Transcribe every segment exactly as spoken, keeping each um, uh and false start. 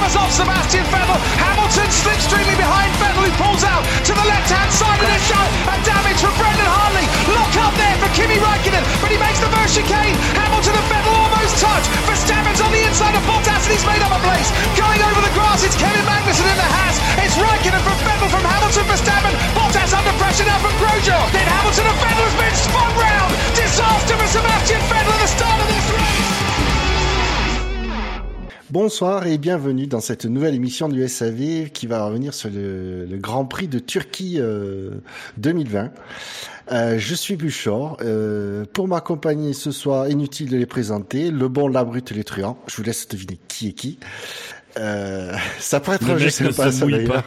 covers off Sebastian Vettel. Hamilton slipstreaming behind Vettel, who pulls out to the left-hand side of the shot. And damage from Brendan Hartley. Lock up there for Kimi Räikkönen, but he makes the first chicane. Hamilton and Vettel almost touch. Verstappen's on the inside of Bottas, and he's made up a place. Going over the grass, it's Kevin Magnussen in the Haas. It's Räikkönen from Vettel, from Hamilton, Verstappen. Bottas under pressure now from Grosjean. Then Hamilton and Vettel has been spun round. Disaster for Sebastian Vettel at the start of this race. Bonsoir et bienvenue dans cette nouvelle émission du S A V qui va revenir sur le, le Grand Prix de Turquie euh, deux mille vingt. Euh, je suis Buchor. Euh, pour m'accompagner ce soir, inutile de les présenter, le bon, la brute et les truands. Je vous laisse deviner qui est qui. Euh, ça pourrait être le un jeu sympa, ça d'ailleurs.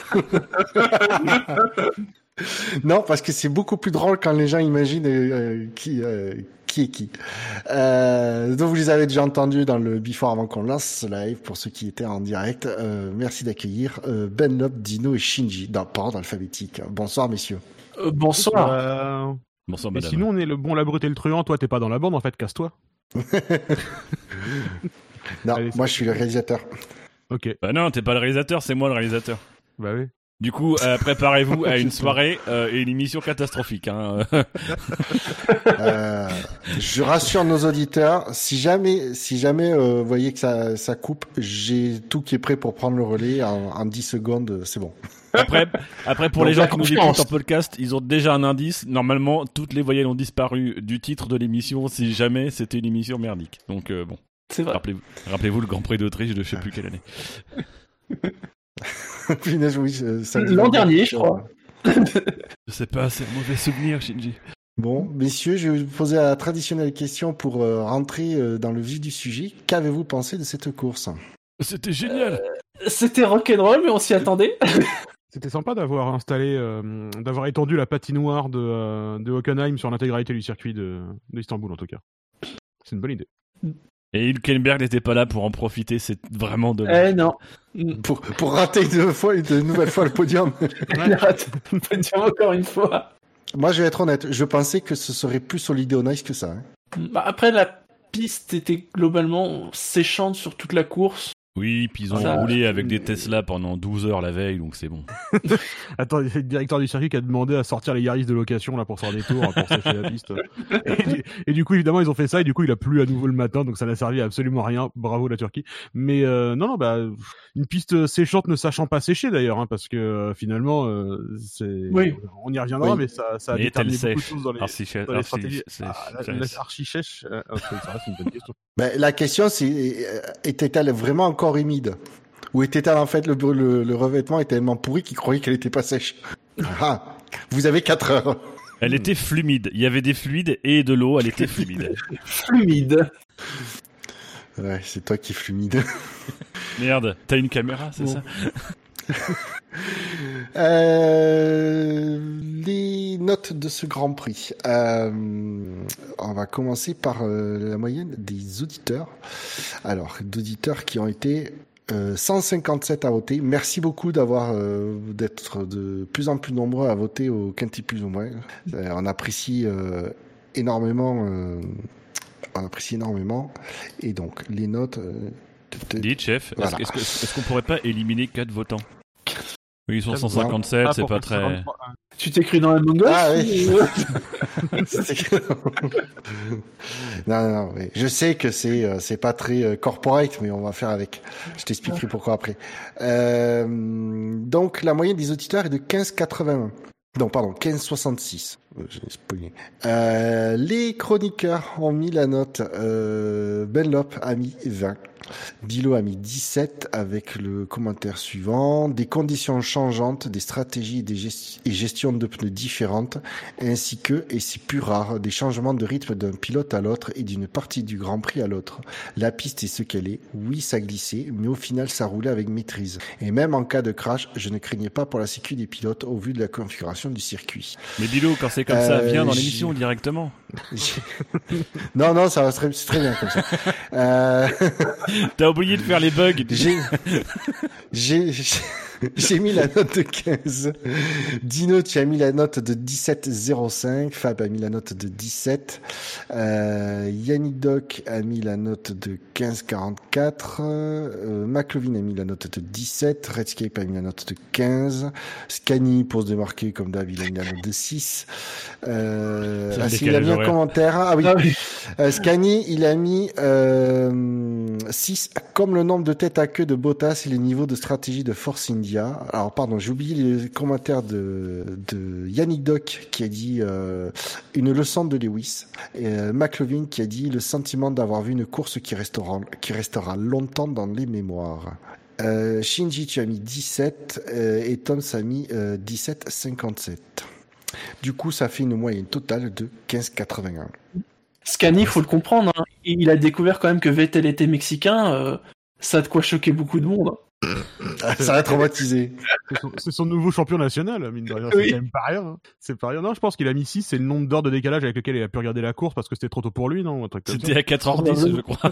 Non, parce que c'est beaucoup plus drôle quand les gens imaginent euh, qui euh, qui est qui. Euh, donc vous les avez déjà entendus dans le before avant qu'on lance ce live pour ceux qui étaient en direct. Euh, merci d'accueillir euh, Ben Lop, Dino et Shinji dans par ordre alphabétique. Bonsoir messieurs. Euh, bonsoir. Euh... Bonsoir Mais madame. sinon on est le bon, la brute et le truand. Toi t'es pas dans la bande en fait, casse-toi. Non, Allez, moi je suis le réalisateur. Ok. Bah non, t'es pas le réalisateur, c'est moi le réalisateur. Bah oui. Du coup, euh, préparez-vous à une soirée euh, et une émission catastrophique. Hein. euh, je rassure nos auditeurs, si jamais, si jamais euh, vous voyez que ça, ça coupe, j'ai tout qui est prêt pour prendre le relais en, en dix secondes, c'est bon. Après, après pour Donc, les gens la qui nous confiance. écoutent en podcast, ils ont déjà un indice. Normalement, toutes les voyelles ont disparu du titre de l'émission si jamais c'était une émission merdique. Donc euh, bon, C'est vrai. rappelez-vous, rappelez-vous le Grand Prix d'Autriche de je sais plus quelle année. Punaise, oui, ça me dit L'an pas dernier, bien. je crois. Je sais pas, c'est un mauvais souvenir, Shinji. Bon, messieurs, je vais vous poser la traditionnelle question pour euh, rentrer euh, dans le vif du sujet. Qu'avez-vous pensé de cette course ? C'était génial. C'était rock'n'roll, mais on s'y attendait. C'était sympa d'avoir installé, euh, d'avoir étendu la patinoire de, euh, de Hockenheim sur l'intégralité du circuit de, d'Istanbul en tout cas. C'est une bonne idée. Et Hülkenberg n'était pas là pour en profiter, c'est vraiment dommage. Eh non. Pour, pour rater une, fois, une nouvelle fois le podium. Il a raté le podium encore une fois. Moi, je vais être honnête, je pensais que ce serait plus solide au nice que ça. Hein. Bah, après, la piste était globalement séchante sur toute la course. Oui, puis ils ont Ça- roulé avec des Tesla pendant douze heures la veille, donc c'est bon. Attends, il y a le directeur du circuit qui a demandé à sortir les Yaris de location là pour faire des tours, pour sécher la piste. Et du, et du coup, évidemment, ils ont fait ça et du coup, il a plu à nouveau le matin, donc ça n'a servi à absolument rien. Bravo la Turquie. Mais euh, non, non, bah une piste séchante ne sachant pas sécher d'ailleurs, hein, parce que euh, finalement, euh, c'est, Oui. on y reviendra, Oui. mais ça, ça a Mais déterminé est-elle beaucoup de sèche choses dans les, Archi- dans les archi- stratégies. sèche- Ah, la, sèche. la archi sèche, euh, ok, ça reste une bonne question. Ben, la question, c'est euh, était-elle vraiment encore humide ? Ou était-elle en fait le, le, le revêtement est tellement pourri qu'il croyait qu'elle était pas sèche ? Ah, vous avez quatre heures. Elle était fluide, il y avait des fluides et de l'eau, elle était fluide. Fluide. Ouais, c'est toi qui es fluide. Merde, t'as une caméra, c'est Bon. ça ? Euh, les notes de ce Grand Prix. Euh, on va commencer par euh, la moyenne des auditeurs. Alors, d'auditeurs qui ont été euh, cent cinquante-sept à voter. Merci beaucoup d'avoir euh, d'être de plus en plus nombreux à voter au Quintet plus ou moins. Euh, on apprécie euh, énormément. Euh, on apprécie énormément. Et donc, les notes. Euh, de- de- Dites, chef, Voilà. est-ce, est-ce, que- est-ce qu'on pourrait pas éliminer quatre votants ? Oui, ils sont Ah, cent cinquante-sept, c'est pour pas faire très... cinquante-trois, hein. Tu t'écris dans la Mongols Ah oui. ou- C'est- non, non, non, oui. Je sais que c'est euh, c'est pas très euh, corporate, mais on va faire avec. Je t'expliquerai pourquoi après. Euh, donc la moyenne des auditeurs est de quinze virgule quatre-vingt-un. Non, pardon, quinze virgule soixante-six. Euh, J'ai spoilé. Euh, les chroniqueurs ont mis la note. Euh, Ben Lop a mis vingt. Dilo a mis dix-sept avec le commentaire suivant. Des conditions changeantes, des stratégies et, des gest- et gestions de pneus différentes, ainsi que, et c'est plus rare, des changements de rythme d'un pilote à l'autre et d'une partie du Grand Prix à l'autre. La piste est ce qu'elle est. Oui, ça glissait, mais au final, ça roulait avec maîtrise. Et même en cas de crash, je ne craignais pas pour la sécurité des pilotes au vu de la configuration du circuit. Mais dis-le, quand c'est comme ça, Euh, viens dans j- l'émission directement. non, non, ça va très, c'est très bien comme ça. Euh... T'as oublié de faire les bugs. J'ai, j'ai, j'ai mis la note de quinze. Dino, tu as mis la note de dix-sept virgule zéro cinq. Fab a mis la note de dix-sept. Euh, Yannick Doc a mis la note de quinze virgule quarante-quatre. Euh, McLovin a mis la note de dix-sept. Redscape a mis la note de quinze. Scanny, pour se démarquer comme d'hab, il a mis la note de six. Euh, ah, si, il a mis un commentaire. Ah oui. Ah oui. Euh, Scanny, il a mis euh, six, comme le nombre de têtes à queue de Bottas et les niveaux de stratégie de Force India. Alors pardon, j'ai oublié les commentaires de, de Yannick Doc qui a dit euh, une leçon de Lewis, et euh, McLovin qui a dit le sentiment d'avoir vu une course qui restera, qui restera longtemps dans les mémoires. Euh, Shinji, tu as mis dix-sept euh, et Tom a mis euh, dix-sept virgule cinquante-sept. Du coup, ça fait une moyenne totale de quinze virgule quatre-vingt-un. Scanny, faut le comprendre, hein. Il a découvert quand même que Vettel était mexicain, euh, ça a de quoi choquer beaucoup de monde. Ça a traumatisé. C'est son, c'est son nouveau champion national, mine de rien. C'est Oui. quand même pas rien. Hein. C'est pas rien. Non, je pense qu'il a mis six, c'est le nombre d'heures de décalage avec lequel il a pu regarder la course parce que c'était trop tôt pour lui, non? Un truc comme ça. C'était à quatre heures dix, je crois.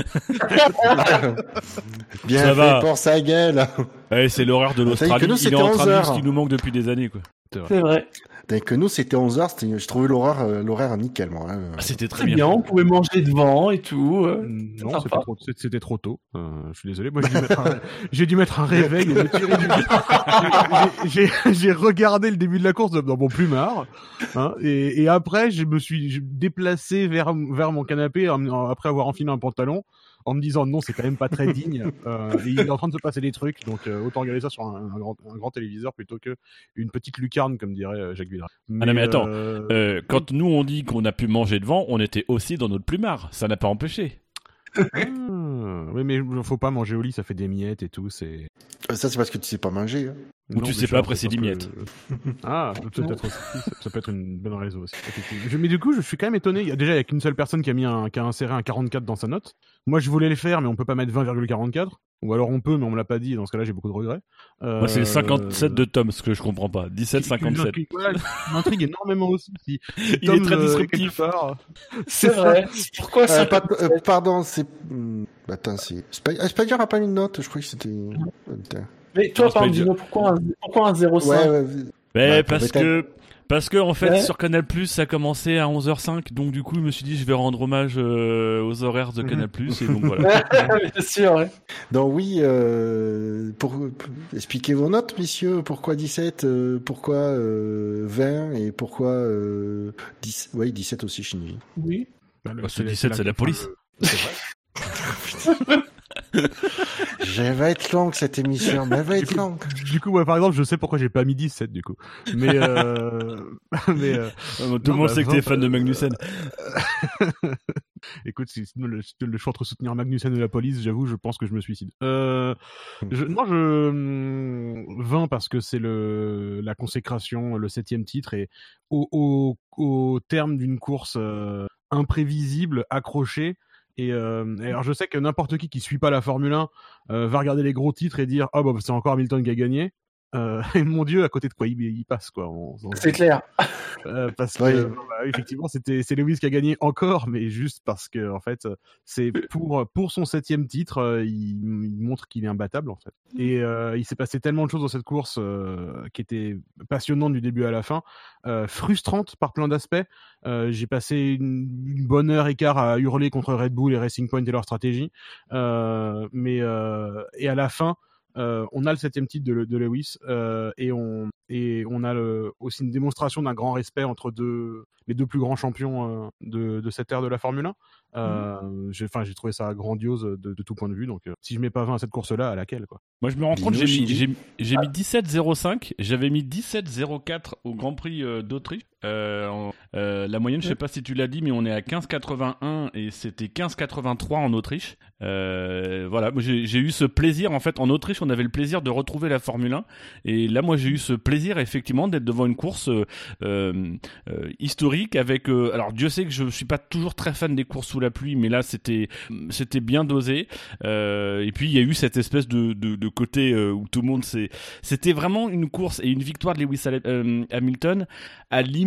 Bien Ça fait va. pour sa gueule. Ouais, c'est l'horaire de T'as dit l'Australie. que nous, Il est c'était en train de onze vivre ce heures. qui nous manque depuis des années, quoi. C'est vrai. C'est vrai. Dès que nous, c'était onze heures, c'était, je trouvais l'horaire, euh, l'horaire nickel, moi. Hein. Ah, c'était très Très bien. bien, on pouvait manger devant et tout. euh, Non, sympa. c'était trop, c'était- c'était trop tôt. Euh, je suis désolé. Moi, j'ai dû mettre un, j'ai dû mettre un réveil et me tirer du... j'ai, j'ai, j'ai regardé le début de la course dans mon plumard. Hein, et, et après, je me suis j'ai déplacé vers, vers mon canapé en- en- après avoir enfilé un pantalon en me disant non, c'est quand même pas très digne. Euh, et il est en train de se passer des trucs, donc euh, autant regarder ça sur un, un, grand, un grand téléviseur plutôt que une petite lucarne, comme dirait euh, Jacques Villard. Ah non, mais attends. euh, Euh, quand nous on dit qu'on a pu manger devant, on était aussi dans notre plumard. Ça n'a pas empêché. ah, oui, mais faut pas manger au lit, ça fait des miettes et tout. C'est. Euh, Ça, c'est parce que tu sais pas manger. Hein. Ou tu sais mais pas je- apprécier parce les que- miettes. Ah, peut-être aussi. Ça, ça peut être une bonne raison aussi. effectivement. Je- mais du coup, je suis quand même étonné. Il y a déjà il y a qu'une seule personne qui a mis un, qui a inséré un quarante-quatre dans sa note. Moi, je voulais le faire, mais on peut pas mettre vingt virgule quarante-quatre. Ou alors on peut, mais on me l'a pas dit. Dans ce cas-là, j'ai beaucoup de regrets. Euh... Moi, c'est le cinquante-sept de Tom, ce que je comprends pas. dix-sept cinquante-sept. Voilà, il m'intrigue énormément aussi. Si, si Il est Tom, très euh, disruptif. quelque part- C'est vrai. Pourquoi Euh, ça pas- euh, pardon, c'est. Hmm, Attends, c'est. Sp- ah, Spider a pas mis de note, je crois que c'était. Putain. Mais toi, Non, c'est par pas exemple, Dino, pourquoi un, pourquoi un zéro virgule cinq Ouais, ouais. Mais Ouais, parce pour que parce que en fait Ouais. sur Canal+, ça commençait à onze heures cinq, donc du coup je me suis dit je vais rendre hommage euh, aux horaires de Canal+, et donc voilà. Bien sûr, ouais. Donc oui, euh, pour, pour- expliquez vos notes, messieurs. Pourquoi dix-sept, euh, pourquoi euh, vingt et pourquoi euh, dix. Ouais, dix-sept aussi, Shinji. Oui. Bah, le- Bah, ce la- dix-sept, c'est la police. le- c'est vrai. Elle va être longue cette émission, mais elle va être longue. Du coup, moi, par exemple, je sais pourquoi j'ai pas mis dix-sept, du coup. Mais, euh... mais, euh... Euh, Tout le Non, monde bah, sait que t'es vingt, fan de euh, Magnussen. Écoute, si si le, le choix entre soutenir Magnussen et la police, j'avoue, je pense que je me suicide. Euh, je, moi, je hum, vingt parce que c'est le la consécration, le septième titre, et au, au, au terme d'une course euh, imprévisible, accrochée. Et, euh, et alors, je sais que n'importe qui qui suit pas la Formule un euh, va regarder les gros titres et dire ah bah c'est encore Hamilton qui a gagné. Euh, et mon Dieu, à côté de quoi il, il passe quoi. On- on- C'est clair. euh, parce que Oui. euh, bah, effectivement c'était c'est Lewis qui a gagné encore, mais juste parce que en fait c'est pour pour son septième titre euh, il, il montre qu'il est imbattable en fait. Et euh, il s'est passé tellement de choses dans cette course euh, qui était passionnante du début à la fin, euh, frustrante par plein d'aspects. Euh, j'ai passé une, une bonne heure et quart à hurler contre Red Bull et Racing Point et leur stratégie, euh, mais euh, et à la fin. Euh, on a le septième titre de, de Lewis euh, et on et on a le, aussi une démonstration d'un grand respect entre deux les deux plus grands champions euh, de, de cette ère de la Formule un. Euh, j'ai, enfin, j'ai trouvé ça grandiose de, de tout point de vue. Donc, euh, si je mets pas vingt à cette course-là, à laquelle quoi. Moi, je me rends compte, Dino, j'ai mis, Shinji. j'ai, j'ai mis dix-sept zéro cinq, j'avais mis dix-sept zéro quatre au Grand Prix euh, d'Autriche. Euh, en- euh, la moyenne, je sais pas si tu l'as dit, mais on est à quinze quatre-vingt-un et c'était quinze quatre-vingt-trois en Autriche. Euh, voilà, moi j'ai, j'ai eu ce plaisir, en fait, en Autriche, on avait le plaisir de retrouver la Formule un. Et là, moi, j'ai eu ce plaisir, effectivement, d'être devant une course euh, euh, euh, historique avec... euh, alors, Dieu sait que je suis pas toujours très fan des courses sous la pluie, mais là, c'était, c'était bien dosé. Euh, et puis, il y a eu cette espèce de, de, de côté euh, où tout le monde s'est... C'était vraiment une course et une victoire de Lewis euh, Hamilton à l'image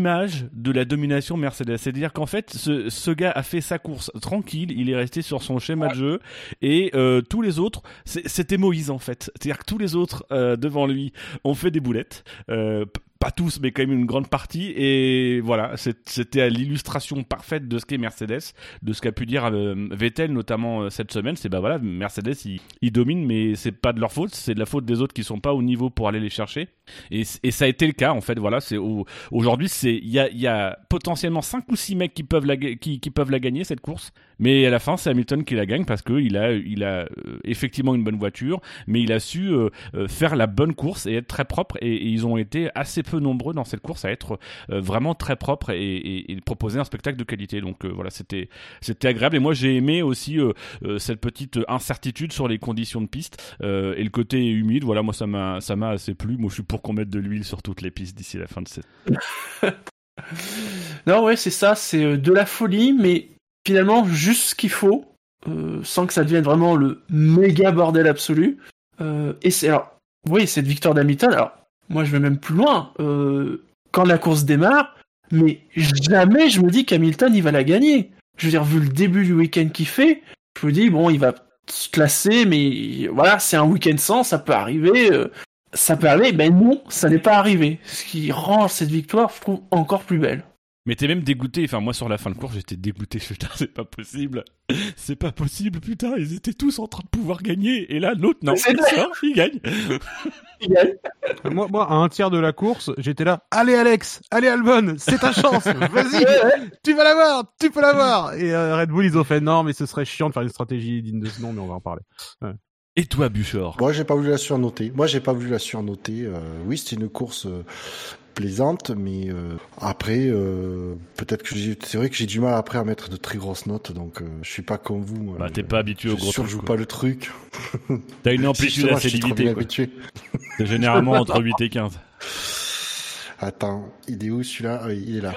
l'image de la domination Mercedes. C'est-à-dire qu'en fait, ce, ce gars a fait sa course tranquille, il est resté sur son schéma de jeu, et euh, tous les autres, c'est, c'était Moïse en fait. C'est-à-dire que tous les autres euh, devant lui ont fait des boulettes. Euh, Pas tous, mais quand même une grande partie. Et voilà, c'était à l'illustration parfaite de ce qu'est Mercedes, de ce qu'a pu dire euh, Vettel, notamment euh, cette semaine. C'est bah voilà, Mercedes, ils, ils dominent, mais c'est pas de leur faute, c'est de la faute des autres qui sont pas au niveau pour aller les chercher. Et, et ça a été le cas, en fait. Voilà, c'est au, aujourd'hui, c'est il y a, y a potentiellement cinq ou six mecs qui peuvent la qui, qui peuvent la gagner cette course, mais à la fin, c'est Hamilton qui la gagne parce que il a il a euh, effectivement une bonne voiture, mais il a su euh, euh, faire la bonne course et être très propre. Et, et ils ont été assez peu nombreux dans cette course à être euh, vraiment très propres et, et, et proposer un spectacle de qualité. Donc euh, voilà, c'était c'était agréable. Et moi, j'ai aimé aussi euh, euh, cette petite incertitude sur les conditions de piste euh, et le côté humide. Voilà, moi ça m'a ça m'a assez plu. Moi, je suis pour qu'on mette de l'huile sur toutes les pistes d'ici la fin de cette. Non, ouais, c'est ça, c'est de la folie, mais finalement juste ce qu'il faut, euh, sans que ça devienne vraiment le méga bordel absolu. Euh, et c'est alors, oui, cette victoire d'Hamilton. Alors, moi, je vais même plus loin. Euh, quand la course démarre, mais jamais je me dis qu'Hamilton il va la gagner. Je veux dire, vu le début du week-end qu'il fait, je me dis bon, il va se classer, mais voilà, c'est un week-end sans, ça peut arriver. Euh, Ça peut arriver, mais non, ça n'est pas arrivé. Ce qui rend cette victoire, je trouve, encore plus belle. Mais t'es même dégoûté, enfin moi sur la fin de course j'étais dégoûté, putain c'est pas possible, c'est pas possible, putain ils étaient tous en train de pouvoir gagner, et là l'autre non, c'est il sort, il gagne. Il gagne. Moi, moi, à un tiers de la course, j'étais là, allez Alex, allez Albon, c'est ta chance, vas-y, tu vas l'avoir, tu peux l'avoir. Et euh, Red Bull ils ont fait non mais ce serait chiant de faire une stratégie digne de ce nom, mais on va en parler. Ouais. Et toi Buchor? Moi j'ai pas voulu la surnoter, moi j'ai pas voulu la surnoter, euh, oui c'était une course... Euh... plaisante, mais euh, après euh, peut-être que j'ai, c'est vrai que j'ai du mal après à mettre de très grosses notes, donc euh, je suis pas comme vous. Moi, bah t'es je, pas habitué au gros truc. Je surjoue pas le truc. T'as une amplitude assez limitée. C'est généralement entre huit et quinze. Attends, il est où celui-là? Ah oui, il est là.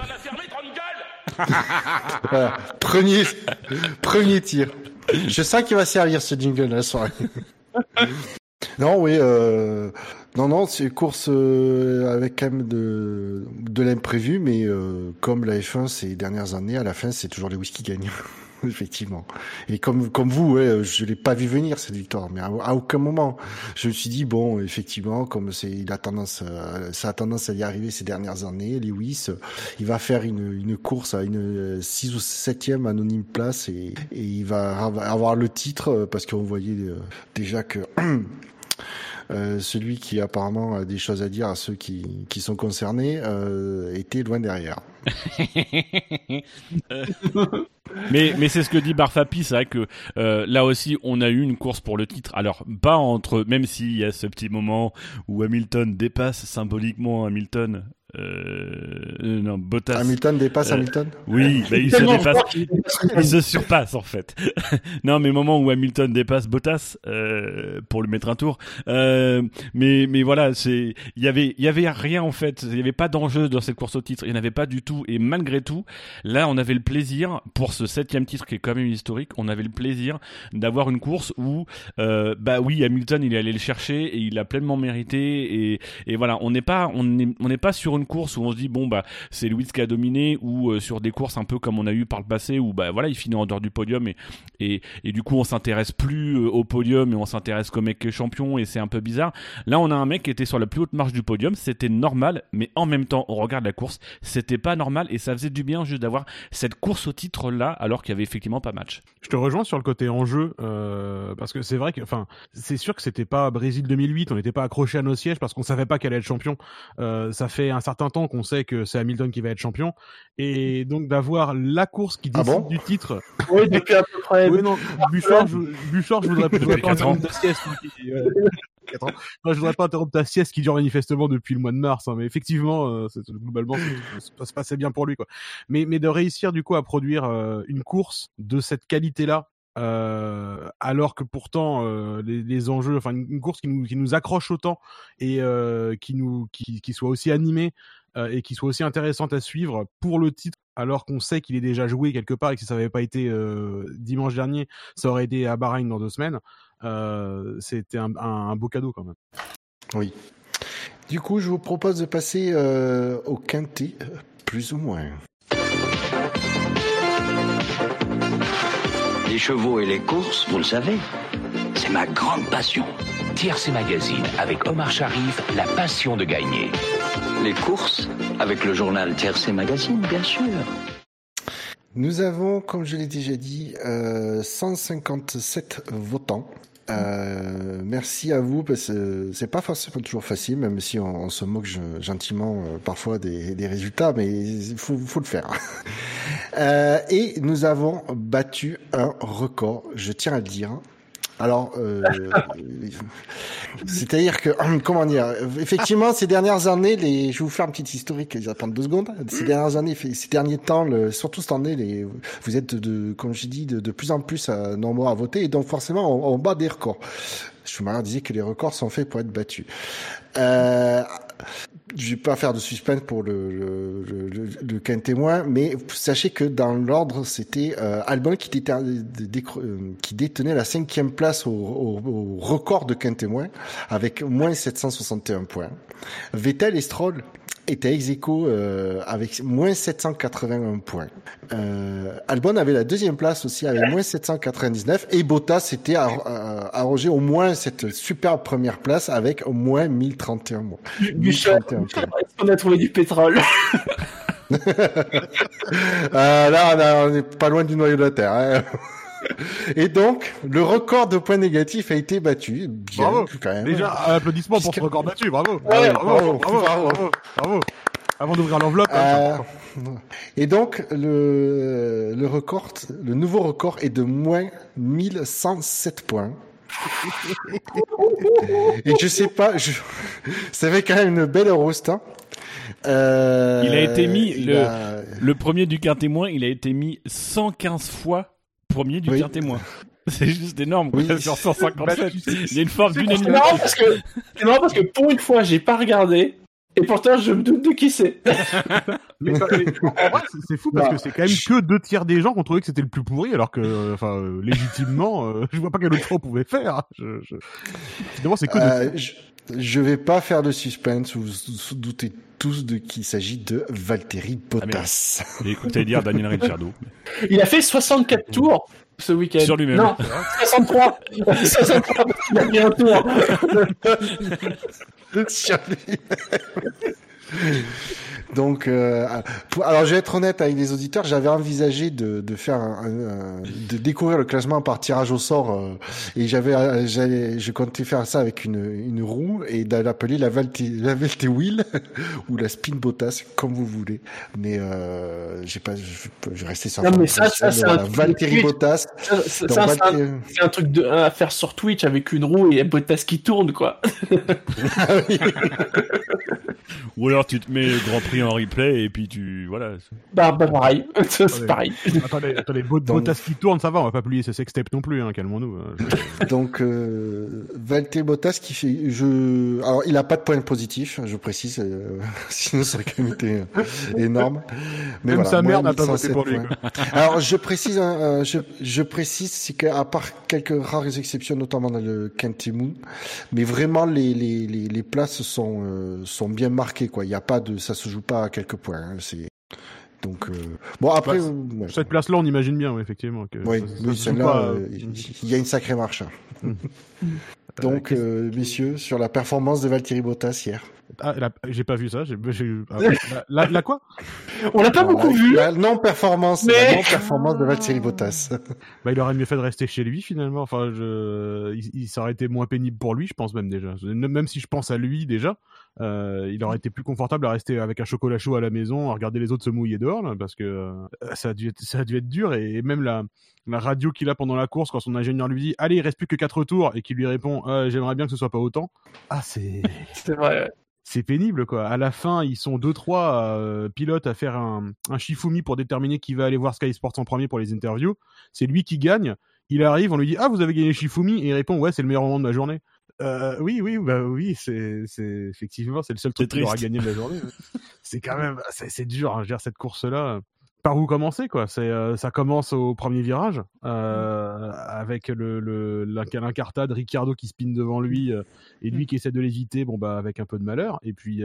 Voilà. Premier, premier tir. Je sens qu'il va servir ce jingle la soirée. Non, oui, euh, non, non, c'est une course euh, avec quand même de, de l'imprévu, mais euh, comme la F un ces dernières années, à la fin, c'est toujours les whisky qui gagnent, effectivement. Et comme comme vous, ouais, je l'ai pas vu venir cette victoire, mais à, à aucun moment, je me suis dit bon, effectivement, comme c'est, il a tendance, euh, ça a tendance à y arriver ces dernières années, Lewis, euh, il va faire une une course à une six ou septième anonyme place et, et il va avoir le titre parce qu'on voyait euh, déjà que Euh, celui qui apparemment a des choses à dire à ceux qui, qui sont concernés euh, était loin derrière. mais mais c'est ce que dit Barfapi, c'est vrai que euh, là aussi on a eu une course pour le titre. Alors pas entre, même s'il y a ce petit moment où Hamilton dépasse symboliquement Hamilton. Euh, non, Bottas. Hamilton dépasse euh, Hamilton. Oui, bah, il se dépasse, il se surpasse en fait. Non, mais au moment où Hamilton dépasse Bottas euh, pour lui mettre un tour. Euh, mais mais voilà, c'est il y avait il y avait rien en fait. Il y avait pas d'enjeu dans cette course au titre. Il y en avait pas du tout. Et malgré tout, là, on avait le plaisir pour ce septième titre qui est quand même historique. On avait le plaisir d'avoir une course où euh, bah oui, Hamilton il est allé le chercher et il l'a pleinement mérité. Et et voilà, on n'est pas on n'est on n'est pas sur une course où on se dit bon bah c'est Lewis qui a dominé, ou euh, sur des courses un peu comme on a eu par le passé où bah voilà il finit en dehors du podium et et et du coup on s'intéresse plus euh, au podium et on s'intéresse qu'au mec qui est champion, et c'est un peu bizarre. Là on a un mec qui était sur la plus haute marche du podium, c'était normal, mais en même temps on regarde la course, c'était pas normal, et ça faisait du bien juste d'avoir cette course au titre là alors qu'il y avait effectivement pas match. Je te rejoins sur le côté enjeu euh, parce que c'est vrai que enfin c'est sûr que c'était pas Brésil deux mille huit, on n'était pas accroché à nos sièges parce qu'on savait pas qu'elle allait être champion. Euh, ça fait un certain temps qu'on sait que c'est Hamilton qui va être champion, et donc d'avoir la course qui décide ah bon du titre. Oui, depuis à peu près. Oui, non, Bouchard, je, Bouchard, je voudrais, je voudrais pas interrompre ta sieste. Euh, quatre ans. Non, je voudrais pas interrompre ta sieste qui dure manifestement depuis le mois de mars, hein, mais effectivement, euh, c'est, globalement, c'est, ça se passait bien pour lui, quoi. Mais, mais de réussir du coup à produire euh, une course de cette qualité-là. Euh, alors que pourtant euh, les, les enjeux, enfin une, une course qui nous qui nous accroche autant et euh, qui nous qui qui soit aussi animée euh, et qui soit aussi intéressante à suivre pour le titre, alors qu'on sait qu'il est déjà joué quelque part et que si ça n'avait pas été euh, dimanche dernier, ça aurait été à Bahreïn dans deux semaines. Euh, c'était un, un, un beau cadeau quand même. Oui. Du coup, je vous propose de passer euh, au quintet. plus ou moins. Les chevaux et les courses, vous le savez, c'est ma grande passion. T R C Magazine avec Omar Sharif, la passion de gagner. Les courses, avec le journal T R C Magazine, bien sûr. Nous avons, comme je l'ai déjà dit, euh, cent cinquante-sept votants. Euh, merci à vous, parce que c'est pas forcément toujours facile, même si on, on se moque gentiment euh, parfois des, des résultats, mais il faut, faut le faire. euh, et nous avons battu un record, je tiens à le dire. Alors, euh, c'est-à-dire que, comment dire, effectivement, ces dernières années, les, je vais vous faire un petit historique, je vais attendre deux secondes. Ces dernières années, ces derniers temps, le, surtout cette année, les, vous êtes de, comme j'ai dit, de, de plus en plus à, nombreux à voter, et donc forcément, on, on bat des records. Schumacher disait que les records sont faits pour être battus. Euh, je vais pas faire de suspense pour le, le, le, le, le quin témoin, mais sachez que dans l'ordre, c'était euh, Albon qui, déter, qui détenait la cinquième place au, au, au record de quin témoin avec moins sept cent soixante et un points. Vettel et Stroll était ex aequo euh, avec moins sept cent quatre-vingt-un points. Euh, Albon avait la deuxième place aussi avec moins sept cent quatre-vingt-dix-neuf et Bottas était arrogé au moins cette superbe première place avec au moins mille trente et un points. Michel, est-ce qu'on a trouvé du pétrole? euh, Là, on n'est pas loin du noyau de la Terre. Hein. Et donc, le record de points négatifs a été battu. Bien, bravo. Quand même. Déjà, applaudissements pour ce record battu. Bravo. Ouais, bravo, bravo, bravo, bravo, bravo, bravo, bravo. Avant d'ouvrir l'enveloppe. Euh, et donc, le, le record, le nouveau record est de moins mille cent sept points. Et je sais pas, je, ça fait quand même une belle roast, hein. Euh, il a été mis, le, a... le premier du quin témoin, il a été mis cent quinze fois premier du oui. quin témoin. C'est juste énorme, oui. Sur cent cinquante-sept. Il y a une forme C'est d'unanimité. marrant parce que, c'est marrant parce que pour une fois, j'ai pas regardé. Et pourtant, je me doute de qui c'est. Mais, mais, en vrai, c'est, c'est fou parce bah, que c'est quand même que deux tiers des gens qui ont trouvé que c'était le plus pourri, alors que, enfin, euh, légitimement, euh, je vois pas quel autre choix on pouvait faire. Je, je... Finalement, c'est que euh, deux je, je vais pas faire de suspense, vous vous doutez tous de qu'il s'agit de Valtteri Bottas. Ah, mais, écoutez dire Daniel Ricciardo. Il a fait soixante-quatre tours ce week-end. Sur lui-même. Non, soixante-trois. soixante-trois parce qu'il a fait un tour. Sur lui. Donc, euh, pour, alors je vais être honnête avec les auditeurs, j'avais envisagé de, de faire, un, un, de découvrir le classement par tirage au sort, euh, et j'avais, j'allais, je comptais faire ça avec une, une roue et d'appeler la Valtteri, la Valtteri Wheel ou la Spin Bottas, comme vous voulez. Mais euh, j'ai pas, je, je vais rester sur. Non mais ça, ça, c'est un Valtteri Bottas. Ça, ça, ça, Valtteri... c'est, un, c'est un truc de, à faire sur Twitch avec une roue et Bottas qui tourne, quoi. Ou alors tu te mets le Grand Prix en replay et puis tu voilà. Bah, bah pareil, c'est attendez, pareil. Attendez, attendez, Bottas qui tourne, ça va, on va pas plier ses sextapes non plus, hein, calmons-nous. Je... Donc euh, Valtteri Bottas qui fait, je, alors il a pas de points positifs, je précise, euh, sinon ça aurait quand même été euh, énorme. Mais même voilà, sa mère n'a pas voté pour lui. Alors je précise, euh, je, je précise, c'est qu'à part quelques rares exceptions, notamment dans le Quintemon, mais vraiment les les les, les places sont euh, sont bien marquées, quoi. Il y a pas de, ça se joue pas à quelques points. Hein, c'est donc euh... bon après. Bah, euh, ouais. Cette place-là, on imagine bien, ouais, effectivement. Que oui, ça, oui ça celle-là, pas, euh, il y a une sacrée marche. Hein. Donc, euh, messieurs, sur la performance de Valtteri Bottas hier. Ah, la... j'ai pas vu ça. J'ai... j'ai... Ah, la, la, la quoi? On l'a pas non, beaucoup la, vu. La non-performance, mais... la non-performance de Valtteri Bottas. Bah, il aurait mieux fait de rester chez lui, finalement. Enfin, je... il, il ça aurait été moins pénible pour lui, je pense même déjà. Même si je pense à lui déjà, euh, il aurait été plus confortable à rester avec un chocolat chaud à la maison, à regarder les autres se mouiller dehors, là, parce que euh, ça a dû être, ça a dû être dur. Et, et même la, la radio qu'il a pendant la course, quand son ingénieur lui dit allez, il reste plus que quatre tours, et qu'il lui répond euh, j'aimerais bien que ce soit pas autant. Ah, c'est. C'est vrai. Ouais. C'est pénible, quoi. À la fin, ils sont deux trois euh, pilotes à faire un, un Shifumi pour déterminer qui va aller voir Sky Sports en premier pour les interviews. C'est lui qui gagne. Il arrive, on lui dit ah, vous avez gagné Shifumi, et il répond ouais, c'est le meilleur moment de ma journée. Euh, oui, oui, bah oui, c'est, c'est effectivement c'est le seul truc qu'il aura gagné de la journée. C'est quand même, c'est, c'est dur, hein, je veux dire, cette course-là. Par où commencer, quoi? C'est, euh, ça commence au premier virage euh, avec le, le l'incartade Ricciardo qui spin devant lui euh, et lui qui essaie de l'éviter, bon bah avec un peu de malheur. Et puis euh,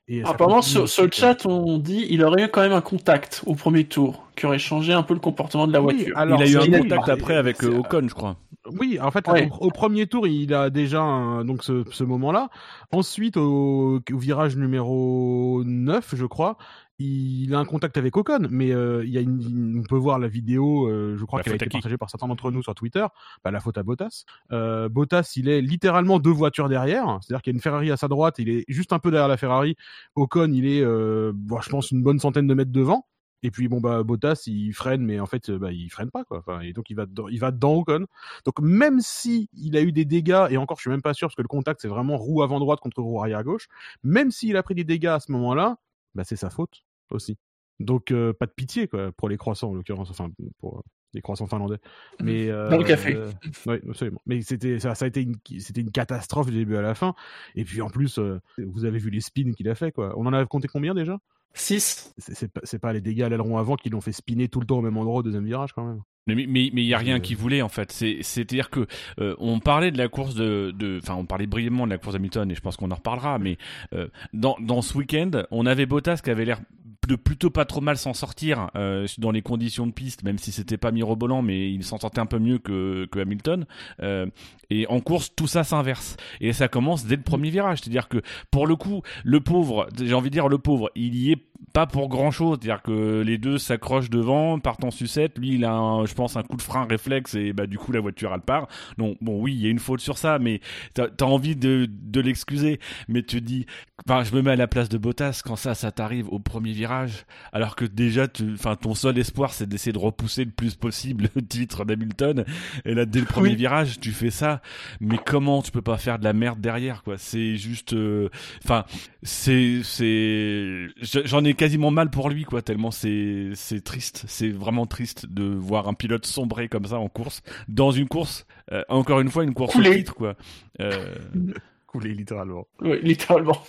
Et ça Apparemment, continue sur, sur le aussi, quoi. chat, on dit il aurait eu quand même un contact au premier tour qui aurait changé un peu le comportement de la Oui, voiture. alors, il a eu c'est un inanimé. contact après avec C'est- euh, Ocon, je crois. Oui, en fait, Ouais. au, au premier tour, il a déjà un- donc ce, ce moment-là. Ensuite, au, au virage numéro neuf, je crois, il a un contact avec Ocon, mais euh, il y a une, on peut voir la vidéo, euh, je crois La qu'elle a faute à été qui partagée par certains d'entre nous sur Twitter, bah, la faute à Bottas. Euh, Bottas, il est littéralement deux voitures derrière, c'est-à-dire qu'il y a une Ferrari à sa droite, il est juste un peu derrière la Ferrari. Ocon, il est, euh, bon, je pense, une bonne centaine de mètres devant. Et puis bon bah Bottas il freine mais en fait bah il freine pas quoi. Enfin, et donc il va dedans, il va dedans Ocon. Donc même si il a eu des dégâts et encore je suis même pas sûr parce que le contact c'est vraiment roue avant droite contre roue arrière gauche, même s'il a pris des dégâts à ce moment-là, bah c'est sa faute aussi. Donc euh, pas de pitié quoi pour les croissants en l'occurrence, enfin pour euh, les croissants finlandais. Mais euh, Dans le café. euh, oui, absolument. Mais c'était ça, ça a été une c'était une catastrophe du début à la fin. Et puis en plus euh, vous avez vu les spins qu'il a fait quoi. On en a compté combien déjà? six. C'est, c'est, pas, c'est pas les dégâts à l'aileron avant qui l'ont fait spinner tout le temps au même endroit au deuxième virage quand même. Mais mais mais il y a rien Euh. qui voulait en fait. C'est c'est-à-dire que euh, on parlait de la course de de enfin on parlait brièvement de la course d'Hamilton et je pense qu'on en reparlera. Mais euh, dans dans ce week-end, on avait Bottas qui avait l'air de plutôt pas trop mal s'en sortir euh, dans les conditions de piste, même si c'était pas mirobolant, mais il s'en sortait un peu mieux que que Hamilton. Euh, et en course, tout ça s'inverse et ça commence dès le premier virage. C'est-à-dire que pour le coup, le pauvre, j'ai envie de dire le pauvre, il y est pas pour grand chose, c'est-à-dire que les deux s'accrochent devant, partent en sucette, lui il a un, je pense un coup de frein réflexe et bah du coup la voiture elle part. Non, bon oui il y a une faute sur ça, mais t'as, t'as envie de, de l'excuser, mais tu te dis, enfin je me mets à la place de Bottas quand ça ça t'arrive au premier virage, alors que déjà tu, enfin ton seul espoir c'est d'essayer de repousser le plus possible le titre d'Hamilton, et là dès le premier Oui. virage tu fais ça, mais comment tu peux pas faire de la merde derrière quoi, c'est juste, enfin euh, c'est c'est j'en ai quasiment mal pour lui quoi, tellement c'est c'est triste, c'est vraiment triste de voir un pilote sombrer comme ça en course, dans une course euh, encore une fois une course au Couler. titre quoi. Euh... Coulé littéralement. Oui, littéralement.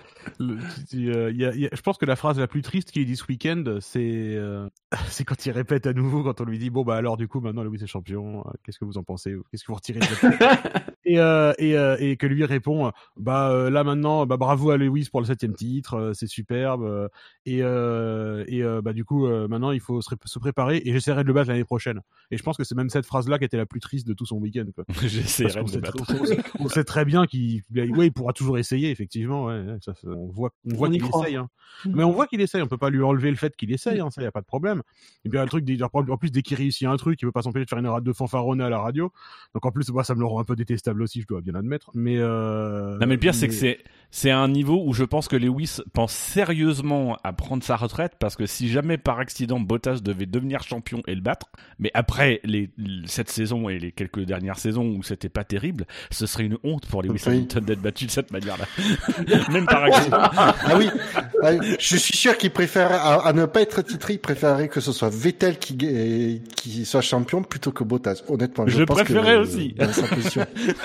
Le, tu- euh, y a, y a, je pense que la phrase la plus triste qu'il ait dit ce week-end, c'est euh, c'est quand il répète à nouveau, quand on lui dit bon bah alors du coup maintenant Lewis est champion, euh, qu'est-ce que vous en pensez, qu'est-ce que vous retirez de cette... et, euh, et, euh, et que lui répond bah euh, là maintenant bah bravo à Lewis pour le septième titre, euh, c'est superbe, euh, et euh, et euh, bah du coup euh, maintenant il faut se, ré- se préparer et j'essaierai de le battre l'année prochaine. Et je pense que c'est même cette phrase là qui était la plus triste de tout son week-end quoi. J'essaierai Parce qu'on de le sait, battre. on sait- on sait très bien qu'il ouais, il pourra toujours essayer, effectivement. Ouais, ouais, ça, ça- on voit, on voit On y qu'il croit. essaye. Hein. Mais on voit qu'il essaye. On peut pas lui enlever le fait qu'il essaye. Hein, ça, y a pas de problème. Et puis, il y a le truc, des- en plus, dès qu'il réussit un truc, il peut pas s'empêcher de faire une rate de fanfaronner à la radio. Donc, en plus, moi, ça me le rend un peu détestable aussi, je dois bien admettre. Mais, euh... Non mais le pire c'est que c'est c'est un niveau où je pense que Lewis pense sérieusement à prendre sa retraite, parce que si jamais par accident Bottas devait devenir champion et le battre, mais après les, cette saison et les quelques dernières saisons où c'était pas terrible, ce serait une honte pour Lewis Oui. Hamilton d'être battu de cette manière-là. Même par accident. Ah oui, ah oui. Je suis sûr qu'il préfère à, à ne pas être titré, il préférerait que ce soit Vettel qui ga- qui soit champion plutôt que Bottas. Honnêtement, je, Je pense préférais que, aussi. dans sa position.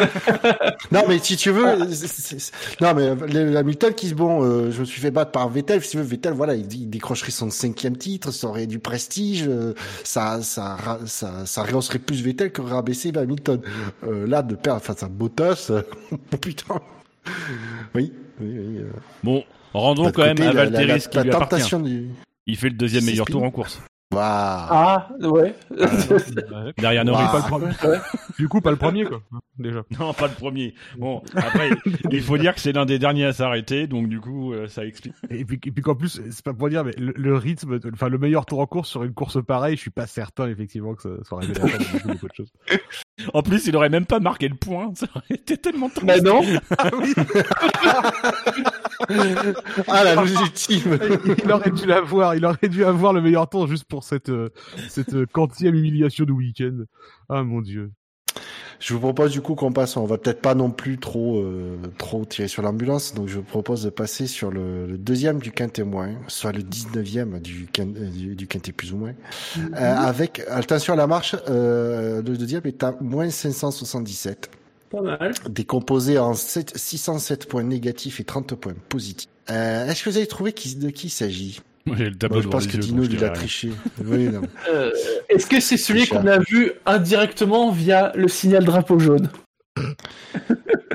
Non mais si tu veux, c'est- c'est- c'est- non mais le- Hamilton qui bon, euh, je me suis fait battre par Vettel. Si tu veux, Vettel, voilà, il, il décrocherait son cinquième titre, ça aurait du prestige, euh, ça ça ra- ça ça rehausserait plus Vettel que rabaisser Hamilton. Euh, là, de perdre face à Bottas, euh, oh putain. Oui, oui, oui. euh. Bon, rendons D'un quand même côté, à la- la- Valtteri la- ce qui la lui appartient. tentation du... Il fait le deuxième C'est meilleur spin. tour en course. Waouh. Ah, ouais. Derrière Wow. Norris. pas le premier. Du coup, pas le premier, quoi. Déjà. Non, pas le premier. Bon, après, il faut dire que c'est l'un des derniers à s'arrêter, donc du coup, euh, ça explique. Et puis, et puis qu'en plus, c'est pas pour dire, mais le, le rythme, enfin, le meilleur tour en course sur une course pareille, je suis pas certain, effectivement, que ça, ça aurait été la peine de beaucoup de choses. En plus, il aurait même pas marqué le point. Ça aurait été tellement triste. Bah non. Ah oui! Ah, la légitime. Il aurait dû l'avoir, il aurait dû avoir le meilleur temps juste pour cette, euh, cette euh, quantième humiliation du week-end. Ah mon dieu. Je vous propose du coup qu'on passe, on va peut-être pas non plus trop euh, trop tirer sur l'ambulance, donc je vous propose de passer sur le, le deuxième du quintet moins, soit le dix-neuvième du, quin- euh, du, du quintet plus ou moins, euh, avec, attention à la marche, euh, le deuxième est à moins cinq cent soixante-dix-sept, Pas mal. décomposé en sept, six cent sept points négatifs et trente points positifs. Euh, est-ce que vous avez trouvé qui, de qui il s'agit? Moi, j'ai le tableau Bon, je devant pense les que yeux, Dino donc je lui dirais l'a rien. triché. Oui, non. Euh, Est-ce que c'est celui Trichard. qu'on a vu indirectement via le signal drapeau jaune?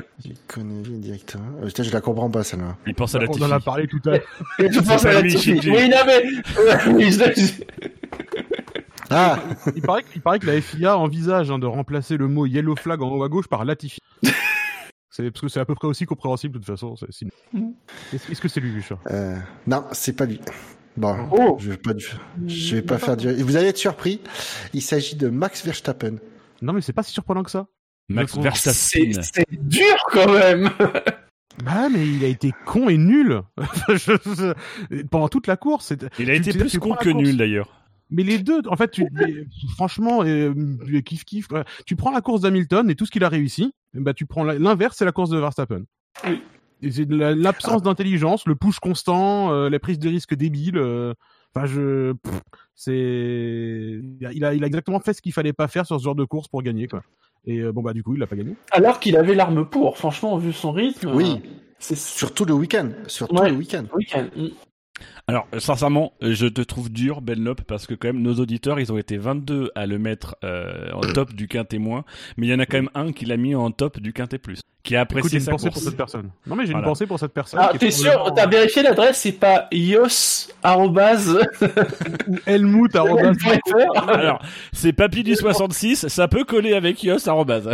Raikkonen directement. Euh, putain, je la comprends pas celle-là. Il pense à On Latifi. en a parlé tout à l'heure. Je pense à pas la lui, Tiffy. Shinji. Oui, non, mais. Oui, je- Ah, Il paraît, il paraît que la F I A envisage hein, de remplacer le mot yellow flag en haut à gauche par Latifi. C'est parce que c'est à peu près aussi compréhensible de toute façon. C'est, c'est... Est-ce, est-ce que c'est lui, Lucha? euh, non, c'est pas lui. Bon, Oh. je vais pas, du- je vais pas faire du. Vous allez être surpris. Il s'agit de Max Verstappen. Non, mais c'est pas si surprenant que ça. Max Je- Verstappen. C'est c'est dur quand même. Bah, mais il a été con et nul. Je- je- Pendant toute la course. C'est... Il a tu- été tu- plus tu con prends la que course. nul d'ailleurs. Mais les deux, en fait, tu, mais, franchement, euh, kiff kiff. quoi. Tu prends la course d'Hamilton et tout ce qu'il a réussi, bah tu prends la- l'inverse, c'est la course de Verstappen. Oui. Et c'est de la- l'absence d'intelligence, le push constant, euh, la prise de risque débile. euh, Enfin, je, pff, c'est, il a, il a, il a exactement fait ce qu'il fallait pas faire sur ce genre de course pour gagner, quoi. Et euh, bon bah du coup, il l'a pas gagné. Alors qu'il avait l'arme pour, franchement, vu son rythme. Oui, euh, c'est surtout le week-end. Surtout Ouais. le week-end. week-end. Mm. Alors, sincèrement, je te trouve dur, Benlop, parce que quand même, nos auditeurs, ils ont été vingt-deux à le mettre euh, en top du quintet moins, mais il y en a quand même un qui l'a mis en top du quintet plus, qui a Écoute, j'ai apprécié une sa pensée course. pour cette personne. Non mais j'ai Voilà. une pensée pour cette personne. Ah, qui est t'es sûr? probablement- T'as vérifié l'adresse? C'est pas yos arrobase ou Helmut arobase- Alors, c'est Papy du soixante-six, ça peut coller avec Yos, arrobase.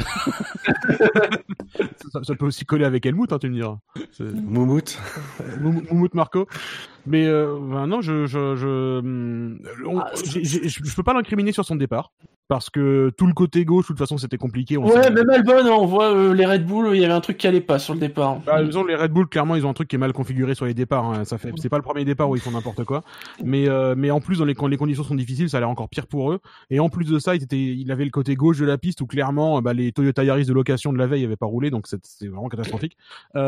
ça, ça peut aussi coller avec Helmut, hein, tu me diras. C'est- Moumout. Mou- Moumout Marco. Mais euh, ben non, je je je hum, on- Ah, j'ai- j'ai- je je peux pas l'incriminer sur son départ parce que tout le côté gauche, de toute façon, c'était compliqué. On Ouais, sait- même Albon, on voit euh, les Red Bull, il y avait un truc qui allait pas sur le départ. Bah, disons, les Red Bull, clairement, ils ont un truc qui est mal configuré sur les départs. Hein. Ça fait, c'est pas le premier départ où ils font n'importe quoi. Mais, euh, mais en plus, dans les, quand les conditions sont difficiles, ça a l'air encore pire pour eux. Et en plus de ça, il, était, il avait le côté gauche de la piste où clairement, bah, les Toyota Yaris de location de la veille n'avaient pas roulé, donc c'est, c'est vraiment catastrophique.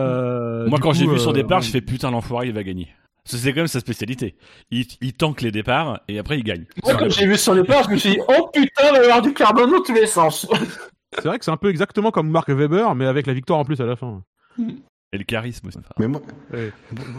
Euh, Moi, du quand coup, j'ai vu son euh, départ, ouais. je fais putain, l'enfoiré, il va gagner. Parce que c'est quand même sa spécialité. Il, il tank les départs et après il gagne. Moi, quand j'ai vu son départ, je me suis dit, oh putain, il va y avoir du carbone dans tous les sens. C'est vrai que c'est un peu exactement comme Mark Webber, mais avec la victoire en plus à la fin. Et le charisme aussi. Mais moi, Ouais.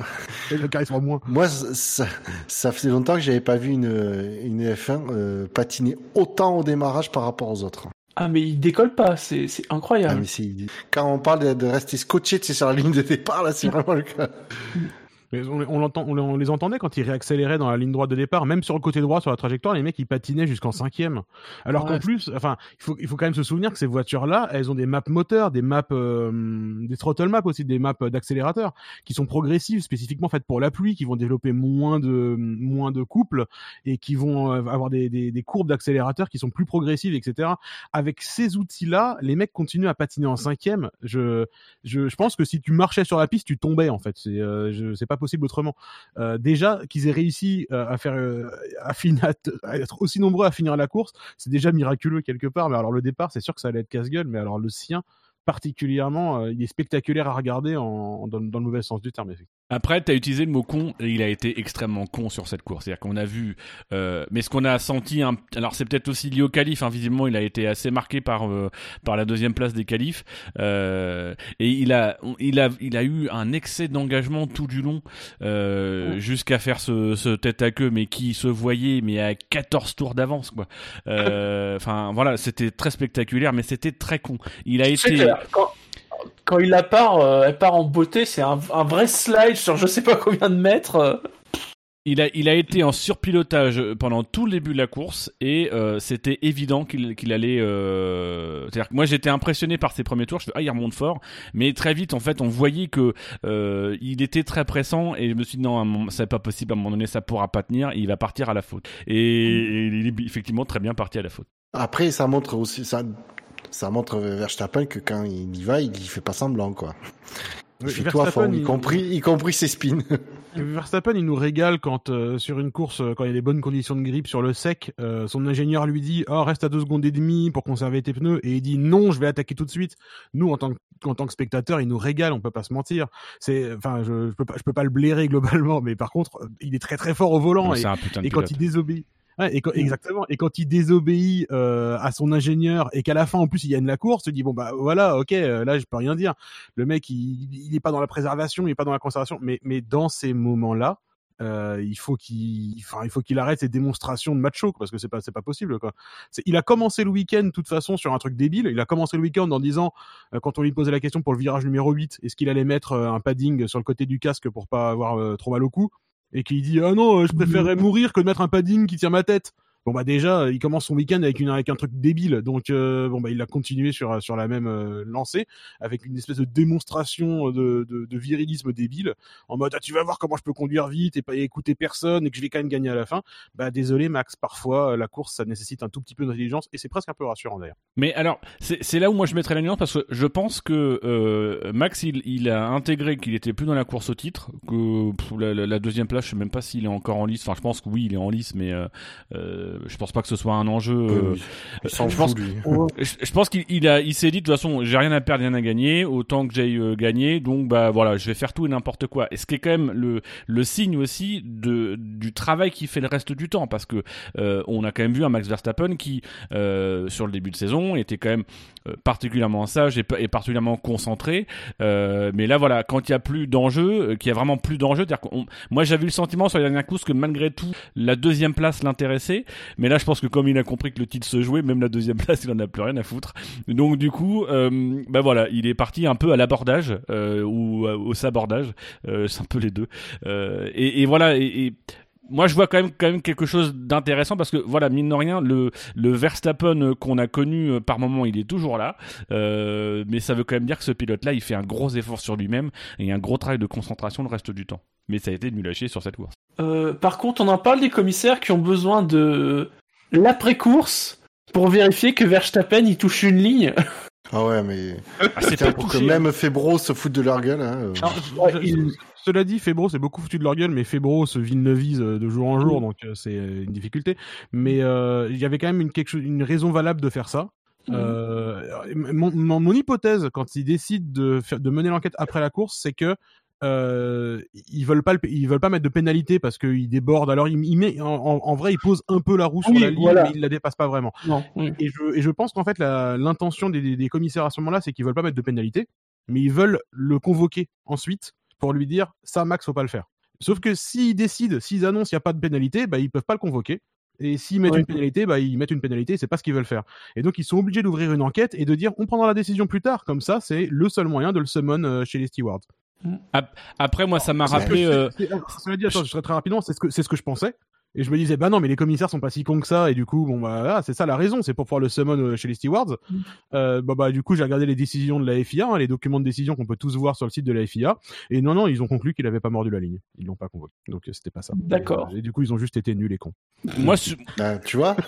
Et le charisme en moins. moi ça, ça faisait longtemps que j'avais pas vu une, une F un euh, patiner autant au démarrage par rapport aux autres. Ah, mais il décolle pas, c'est c'est Ah, incroyable. mais c'est, quand on parle de, de rester scotché, tu sais, sur la ligne de départ, là, c'est vraiment le cas. Mais on, on, l'entend, on, on les entendait quand ils réaccéléraient dans la ligne droite de départ, même sur le côté droit, sur la trajectoire, les mecs ils patinaient jusqu'en cinquième. Alors Ouais. qu'en plus, enfin, il faut, il faut quand même se souvenir que ces voitures-là, elles ont des maps moteurs, des maps, euh, des throttle maps aussi, des maps d'accélérateur, qui sont progressives, spécifiquement faites pour la pluie, qui vont développer moins de, moins de couples et qui vont euh, avoir des, des, des courbes d'accélérateur qui sont plus progressives, et cetera. Avec ces outils-là, les mecs continuent à patiner en cinquième. Je, je, je pense que si tu marchais sur la piste, tu tombais en fait. C'est, euh, je, c'est pas possible autrement. Euh, déjà qu'ils aient réussi euh, à faire, euh, à finir, à être aussi nombreux à finir la course, c'est déjà miraculeux quelque part. Mais alors le départ, c'est sûr que ça allait être casse-gueule, mais alors le sien particulièrement, euh, il est spectaculaire à regarder en, dans, dans le mauvais sens du terme. Effectivement. Après, t'as utilisé le mot con et il a été extrêmement con sur cette course. C'est-à-dire qu'on a vu, euh, mais ce qu'on a senti, un... alors c'est peut-être aussi lié au qualif. Hein, visiblement, il a été assez marqué par euh, par la deuxième place des qualifs euh, et il a il a il a eu un excès d'engagement tout du long euh, oh. jusqu'à faire ce, ce tête à queue, mais qui se voyait mais à quatorze tours d'avance quoi. Enfin euh, voilà, c'était très spectaculaire, mais c'était très con. Il a c'est été clair. Quand... Quand il la part, euh, elle part en beauté, c'est un, un vrai slide sur je sais pas combien de mètres. Euh. Il a, il a été en surpilotage pendant tout le début de la course et euh, c'était évident qu'il, qu'il allait. Euh... C'est-à-dire que moi j'étais impressionné par ses premiers tours. Je fais ah il remonte fort, mais très vite en fait on voyait que euh, il était très pressant et je me suis dit non c'est pas possible à un moment donné ça pourra pas tenir. Et il va partir à la faute et, et il est effectivement très bien parti à la faute. Après ça montre aussi ça. Ça montre Verstappen que quand il y va, il fait pas semblant, quoi. Il fait tout à fond, y compris, y compris ses spins. Verstappen, il nous régale quand, euh, sur une course, quand il y a des bonnes conditions de grippe sur le sec, euh, son ingénieur lui dit, oh, reste à deux secondes et demie pour conserver tes pneus, et il dit, non, je vais attaquer tout de suite. Nous, en tant que, en tant que spectateur, il nous régale, on peut pas se mentir. C'est, enfin, je, je peux pas, je peux pas le blairer globalement, mais par contre, il est très très fort au volant, et, et quand il désobéit. Ouais, et quand, exactement. Et quand il désobéit euh, à son ingénieur et qu'à la fin en plus il gagne la course, il dit bon bah voilà, ok, euh, là je peux rien dire. Le mec il, il est pas dans la préservation, il est pas dans la conservation, mais mais dans ces moments-là, Euh, il faut qu'il, enfin, il faut qu'il arrête ses démonstrations de macho, parce que c'est pas, c'est pas possible, quoi. C'est, il a commencé le week-end, de toute façon, sur un truc débile. Il a commencé le week-end en disant, euh, quand on lui posait la question pour le virage numéro huit, est-ce qu'il allait mettre euh, un padding sur le côté du casque pour pas avoir euh, trop mal au cou, et qu'il dit, ah non, euh, je préférerais mourir que de mettre un padding qui tient ma tête. Bon bah déjà, il commence son week-end avec une avec un truc débile, donc euh, bon bah il a continué sur sur la même euh, lancée avec une espèce de démonstration de, de de virilisme débile en mode ah tu vas voir comment je peux conduire vite et pas écouter personne et que je vais quand même gagner à la fin. Bah désolé Max, parfois la course ça nécessite un tout petit peu d'intelligence et c'est presque un peu rassurant d'ailleurs. Mais alors c'est c'est là où moi je mettrais la nuance parce que je pense que euh, Max il il a intégré qu'il était plus dans la course au titre, que pour la, la, la deuxième place je sais même pas s'il est encore en lice. Enfin je pense que oui il est en lice mais euh, euh, je pense pas que ce soit un enjeu. Euh, oui, il s'en je fout, pense, lui. je, je pense qu'il il a, il s'est dit de toute façon, j'ai rien à perdre, rien à gagner, autant que j'aille euh, gagner. Donc bah voilà, je vais faire tout et n'importe quoi. Et ce qui est quand même le le signe aussi de du travail qu'il fait le reste du temps, parce que euh, on a quand même vu un Max Verstappen qui euh, sur le début de saison était quand même euh, particulièrement sage et, et particulièrement concentré. Euh, mais là voilà, quand il y a plus d'enjeux, euh, qu'il y a vraiment plus d'enjeux, c'est-à-dire qu'on, moi j'avais eu le sentiment sur les dernières courses que malgré tout la deuxième place l'intéressait. Mais là, je pense que comme il a compris que le titre se jouait, même la deuxième place, il en a plus rien à foutre. Donc du coup, euh, bah voilà, il est parti un peu à l'abordage euh, ou au sabordage, euh, c'est un peu les deux. Euh, et, et voilà. Et, et moi, je vois quand même quand même quelque chose d'intéressant parce que voilà, mine de rien, le le Verstappen qu'on a connu par moment, il est toujours là. Euh, mais ça veut quand même dire que ce pilote-là, il fait un gros effort sur lui-même et un gros travail de concentration le reste du temps. Mais ça a été nul à chier sur cette course. Euh, par contre, on en parle des commissaires qui ont besoin de l'après-course pour vérifier que Verstappen il touche une ligne. Ah ouais, mais Ah, c'est tiens, pas pour touché. que même Febro se foute de leur gueule. Hein, euh. Alors, Ouais, je- il- Cela dit, Febro c'est beaucoup foutu de leur gueule, mais Febro se villeneuve de jour en jour, donc euh, c'est une difficulté. Mais euh, il y avait quand même une, quelque chose, une raison valable de faire ça. Euh, mon, mon, mon hypothèse, quand ils décident de, faire, de mener l'enquête après la course, c'est que euh, ils veulent pas, le, ils veulent pas mettre de pénalité parce qu'ils débordent. Alors, il, il met, en, en, en vrai, ils posent un peu la roue sur Oui, la ligne, voilà. mais ils la dépassent pas vraiment. Non. oui. Et je, et je pense qu'en fait, la, l'intention des, des commissaires à ce moment-là, c'est qu'ils veulent pas mettre de pénalité, mais ils veulent le convoquer ensuite pour lui dire ça, Max, faut pas le faire. Sauf que s'ils décident, s'ils annoncent qu'il n'y a pas de pénalité, bah ils peuvent pas le convoquer. Et s'ils mettent Ouais. une pénalité, bah ils mettent une pénalité. C'est pas ce qu'ils veulent faire. Et donc ils sont obligés d'ouvrir une enquête et de dire on prendra la décision plus tard. Comme ça, c'est le seul moyen de le summon euh, chez les stewards. Après, moi, ça m'a C'est- rappelé. c'est- Euh... c'est- Cela dit, attends, je serai très rapidement. C'est ce que c'est ce que je pensais. Et je me disais, bah non, mais les commissaires sont pas si cons que ça, et du coup, bon, bah, ah, c'est ça la raison, c'est pour pouvoir le summon euh, chez les stewards. Mm. Euh, bah, bah, du coup, j'ai regardé les décisions de la F I A, hein, les documents de décision qu'on peut tous voir sur le site de la F I A, et non, non, ils ont conclu qu'il avait pas mordu la ligne. Ils l'ont pas convoqué. Donc, euh, c'était pas ça. D'accord. Et, euh, et du coup, ils ont juste été nuls et cons. Moi, su- Ah, tu vois.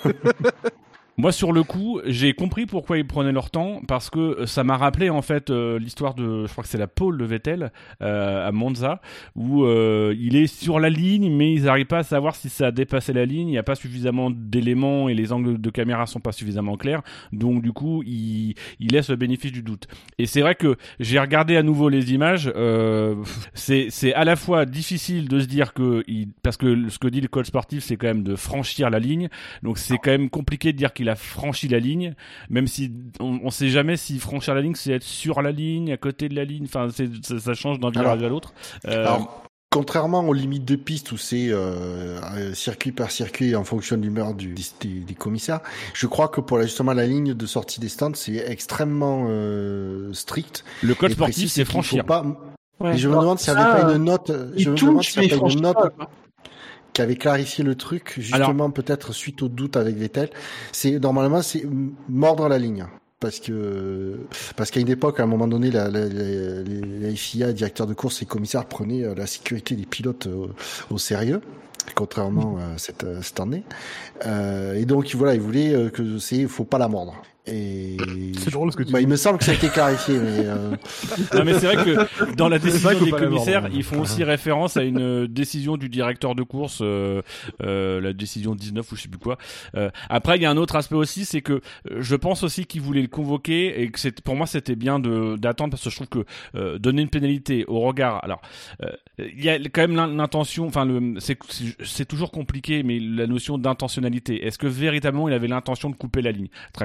Moi, sur le coup, j'ai compris pourquoi ils prenaient leur temps, parce que ça m'a rappelé en fait euh, l'histoire de, je crois que c'est la pole de Vettel euh, à Monza, où euh, il est sur la ligne, mais ils n'arrivent pas à savoir si ça a dépassé la ligne. Il n'y a pas suffisamment d'éléments et les angles de caméra sont pas suffisamment clairs, donc du coup, il, il laisse le bénéfice du doute. Et c'est vrai que j'ai regardé à nouveau les images. Euh, c'est c'est à la fois difficile de se dire que, il, parce que ce que dit le code sportif, c'est quand même de franchir la ligne, donc c'est quand même compliqué de dire qu'il a franchi la ligne, même si on, on sait jamais si franchir la ligne c'est être sur la ligne, à côté de la ligne, enfin c'est, ça, ça change d'un virage à l'autre. Euh, Alors, contrairement aux limites de piste où c'est euh, circuit par circuit en fonction de l'humeur du, des, des commissaires, je crois que pour la, justement la ligne de sortie des stands, c'est extrêmement euh, strict. le code et sportif précis, c'est qu'il faut franchir. Pas... Ouais. Et je me Alors, demande s'il n'y ça, avait pas euh, une note. il Je me demande touche, s'il mais n'y il avait pas franchit une note. pas, quoi. Qui avait clarifié le truc, justement peut-être suite au doute avec Vettel. C'est normalement c'est mordre la ligne, parce que parce qu'à une époque, à un moment donné, la, la, la, la F I A, directeur de course et commissaire prenaient la sécurité des pilotes au, au sérieux, contrairement à cette, cette année. Euh, et donc voilà, ils voulaient que c'est, faut pas la mordre. Et C'est drôle ce que tu bah, dis. il me semble que ça a été clarifié, mais euh... Non mais c'est vrai que dans la C'est vrai décision qu'il faut des pas la commissaires, mordre. ils font aussi référence à une euh, décision du directeur de course, euh, euh, la décision dix-neuf ou je sais plus quoi. Euh, après, il y a un autre aspect aussi, c'est que euh, je pense aussi qu'ils voulaient le convoquer et que c'est, pour moi, c'était bien de d'attendre parce que je trouve que euh, donner une pénalité au regard. Alors, euh, il y a quand même l'intention. Enfin, le, c'est c'est toujours compliqué, mais la notion d'intentionnalité. Est-ce que véritablement il avait l'intention de couper la ligne? Très clairement,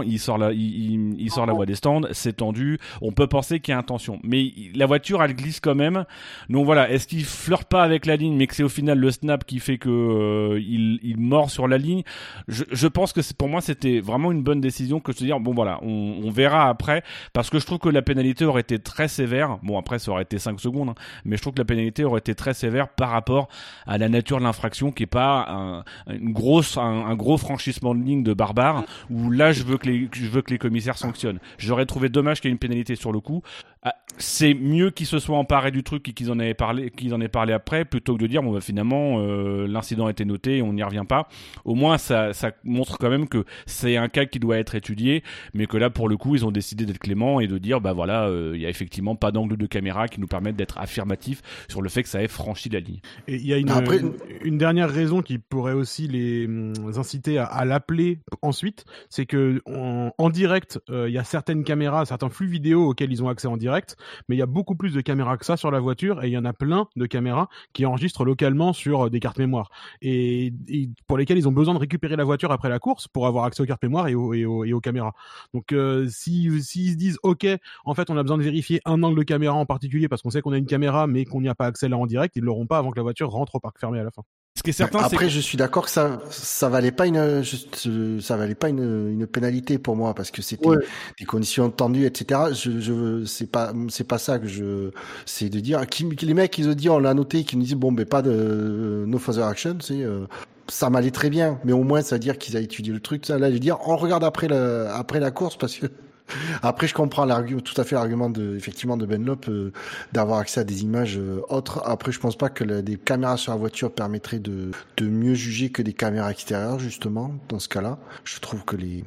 il sort la, il, il, il sort la voie des stands, c'est tendu. On peut penser qu'il y a intention, mais la voiture elle glisse quand même. Donc voilà, est-ce qu'il flirte pas avec la ligne, mais que c'est au final le snap qui fait que euh, il, il mord sur la ligne? Je, je pense que c'est, pour moi c'était vraiment une bonne décision que de se dire bon voilà, on, on verra après, parce que je trouve que la pénalité aurait été très sévère. Bon après ça aurait été cinq secondes, hein, mais je trouve que la pénalité aurait été très sévère par rapport à la nature de l'infraction, qui est pas un, une grosse, un, un gros franchissement de ligne de barbare, où là je veux que les, je veux que les commissaires sanctionnent. J'aurais trouvé dommage qu'il y ait une pénalité sur le coup. C'est mieux qu'ils se soient emparés du truc et qu'ils en aient parlé, qu'ils en aient parlé après, plutôt que de dire bon bah finalement euh, l'incident a été noté et on n'y revient pas. Au moins ça, ça montre quand même que c'est un cas qui doit être étudié, mais que là pour le coup ils ont décidé d'être cléments et de dire bah voilà il euh, y a effectivement pas d'angle de caméra qui nous permettent d'être affirmatifs sur le fait que ça ait franchi la ligne. Et il y a une, Après... une, une dernière raison qui pourrait aussi les inciter à, à l'appeler ensuite, c'est que en, en direct il euh, y a certaines caméras, certains flux vidéo auxquels ils ont accès en direct. Mais il y a beaucoup plus de caméras que ça sur la voiture, et il y en a plein de caméras qui enregistrent localement sur des cartes mémoire, et, et pour lesquelles ils ont besoin de récupérer la voiture après la course pour avoir accès aux cartes mémoire et aux, et aux, et aux caméras. Donc euh, si s'ils se disent ok, en fait on a besoin de vérifier un angle de caméra en particulier parce qu'on sait qu'on a une caméra mais qu'on n'y a pas accès là en direct, ils l'auront pas avant que la voiture rentre au parc fermé à la fin. Ce qui est certain, Après, c'est que... je suis d'accord que ça, ça valait pas une, juste, ça valait pas une, une pénalité pour moi parce que c'était ouais. des conditions tendues, et cetera. Je, je, c'est pas, c'est pas ça que je, c'est de dire, qui, les mecs, ils ont dit, on l'a noté, qui nous disent, bon, mais pas de no further action, c'est, euh, ça m'allait très bien, mais au moins, ça veut dire qu'ils ont étudié le truc. Ça, là, je veux dire, on regarde après le, après la course parce que. Après, je comprends l'argument, tout à fait l'argument de, effectivement, de Benlop euh, d'avoir accès à des images euh, autres. Après, je pense pas que la, des caméras sur la voiture permettraient de, de mieux juger que des caméras extérieures, justement. Dans ce cas-là, je trouve que les,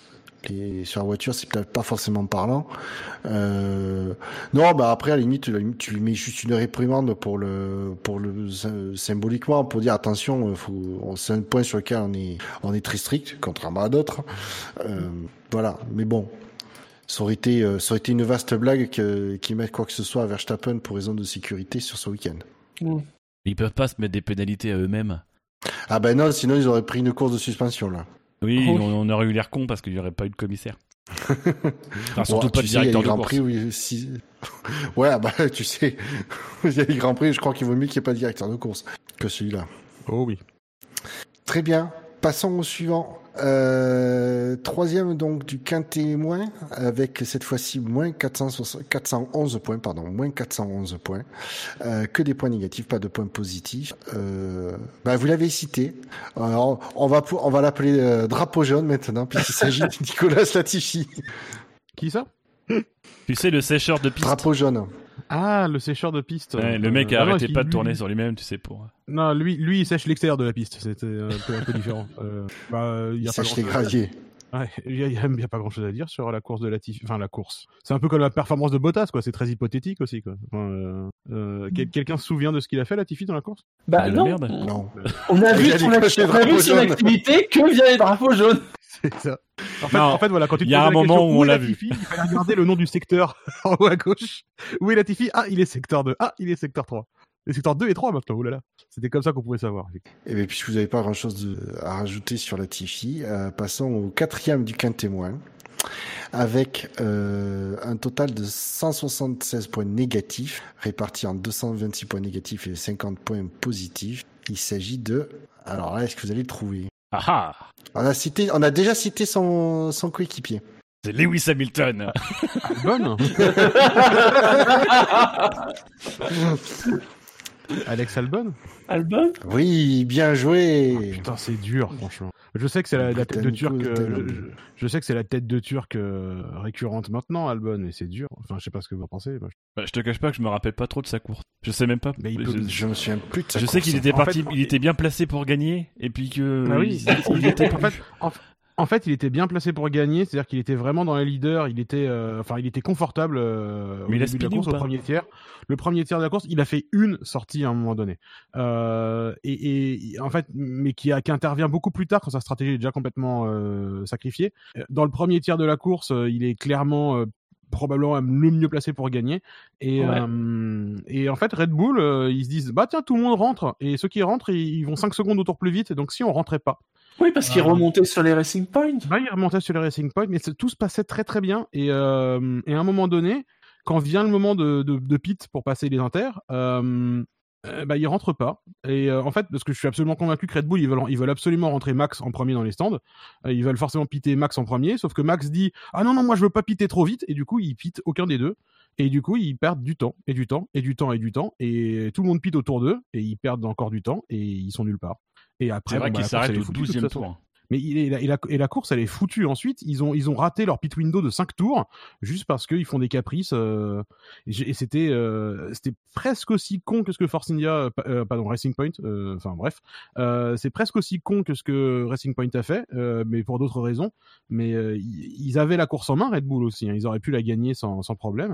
les sur la voiture, c'est peut-être pas forcément parlant. Euh, non, bah après, à la limite, tu lui mets juste une réprimande pour le, pour le symboliquement, pour dire attention, faut, c'est un point sur lequel on est, on est très strict, contrairement à d'autres. Euh, voilà. Mais bon. Ça aurait été, euh, ça aurait été une vaste blague que, qu'ils mettent quoi que ce soit à Verstappen pour raison de sécurité sur ce week-end. Mmh. Ils peuvent pas se mettre des pénalités à eux-mêmes. Ah ben non, sinon ils auraient pris une course de suspension là. Oui, oh. on, on aurait eu l'air con parce qu'il y aurait pas eu de commissaire. Enfin, surtout bon, pas de directeur de course. Prix, oui, si... ouais, bah tu sais, il y a les Grands Prix, je crois qu'il vaut mieux qu'il n'y ait pas de directeur de course que celui-là. Oh oui. Très bien. Passons au suivant. Euh, troisième donc du quintet moins avec cette fois-ci moins quatre cent soixante, quatre cent onze points, pardon, moins quatre cent onze points, euh, que des points négatifs, pas de points positifs. Euh, bah vous l'avez cité. Alors, on va on va l'appeler euh, drapeau jaune maintenant puisqu'il s'agit de Nicolas Latifi. Qui ça? Tu sais, le sécheur de piste. Drapeau jaune. Ah, le sécheur de piste. Ouais, le mec a euh, arrêté non, pas lui, de tourner lui... sur lui-même, tu sais, pour... Non, lui, lui il sèche l'extérieur de la piste, c'était un peu, un peu différent. Euh, bah, il y a sèche pas les graviers. Ouais, il y, y a pas grand chose à dire sur la course de Latifi, enfin la course. C'est un peu comme la performance de Bottas, quoi. C'est très hypothétique aussi, quoi. Enfin, euh, euh, quel, quelqu'un se souvient de ce qu'il a fait, Latifi, dans la course? Bah non. Merde. Non. On a vu son, act- on a vu son activité que via les drapeaux jaunes. C'est ça. En fait, non, en fait, voilà, quand tu te y a un moment où on l'a vu. Il fallait regarder le nom du secteur en haut à gauche. Où est Latifi? Ah, il est secteur deux. Ah, il est secteur trois. Le secteur deux et trois maintenant. Oh là là. C'était comme ça qu'on pouvait savoir. Et bien, puisque vous n'avez pas grand-chose de, à rajouter sur Latifi, euh, passons au quatrième du quintet moins, avec euh, un total de cent soixante-seize points négatifs, répartis en deux cent vingt-six points négatifs et cinquante points positifs. Il s'agit de... Alors là, est-ce que vous allez le trouver? Ah ah. On a cité, on a déjà cité son, son coéquipier. C'est Lewis Hamilton. Albon. Alex Albon. Albon. Oui, bien joué. Oh, putain, c'est dur, franchement. Je sais que c'est la, la tête de Turc. Euh, je, je sais que c'est la tête de Turc euh, récurrente maintenant, Albon, et c'est dur. Enfin, je sais pas ce que vous en pensez. Moi. Bah, je te cache pas que je me rappelle pas trop de sa course. Je sais même pas. Mais il peut, je, je me souviens plus de sa Je course. sais qu'il était en parti, fait, il était bien placé pour gagner, et puis que. Ah oui. il, il était. En fait, en, En fait, il était bien placé pour gagner, c'est-à-dire qu'il était vraiment dans les leaders, il était, euh, enfin, il était confortable euh, au Mais début de la course, au premier tiers. Le premier tiers de la course, il a fait une sortie à un moment donné, euh, et, et en fait, mais qui, a, qui intervient beaucoup plus tard quand sa stratégie est déjà complètement euh, sacrifiée. Dans le premier tiers de la course, euh, il est clairement euh, probablement le mieux placé pour gagner. Et, ouais. euh, et en fait, Red Bull, euh, ils se disent, bah tiens, tout le monde rentre, et ceux qui rentrent, ils, ils vont cinq secondes au tour plus vite, donc si on rentrait pas. Oui, parce qu'il Ah. remontait sur les Racing Points. Bah, il remontait sur les Racing Point, mais c'est- tout se passait très très bien. Et, euh, et à un moment donné, quand vient le moment de, de, de pit pour passer les inters, euh, euh, bah, il rentre pas. Et euh, en fait, parce que je suis absolument convaincu que Red Bull, ils veulent, ils veulent absolument rentrer Max en premier dans les stands. Euh, ils veulent forcément piter Max en premier, sauf que Max dit « Ah non, non, moi je veux pas piter trop vite », et du coup, il pite aucun des deux. Et du coup, ils perdent du temps, et du temps, et du temps, et du temps, et tout le monde pite autour d'eux, et ils perdent encore du temps, et ils sont nulle part. Et après, C'est vrai bon, bah, qu'il la course, s'arrête elle est au foutue, de toute douzième façon. tour. Mais il est, et, la, et, la, et la course, elle est foutue ensuite. Ils ont, ils ont raté leur pit window de cinq tours juste parce qu'ils font des caprices. Euh, et, j'ai- et c'était, euh, c'était presque aussi con que ce que Force India, euh, euh, pardon, Racing Point. euh, Enfin bref, euh, c'est presque aussi con que ce que Racing Point a fait, euh, mais pour d'autres raisons. Mais euh, ils, ils avaient la course en main, Red Bull aussi. Hein, ils auraient pu la gagner sans, sans problème.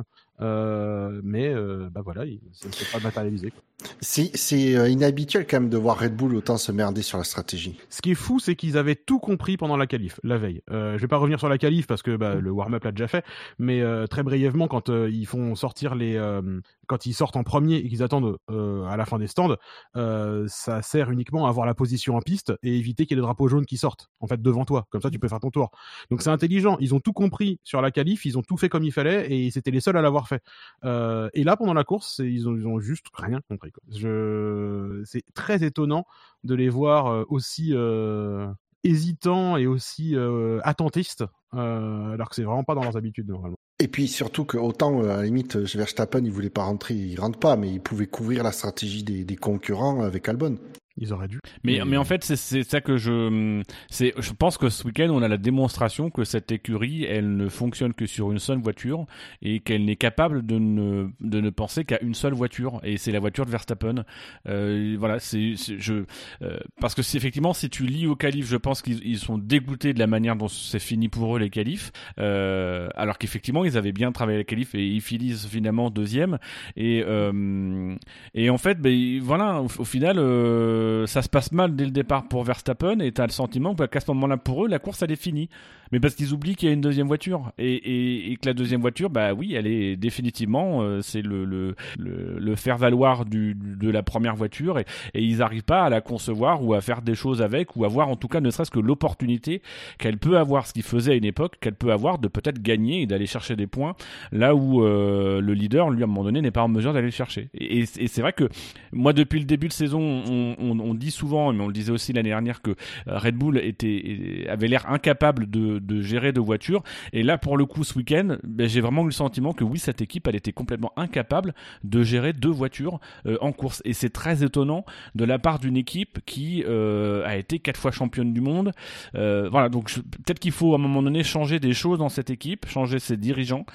Euh, mais euh, bah voilà, ils- ça ne s'est pas matérialisé. Quoi. C'est, c'est euh, inhabituel quand même de voir Red Bull autant se merder sur la stratégie. Ce qui est fou, c'est qu'ils avaient tout compris pendant la qualif, la veille. Euh, je vais pas revenir sur la qualif parce que bah, le warm-up l'a déjà fait, mais euh, très brièvement, quand euh, ils font sortir les, euh, quand ils sortent en premier et qu'ils attendent euh, à la fin des stands, euh, ça sert uniquement à avoir la position en piste et éviter qu'il y ait des drapeaux jaunes qui sortent, en fait, devant toi. Comme ça, tu peux faire ton tour. Donc c'est intelligent. Ils ont tout compris sur la qualif, ils ont tout fait comme il fallait et c'était les seuls à l'avoir fait. Euh, et là, pendant la course, c'est- ils ont, ils ont juste rien compris. Quoi. Je... C'est très étonnant de les voir euh, aussi euh, hésitants et aussi euh, attentistes, euh, alors que c'est vraiment pas dans leurs habitudes normalement. Et puis surtout que autant euh, à la limite Verstappen il voulait pas rentrer, il rentre pas, mais il pouvait couvrir la stratégie des, des concurrents avec Albon. Ils auraient dû. Mais, mais en fait, c'est, c'est ça que je, c'est, je pense que ce week-end, on a la démonstration que cette écurie, elle ne fonctionne que sur une seule voiture et qu'elle n'est capable de ne, de ne penser qu'à une seule voiture. Et c'est la voiture de Verstappen. Euh, voilà, c'est, c'est je, euh, parce que c'est effectivement, si tu lis au qualif, je pense qu'ils ils sont dégoûtés de la manière dont c'est fini pour eux les qualifs. Euh, alors qu'effectivement, ils avaient bien travaillé les qualifs et ils finissent finalement deuxième. Et, euh, et en fait, ben, voilà, au, au final, euh, ça se passe mal dès le départ pour Verstappen et t'as le sentiment qu'à ce moment-là pour eux la course elle est finie, mais parce qu'ils oublient qu'il y a une deuxième voiture et, et, et que la deuxième voiture bah oui elle est définitivement euh, c'est le, le, le, le faire valoir du, de la première voiture et, et ils n'arrivent pas à la concevoir ou à faire des choses avec ou à voir en tout cas ne serait-ce que l'opportunité qu'elle peut avoir, ce qu'ils faisaient à une époque, qu'elle peut avoir de peut-être gagner et d'aller chercher des points là où euh, le leader lui à un moment donné n'est pas en mesure d'aller le chercher et, et, et c'est vrai que moi depuis le début de saison on, on On dit souvent, mais on le disait aussi l'année dernière, que Red Bull était, avait l'air incapable de, de gérer deux voitures. Et là, pour le coup, ce week-end, ben, j'ai vraiment eu le sentiment que oui, cette équipe, elle était complètement incapable de gérer deux voitures euh, en course. Et c'est très étonnant de la part d'une équipe qui euh, a été quatre fois championne du monde. Euh, voilà, donc je, peut-être qu'il faut à un moment donné changer des choses dans cette équipe, changer ses dirigeants.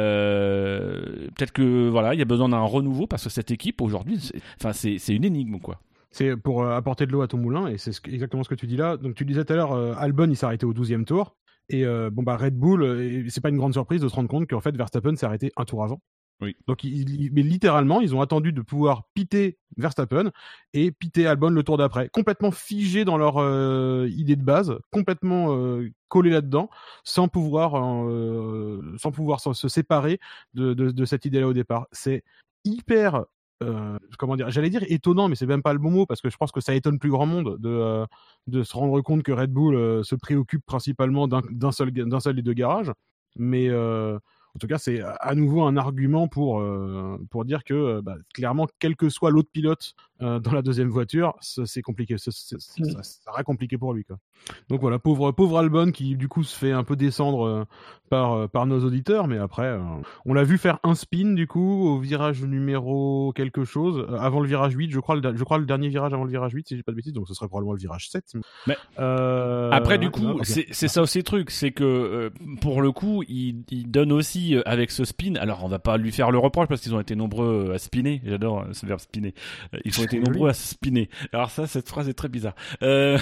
Euh, peut-être que voilà, il y a besoin d'un renouveau parce que cette équipe aujourd'hui, c'est, enfin, c'est, c'est une énigme, quoi. C'est pour euh, apporter de l'eau à ton moulin, et c'est ce que, exactement ce que tu dis là. Donc tu disais tout à l'heure, euh, Albon il s'est arrêté au douzième tour, et euh, bon bah Red Bull, euh, c'est pas une grande surprise de se rendre compte qu'en fait Verstappen s'est arrêté un tour avant. Oui. Donc il, il, mais littéralement, ils ont attendu de pouvoir piter Verstappen et piter Albon le tour d'après, complètement figés dans leur euh, idée de base, complètement euh, collés là-dedans, sans pouvoir, euh, sans pouvoir se, se séparer de, de, de cette idée-là au départ. C'est hyper Euh, comment dire, j'allais dire étonnant, mais c'est même pas le bon mot parce que je pense que ça étonne plus grand monde de euh, de se rendre compte que Red Bull euh, se préoccupe principalement d'un, d'un seul d'un seul des deux garages, mais euh, en tout cas c'est à nouveau un argument pour euh, pour dire que euh, bah, clairement quel que soit l'autre pilote euh, dans la deuxième voiture, c'est, c'est compliqué, c'est, c'est, c'est, ça, ça sera compliqué pour lui quoi. Donc voilà, pauvre pauvre Albon qui du coup se fait un peu descendre euh, par euh, par nos auditeurs, mais après euh, on l'a vu faire un spin du coup au virage numéro quelque chose euh, avant le virage huit, je crois le je crois le dernier virage avant le virage huit si j'ai pas de bêtises, donc ce serait probablement le virage sept. Mais euh, après du hein, coup, okay. c'est c'est ça aussi le truc, c'est que euh, pour le coup, il il donne aussi euh, avec ce spin. Alors on va pas lui faire le reproche parce qu'ils ont été nombreux à spinner. J'adore euh, ce verbe spinner. Euh, ils ont été nombreux à spinner. Alors ça, cette phrase est très bizarre. Euh...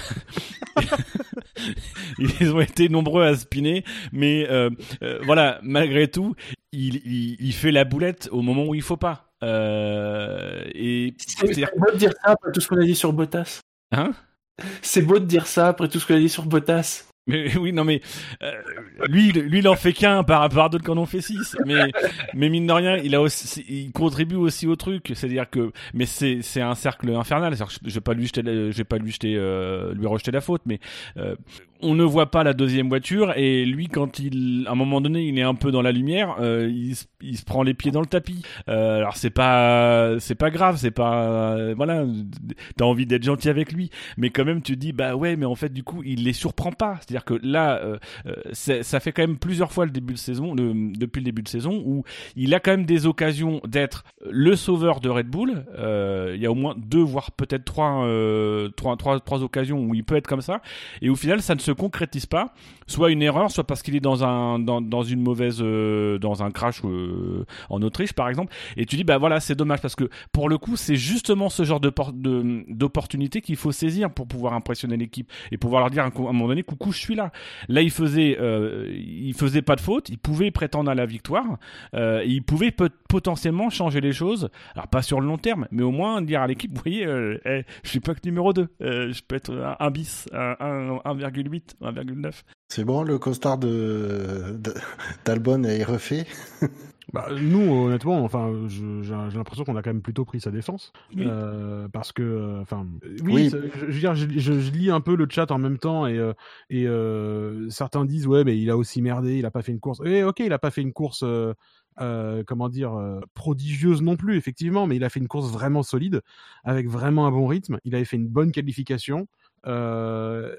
Ils ont été nombreux à spinner, mais euh, euh, voilà, malgré tout, il, il, il fait la boulette au moment où il faut pas. Euh, et c'est, c'est beau de dire ça après tout ce qu'on a dit sur Bottas. Hein ? C'est beau de dire ça après tout ce qu'on a dit sur Bottas. Mais oui, non, mais euh, lui, lui, il en fait qu'un par rapport à d'autres qui en ont fait six. Mais, mais mine de rien, il a aussi, il contribue aussi au truc. C'est-à-dire que, mais c'est, c'est un cercle infernal. C'est-à-dire que je vais pas lui jeter, je vais pas lui jeter, euh, lui rejeter la faute, mais euh, on ne voit pas la deuxième voiture et lui, quand il, à un moment donné, il est un peu dans la lumière, euh, il, il se prend les pieds dans le tapis. Euh, alors c'est pas, c'est pas grave, c'est pas, euh, voilà, t'as envie d'être gentil avec lui, mais quand même tu te dis bah ouais, mais en fait du coup il les surprend pas. C'est-à-dire que là, euh, c'est, ça fait quand même plusieurs fois le début de saison, le, depuis le début de saison, où il a quand même des occasions d'être le sauveur de Red Bull. Euh, il y a au moins deux, voire peut-être trois, euh, trois, trois, trois occasions où il peut être comme ça, et au final ça ne se concrétise pas, soit une erreur, soit parce qu'il est dans un dans, dans une mauvaise euh, dans un crash euh, en Autriche par exemple, et tu dis bah voilà, c'est dommage parce que pour le coup c'est justement ce genre de, por- de d'opportunité qu'il faut saisir pour pouvoir impressionner l'équipe et pouvoir leur dire à un moment donné coucou, je suis là. Là il faisait euh, il faisait pas de faute, il pouvait prétendre à la victoire, euh, et il pouvait peut- potentiellement changer les choses, alors pas sur le long terme, mais au moins dire à l'équipe vous voyez, euh, hey, je suis pas que numéro deux, euh, je peux être un, un bis, un, un, un virgule huit, un virgule neuf. C'est bon, le costard de, de d'Albon est refait. Bah, nous, honnêtement, enfin, je, j'ai, j'ai l'impression qu'on a quand même plutôt pris sa défense, Oui. euh, parce que, enfin, oui, Oui. ça- je, je veux dire, je, je, je lis un peu le chat en même temps et euh, et euh, certains disent ouais, mais il a aussi merdé, il a pas fait une course. Et ok, il a pas fait une course. Euh, euh, comment dire, euh, prodigieuse non plus, effectivement, mais il a fait une course vraiment solide, avec vraiment un bon rythme. Il avait fait une bonne qualification. Euh,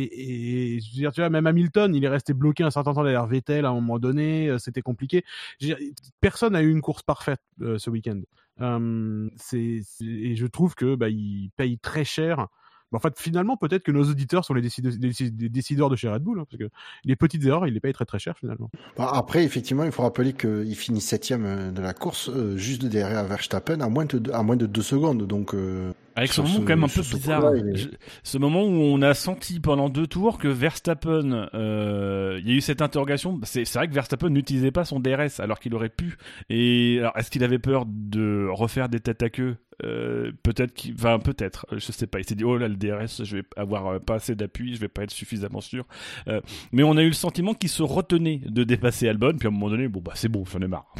et, et je veux dire, tu vois, même Hamilton, il est resté bloqué un certain temps derrière Vettel à un moment donné, euh, c'était compliqué. Je veux dire, personne n'a eu une course parfaite euh, ce week-end. Euh, c'est, c'est, et je trouve que bah, il paye très cher. En fait, finalement, peut-être que nos auditeurs sont les décideurs, les décideurs de chez Red Bull, hein, parce que les petites erreurs, ils les payent très très cher finalement. Bah, après, effectivement, il faut rappeler qu'il finit septième de la course, euh, juste derrière Verstappen, à moins de, à moins de deux secondes. Donc, euh, Avec ce sur moment ce- quand même un sur peu ce bizarre. coup-là, il est- Je- ce moment où on a senti pendant deux tours que Verstappen, euh, il y a eu cette interrogation. C'est, c'est vrai que Verstappen n'utilisait pas son D R S alors qu'il aurait pu. Et alors, est-ce qu'il avait peur de refaire des têtes à queue? Euh, peut-être qu'il, enfin peut-être, je sais pas. Il s'est dit oh là le D R S, je vais avoir euh, pas assez d'appui, je vais pas être suffisamment sûr. Euh, mais on a eu le sentiment qu'il se retenait de dépasser Albon. Puis à un moment donné, bon bah c'est bon, j'en ai marre.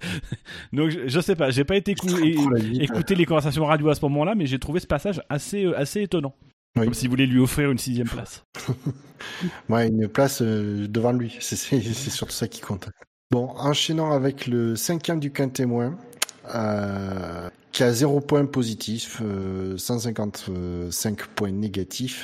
Donc je, je sais pas, j'ai pas été cou- et- Trop la vite. écouter les conversations radio à ce moment-là, mais j'ai trouvé ce passage assez euh, assez étonnant. Oui. Comme s'il voulait lui offrir une sixième place. Ouais, une place euh, devant lui. C'est, c'est, c'est surtout ça qui compte. Bon, enchaînons avec le cinquième du quintémoin, euh, qui a zéro point positif, euh, cent cinquante-cinq points négatifs.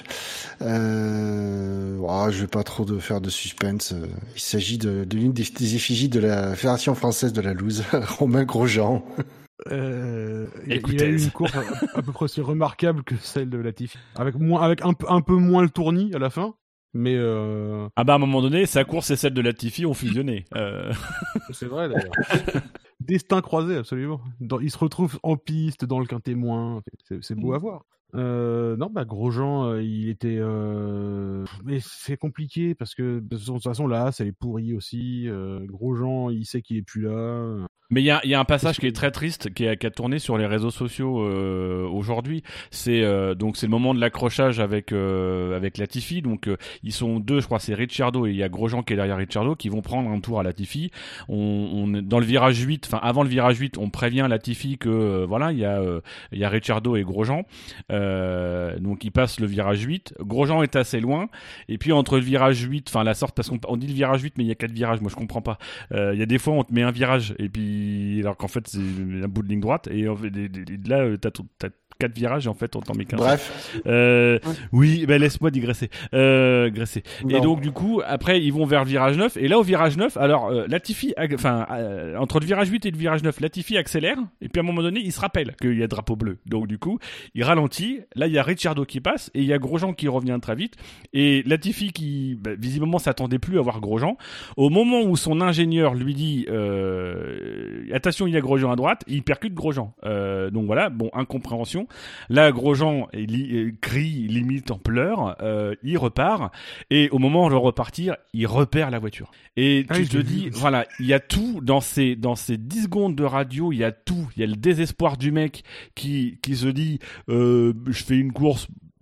Euh, oh, je vais pas trop de faire de suspense. Il s'agit de, de l'une des, des effigies de la Fédération française de la loose, Romain Grosjean. Euh, il, il Écoutez, a eu une course à, à peu près aussi remarquable que celle de Latifi, avec moins, avec un, peu- un peu moins le tournis à la fin, mais euh, Ah bah à un moment donné, sa course et celle de Latifi ont fusionné. Euh... c'est vrai d'ailleurs. Destin croisé absolument. Dans, il se retrouve en piste dans le quintémoin, c'est, c'est beau à voir. Euh, non, bah Grosjean, euh, il était, euh... mais c'est compliqué parce que de toute façon là, c'est les pourris aussi. Euh, Grosjean, il sait qu'il est plus là. Mais il y a, y a un passage qui est très triste, qui a, qui a tourné sur les réseaux sociaux euh, aujourd'hui. C'est euh, donc c'est le moment de l'accrochage avec euh, avec Latifi. Donc euh, ils sont deux, je crois, c'est Ricciardo et il y a Grosjean qui est derrière Ricciardo qui vont prendre un tour à Latifi. On, on dans le virage huit, enfin avant le virage huit, on prévient Latifi que euh, voilà, il y a euh, il y a Ricciardo et Grosjean. Euh, donc ils passent le virage huit. Grosjean est assez loin. Et puis entre le virage huit, enfin la sorte parce qu'on on dit le virage huit, mais il y a quatre virages. Moi je comprends pas. Euh, Il y a des fois on te met un virage et puis alors qu'en fait c'est un bout de ligne droite et en fait, là t'as, t'as quatre virages et en fait on t'en met qu'un. Bref. Euh, oui, ben laisse-moi digresser. Euh, graisser. Non. Et donc du coup après ils vont vers le virage neuf et là au virage neuf, alors euh, Latifi, enfin euh, entre le virage huit et le virage neuf, Latifi accélère et puis à un moment donné il se rappelle qu'il y a drapeau bleu. Donc du coup il ralentit. Là il y a Ricciardo qui passe et il y a Grosjean qui revient très vite et Latifi qui bah, visiblement s'attendait plus à voir Grosjean. Au moment où son ingénieur lui dit euh, attention il y a Grosjean à droite, il percute Grosjean. Euh, donc voilà, bon incompréhension. Là, Grosjean il, il crie limite en pleurs, euh, il repart et au moment de repartir, il repère la voiture. Et Ah tu oui, te j'ai dis, vu. voilà, il y a tout dans ces dans ces dix secondes de radio, il y a tout. Il y a le désespoir du mec qui qui se dit, euh, je fais une course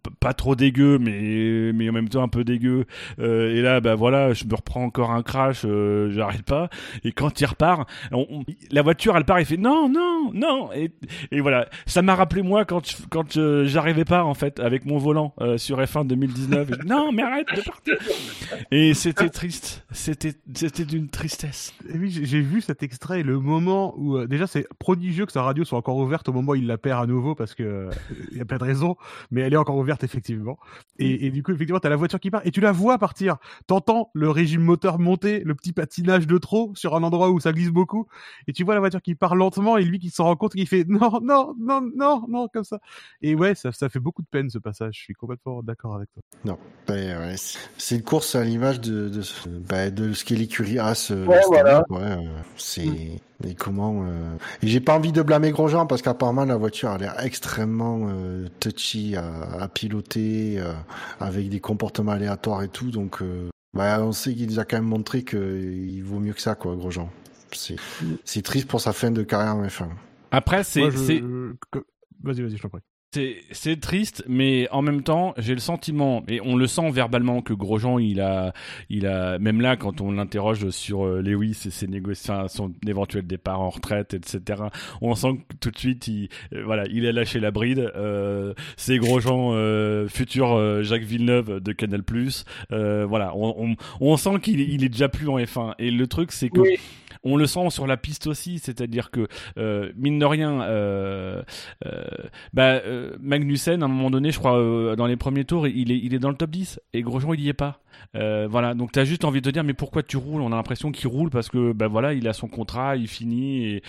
pas trop dégueu, mais mais en même temps un peu dégueu. Euh, et là, bah voilà, je me reprends encore un crash, euh, j'arrête pas. Et quand il repart, on, on, la voiture, elle part, il fait non, non, non. Et, et voilà, ça m'a rappelé moi quand je, quand je, j'arrivais pas en fait avec mon volant euh, sur F un deux mille dix-neuf. Et je, non, mais arrête de partir. Et c'était triste, c'était c'était d'une tristesse. Et oui, j'ai, j'ai vu cet extrait, le moment où euh, déjà c'est prodigieux que sa radio soit encore ouverte au moment où il la perd à nouveau parce que euh, y a pas de raison, mais elle est encore ouverte effectivement. Et, et du coup effectivement t'as la voiture qui part et tu la vois partir. T'entends le régime moteur monter, le petit patinage de trop sur un endroit où ça glisse beaucoup, et tu vois la voiture qui part lentement et lui qui s'en rend compte et qui fait non non non non non comme ça. Et ouais, ça ça fait beaucoup de peine ce passage. Je suis complètement d'accord avec toi. Non, bah, ouais, c'est, c'est une course à l'image de de, bah, de ce qu'est l'écurie As. Euh, Ouais, voilà. Ouais, euh, c'est mm. Et comment euh... Et j'ai pas envie de blâmer Grosjean parce qu'apparemment la voiture a l'air extrêmement euh, touchy à, à piloter, euh, avec des comportements aléatoires et tout. Donc, euh, bah, on sait qu'il nous a quand même montré qu'il vaut mieux que ça, quoi, Grosjean. C'est, c'est triste pour sa fin de carrière en F un. Après, c'est, Moi, je... c'est... Vas-y, vas-y, je t'en prie. C'est, c'est triste, mais en même temps, j'ai le sentiment, et on le sent verbalement, que Grosjean, il a, il a, même là, quand on l'interroge sur euh, Lewis et ses négociations, son éventuel départ en retraite, et cetera, on sent que tout de suite, il, euh, voilà, il a lâché la bride. Euh, c'est Grosjean, euh, futur euh, Jacques Villeneuve de Canal+. Euh, voilà, on, on, on sent qu'il il est déjà plus en F un. Et le truc, c'est que oui. On le sent sur la piste aussi, c'est-à-dire que euh, mine de rien, euh, euh, bah, euh, Magnussen à un moment donné, je crois, euh, dans les premiers tours, il est, il est dans le top dix et Grosjean il y est pas. Euh, voilà, donc t'as juste envie de te dire mais pourquoi tu roules ? On a l'impression qu'il roule parce que bah voilà, il a son contrat, il finit et,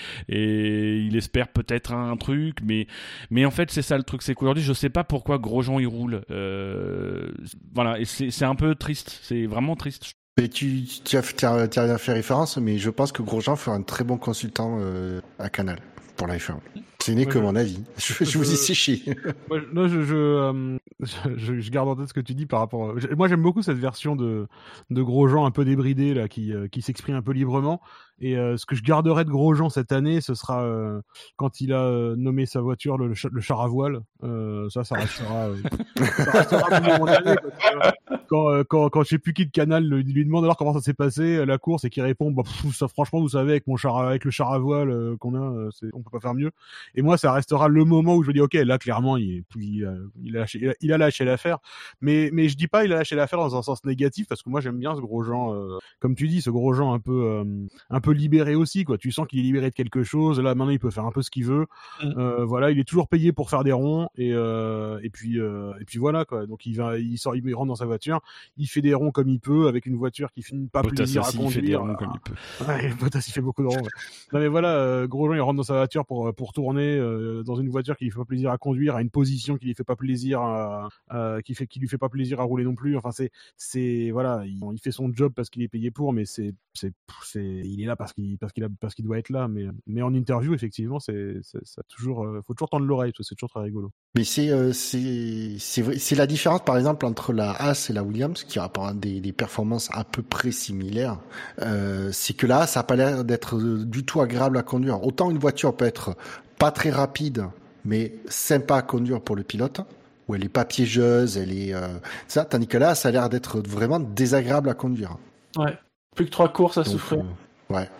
et il espère peut-être un truc, mais mais en fait c'est ça le truc, c'est qu'aujourd'hui je sais pas pourquoi Grosjean il roule. Euh, voilà, et c'est c'est un peu triste, c'est vraiment triste. Et tu, tu as, tu as, tu as fait référence, mais je pense que Grosjean fera un très bon consultant euh, à Canal pour la F un. Ce n'est ouais, que je... mon avis. Je, je, je vous ai séché. Moi, non, je, je, euh, je, je garde en tête ce que tu dis par rapport. À... Moi, j'aime beaucoup cette version de, de Grosjean un peu débridé là, qui, euh, qui s'exprime un peu librement. Et euh, ce que je garderai de Grosjean cette année, ce sera euh, quand il a euh, nommé sa voiture le, le, le char à voile. Euh, ça, ça restera. Euh, ça restera comme mon année. Quand, euh, quand, quand je sais plus qui de Canal lui, lui demande alors comment ça s'est passé la course et qu'il répond, bah pff, ça, franchement, vous savez, avec mon char, avec le char à voile euh, qu'on a, euh, c'est, on peut pas faire mieux. Et moi, ça restera le moment où je me dis, ok, là, clairement, il, il, a, il, a, lâché, il, a, il a lâché l'affaire. Mais, mais je dis pas, il a lâché l'affaire dans un sens négatif parce que moi, j'aime bien ce Grosjean, euh, comme tu dis, ce Grosjean un peu, euh, un peu libéré aussi, quoi. Tu sens qu'il est libéré de quelque chose. Là, maintenant, il peut faire un peu ce qu'il veut. Mmh. Euh, voilà, il est toujours payé pour faire des ronds et, euh, et puis, euh, et puis voilà, quoi. Donc, il va, il sort, il rentre dans sa voiture, il fait des ronds comme il peut avec une voiture qui finit pas Bottas plaisir aussi, à conduire. Il fait des ronds comme il peut. Ouais, Bottas, il fait beaucoup de ronds. Ouais. Non, mais voilà, euh, Grosjean, il rentre dans sa voiture pour, pour tourner, euh, dans une voiture qui lui fait pas plaisir à conduire, à une position qui lui fait pas plaisir à, à qui fait, qui lui fait pas plaisir à rouler non plus. Enfin, c'est, c'est, voilà, il, il fait son job parce qu'il est payé pour, mais c'est, c'est, c'est, il est là parce qu'il, parce qu'il a, parce qu'il doit être là. Mais, mais en interview, effectivement, c'est, c'est ça toujours, euh, faut toujours tendre l'oreille, c'est toujours très rigolo. Mais c'est, euh, c'est, c'est vrai, c'est la différence, par exemple, entre la Haas et la Williams, qui rapportent des, des performances à peu près similaires. Euh, c'est que la Haas, ça a pas l'air d'être du tout agréable à conduire. Autant une voiture peut être pas très rapide, mais sympa à conduire pour le pilote, où elle est pas piégeuse, elle est euh, ça, tandis que là, ça a l'air d'être vraiment désagréable à conduire. Ouais. Plus que trois courses à Donc, souffrir. Euh, ouais.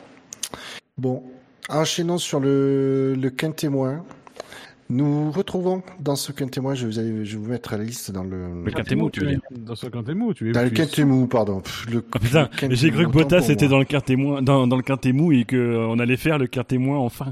Bon, enchaînons sur le, le quintémoin. Nous retrouvons dans ce quintémoin, je vais, je vais vous mettre la liste dans le... Le quintémou, tu veux dire. Dans ce quintémou, tu es... Dans le quintémou, pardon. Le, oh, putain, le j'ai cru que Bottas était dans le quintémoin, dans, dans le quintémou et qu'on euh, allait faire le quintémoin enfin.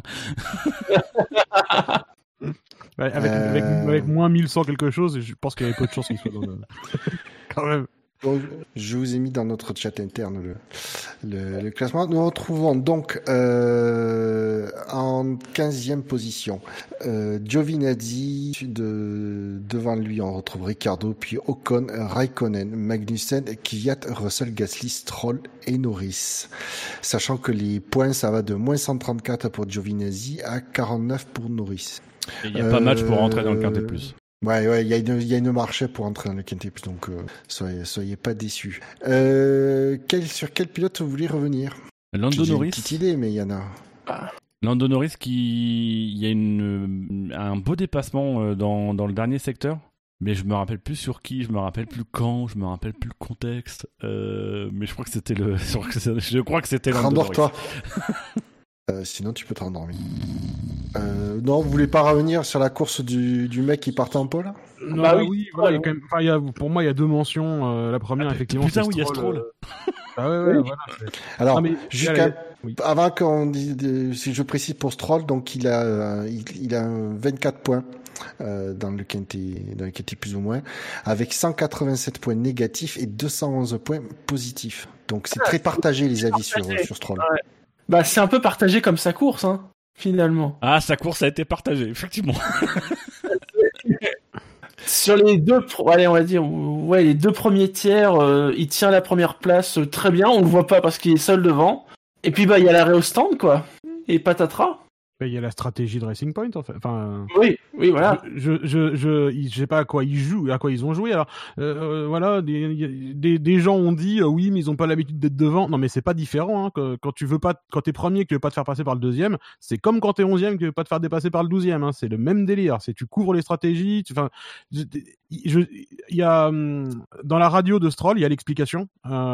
Ouais, avec, euh... avec, avec moins mille cent quelque chose, je pense qu'il y avait peu de chances qu'il soit dans le... Quand même. Bon, je vous ai mis dans notre chat interne le, le, le classement. Nous retrouvons donc euh, en quinzième position euh, Giovinazzi. De, devant lui, on retrouve Ricciardo, puis Ocon, Raikkonen, Magnussen, Kvyat, Russell, Gasly, Stroll et Norris. Sachant que les points, ça va de moins cent trente-quatre pour Giovinazzi à quarante-neuf pour Norris. Il n'y a euh, pas match pour rentrer dans le quintet plus. Ouais, ouais, il y a une, il y a une marche pour entrer dans le quintet plus, donc euh, soyez, soyez pas déçus. Euh, quel, sur quel pilote vous voulez revenir ? Lando J'ai Norris. Une petite idée, mais il y en a. Ah. Lando Norris qui, il y a une, un beau dépassement dans, dans le dernier secteur. Mais je me rappelle plus sur qui, je me rappelle plus quand, je me rappelle plus le contexte. Euh, mais je crois que c'était le. Je crois que c'était Lando Norris. Rendors-toi. euh, sinon, tu peux te rendormir. Euh, non, vous voulez pas revenir sur la course du, du mec qui partait en pole? Non, Bah oui, oui, voilà, il y a ouais. quand même, enfin, il y a, pour moi, il y a deux mentions. Euh, la première, Ah, effectivement, putain, c'est oui, il y a Stroll. Stroll. euh, Ah ouais, ouais, Oui. voilà. c'est- Alors, Non, mais- juste allez, quand même, oui. avant qu'on dise, de- si je précise pour Stroll, donc il a, euh, il, il a un vingt-quatre points euh, dans le quintet, dans le quintet plus ou moins, avec cent quatre-vingt-sept points négatifs et deux cent onze points positifs. Donc c'est très partagé les avis sur partagé. sur Stroll. Ouais. Bah, c'est un peu partagé comme sa course, hein, finalement. Ah, sa course a été partagée, effectivement. Sur les deux, pro- allez, on va dire, ouais, les deux premiers tiers, euh, il tient la première place euh, très bien. On le voit pas parce qu'il est seul devant. Et puis bah, il y a l'arrêt au stand, quoi. Et patatras. Il y a la stratégie de Racing Point, en fait. Enfin, Oui, oui, voilà. je, je, je, je, je sais pas à quoi ils jouent, à quoi ils ont joué. Alors, euh, voilà, des, des, des gens ont dit, euh, oui, mais ils ont pas l'habitude d'être devant. Non, mais c'est pas différent, hein. Quand, quand tu veux pas, quand t'es premier, que tu veux pas te faire passer par le deuxième, c'est comme quand t'es onzième, que tu veux pas te faire dépasser par le douzième, hein. C'est le même délire. C'est tu couvres les stratégies. Enfin, je, je, il y a, hum, dans la radio de Stroll, il y a l'explication.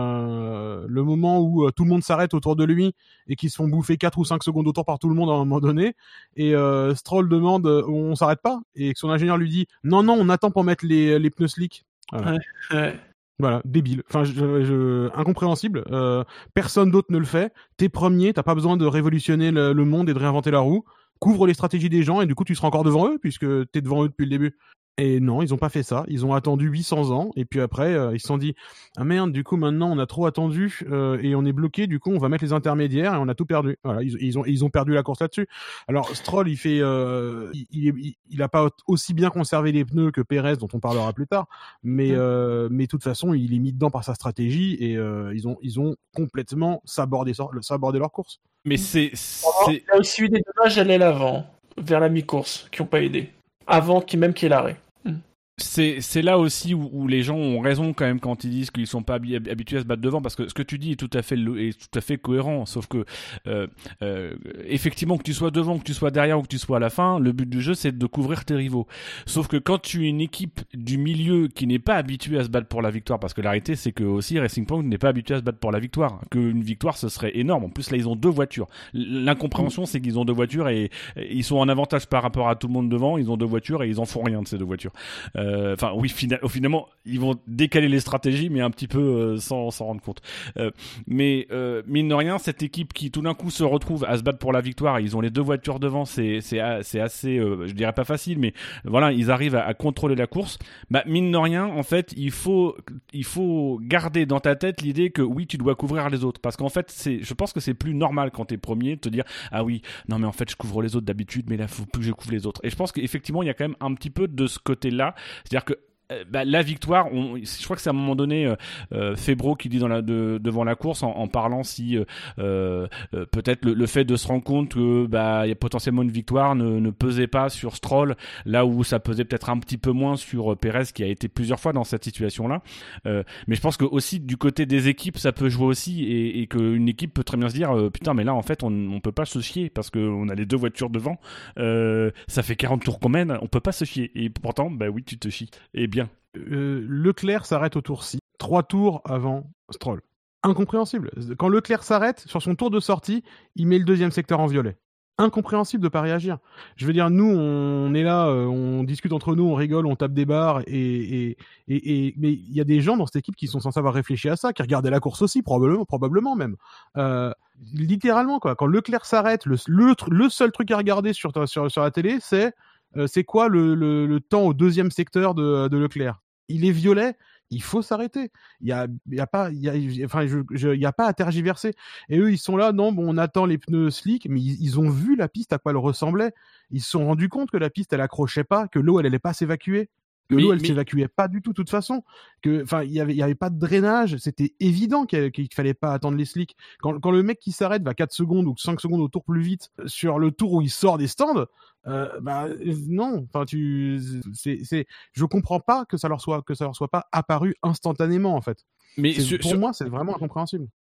Euh, le moment où euh, tout le monde s'arrête autour de lui et qu'ils se font bouffer quatre ou cinq secondes autour par tout le monde à un moment donné. Et euh, Stroll demande euh, on s'arrête pas, et que son ingénieur lui dit non non on attend pour mettre les, les pneus slick. Voilà. Ouais, ouais. Voilà, débile. Enfin, je, je, incompréhensible. Euh, personne d'autre ne le fait. T'es premier, t'as pas besoin de révolutionner le, le monde et de réinventer la roue. Couvre les stratégies des gens et du coup tu seras encore devant eux puisque t'es devant eux depuis le début. Et non, ils ont pas fait ça. Ils ont attendu huit cents ans et puis après euh, ils se sont dit ah merde, du coup maintenant on a trop attendu euh, et on est bloqué. Du coup on va mettre les intermédiaires et on a tout perdu. Voilà, ils, ils ont ils ont perdu la course là-dessus. Alors Stroll il fait euh, il, il il a pas aussi bien conservé les pneus que Pérez dont on parlera plus tard, mais euh, mais de toute façon il est mis dedans par sa stratégie et euh, ils ont ils ont complètement sabordé sabordé leur course. Mais c'est Il c'est y a aussi eu des dommages à l'aile avant, vers la mi-course, qui ont pas aidé. Avant qu'il même qu'il y ait l'arrêt. C'est, c'est là aussi où, où les gens ont raison quand même quand ils disent qu'ils sont pas habi- habitués à se battre devant, parce que ce que tu dis est tout à fait est tout à fait cohérent, sauf que euh, euh, effectivement que tu sois devant, que tu sois derrière ou que tu sois à la fin, le but du jeu c'est de couvrir tes rivaux. Sauf que quand tu es une équipe du milieu qui n'est pas habituée à se battre pour la victoire, parce que la réalité c'est que aussi Racing Point n'est pas habitué à se battre pour la victoire, qu'une victoire ce serait énorme. En plus là ils ont deux voitures. L'incompréhension c'est qu'ils ont deux voitures et, et ils sont en avantage par rapport à tout le monde devant. Ils ont deux voitures et ils en font rien de ces deux voitures. Euh, Enfin, oui, fina- finalement, ils vont décaler les stratégies, mais un petit peu euh, sans s'en rendre compte. Euh, mais euh, mine de rien, cette équipe qui tout d'un coup se retrouve à se battre pour la victoire, ils ont les deux voitures devant, c'est c'est c'est assez, euh, je dirais pas facile, mais voilà, ils arrivent à, à contrôler la course. Bah mine de rien, en fait, il faut il faut garder dans ta tête l'idée que oui, tu dois couvrir les autres, parce qu'en fait, c'est, je pense que c'est plus normal quand t'es premier de te dire ah oui, non mais en fait, je couvre les autres d'habitude, mais là, faut plus que je couvre les autres. Et je pense qu'effectivement, il y a quand même un petit peu de ce côté-là. C'est-à-dire que euh, bah, la victoire, on, je crois que c'est à un moment donné euh, euh, Febro qui dit dans la, de, devant la course en, en parlant si euh, euh, peut-être le, le fait de se rendre compte que bah il y a potentiellement une victoire ne, ne pesait pas sur Stroll, là où ça pesait peut-être un petit peu moins sur euh, Pérez qui a été plusieurs fois dans cette situation-là. Euh, mais je pense que aussi du côté des équipes ça peut jouer aussi, et, et qu'une équipe peut très bien se dire euh, putain mais là en fait on, on peut pas se chier parce qu'on a les deux voitures devant, euh, ça fait quarante tours qu'on mène, on peut pas se chier, et pourtant bah oui tu te chies. Et bien Euh, Leclerc s'arrête au tour six, trois tours avant Stroll. Incompréhensible. Quand Leclerc s'arrête, sur son tour de sortie, il met le deuxième secteur en violet. Incompréhensible de pas réagir. Je veux dire, nous, on est là, on discute entre nous, on rigole, on tape des barres, et, et, et, et mais il y a des gens dans cette équipe qui sont censés avoir réfléchi à ça, qui regardaient la course aussi, probablement, probablement même. Euh, littéralement, quoi. Quand Leclerc s'arrête, le, le, le seul truc à regarder sur, sur, sur la télé, c'est Euh, c'est quoi le, le, le temps au deuxième secteur de, de Leclerc? Il est violet, il faut s'arrêter. Il y a, il y a pas, il y a, enfin, je, je, il y a pas à tergiverser. Et eux, ils sont là, non, bon, on attend les pneus slick, mais ils, ils ont vu la piste à quoi elle ressemblait. Ils se sont rendus compte que la piste, elle accrochait pas, que l'eau, elle allait pas s'évacuer. Que Mais- l'eau, elle mais- s'évacuait pas du tout, de toute façon. Que, enfin, il y avait, il y avait pas de drainage. C'était évident qu'il, qu'il fallait pas attendre les slicks. Quand, quand le mec qui s'arrête va quatre secondes ou cinq secondes au tour plus vite sur le tour où il sort des stands, euh, bah, non. Enfin, tu, c'est, c'est, je comprends pas que ça leur soit, que ça leur soit pas apparu instantanément, en fait. mais C'est- sur- pour sur- moi, c'est vraiment incompréhensible.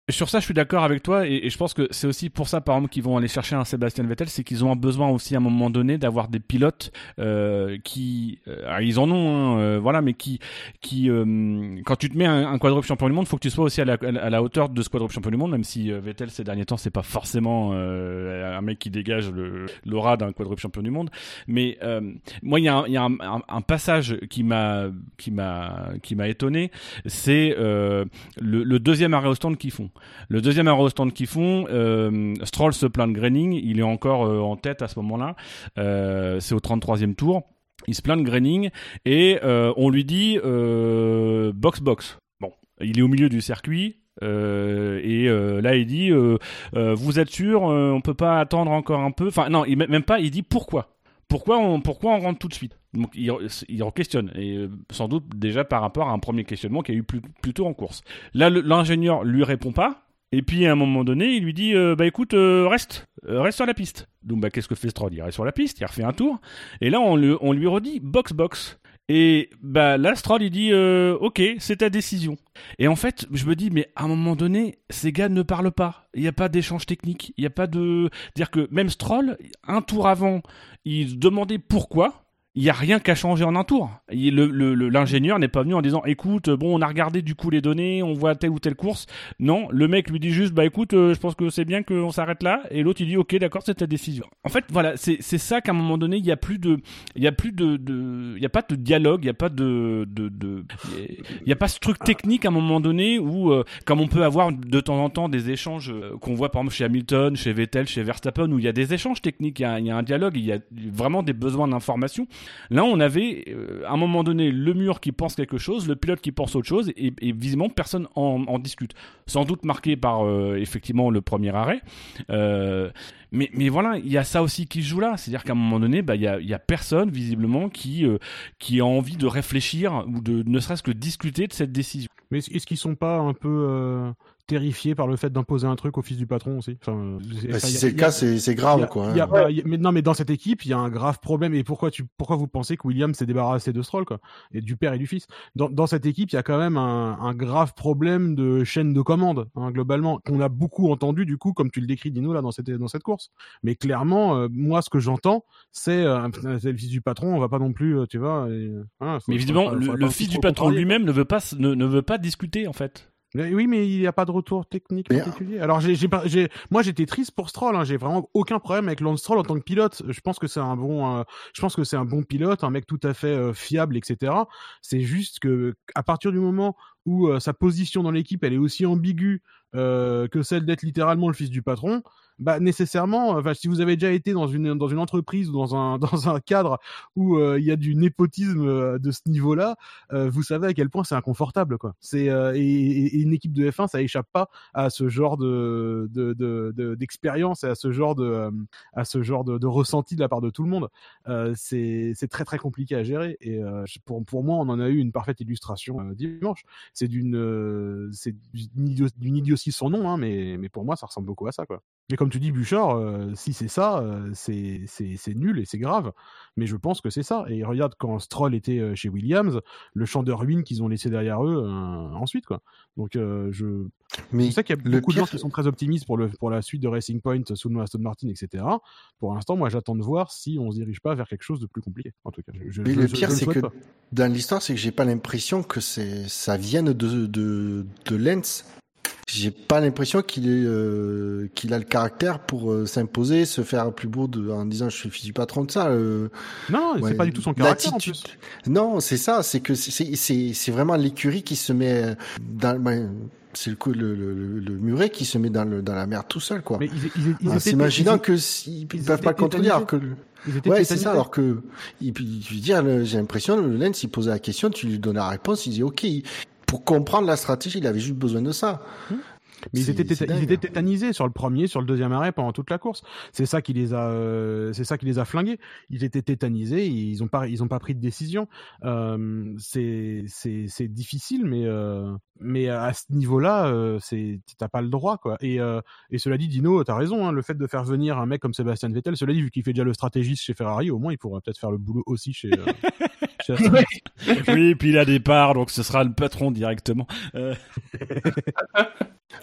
Sur ça, je suis d'accord avec toi, et, et je pense que c'est aussi pour ça, par exemple, qu'ils vont aller chercher un Sébastien Vettel, c'est qu'ils ont besoin aussi à un moment donné d'avoir des pilotes euh, qui, euh, alors ils en ont, hein, euh, voilà, mais qui, qui, euh, quand tu te mets un, un quadruple champion du monde, faut que tu sois aussi à la, à la hauteur de ce quadruple champion du monde, même si euh, Vettel ces derniers temps, c'est pas forcément euh, un mec qui dégage le, l'aura d'un quadruple champion du monde, mais euh, moi, il y a, un, il y a un, un, un passage qui m'a, qui m'a, qui m'a étonné, c'est euh, le, le deuxième arrêt au stand qu'ils font. Le deuxième arrêt au stand qu'ils font, euh, Stroll se plaint de graining, il est encore euh, en tête à ce moment-là, euh, c'est au trente-troisième tour, il se plaint de graining et euh, on lui dit euh, box box. Bon, il est au milieu du circuit. Euh, et euh, là il dit euh, euh, vous êtes sûr, euh, on peut pas attendre encore un peu, enfin non, il, même pas, il dit pourquoi pourquoi on, pourquoi on rentre tout de suite. Donc il, il en questionne, et sans doute déjà par rapport à un premier questionnement qu'il y a eu plus, plus tôt en course. Là le, l'ingénieur lui répond pas, et puis à un moment donné il lui dit euh, bah écoute euh, reste euh, reste sur la piste. Donc bah qu'est-ce que fait Stroll? Il reste sur la piste, il refait un tour, et là on, le, on lui redit box box. Et bah là Stroll il dit euh, ok, c'est ta décision. Et en fait je me dis mais à un moment donné ces gars ne parlent pas, il n'y a pas d'échange technique, il n'y a pas de dire que même Stroll un tour avant il demandait pourquoi. Il n'y a rien qu'à changer en un tour. Il, le, le, le, l'ingénieur n'est pas venu en disant écoute, bon, on a regardé du coup les données, on voit telle ou telle course. Non, le mec lui dit juste bah écoute, euh, je pense que c'est bien qu'on s'arrête là. Et l'autre il dit ok, d'accord, c'est ta décision. En fait, voilà, c'est, c'est ça qu'à un moment donné, il n'y a plus de, il y a plus de, de, il y a pas de dialogue, il n'y a pas de, de, de, il n'y a pas ce truc technique à un moment donné où, euh, comme on peut avoir de temps en temps des échanges euh, qu'on voit par exemple chez Hamilton, chez Vettel, chez Verstappen, où il y a des échanges techniques, il y a, il y a un dialogue, il y a vraiment des besoins d'information. Là, on avait, euh, à un moment donné, le mur qui pense quelque chose, le pilote qui pense autre chose, et, et visiblement, personne en, en discute. Sans doute marqué par, euh, effectivement, le premier arrêt. Euh, mais, mais voilà, il y a ça aussi qui se joue là. C'est-à-dire qu'à un moment donné, bah, il y a, il y a personne, visiblement, qui, euh, qui a envie de réfléchir ou de ne serait-ce que discuter de cette décision. Mais est-ce qu'ils sont pas un peu... Euh... terrifié par le fait d'imposer un truc au fils du patron aussi. Enfin, bah, si c'est le cas, c'est, c'est grave, y a, quoi. Y a, ouais. y a, mais non, mais dans cette équipe, il y a un grave problème. Et pourquoi tu, pourquoi vous pensez que Williams s'est débarrassé de Stroll, quoi, et du père et du fils? Dans, dans cette équipe, il y a quand même un, un grave problème de chaîne de commande, hein, globalement, qu'on a beaucoup entendu, du coup, comme tu le décris, Dino, là, dans cette, dans cette course. Mais clairement, euh, moi, ce que j'entends, c'est, euh, c'est le fils du patron. On va pas non plus, euh, tu vois. Et, hein, mais évidemment, le, le fils du patron lui-même ne veut pas, ne, ne veut pas discuter, en fait. Mais oui, mais il n'y a pas de retour technique particulier. Alors, j'ai, j'ai, j'ai, moi, j'étais triste pour Stroll. Hein. J'ai vraiment aucun problème avec Lance Stroll en tant que pilote. Je pense que c'est un bon, euh, je pense que c'est un bon pilote, un mec tout à fait euh, fiable, et cetera. C'est juste que à partir du moment où euh, sa position dans l'équipe, elle est aussi ambiguë euh, que celle d'être littéralement le fils du patron, bah nécessairement, enfin, si vous avez déjà été dans une dans une entreprise ou dans un dans un cadre où il euh, y a du népotisme euh, de ce niveau-là, euh, vous savez à quel point c'est inconfortable, quoi. C'est euh, et, et une équipe de F un, ça échappe pas à ce genre de de, de, de d'expérience et à ce genre de euh, à ce genre de, de ressenti de la part de tout le monde. Euh, c'est c'est très très compliqué à gérer et euh, pour pour moi, on en a eu une parfaite illustration euh, dimanche. C'est d'une euh, c'est d'une, idiot, d'une idiotie sans nom, hein, mais mais pour moi, ça ressemble beaucoup à ça, quoi. Et comme tu dis, Bouchard, euh, si c'est ça, euh, c'est, c'est, c'est nul et c'est grave. Mais je pense que c'est ça. Et regarde, quand Stroll était euh, chez Williams, le champ de ruines qu'ils ont laissé derrière eux euh, ensuite, quoi. Donc, euh, je... Mais je sais qu'il y a beaucoup pire... de gens qui sont très optimistes pour, le, pour la suite de Racing Point, sous Aston Martin, et cetera. Pour l'instant, moi, j'attends de voir si on se dirige pas vers quelque chose de plus compliqué. En tout cas, je, Mais je, le je, pire, je c'est le que pas. dans l'histoire, c'est que j'ai pas l'impression que c'est, ça vienne de, de, de Lens. J'ai pas l'impression qu'il est, euh, qu'il a le caractère pour euh, s'imposer, se faire plus beau de, en disant je suis le fils du patron de ça. Euh, non, ouais, c'est pas du tout son caractère. En plus. Non, c'est ça, c'est que c'est, c'est, c'est vraiment l'écurie qui se met dans, ben, c'est le coup, le, le, le muret qui se met dans le, dans la merde tout seul, quoi. Mais ils, ils, ils en s'imaginant ils, que ils, ils peuvent pas le contredire, alors que le... Ouais, c'est ça, alors que, il, je veux dire, le, j'ai l'impression, le Lens, il posait la question, tu lui donnais la réponse, il disait ok. Pour comprendre la stratégie, il avait juste besoin de ça. Mais ils étaient, téta- ils étaient tétanisés sur le premier, sur le deuxième arrêt pendant toute la course. C'est ça qui les a, euh, c'est ça qui les a flingués. Ils étaient tétanisés, et ils ont pas, ils ont pas pris de décision. Euh, c'est, c'est, c'est difficile, mais, euh, mais à ce niveau-là, euh, c'est, t'as pas le droit, quoi. Et, euh, et cela dit, Dino, t'as raison. Hein, le fait de faire venir un mec comme Sébastien Vettel, cela dit, vu qu'il fait déjà le stratégiste chez Ferrari, au moins il pourra peut-être faire le boulot aussi chez. Euh, chez Aston Martin. Oui, et puis il a des parts, donc ce sera le patron directement. Euh...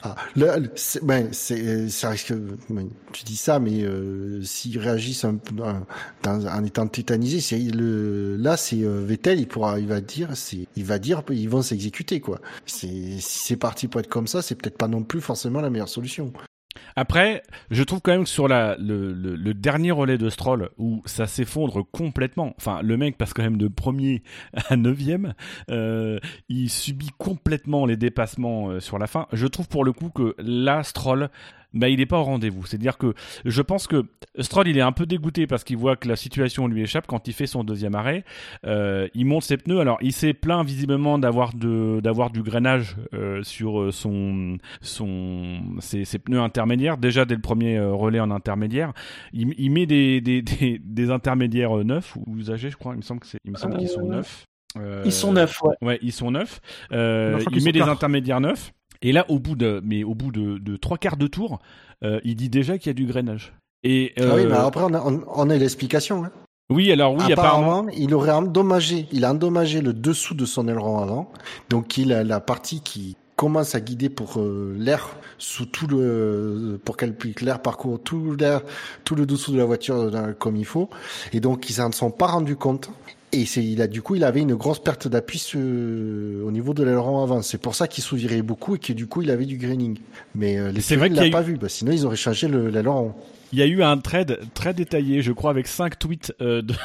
Ah, le, le- c'est, ben, c'est, ça risque, ben, tu dis ça, mais euh, s'ils réagissent un, peu dans, dans- en étant tétanisés, c'est le, là, c'est euh, Vettel, il pourra, il va dire, c'est, il va dire, ils vont s'exécuter, quoi. C'est, si c'est parti pour être comme ça, c'est peut-être pas non plus forcément la meilleure solution. Après, je trouve quand même que sur la, le, le, le dernier relais de Stroll, où ça s'effondre complètement, enfin, le mec passe quand même de premier à neuvième, euh, il subit complètement les dépassements euh, sur la fin. Je trouve pour le coup que là, Stroll, bah, il est pas au rendez-vous. C'est-à-dire que je pense que Stroll, il est un peu dégoûté parce qu'il voit que la situation lui échappe quand il fait son deuxième arrêt. Euh, il monte ses pneus. Alors, il s'est plaint visiblement d'avoir de d'avoir du grainage euh, sur son son ses, ses pneus intermédiaires. Déjà dès le premier euh, relais en intermédiaire, il, il met des des des, des intermédiaires euh, neufs ou usagés, je crois. Il me semble que c'est, il me semble qu'ils sont neufs. Euh, Ils sont neufs, ouais. Ouais, ils sont neufs. Euh, Non, je crois il qu'ils met sont des quatre. intermédiaires neufs. Et là, au bout de, mais au bout de, de trois quarts de tour, euh, il dit déjà qu'il y a du grainage. Et euh, Ah oui, mais après, on a, on, on a l'explication, hein. oui, alors oui, apparemment. Apparemment, il aurait endommagé, il a endommagé le dessous de son aileron avant, donc il a la partie qui commence à guider pour euh, l'air sous tout le, pour qu'elle puisse l'air parcourt tout l'air, tout le dessous de la voiture dans- comme il faut, et donc ils s'en sont pas rendus compte. Et c'est, il a du coup, il avait une grosse perte d'appui sur- au niveau de l'aileron avant. C'est pour ça qu'il souvirait beaucoup et que du coup, il avait du graining. Mais euh, les C'est vrai il qu'il y l'a a pas vu, bah, sinon ils auraient changé le, l'aileron. Il y a eu un thread très détaillé, je crois, avec cinq tweets euh, de,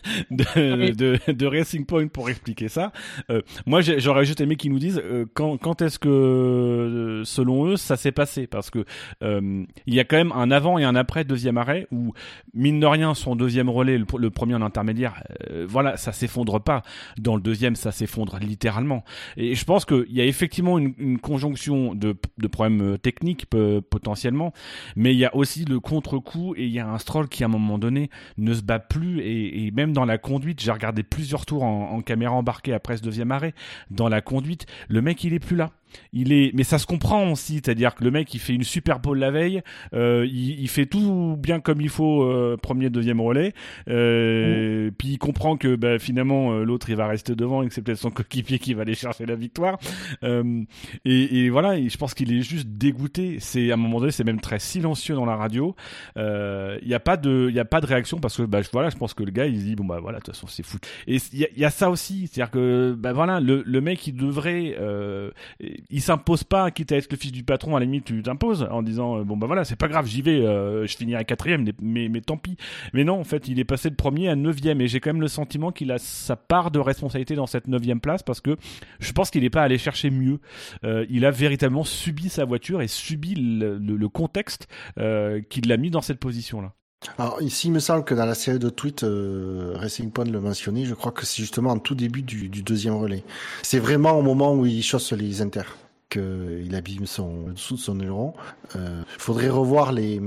de, de, de Racing Point pour expliquer ça. Euh, moi, j'ai, j'aurais juste aimé qu'ils nous disent euh, quand, quand est-ce que, euh, selon eux, ça s'est passé. Parce que euh, il y a quand même un avant et un après deuxième arrêt où, mine de rien, son deuxième relais, le, le premier en intermédiaire, euh, voilà, ça s'effondre pas. Dans le deuxième, ça s'effondre littéralement. Et je pense qu'il y a effectivement une, une conjonction de, de problèmes techniques peu, potentiellement, mais il y a aussi le contre-coup et il y a un Stroll qui à un moment donné ne se bat plus et, et même dans la conduite, j'ai regardé plusieurs tours en, en caméra embarquée après ce deuxième arrêt, dans la conduite, le mec il est plus là. Il est, mais ça se comprend aussi, c'est-à-dire que le mec il fait une super pole la veille, euh, il, il fait tout bien comme il faut, euh, premier, deuxième relais, euh, mmh. Puis il comprend que bah, finalement euh, l'autre il va rester devant et que c'est peut-être son coéquipier qui va aller chercher la victoire. Euh, et, et voilà, et je pense qu'il est juste dégoûté. C'est à un moment donné, c'est même très silencieux dans la radio. Il euh, y a pas de, il y a pas de réaction parce que bah voilà, je pense que le gars il se dit bon bah voilà, de toute façon c'est fou. Et il y, y a ça aussi, c'est-à-dire que bah voilà, le, le mec il devrait euh, il s'impose pas, quitte à être le fils du patron, à la limite tu t'imposes en disant euh, bon bah voilà, c'est pas grave, j'y vais, euh, je finirai quatrième, mais, mais tant pis. Mais non, en fait, il est passé de premier à neuvième et j'ai quand même le sentiment qu'il a sa part de responsabilité dans cette neuvième place parce que je pense qu'il est pas allé chercher mieux. Euh, il a véritablement subi sa voiture et subi le, le, le contexte euh, qui l'a mis dans cette position-là. Alors ici, il me semble que dans la série de tweets, euh, Racing Point le mentionnait, je crois que c'est justement en tout début du, du deuxième relais. C'est vraiment au moment où il chausse les inters qu'il abîme son dessous de son aileron. Il euh, faudrait revoir les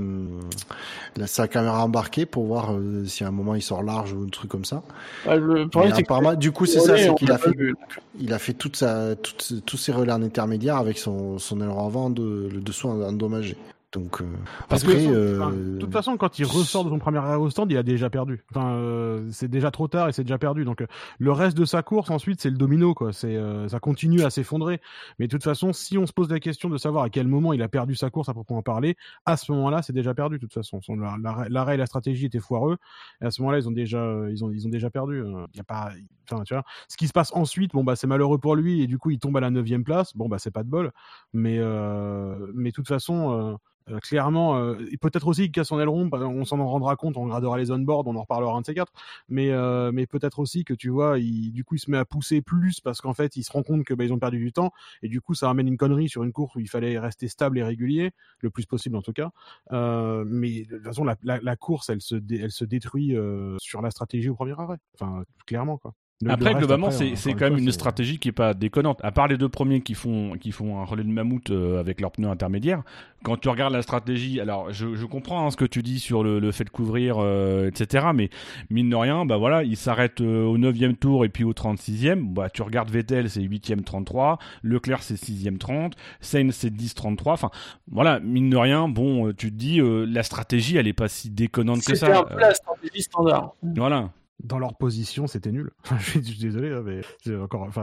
la, sa caméra embarquée pour voir euh, si à un moment il sort large ou un truc comme ça. Ah, le problème, c'est que du coup, c'est ça, c'est qu'il a fait, vu. il a fait toute sa, toute, tous ses relais en intermédiaire avec son, son aileron avant, de, le dessous endommagé. Donc, euh, Parce après, que, euh... enfin, de toute façon, quand il ressort de son premier arrêt au stand, il a déjà perdu. Enfin, euh, c'est déjà trop tard et c'est déjà perdu. Donc, euh, le reste de sa course, ensuite, c'est le domino, quoi. C'est, euh, ça continue à s'effondrer. Mais de toute façon, si on se pose la question de savoir à quel moment il a perdu sa course à proprement parler, à ce moment-là, c'est déjà perdu. De toute façon, son, l'arrêt, l'arrêt et la stratégie étaient foireux. Et à ce moment-là, ils ont déjà, ils ont, ils ont déjà perdu. Il y a pas, enfin, tu vois. Ce qui se passe ensuite, bon bah, c'est malheureux pour lui et du coup, il tombe à la neuvième place. Bon bah, c'est pas de bol. Mais, euh, mais de toute façon. Euh, Euh, clairement, euh, peut-être aussi qu'il casse son aileron, on s'en en rendra compte, on regardera les on-board, on en reparlera un de ces quatre, mais, euh, mais peut-être aussi que tu vois, il, du coup il se met à pousser plus parce qu'en fait il se rend compte que bah, ils ont perdu du temps et du coup ça ramène une connerie sur une course où il fallait rester stable et régulier, le plus possible en tout cas, euh, mais de toute façon la, la, la course elle se, dé, elle se détruit euh, sur la stratégie au premier arrêt, enfin clairement quoi. Le, après, le globalement, après, c'est, c'est quand même fois, une c'est... stratégie qui est pas déconnante. À part les deux premiers qui font, qui font un relais de mammouth euh, avec leurs pneus intermédiaires, quand tu regardes la stratégie, alors je, je comprends hein, ce que tu dis sur le, le fait de couvrir, euh, et cetera. Mais mine de rien, bah voilà, ils s'arrêtent euh, au neuvième tour et puis au trente-sixième. Bah tu regardes Vettel, c'est huitième trente-trois, Leclerc c'est sixième trente, Sainz c'est dix trente-trois. Enfin voilà, mine de rien, bon, tu te dis euh, la stratégie, elle est pas si déconnante C'était que ça. C'était un peu la stratégie standard. Voilà. Dans leur position, c'était nul. je suis désolé, mais c'est encore, enfin.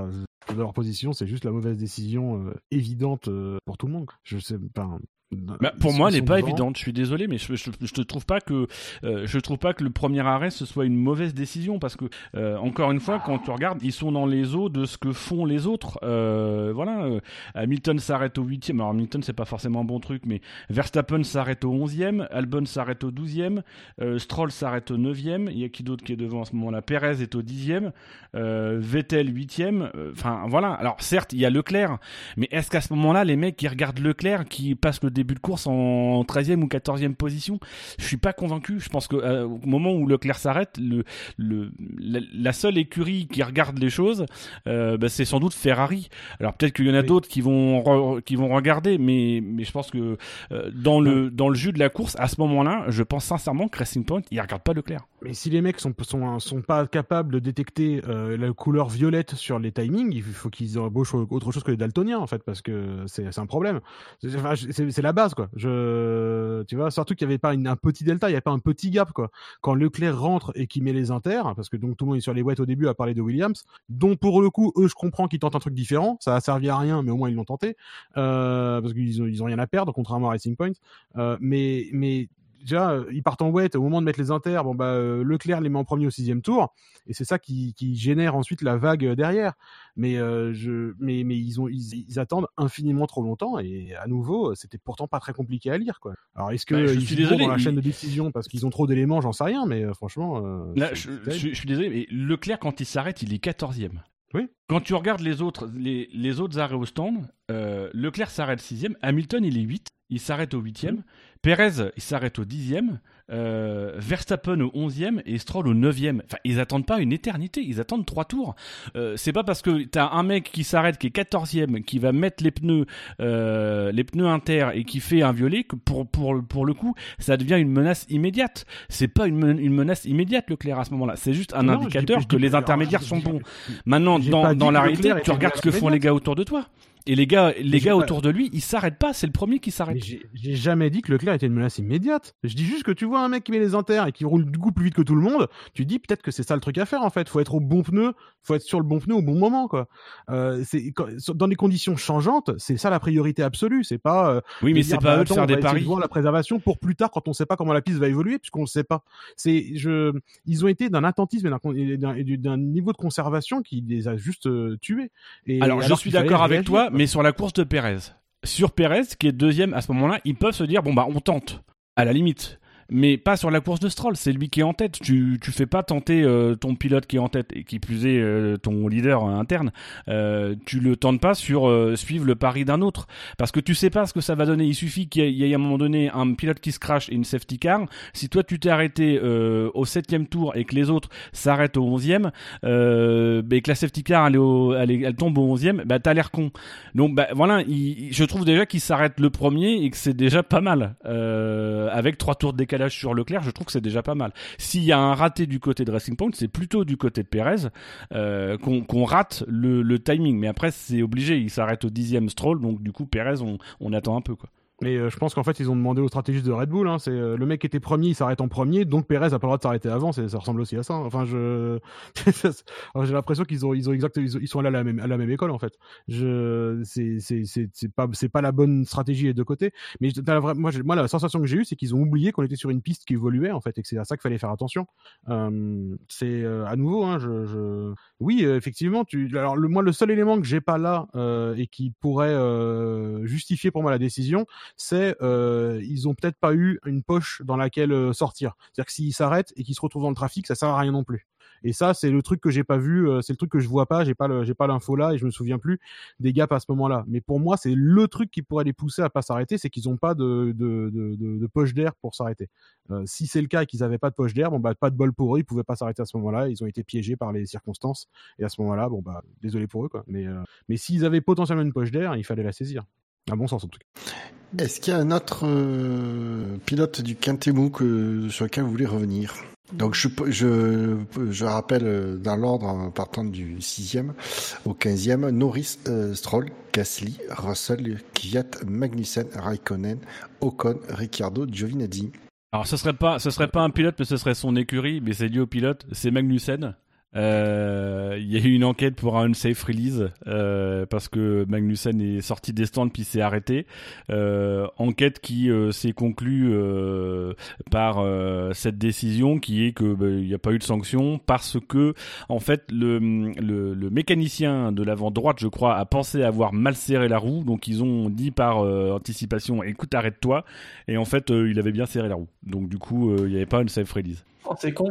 de leur position, c'est juste la mauvaise décision euh, évidente euh, pour tout le monde. Je sais pas. Bah, pour moi, elle n'est pas devant. évidente. Je suis désolé, mais je, je, je te trouve pas que euh, je trouve pas que le premier arrêt ce soit une mauvaise décision parce que euh, encore une fois, quand tu regardes, ils sont dans les eaux de ce que font les autres. Euh, voilà, euh, Hamilton s'arrête au huitième. Alors Hamilton, c'est pas forcément un bon truc, mais Verstappen s'arrête au onzième, Albon s'arrête au douzième, euh, Stroll s'arrête au neuvième. Il y a qui d'autre qui est devant à ce moment-là? Perez est au dixième, euh, Vettel huitième. Enfin euh, voilà. Alors certes, il y a Leclerc, mais est-ce qu'à ce moment-là, les mecs qui regardent Leclerc, qui passent le début de course en treizième ou quatorzième position, je suis pas convaincu. Je pense que euh, au moment où Leclerc s'arrête, le, le, la, la seule écurie qui regarde les choses, euh, bah, c'est sans doute Ferrari. Alors peut-être qu'il y en a oui. d'autres qui vont re, qui vont regarder, mais mais je pense que euh, dans le ouais. dans le jus de la course, à ce moment-là, je pense sincèrement que Racing Point, il regarde pas Leclerc. Mais si les mecs sont sont sont pas capables de détecter euh, la couleur violette sur les timings, il faut qu'ils embauchent autre chose que les daltoniens en fait, parce que c'est c'est un problème. C'est, enfin, c'est, c'est la base quoi. Je, tu vois, surtout qu'il y avait pas une, un petit delta, il y avait pas un petit gap quoi. Quand Leclerc rentre et qu'il met les inters, parce que donc tout le monde est sur les wets au début à parler de Williams, dont pour le coup eux je comprends qu'ils tentent un truc différent, ça a servi à rien mais au moins ils l'ont tenté, euh, parce qu'ils ont, ils ont rien à perdre contrairement à Racing Point, euh, mais mais déjà, ils partent en wet au moment de mettre les inters. Bon bah euh, Leclerc les met en premier au sixième tour, et c'est ça qui, qui génère ensuite la vague derrière. Mais euh, je, mais mais ils ont ils, ils attendent infiniment trop longtemps, et à nouveau c'était pourtant pas très compliqué à lire quoi. Alors est-ce que bah, ils sont dans la il... chaîne de décision parce qu'ils ont trop d'éléments, j'en sais rien, mais euh, franchement. Euh, Là, je, je, je suis désolé, mais Leclerc quand il s'arrête, il est quatorzième. Oui. Quand tu regardes les autres, les, les autres arrêts au stand, euh, Leclerc s'arrête sixième, Hamilton il est huit, il s'arrête au huitième, mmh. Perez il s'arrête au dixième, euh, Verstappen au onzième et Stroll au neuvième. Enfin, ils attendent pas une éternité, ils attendent trois tours. Euh, c'est pas parce que t'as un mec qui s'arrête, qui est quatorzième, qui va mettre les pneus, euh, les pneus inter et qui fait un violet que pour pour pour le coup, ça devient une menace immédiate. C'est pas une une menace immédiate Leclerc à ce moment-là. C'est juste un non, indicateur je dis, je dis, que les intermédiaires alors, sont bons. Maintenant, dans dans la réalité, tu regardes ce que font les gars autour de toi. Et les gars, les gars autour de lui, ils s'arrêtent pas. C'est le premier qui s'arrête. J'ai, j'ai jamais dit que Leclerc était une menace immédiate. Je dis juste que tu vois un mec qui met les inters et qui roule du coup plus vite que tout le monde. Tu dis peut-être que c'est ça le truc à faire en fait. Faut être au bon pneu, faut être sur le bon pneu au bon moment quoi. Euh, c'est dans des conditions changeantes, c'est ça la priorité absolue. C'est pas. Euh, oui, mais c'est dire, pas bah, eux de faire des paris. De voir la préservation pour plus tard quand on sait pas comment la piste va évoluer puisqu'on le sait pas. C'est je, ils ont été d'un attentisme et d'un, et d'un, et d'un niveau de conservation qui les a juste euh, tués. Et alors, alors je suis d'accord avec réagir, toi, quoi. Mais sur la course de Perez. Sur Perez, qui est deuxième à ce moment-là, ils peuvent se dire bon bah on tente, à la limite. Mais pas sur la course de Stroll, c'est lui qui est en tête. Tu tu fais pas tenter euh, ton pilote qui est en tête et qui plus est euh, ton leader euh, interne. Euh, tu le tentes pas sur euh, suivre le pari d'un autre parce que tu sais pas ce que ça va donner. Il suffit qu'il y ait, il y ait à un moment donné un pilote qui se crache et une safety car. Si toi tu t'es arrêté euh, au septième tour et que les autres s'arrêtent au onzième, euh, et que la safety car elle, est au, elle, est, elle tombe au onzième, bah t'as l'air con. Donc bah voilà, il, je trouve déjà qu'il s'arrête le premier et que c'est déjà pas mal euh, avec trois tours de décalage sur Leclerc, je trouve que c'est déjà pas mal. S'il y a un raté du côté de Racing Point, c'est plutôt du côté de Perez euh, qu'on, qu'on rate le, le timing. Mais après, c'est obligé, il s'arrête au dixième Stroll, donc du coup, Perez, on, on attend un peu, quoi. Mais euh, je pense qu'en fait ils ont demandé aux stratégistes de Red Bull, hein, c'est euh, le mec qui était premier, il s'arrête en premier, donc Perez a pas le droit de s'arrêter avant, c'est, ça ressemble aussi à ça. Enfin je, Alors, j'ai l'impression qu'ils ont ils ont exact ils, ont, ils sont allés à la même à la même école en fait. Je c'est c'est c'est c'est pas c'est pas la bonne stratégie des deux côtés. Mais t'as la vraie... moi j'ai... moi la sensation que j'ai eue c'est qu'ils ont oublié qu'on était sur une piste qui évoluait en fait et que c'est à ça qu'il fallait faire attention. Euh, c'est euh, à nouveau hein je, je... oui euh, effectivement tu alors le moi le seul élément que j'ai pas là euh, et qui pourrait euh, justifier pour moi la décision, c'est euh, ils ont peut-être pas eu une poche dans laquelle euh, sortir. C'est-à-dire que s'ils s'arrêtent et qu'ils se retrouvent dans le trafic, ça sert à rien non plus. Et ça, c'est le truc que j'ai pas vu, euh, c'est le truc que je vois pas, j'ai pas le, j'ai pas l'info là et je me souviens plus des gaps à ce moment-là. Mais pour moi, c'est le truc qui pourrait les pousser à pas s'arrêter, c'est qu'ils ont pas de de de, de, de poche d'air pour s'arrêter. Euh, si c'est le cas et qu'ils avaient pas de poche d'air, bon bah pas de bol pour eux, ils pouvaient pas s'arrêter à ce moment-là, ils ont été piégés par les circonstances et à ce moment-là, bon bah désolé pour eux quoi. Mais euh, mais s'ils avaient potentiellement une poche d'air, il fallait la saisir. À bon sens en tout cas. Est-ce qu'il y a un autre euh, pilote du Quintemou que, sur lequel vous voulez revenir ? Donc je, je, je rappelle dans l'ordre en partant du sixième au quinzième, Norris, euh, Stroll, Gasly, Russell, Kvyat, Magnussen, Raikkonen, Ocon, Ricciardo, Giovinazzi. Alors ce serait pas, ce serait pas un pilote, mais ce serait son écurie, mais c'est lié au pilote, c'est Magnussen. Euh, Il y a eu une enquête pour un unsafe release euh, parce que Magnussen est sorti des stands puis s'est arrêté. Euh, enquête qui euh, s'est conclue euh, par euh, cette décision qui est que bah, il n'y a pas eu de sanction parce que en fait le, le, le mécanicien de l'avant droite, je crois, a pensé avoir mal serré la roue, donc ils ont dit par euh, anticipation écoute arrête-toi, et en fait euh, il avait bien serré la roue, donc du coup euh, il n'y avait pas une safe release. Oh, c'est con.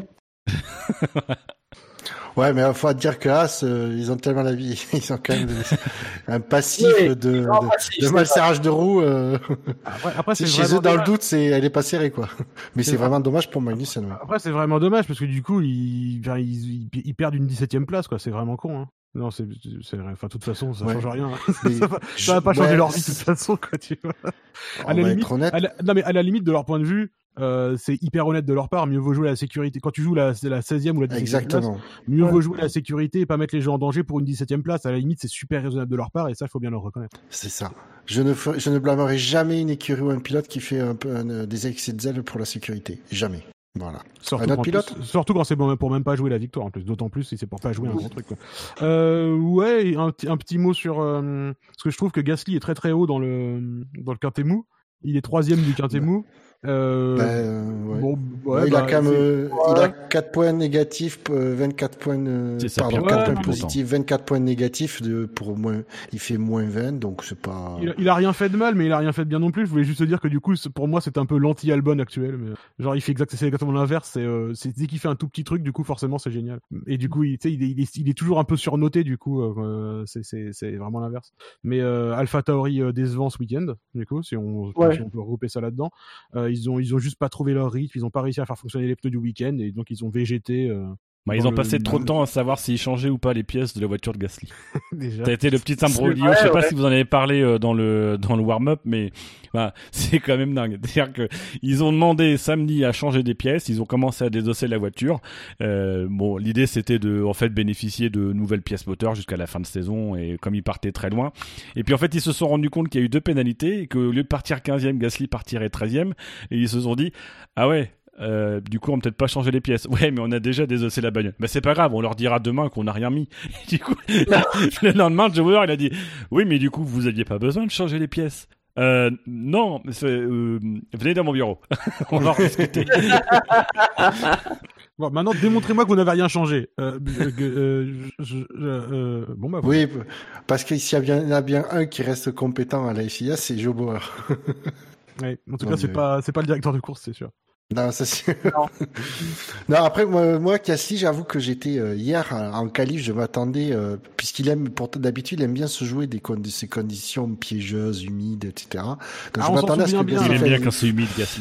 Ouais, mais il faut dire que As, euh, ils ont tellement la vie, ils ont quand même un passif Oui, de, de, non, passif, de c'est mal vrai. serrage de roue. Euh... Après, après c'est chez vraiment eux, dans le dommage. doute, c'est, elle est pas serrée, quoi. Mais C'est c'est vrai. vraiment dommage pour Magnussen. Ouais. Après, c'est vraiment dommage parce que du coup, ils, enfin, ils, ils, ils perdent une dix-septième place, quoi. C'est vraiment con, hein. Non, c'est, c'est, enfin, de toute façon, ça Ouais. change rien. Mais ça va, ça va pas je- changer ouais, leur vie de c'est- toute façon, quoi, tu vois. On À la va limite, être honnête. à la- non, mais à la limite, de leur point de vue, euh, c'est hyper honnête de leur part. Mieux vaut jouer la sécurité. Quand tu joues la, la seizième ou la dix-septième place, Exactement. mieux Ouais. vaut jouer la sécurité et pas mettre les gens en danger pour une dix-septième place. À la limite, c'est super raisonnable de leur part et ça, il faut bien le reconnaître. C'est ça. Je ne, ferai- je ne blâmerai jamais une écurie ou un pilote qui fait un peu un, des excès de zèle pour la sécurité. Jamais. Voilà. Surtout Un autre quand- pilote surtout quand c'est pour, pour même pas jouer la victoire en plus, d'autant plus si c'est pour pas jouer un gros truc, quoi. Euh, ouais, et un, petit- un petit mot sur euh, parce que je trouve que Gasly est très très haut dans le dans le quintet mou. Il est troisième du quintet mou. Euh, Ben, ouais. bon, Ouais, ouais, il a bah, quand même, c'est- euh, il a quatre points négatifs, euh, vingt-quatre points, euh, C'est ça, pardon, pire. quatre Ouais, points non, positifs, vingt-quatre points négatifs de, pour moins, il fait moins vingt, donc c'est pas, il, a, il a rien fait de mal, mais il a rien fait de bien non plus. Je voulais juste te dire que du coup, c'est- pour moi, c'est un peu l'anti-Albon actuel. Mais, genre, il fait exact, c'est exactement l'inverse. C'est, euh, c'est dès qu'il fait un tout petit truc, du coup, forcément, c'est génial. Et du coup, il, tu sais, il, est, il, est, il est toujours un peu surnoté, du coup, euh, c'est, c'est, c'est vraiment l'inverse. Mais euh, Alpha Tauri euh, décevant ce week-end, du coup, si on, Ouais. si on peut regrouper ça là-dedans. Euh, ils ont, ils ont juste pas trouvé leur rythme, ils ont pas réussi à faire fonctionner les pneus du week-end et donc ils ont végété. Euh, Bah, ils dans ont le- passé trop de temps à savoir s'ils changeaient ou pas les pièces de la voiture de Gasly. déjà. Ça a été le petit imbroglio. vrai, Je sais pas ouais. si vous en avez parlé euh, dans le dans le warm-up, mais bah, c'est quand même dingue. C'est-à-dire que ils ont demandé samedi à changer des pièces, ils ont commencé à désosser la voiture. Euh, bon, l'idée c'était de en fait bénéficier de nouvelles pièces moteurs jusqu'à la fin de saison, et comme ils partaient très loin. Et puis en fait ils se sont rendus compte qu'il y a eu deux pénalités et qu'au lieu de partir quinzième, Gasly partirait treizième, et ils se sont dit ah ouais. Euh, du coup, on peut peut-être pas changer les pièces. Ouais, mais on a déjà désossé la bagnole. Bah, c'est pas grave, on leur dira demain qu'on n'a rien mis. Et du coup, le lendemain, Joe Webber, il a dit oui, mais du coup, vous aviez pas besoin de changer les pièces. Euh, non, c'est, euh, venez dans mon bureau. On va en discuter. Bon, maintenant, démontrez-moi que vous n'avez rien changé. Euh, euh, euh, je- je- euh, bon, bah, voilà. oui, parce qu'il y a bien, il y en a bien un qui reste compétent à la F I A, c'est Joe Bauer. Ouais. En tout Non, cas, c'est mais- pas, c'est pas le directeur de course, c'est sûr. Non, ça c'est. Non. Non, après moi, moi Gasly, j'avoue que j'étais euh, hier euh, en qualif, je m'attendais euh, puisqu'il aime, pour d'habitude, il aime bien se jouer des, con- de ces conditions piégeuses, humides, et cetera. Donc Ah, je on s'en m'attendais à ce que souvient bien. Gasly Il aime fasse- bien quand c'est humide, Gasly.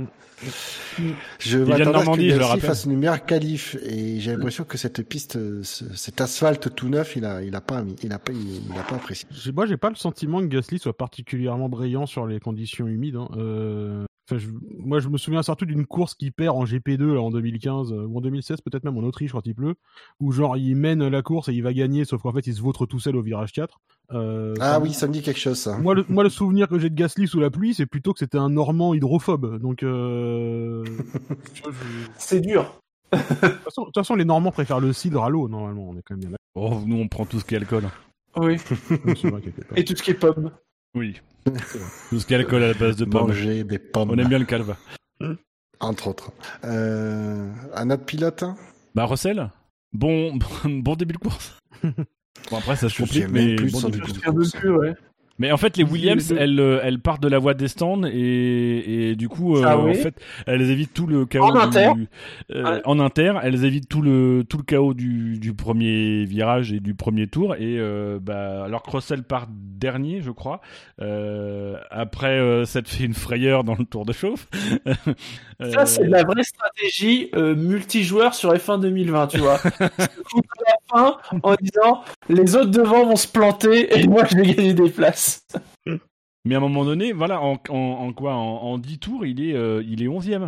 je vient de m'attendais à ce Normandie, que je le Gasly rappelle. fasse une meilleure qualif, et j'ai l'impression que cette piste, euh, ce- cet asphalte tout neuf, il a, il a pas, mis- il a pas, il, il a pas apprécié. J'ai- Moi, j'ai pas le sentiment que Gasly soit particulièrement brillant sur les conditions humides. Hein. Euh... Enfin, je... Moi, je me souviens surtout d'une course qu'il perd en G P deux là, en deux mille quinze euh, ou en deux mille seize, peut-être même en Autriche quand il pleut, où genre il mène la course et il va gagner, sauf qu'en fait il se vautre tout seul au virage quatre. Euh, Ah ça- oui, ça me dit quelque chose, ça. Moi le, moi, le souvenir que j'ai de Gasly sous la pluie, c'est plutôt que c'était un Normand hydrophobe. Donc, euh... tu vois, je- C'est dur. de toute façon, de toute façon, les Normands préfèrent le cidre à l'eau, normalement. On est quand même bien là. Oh, nous, on prend tout ce qui est alcool. Oui. C'est vrai, quelque part. Et tout ce qui est pomme. Oui. Tout ce qui est alcool à la base de pommes. Manger des pommes, On aime bien le calva. entre autres. Euh, un autre pilote, hein Bah, Russell, bon, bon début de course. Bon, après, ça se Je me complique, souviens même mais plus de bon son début de début de course. Un peu plus, ouais. Mais en fait, les Williams, Le- elles, euh, elles partent de la voie des stands et, et du coup, euh, Ah oui. en fait, elles évitent tout le chaos En du, inter. euh, Ouais. en inter. Elles évitent tout le tout le chaos du, du premier virage et du premier tour. Et euh, bah, alors que Russell part dernier, je crois. Euh, après, euh, ça te fait une frayeur dans le tour de chauffe. Euh, Ça, c'est de la vraie stratégie euh, multijoueur sur F un deux mille vingt, tu vois. Tu te fous à la fin en disant les autres devant vont se planter et moi je vais gagner des places. Mais à un moment donné, voilà, en, en, en quoi, en, en dix tours, il est, euh, il est onzième.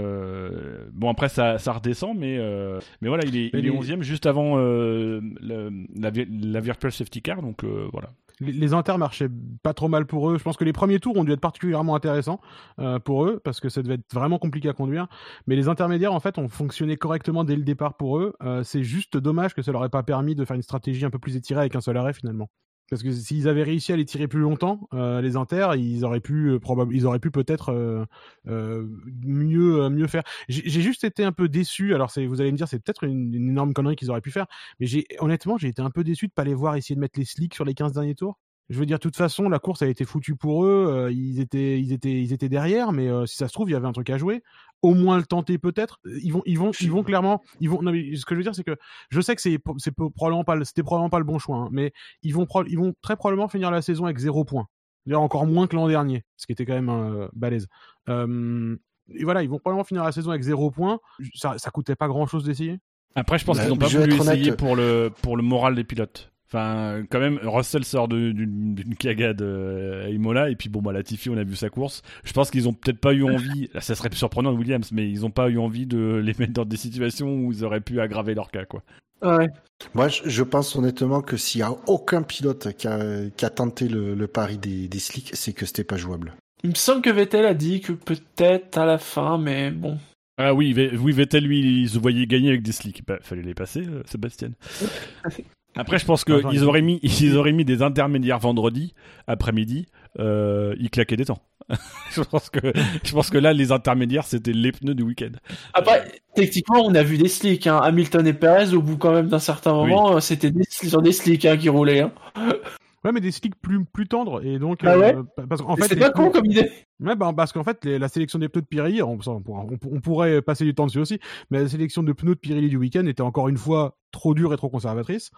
Euh, bon, après, ça, ça redescend, mais, euh, mais voilà, il est, il est onzième juste avant euh, le, la, la Virtual Safety Car, donc euh, voilà. Les, les inters marchaient pas trop mal pour eux. Je pense que les premiers tours ont dû être particulièrement intéressants euh, pour eux, parce que ça devait être vraiment compliqué à conduire. Mais les intermédiaires, en fait, ont fonctionné correctement dès le départ pour eux. Euh, c'est juste dommage que ça leur ait pas permis de faire une stratégie un peu plus étirée avec un seul arrêt, finalement. Parce que s'ils avaient réussi à les tirer plus longtemps, euh, les inters, ils auraient pu, euh, probab- ils auraient pu peut-être euh, euh, mieux, euh, mieux faire. J'ai, j'ai juste été un peu déçu. Alors, c'est, vous allez me dire, c'est peut-être une, une énorme connerie qu'ils auraient pu faire, mais j'ai, honnêtement, j'ai été un peu déçu de pas les voir essayer de mettre les slicks sur les quinze derniers tours. Je veux dire, de toute façon, la course a été foutue pour eux. Euh, ils étaient, ils étaient, ils étaient derrière, mais euh, si ça se trouve, il y avait un truc à jouer. Au moins le tenter peut-être. Ils vont, ils vont, ils vont clairement. Ils vont. Non, mais ce que je veux dire, c'est que je sais que c'est, c'est probablement pas, le, c'était probablement pas le bon choix, hein, mais ils vont, pro, ils vont très probablement finir la saison avec zéro point. D'ailleurs, encore moins que l'an dernier, ce qui était quand même euh, balèze. Euh, et voilà, ils vont probablement finir la saison avec zéro point. Ça, ça coûtait pas grand-chose d'essayer. Après, je pense Bah, qu'ils n'ont pas je vais voulu être honnête. essayer pour le, pour le moral des pilotes. Enfin, quand même, Russell sort de, d'une, d'une cagade euh, à Imola, et puis bon, bah, Latifi, on a vu sa course. Je pense qu'ils ont peut-être pas eu envie, ça serait surprenant Williams, mais ils ont pas eu envie de les mettre dans des situations où ils auraient pu aggraver leur cas, quoi. Ouais. Moi, je, je pense honnêtement que s'il y a aucun pilote qui a, qui a tenté le, le pari des, des slicks, c'est que c'était pas jouable. Il me semble que Vettel a dit que peut-être à la fin, mais bon. Ah oui, Ve- oui Vettel, lui, il se voyait gagner avec des slicks. Bah, fallait les passer, euh, Sébastien. Après, je pense qu'ils Attends, auraient mis, ils auraient mis des intermédiaires vendredi après-midi. Euh, ils claquaient des temps. je pense que, je pense que là, les intermédiaires, c'était les pneus du week-end. Après, techniquement, on a vu des slicks. Hein. Hamilton et Perez, au bout quand même d'un certain moment, oui. C'était des, sur des slicks hein, qui roulaient. Hein. Ouais, mais des slicks plus, plus tendres. Et donc, ah ouais euh, parce qu'en fait, c'est pas pneus... con comme idée. Ouais, bah, parce qu'en fait, les, la sélection des pneus de Pirelli, on, on, on, on pourrait passer du temps dessus aussi, mais la sélection de pneus de Pirelli du week-end était encore une fois trop dure et trop conservatrice.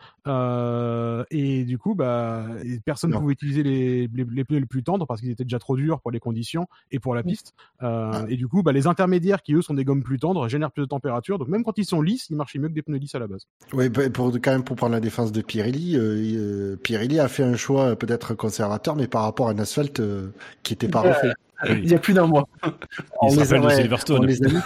Euh, et du coup, bah, personne ne pouvait utiliser les, les, les pneus les plus tendres parce qu'ils étaient déjà trop durs pour les conditions et pour la piste. Euh, ah. Et du coup, bah, les intermédiaires qui eux sont des gommes plus tendres génèrent plus de température. Donc même quand ils sont lisses, ils marchent mieux que des pneus lisses à la base. Oui, pour quand même pour prendre la défense de Pirelli, euh, Pirelli a fait un choix peut-être conservateur, mais par rapport à un asphalte euh, qui n'était pas refait. Il y a plus d'un mois. On, on, les a, ouais, on, les a mis,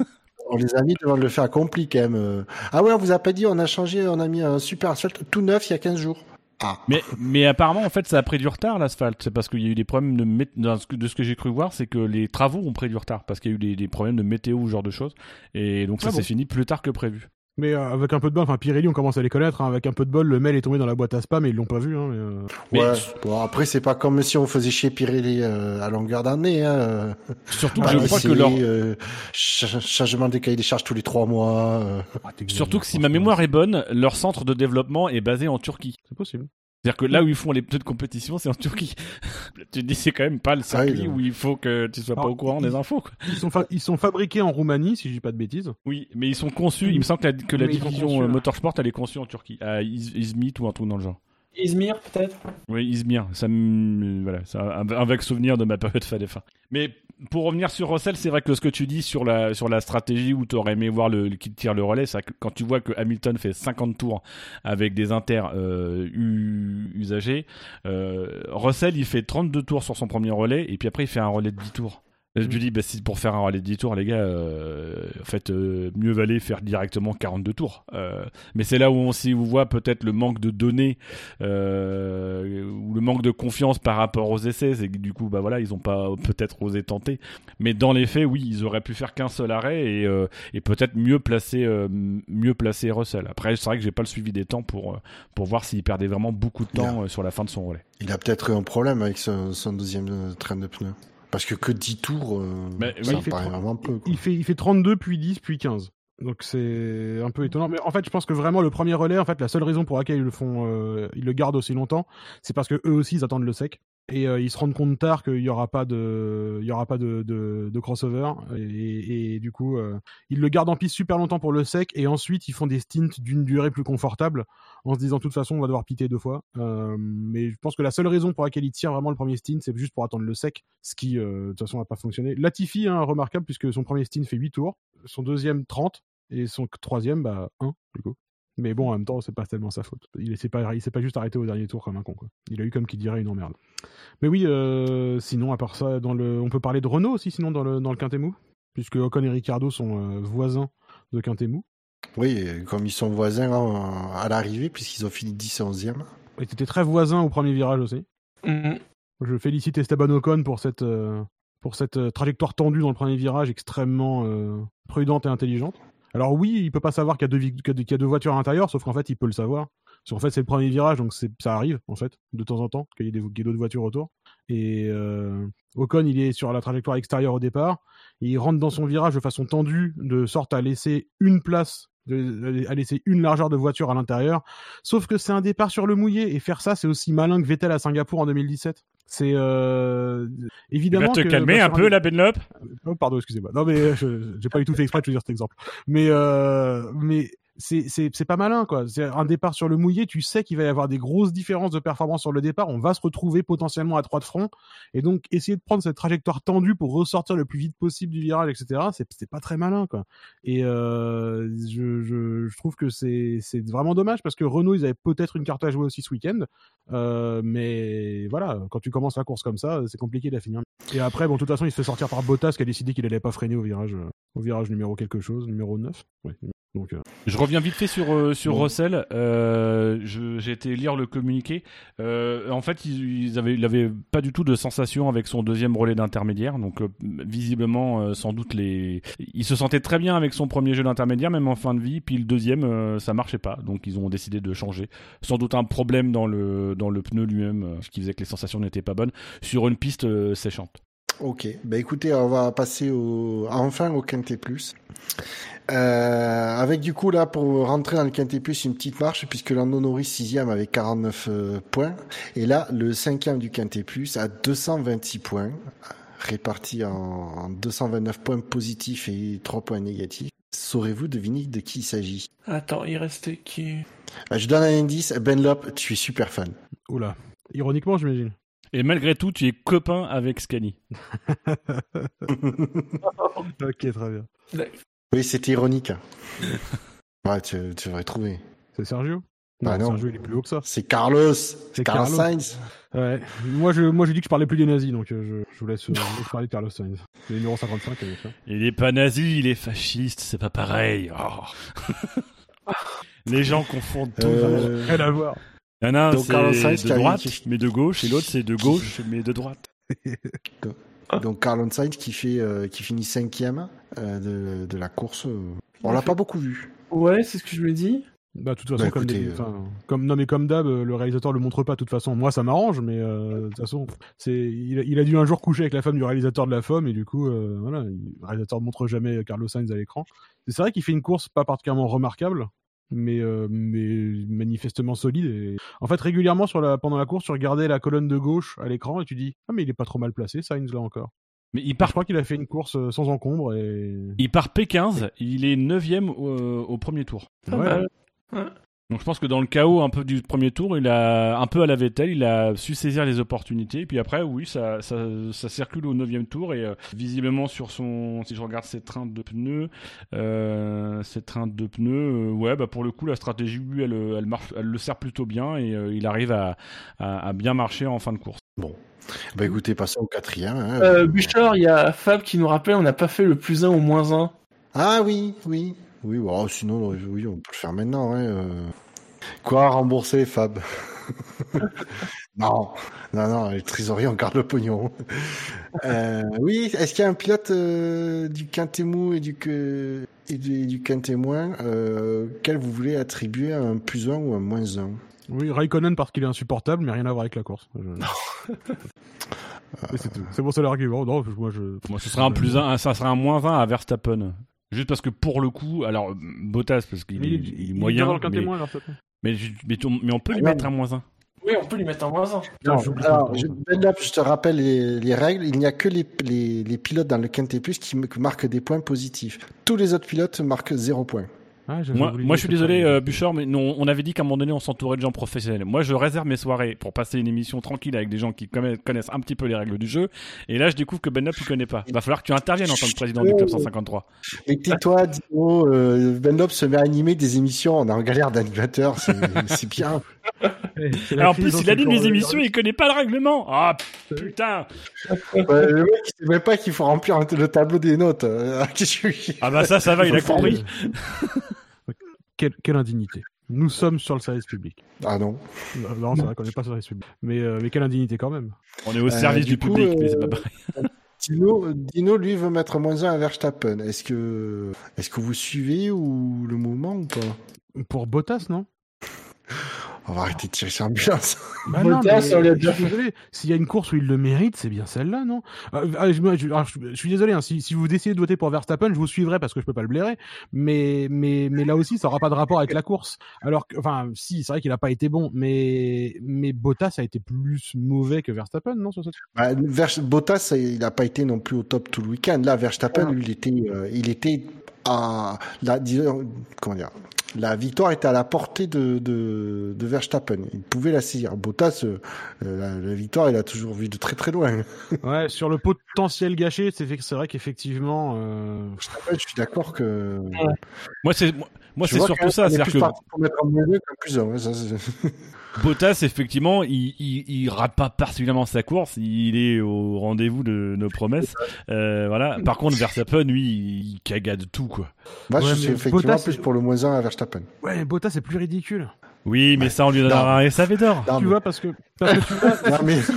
on les a mis devant le fait accompli quand même. Ah ouais, on vous a pas dit, on a changé, on a mis un super asphalte tout neuf il y a quinze jours. Ah. Mais, mais apparemment, en fait, ça a pris du retard, l'asphalte. C'est parce qu'il y a eu des problèmes de, mé... de ce que j'ai cru voir, c'est que les travaux ont pris du retard parce qu'il y a eu des, des problèmes de météo ou ce genre de choses. Et donc ça ah s'est bon. fini plus tard que prévu. Mais euh, avec un peu de bol, enfin Pirelli, on commence à les connaître. Hein, avec un peu de bol, le mail est tombé dans la boîte à spam, mais ils l'ont pas vu. Hein, mais, euh... Ouais. Mais... Bon, après, c'est pas comme si on faisait chier Pirelli euh, à longueur d'année. Hein. Surtout que ah, je crois que leur euh, ch- changement des cahiers des charges tous les trois mois. Euh... Ah, Surtout que si ma mémoire est bonne, leur centre de développement est basé en Turquie. C'est possible. C'est-à-dire que là où ils font les pneus de compétition, c'est en Turquie. Tu te dis, c'est quand même pas le circuit ah oui, où il faut que tu sois Alors, pas au courant ils, des infos. Quoi. Ils sont, fa- ils sont fabriqués en Roumanie, si je dis pas de bêtises. Oui, mais ils sont conçus, il me semble que la, que la division conçus, Motorsport, elle est conçue en Turquie, à Iz- Izmit ou un truc dans le genre. Izmir, peut-être. Oui, Izmir. Ça me, voilà, c'est un, un vague souvenir de ma période F A D F un. Mais pour revenir sur Russell, c'est vrai que ce que tu dis sur la, sur la stratégie où tu aurais aimé voir le, le qui tire le relais, c'est que quand tu vois que Hamilton fait cinquante tours avec des inters euh, u, usagés, euh, Russell il fait trente-deux tours sur son premier relais et puis après il fait un relais de dix tours. Je lui dis, bah, si pour faire un relais de dix tours, les gars, euh, en fait, euh, mieux valait faire directement quarante-deux tours. Euh, mais c'est là où on s'y voit peut-être le manque de données euh, ou le manque de confiance par rapport aux essais. C'est que du coup, bah voilà, ils ont pas peut-être osé tenter. Mais dans les faits, oui, ils auraient pu faire qu'un seul arrêt et, euh, et peut-être mieux placer, euh, mieux placer Russell. Après, c'est vrai que j'ai pas le suivi des temps pour pour voir s'il perdait vraiment beaucoup de temps euh, sur la fin de son relais. Il a peut-être eu un problème avec son, son deuxième train de pneus. Parce que que dix tours, euh, mais, ça oui, me paraît vraiment peu. Quoi. Il fait, il fait trente-deux, puis dix, puis quinze. Donc c'est un peu étonnant. Mais en fait, je pense que vraiment le premier relais, en fait, la seule raison pour laquelle ils le font, euh, ils le gardent aussi longtemps, c'est parce que eux aussi ils attendent le sec et euh, ils se rendent compte tard qu'il y aura pas de, il y aura pas de, de, de crossover et, et, et du coup euh, ils le gardent en piste super longtemps pour le sec et ensuite ils font des stints d'une durée plus confortable en se disant de toute façon on va devoir piter deux fois. Euh, mais je pense que la seule raison pour laquelle ils tirent vraiment le premier stint, c'est juste pour attendre le sec, ce qui euh, de toute façon n'a pas fonctionné. Latifi, hein, remarquable puisque son premier stint fait huit tours, son deuxième trente. Et son troisième, bah, un, du coup. Mais bon, en même temps, c'est pas tellement sa faute. Il s'est pas, il s'est pas juste arrêté au dernier tour comme un con, quoi. Il a eu, comme qui dirait, une emmerde. Mais oui, euh, sinon, à part ça, dans le, on peut parler de Renault aussi, sinon, dans le, dans le Quintet Mou, puisque Ocon et Ricciardo sont euh, voisins de Quintet Mou. Oui, comme ils sont voisins hein, à l'arrivée, puisqu'ils ont fini dix et onzième. Ils étaient très voisins au premier virage aussi. Mhm. Je félicite Esteban Ocon pour cette, euh, pour cette euh, trajectoire tendue dans le premier virage, extrêmement euh, prudente et intelligente. Alors oui, il peut pas savoir qu'il y a deux, vi- qu'il y a deux- qu'il y a deux voitures à l'intérieur, sauf qu'en fait, il peut le savoir. Parce qu'en fait, c'est le premier virage, donc c'est, ça arrive, en fait, de temps en temps, qu'il y ait, des, qu'il y ait d'autres voitures autour. Et euh, Ocon, il est sur la trajectoire extérieure au départ, et il rentre dans son virage de façon tendue, de sorte à laisser une place, de, à laisser une largeur de voiture à l'intérieur. Sauf que c'est un départ sur le mouillé, et faire ça, c'est aussi malin que Vettel à Singapour en deux mille dix-sept. C'est euh, évidemment. Tu vas te que, calmer bah, un peu, un... la Benlop. Oh, pardon, excusez-moi. Non, mais je, j'ai pas du tout fait exprès de choisir cet exemple. Mais, euh, mais c'est, c'est, c'est pas malin, quoi. C'est un départ sur le mouillé. Tu sais qu'il va y avoir des grosses différences de performance sur le départ. On va se retrouver potentiellement à trois de front. Et donc, essayer de prendre cette trajectoire tendue pour ressortir le plus vite possible du virage, et cetera. C'est, c'est pas très malin, quoi. Et euh, je, je, je trouve que c'est, c'est vraiment dommage parce que Renault, ils avaient peut-être une carte à jouer aussi ce week-end. Euh, mais voilà, quand tu commences la course comme ça, c'est compliqué de la finir. Et après, bon, de toute façon, il se fait sortir par Bottas qui a décidé qu'il allait pas freiner au virage, euh, au virage numéro quelque chose, numéro neuf. Ouais. Donc, euh... Je reviens vite fait sur, euh, sur bon. Russell. Euh, je, j'ai été lire le communiqué. Euh, en fait, ils, ils avaient, il avait pas du tout de sensation avec son deuxième relais d'intermédiaire. Donc, euh, visiblement, euh, sans doute, les... il se sentait très bien avec son premier jeu d'intermédiaire, même en fin de vie. Puis le deuxième, euh, ça marchait pas. Donc, ils ont décidé de changer. Sans doute un problème dans le, dans le pneu lui-même, euh, ce qui faisait que les sensations n'étaient pas bonnes, sur une piste euh, séchante. Ok, bah écoutez, on va passer au... enfin au Quintet Plus. Euh, avec du coup là pour rentrer dans le Quintet Plus une petite marche puisque Lando Norris sixième avec quarante-neuf euh, points et là le cinquième du Quintet Plus à deux cent vingt-six points répartis en, en deux cent vingt-neuf points positifs et trois points négatifs. Saurez-vous deviner de qui il s'agit? Attends, il restait qui? Bah, je donne un indice, Benlop, tu es super fan. Oula, ironiquement j'imagine. Et malgré tout, tu es copain avec Scani. Ok, très bien. Oui, c'était ironique. Ouais, tu, tu devrais trouver. C'est Sergio? Bah non, non, Sergio il est plus haut que ça. C'est Carlos. C'est, c'est Carlos, Carlos Sainz. Ouais. Moi, je, moi, j'ai dit que je parlais plus des nazis, donc euh, je, je vous laisse, euh, je vous laisse parler de Carlos Sainz. Le numéro cinquante-cinq, bien sûr. Il est pas nazi, il est fasciste, c'est pas pareil. Oh. Les gens confondent tout. Euh... Rien à voir. Il y en a un, Donc, c'est Carlos Sainz de qui droite, qui... mais de gauche, et l'autre, c'est de gauche, mais de droite. Donc, Carlos Sainz qui, fait, euh, qui finit cinquième euh, de, de la course. Euh... On l'a pas beaucoup vu. Ouais, c'est ce que je me dis. Bah, de toute façon, bah, comme, écoutez, des, euh... comme, non, mais comme d'hab, le réalisateur le montre pas, de toute façon. Moi, ça m'arrange, mais euh, de toute façon, c'est, il, il a dû un jour coucher avec la femme du réalisateur de la F O M, et du coup, euh, voilà, il, le réalisateur ne montre jamais Carlos Sainz à l'écran. C'est vrai qu'il fait une course pas particulièrement remarquable, mais, euh, mais manifestement solide. Et... En fait, régulièrement, sur la, pendant la course, tu regardais la colonne de gauche à l'écran, et tu dis, ah, mais il est pas trop mal placé, Sainz, là encore. Mais il part... Je crois qu'il a fait une course sans encombre. Et... Il part P quinze, il est neuvième au, au premier tour. Ah ouais. bah, ouais. Donc je pense que dans le chaos un peu du premier tour, il a un peu à la Vettel, il a su saisir les opportunités. Et puis après, oui, ça, ça, ça circule au neuvième tour et euh, visiblement sur son, si je regarde ses trains de pneus, euh, ses trains de pneus, euh, ouais, bah pour le coup la stratégie, lui, elle, elle marche, elle le sert plutôt bien et euh, il arrive à, à, à bien marcher en fin de course. Bon, bah écoutez, passons au quatrième. Hein. Euh, Bouchard, il y a Fab qui nous rappelle, on n'a pas fait le plus un au moins un. Ah oui, oui. Oui, bon, sinon, oui, on peut le faire maintenant. Hein. Euh... Quoi, rembourser, Fab? Non, non, non, les trésoriers, on garde le pognon. euh, oui, est-ce qu'il y a un pilote euh, du Quintet Mou et du, que... et du, et du Quintet Moins euh, quel vous voulez attribuer à un plus un ou un moins un? Oui, Raikkonen parce qu'il est insupportable, mais rien à voir avec la course. Je... c'est tout. C'est mon seul argument. Non, moi, je... moi, ce serait un plus un, ça serait un moins un à Verstappen. Juste parce que pour le coup, alors Bottas parce qu'il est, il, il est il moyen, est mais, moins, mais, mais, mais on peut lui ah, mettre un moins un. Oui, on peut lui mettre un moins un. Non, alors, je, ben là, je te rappelle les, les règles. Il n'y a que les, les, les pilotes dans le Quintet Plus qui marquent des points positifs. Tous les autres pilotes marquent zéro point. Ah, j'avais Moi, oublié moi je suis cette désolé, phrase. euh, Bouchard, mais non, on avait dit qu'à un moment donné, on s'entourait de gens professionnels. Moi, je réserve mes soirées pour passer une émission tranquille avec des gens qui connaissent, connaissent un petit peu les règles du jeu. Et là, je découvre que Ben Up, il connaît pas. Il va falloir que tu interviennes en tant que président du club cent cinquante-trois. Et tais-toi, Dino, euh, Ben Lop se met à animer des émissions, on est en galère d'animateur, c'est, c'est bien. Eh, c'est la Alors, en crise plus, dans il anime ce les genre- émissions, il connaît pas le règlement. Ah, putain. Ouais, le mec, il sait même pas qu'il faut remplir le tableau des notes. Euh, qu'est-ce que je suis Ah bah ça, ça va, il a compris. Quelle, quelle indignité. Nous sommes sur le service public. Ah non. Non, non, c'est vrai qu'on n'est pas sur le service public. Mais, euh, mais quelle indignité quand même. On est au Euh, service du du coup, public, euh, mais c'est pas pareil. Dino, Dino, lui, veut mettre moins un à Verstappen. Est-ce que, est-ce que vous suivez ou le mouvement ou pas? Pour Bottas, non? On va arrêter de tirer sur l'ambulance. Bah non, Bottas, mais on lui a je déjà suis désolé. S'il y a une course où il le mérite, c'est bien celle-là, non? Euh, ah, je, je- alors, je- je suis désolé, hein, si, si vous décidez de voter pour Verstappen, je vous suivrai parce que je peux pas le blairer. Mais, mais, mais là aussi, ça aura pas de rapport avec la course. Alors que, enfin, si, c'est vrai qu'il a pas été bon, mais, mais Bottas a été plus mauvais que Verstappen, non, sur cette... Bah, Vers- Bottas, il n'a pas été non plus au top tout le week-end. Là, Verstappen, lui, il était, euh, il était à la, disons, comment dire, la victoire était à la portée de, de, de Verstappen. Il pouvait la saisir. Bottas, euh, la, la victoire, il a toujours vu de très très loin. Ouais, sur le potentiel gâché, c'est, fait que c'est vrai qu'effectivement, euh... Verstappen, je suis d'accord que. Moi, c'est, moi, moi, Je c'est vois surtout qu'on ça. est C'est-à-dire plus que parti pour mettre en moins deux qu'en plus un, ouais, ça, c'est- Bottas, effectivement, il, il, il rate pas particulièrement sa course. Il est au rendez-vous de nos promesses. Euh, voilà. Par contre, Verstappen, lui, il cagade tout, quoi. Moi, Ouais, je suis mais effectivement Bottas, plus c'est- pour le moins un à Verstappen. ouais, Bottas c'est plus ridicule. Oui, mais ça, on lui Non. donnera un S A V d'or. Non, tu mais- vois, parce que, parce que tu vois, Non, mais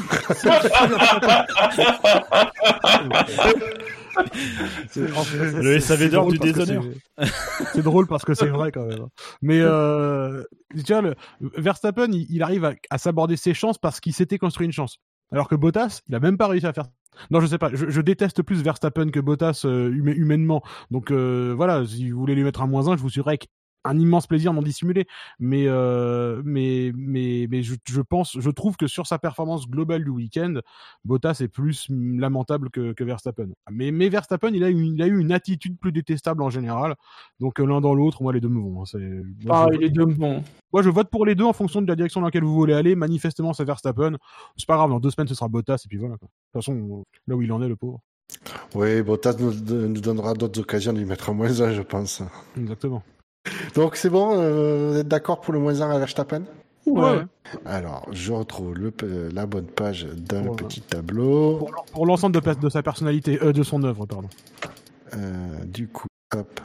c'est- en fait, c'est- Le S A V c'est d'or drôle du parce que déshonneur. c'est- C'est drôle parce que c'est vrai quand même. Mais euh, tu vois, le, Verstappen, il, il arrive à, à s'aborder ses chances parce qu'il s'était construit une chance. Alors que Bottas, il a même pas réussi à faire. Non, je sais pas. Je, je déteste plus Verstappen que Bottas euh, huma- humainement. Donc euh, voilà, si vous voulez lui mettre un moins un, je vous suivrai avec un immense plaisir non dissimulé. Mais euh, mais mais mais je, je pense, je trouve que sur sa performance globale du week-end, Bottas est plus mm, lamentable que, que Verstappen. Mais mais Verstappen, il a eu il a eu une attitude plus détestable en général. Donc euh, l'un dans l'autre, moi les deux me vont. Hein. C'est moi, Ah, je, il est deux bon. moi, je vote pour les deux en fonction de la direction dans laquelle vous voulez aller. Manifestement, c'est Verstappen. C'est pas grave, dans deux semaines, ce sera Bottas, et puis voilà. Quoi. De toute façon, là où il en est, le pauvre. oui, Bottas nous, nous donnera d'autres occasions de lui mettre un moins un, je pense. Exactement. Donc c'est bon, euh, vous êtes d'accord pour le moins un à Verstappen? Ouais. Alors, je retrouve le, euh, la bonne page dans le Ouais. petit tableau. Pour, pour l'ensemble de, de sa personnalité, euh, de son œuvre, pardon. Euh, du coup, hop.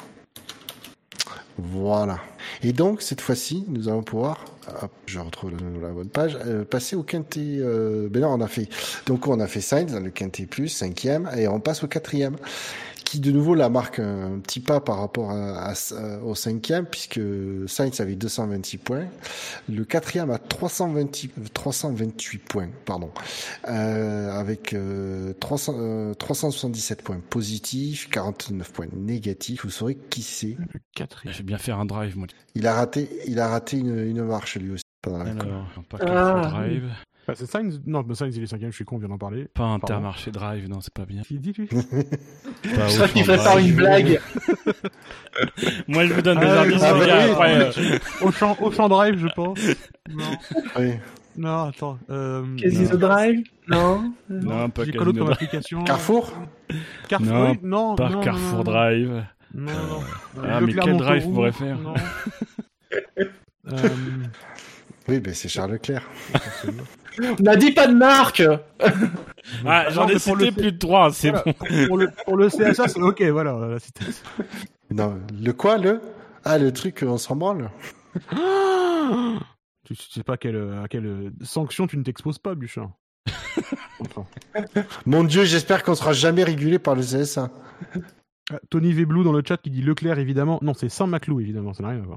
Voilà. Et donc, cette fois-ci, nous allons pouvoir, hop, je retrouve la, la bonne page, euh, passer au quintet. Euh, ben non, on a fait, donc on a fait Sainz dans le quintet plus, cinquième, et on passe au quatrième, qui de nouveau la marque un petit pas par rapport à, à, à- au cinquième, puisque Sainz avait deux cent vingt-six points, le quatrième a trois cent vingt-huit, trois cent vingt-huit points, pardon, euh, avec euh, trois cents, euh, trois cent soixante-dix-sept points positifs, quarante-neuf points négatifs. Vous saurez qui c'est. Quatrième. Je vais bien faire un drive, moi. Il a raté, il a raté une, une marche lui aussi pendant la course. Alors, pas Ah. Carrefour Drive, Bah, c'est Sainz. Non, mais Sainz, il est cinquième, je suis con, on vient d'en parler. pas Pardon. Intermarché Drive, non, c'est pas bien. Il dit, lui. Pas Je crois qu'il Auchan prépare Drive. une blague. Moi, je vous donne des Ah, indices, ah, les bah gars, oui. après, euh, Au champ, au champ drive, je pense. Non. Oui. Non, attends. Euh, Casino Drive? Non. Non, pas J'ai Casino quoi d'autre comme Drive. application? Carrefour. Carrefour. Non, oui, non, Par non, non, Carrefour non, Drive. Non, non, non. Ah, Le mais Clermont quel drive Auto, pourrait faire non. euh, Oui, ben c'est Charles Leclerc. On n'a dit pas de marque. Ah, j'en Non, ai mais pour le cité plus de trois, c'est Voilà, bon. pour, pour le, pour le C S A, c'est ok, voilà. La citation. Non, le quoi, le Ah, le truc, on s'en branle. Tu tu sais pas quelle, à quelle sanction tu ne t'exposes pas, Bûcher. Enfin. Mon Dieu, j'espère qu'on sera jamais régulé par le C S A. Ah, Tony Veblou dans le chat qui dit Leclerc, évidemment. Non, c'est Saint-Maclou, évidemment, ça n'a rien à voir.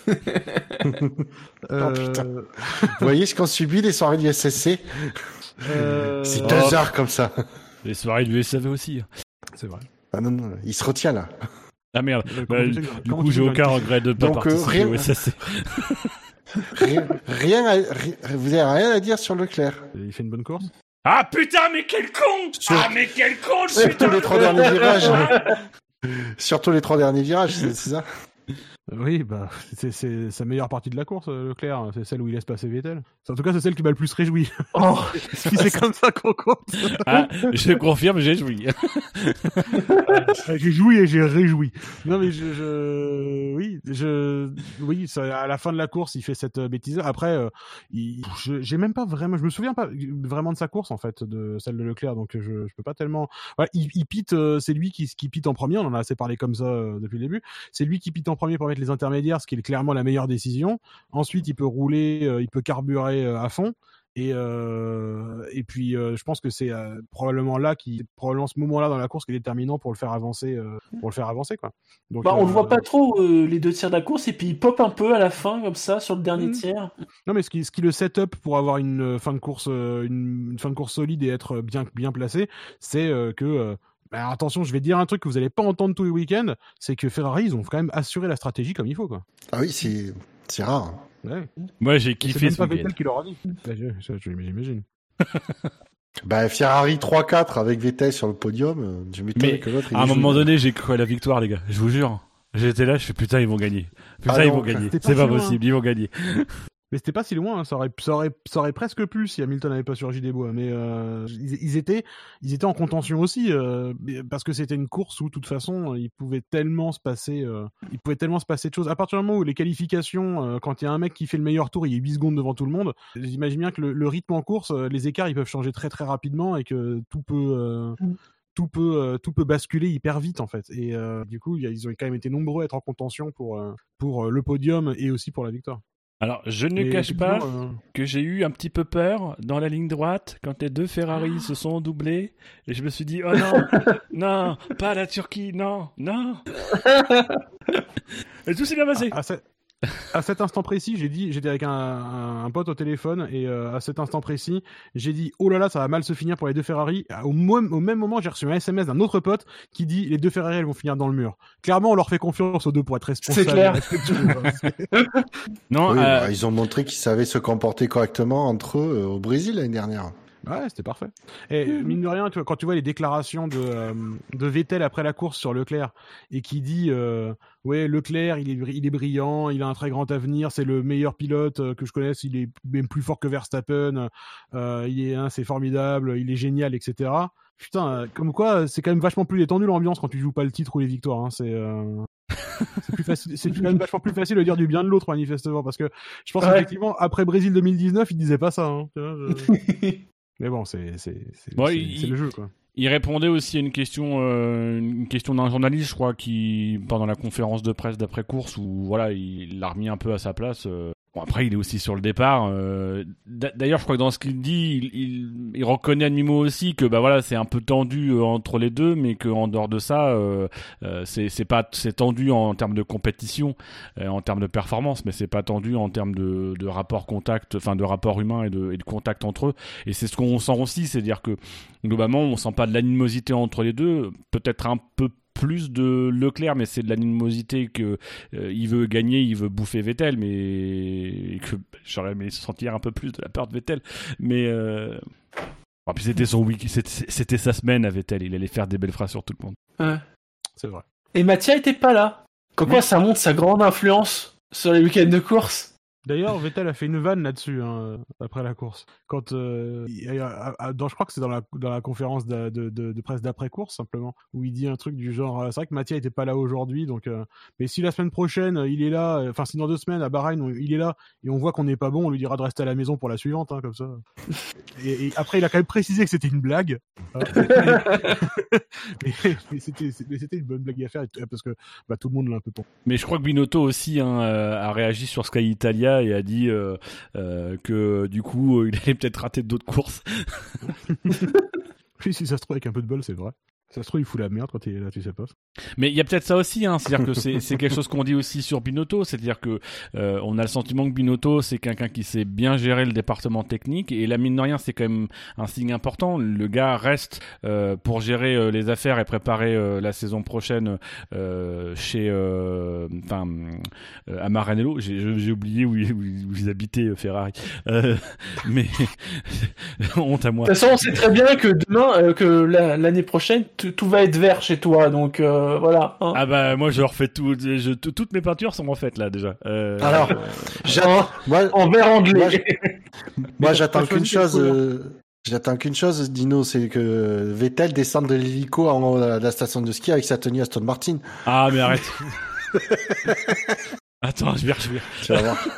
Oh, putain. Euh, Vous voyez ce qu'on subit les soirées du S S C? euh, C'est Oh. deux heures comme ça. Les soirées du S A V aussi. C'est vrai. Ah non, non, il se retient là. Ah merde, Euh, bah, comment tu du sais que- comment coup tu sais j'ai que- aucun regret de pas Donc, euh, participer rien- au S A C. Rien, rien, à- ri- vous avez rien à dire sur Leclerc. Il fait une bonne course. Ah putain, mais quel con! Sur- Ah mais quel con, le Surtout putain! les trois derniers virages. Surtout les trois derniers virages, c'est c'est ça? Oui, bah, c'est, c'est sa meilleure partie de la course, Leclerc. C'est celle où il laisse passer Vettel. En tout cas, c'est celle qui m'a le plus réjoui. Oh, si c'est comme ça qu'on compte. Ah, je confirme, j'ai joui. J'ai joui et j'ai réjoui. Non, mais je, je... oui, je, oui, ça, à la fin de la course, il fait cette bêtise. Après, euh, il... je, j'ai même pas vraiment, je me souviens pas vraiment de sa course, en fait, de celle de Leclerc, donc je, je peux pas tellement. Ouais, il, il pite, euh, c'est lui qui, qui pite en premier. On en a assez parlé comme ça euh, depuis le début. C'est lui qui pite en premier pour mettre les intermédiaires, ce qui est clairement la meilleure décision. Ensuite, il peut rouler, euh, il peut carburer euh, à fond. Et euh, et puis euh, je pense que c'est euh, probablement là qui probablement ce moment-là dans la course qui est déterminant pour le faire avancer euh, pour le faire avancer quoi. Donc bah, on euh, le voit pas trop euh, les deux tiers de la course et puis il pop un peu à la fin comme ça sur le dernier mmh. tiers. Non mais ce qui ce qui le set-up pour avoir une fin de course une, une fin de course solide et être bien bien placé, c'est euh, que euh, bah, attention, je vais dire un truc que vous allez pas entendre tous les week-ends, c'est que Ferrari ils ont quand même assuré la stratégie comme il faut quoi. Ah oui, c'est c'est rare. Ouais. Moi j'ai kiffé. C'est même pas Vettel qui l'aura dit. Bah, je, je, je, j'imagine. Bah Ferrari trois quatre avec Vettel sur le podium. Je m'étonne que l'autre. À un moment donné, j'ai cru à la victoire, les gars. Je vous jure. J'étais là, je fais putain, ils vont gagner. Putain, ah ils non, vont gagner. C'est pas, pas possible, ils vont gagner. Mais c'était pas si loin, hein. ça, aurait, ça, aurait, ça aurait presque pu si Hamilton n'avait pas surgi des bois. Mais euh, ils, ils, étaient, ils étaient en contention aussi, euh, parce que c'était une course où, de toute façon, il pouvait tellement se passer, euh, il pouvait tellement se passer de choses. À partir du moment où les qualifications, euh, quand il y a un mec qui fait le meilleur tour, il est huit secondes devant tout le monde. J'imagine bien que le, le rythme en course, les écarts, ils peuvent changer très très rapidement et que tout peut. Euh, tout peut euh, tout peut basculer hyper vite en fait et euh, du coup y a, ils ont quand même été nombreux à être en contention pour euh, pour euh, le podium et aussi pour la victoire. Alors, je ne et cache pas euh... que j'ai eu un petit peu peur dans la ligne droite quand les deux Ferrari ah. se sont doublés et je me suis dit, oh non, non, pas la Turquie, non, non. Et tout s'est bien passé. À, à, ce... à cet instant précis, j'ai dit, j'étais avec un, un, un pote au téléphone et euh, à cet instant précis, j'ai dit, oh là là, ça va mal se finir pour les deux Ferrari. Au, mo- au même moment, j'ai reçu un S M S d'un autre pote qui dit, les deux Ferrari, elles vont finir dans le mur. Clairement, on leur fait confiance aux deux pour être responsables. C'est clair. non, oui, euh... bah, ils ont montré qu'ils savaient se comporter correctement entre eux euh, au Brésil l'année dernière. Ouais, c'était parfait. Et mine de rien, tu vois, quand tu vois les déclarations de, euh, de Vettel après la course sur Leclerc et qui dit euh, ouais, Leclerc, il est, il est brillant, il a un très grand avenir, c'est le meilleur pilote euh, que je connaisse, il est même plus fort que Verstappen, euh, il est, hein, c'est formidable, il est génial, et cetera. Putain, euh, comme quoi, c'est quand même vachement plus détendu l'ambiance quand tu joues pas le titre ou les victoires. Hein, c'est euh... c'est plus facile, c'est quand même vachement plus facile de dire du bien de l'autre manifestement parce que je pense ouais. qu'effectivement après Brésil deux mille dix-neuf, il disait pas ça. Hein, tu vois, je... Mais bon, c'est, c'est, c'est, bon, c'est, il, c'est le jeu, quoi. Il répondait aussi à une question, euh, une question d'un journaliste, je crois, qui, pendant la conférence de presse d'après-course, où voilà, il l'a remis un peu à sa place. Euh... Bon, après, il est aussi sur le départ. Euh... D'ailleurs, je crois que dans ce qu'il dit, il, il, il reconnaît à demi-mot aussi que bah voilà, c'est un peu tendu euh, entre les deux, mais qu'en dehors de ça, euh, euh, c'est, c'est pas, c'est tendu en termes de compétition, euh, en termes de performance, mais c'est pas tendu en termes de, de rapport contact, enfin de rapport humain et de, et de contact entre eux. Et c'est ce qu'on sent aussi, c'est-à-dire que globalement, on sent pas de l'animosité entre les deux, peut-être un peu plus de Leclerc, mais c'est de l'animosité que euh, il veut gagner, il veut bouffer Vettel, mais que j'aurais aimé sentir un peu plus de la part de Vettel. Mais euh... bon, puis c'était son week, c'était, c'était sa semaine à Vettel, il allait faire des belles phrases sur tout le monde. Ouais. C'est vrai. Et Mathia était pas là. Comme quoi, ça montre sa grande influence sur les week-ends de course. D'ailleurs, Vettel a fait une vanne là-dessus hein, après la course. Quand, euh, il, à, à, dans, je crois que c'est dans la, dans la conférence de, de, de, de presse d'après-course simplement, où il dit un truc du genre, c'est vrai que Mathia était pas là aujourd'hui, donc, euh, mais si la semaine prochaine il est là, enfin si dans deux semaines à Bahreïn on, il est là et on voit qu'on n'est pas bon, on lui dira de rester à la maison pour la suivante, hein, comme ça. Et, et après, il a quand même précisé que c'était une blague. Hein. mais, mais, c'était, mais c'était une bonne blague à faire parce que bah, tout le monde l'a un peu pour. Mais je crois que Binotto aussi hein, a réagi sur Sky Italia et a dit euh, euh, que du coup il allait peut-être rater d'autres courses. Oui, si ça se trouve avec un peu de bol, c'est vrai. Ça se trouve, il fout la merde quand il est là, tu sais pas. Mais il y a peut-être ça aussi, hein. C'est-à-dire que c'est, c'est quelque chose qu'on dit aussi sur Binotto, c'est-à-dire que euh, on a le sentiment que Binotto, c'est quelqu'un qui sait bien gérer le département technique, et la mine de rien, c'est quand même un signe important. Le gars reste euh, pour gérer euh, les affaires et préparer euh, la saison prochaine euh, chez, enfin, euh, à Maranello. J'ai, j'ai oublié où, où, où ils habitaient Ferrari, euh, mais honte à moi. De toute façon, on sait très bien que demain, euh, que la, l'année prochaine, tout, tout va être vert chez toi, donc euh, voilà. Hein. Ah bah moi je refais tout, je, tout, toutes mes peintures sont refaites là déjà. Euh, Alors, euh, j'attends, moi, En vert anglais. moi, je- moi, j'attends T'as qu'une choisi quelle chose, couleur euh, j'attends qu'une chose, Dino, c'est que Vettel descende de l'hélico en haut de la station de ski avec sa tenue Aston Martin. Ah mais arrête. Attends, je vais, je vais. Tu vas voir.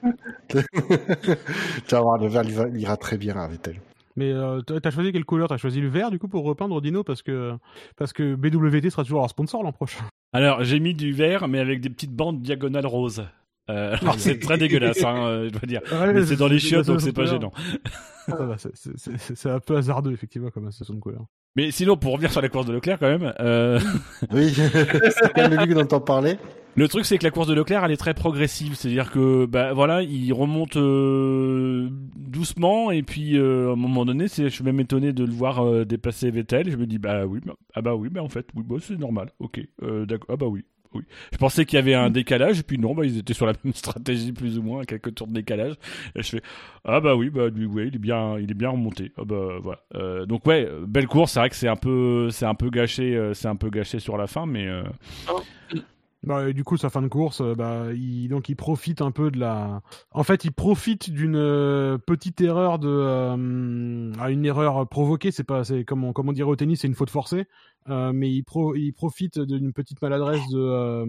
Tu vas voir, le vert il va- il ira très bien à Vettel. Mais euh, t'as t'as choisi quelle couleur? T'as choisi le vert du coup pour repeindre Dino parce que parce que B W T sera toujours leur sponsor l'an prochain. Alors j'ai mis du vert mais avec des petites bandes diagonales roses. Euh, alors c'est très dégueulasse, hein, euh, je dois dire. Ouais, Mais c'est dans les chiottes la donc c'est pas couleur. gênant. Ça va, c'est- c'est- c'est c'est un peu hasardeux effectivement comme association de couleurs. Mais sinon pour revenir sur la course de Leclerc quand même. Euh... Oui, c'est bien le dont on parlait. Le truc, c'est que la course de Leclerc, elle est très progressive. C'est-à-dire que, bah, voilà, il remonte euh, doucement, et puis euh, à un moment donné, c'est, je suis même étonné de le voir euh, dépasser Vettel. Je me dis, bah oui, bah, ah bah oui, bah en fait, oui, bah, c'est normal. Ok, euh, d'accord. Ah bah oui, oui. Je pensais qu'il y avait un décalage, et puis non, bah ils étaient sur la même stratégie plus ou moins, à quelques tours de décalage. Et je fais, ah bah oui, bah lui, ouais, il est bien, il est bien remonté. Ah bah voilà. Euh, donc ouais, belle course. C'est vrai que c'est un peu, c'est un peu gâché, euh, c'est un peu gâché sur la fin, mais. Euh... Bah, et du coup, sa fin de course, euh, bah, il, donc il profite un peu de la. En fait, il profite d'une euh, petite erreur de, euh, à une erreur provoquée. C'est pas, c'est comme on, comme on dirait au tennis, c'est une faute forcée. Euh, mais il, pro, il profite d'une petite maladresse de, euh,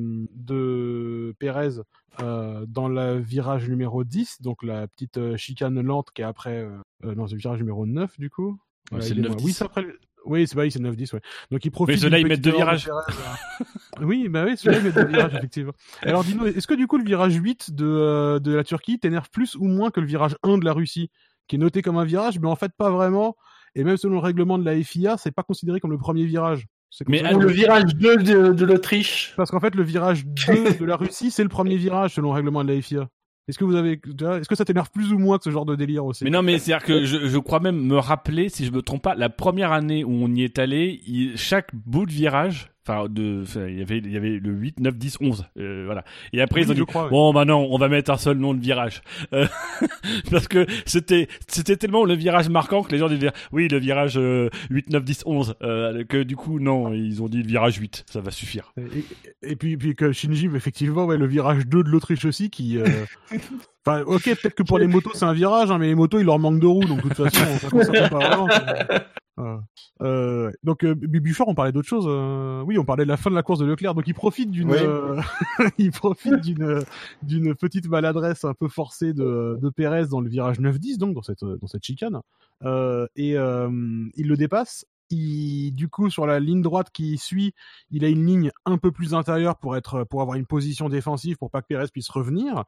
de Pérez euh, dans le virage numéro dix, donc la petite euh, chicane lente qui est après. Euh, euh, non, c'est le virage numéro neuf du coup. Ouais, Euh, c'est il le est- neuf dix. Oui, c'est après. Le... Oui, c'est bah, oui, c'est le neuf dix, ouais. Donc il profite. Mais ceux-là, d'une ils mettent petite deux erreur de virages. Pérez, euh. Oui, bah oui, celui-là, il met deux virages, effectivement. Alors, dis-nous, est-ce que du coup, le virage huit de, euh, de la Turquie t'énerve plus ou moins que le virage un de la Russie, qui est noté comme un virage, mais en fait, pas vraiment. Et même selon le règlement de la F I A, c'est pas considéré comme le premier virage. C'est Mais considéré Ou comme le virage deux de, de l'Autriche. Parce qu'en fait, le virage deux de la Russie, c'est le premier virage selon le règlement de la F I A. Est-ce que vous avez, est-ce que ça t'énerve plus ou moins que ce genre de délire aussi? Mais non, mais c'est-à-dire que je, je crois même me rappeler, si je me trompe pas, la première année où on y est allé, il- chaque bout de virage, enfin, de, enfin, il y avait, il y avait le huit, neuf, dix, onze, euh, voilà. Et après, Oui, ils ont je dit, crois, oui. bon, bah non, on va mettre un seul nom de virage. Euh, parce que c'était, c'était tellement le virage marquant que les gens disaient, oui, le virage euh, huit, neuf, dix, onze, euh, que du coup, non, ils ont dit le virage huit, ça va suffire. Et, et- et puis, puis que Shinji, effectivement, ouais, le virage deux de l'Autriche aussi, qui. euh, Enfin, ok, peut-être que pour les motos, c'est un virage, hein, mais les motos, il leur manque de roues, donc de toute façon, ça concerne pas vraiment. Euh, euh, donc, euh, Buford, on parlait d'autre chose. euh, Oui, on parlait de la fin de la course de Leclerc. Donc, il profite d'une, Oui. euh, il profite d'une, d'une petite maladresse un peu forcée de, de Pérez dans le virage neuf dix, donc dans cette, dans cette chicane, euh, et euh, il le dépasse. Il, du coup, sur la ligne droite qui suit, il a une ligne un peu plus intérieure pour être, pour avoir une position défensive, pour pas que Pérez puisse revenir.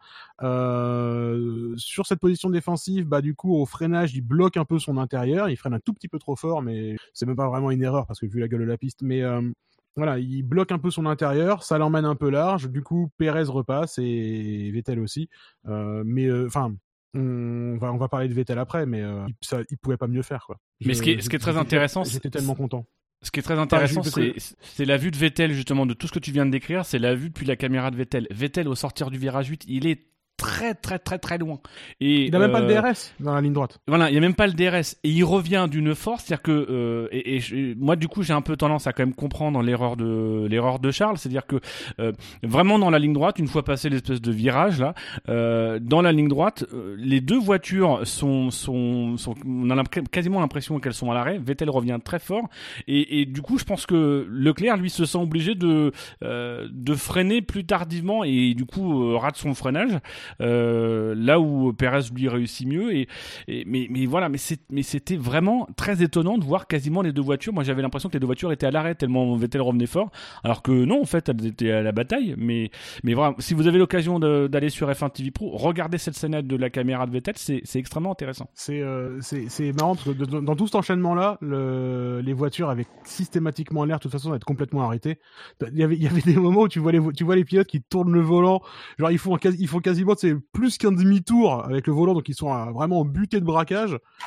Euh, sur cette position défensive, bah du coup, au freinage, il bloque un peu son intérieur. Il freine un tout petit peu trop fort, mais c'est même pas vraiment une erreur parce que vu la gueule de la piste. Mais euh, voilà, il bloque un peu son intérieur, ça l'emmène un peu large. Du coup, Pérez repasse et Vettel aussi. Euh, mais enfin. Euh, on va, on va parler de Vettel après, mais euh, il, ça, il pouvait pas mieux faire, quoi. Mais ce qui est, ce qui est très j'étais- intéressant, j'étais tellement content. Ce qui est très intéressant, Enfin, c'est, je- c'est la vue de Vettel, justement, de tout ce que tu viens de décrire, c'est la vue depuis la caméra de Vettel. Vettel, au sortir du virage huit, il est très, très, très, très loin. Et, Il a même pas euh, le D R S dans la ligne droite. Voilà, il y a même pas le D R S et il revient d'une force, c'est-à-dire que euh, et, et je- moi du coup j'ai un peu tendance à quand même comprendre l'erreur de l'erreur de Charles, c'est-à-dire que euh, vraiment dans la ligne droite, une fois passé l'espèce de virage là, euh, dans la ligne droite, euh, les deux voitures sont sont, sont on a l'imp- quasiment l'impression qu'elles sont à l'arrêt. Vettel revient très fort et, et du coup je pense que Leclerc lui se sent obligé de euh, de freiner plus tardivement et du coup euh, rate son freinage. Euh, là où Pérez lui réussit mieux et, et mais mais voilà mais c'est mais c'était vraiment très étonnant de voir quasiment les deux voitures. Moi j'avais l'impression que les deux voitures étaient à l'arrêt tellement Vettel revenait fort, alors que non en fait elles étaient à la bataille. Mais mais voilà, si vous avez l'occasion de, d'aller sur F un T V Pro, regardez cette scène de la caméra de Vettel, c'est c'est extrêmement intéressant. C'est euh, c'est c'est marrant parce que de- dans, dans tout cet enchaînement là, le, les voitures avaient systématiquement l'air de toute façon d'être complètement arrêtées. Il y avait il y avait des moments où tu vois les vo- tu vois les pilotes qui tournent le volant, genre ils font un quasi- ils font quasiment c'est plus qu'un demi-tour avec le volant, donc ils sont à- vraiment en butée de braquage.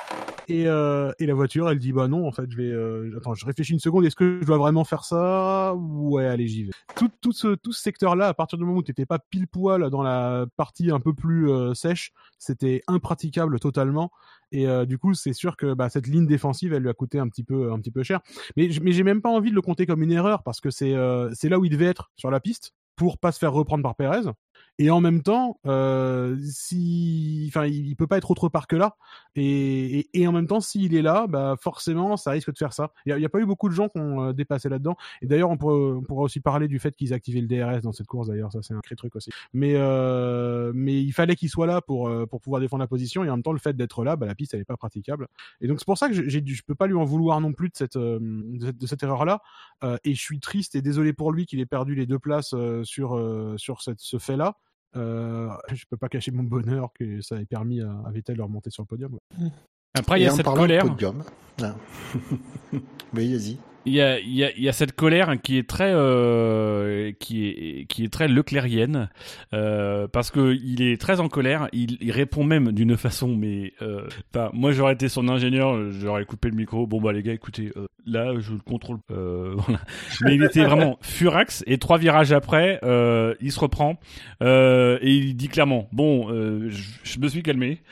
Et, euh, et la voiture, elle dit bah non, en fait, je vais. Euh, attends, je réfléchis une seconde. Est-ce que je dois vraiment faire ça? Ouais, allez, j'y vais. Tout, tout ce, tout ce secteur-là, à partir du moment où t'étais pas pile poil dans la partie un peu plus euh, sèche, c'était impraticable totalement. Et euh, du coup, c'est sûr que bah, cette ligne défensive, elle lui a coûté un petit peu, un petit peu cher. Mais, mais j'ai même pas envie de le compter comme une erreur parce que c'est, euh, c'est là où il devait être sur la piste pour pas se faire reprendre par Pérez. Et en même temps, euh, si, enfin, il, il peut pas être autre part que là. Et, et, et en même temps, s'il est là, bah forcément, ça risque de faire ça. Il y a, il y a pas eu beaucoup de gens qui ont euh, dépassé là-dedans. Et d'ailleurs, on pourrait, on pourrait aussi parler du fait qu'ils aient activé le D R S dans cette course. D'ailleurs, ça c'est un cré truc aussi. Mais, euh, mais il fallait qu'il soit là pour euh, pour pouvoir défendre la position. Et en même temps, le fait d'être là, bah la piste elle est pas praticable. Et donc c'est pour ça que j'ai, je peux pas lui en vouloir non plus de cette euh, de cette, de cette erreur-là. Euh, et je suis triste et désolé pour lui qu'il ait perdu les deux places euh, sur euh, sur cette, ce fait-là. Euh, je peux pas cacher mon bonheur que ça ait permis à, à Vettel de remonter sur le podium. Après, il y a cette colère. Podium. Ah. Oui, vas-y. Il y a, il y a, il y a cette colère qui est très, euh, qui est, qui est très leclérienne, euh, parce que il est très en colère. Il, il répond même d'une façon, mais, euh, enfin, moi j'aurais été son ingénieur, j'aurais coupé le micro. Bon bah les gars, écoutez, euh, là je le contrôle. Euh, voilà. Mais il était vraiment furax. Et trois virages après, euh, il se reprend euh, et il dit clairement, bon, euh, je, je me suis calmé.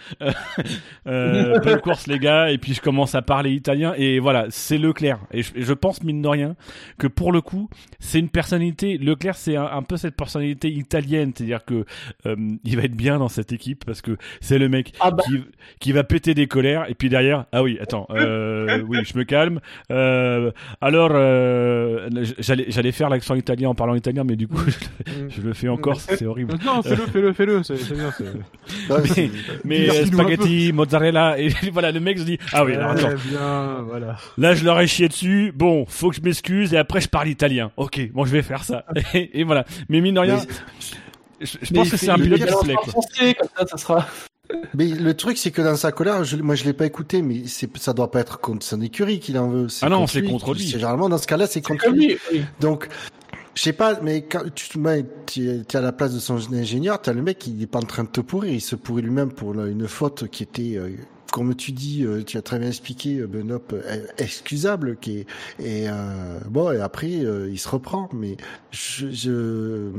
euh, belle course les gars. Et puis je commence à parler italien et voilà, c'est Leclerc. Et je, je pense mine de rien que pour le coup c'est une personnalité, Leclerc c'est un, un peu cette personnalité italienne, c'est-à-dire que euh, il va être bien dans cette équipe parce que c'est le mec ah bah. qui, qui va péter des colères et puis derrière ah oui attends euh, oui je me calme euh, alors euh, j'allais, j'allais faire l'accent italien en parlant italien mais du coup je, je le fais encore, c'est horrible. Non fais-le fais-le fais-le c'est, c'est bien c'est... mais, mais euh, spaghetti mozzarella et voilà le mec se dit ah oui alors, attends bien, voilà. Là je leur ai chié dessus, bon faut que je m'excuse et après je parle italien. Ok, bon je vais faire ça. Et, et voilà. Mais mine de rien, mais, je, je pense que c'est un pilote qui se plaît. Comme ça, ça sera. Mais le truc, c'est que dans sa colère, je, moi je l'ai pas écouté, mais c'est, ça doit pas être contre son écurie qu'il en veut. C'est ah non, contre c'est lui. contre lui. C'est généralement dans ce cas-là, c'est, c'est contre lui. lui. Oui. Donc, je sais pas, mais quand tu es à la place de son ingénieur, t'as le mec qui est pas en train de te pourrir, il se pourrit lui-même pour là, une faute qui était. Euh, Comme tu dis, tu as très bien expliqué, Benoît, excusable, qui est, et euh, bon, et après euh, il se reprend, mais je je,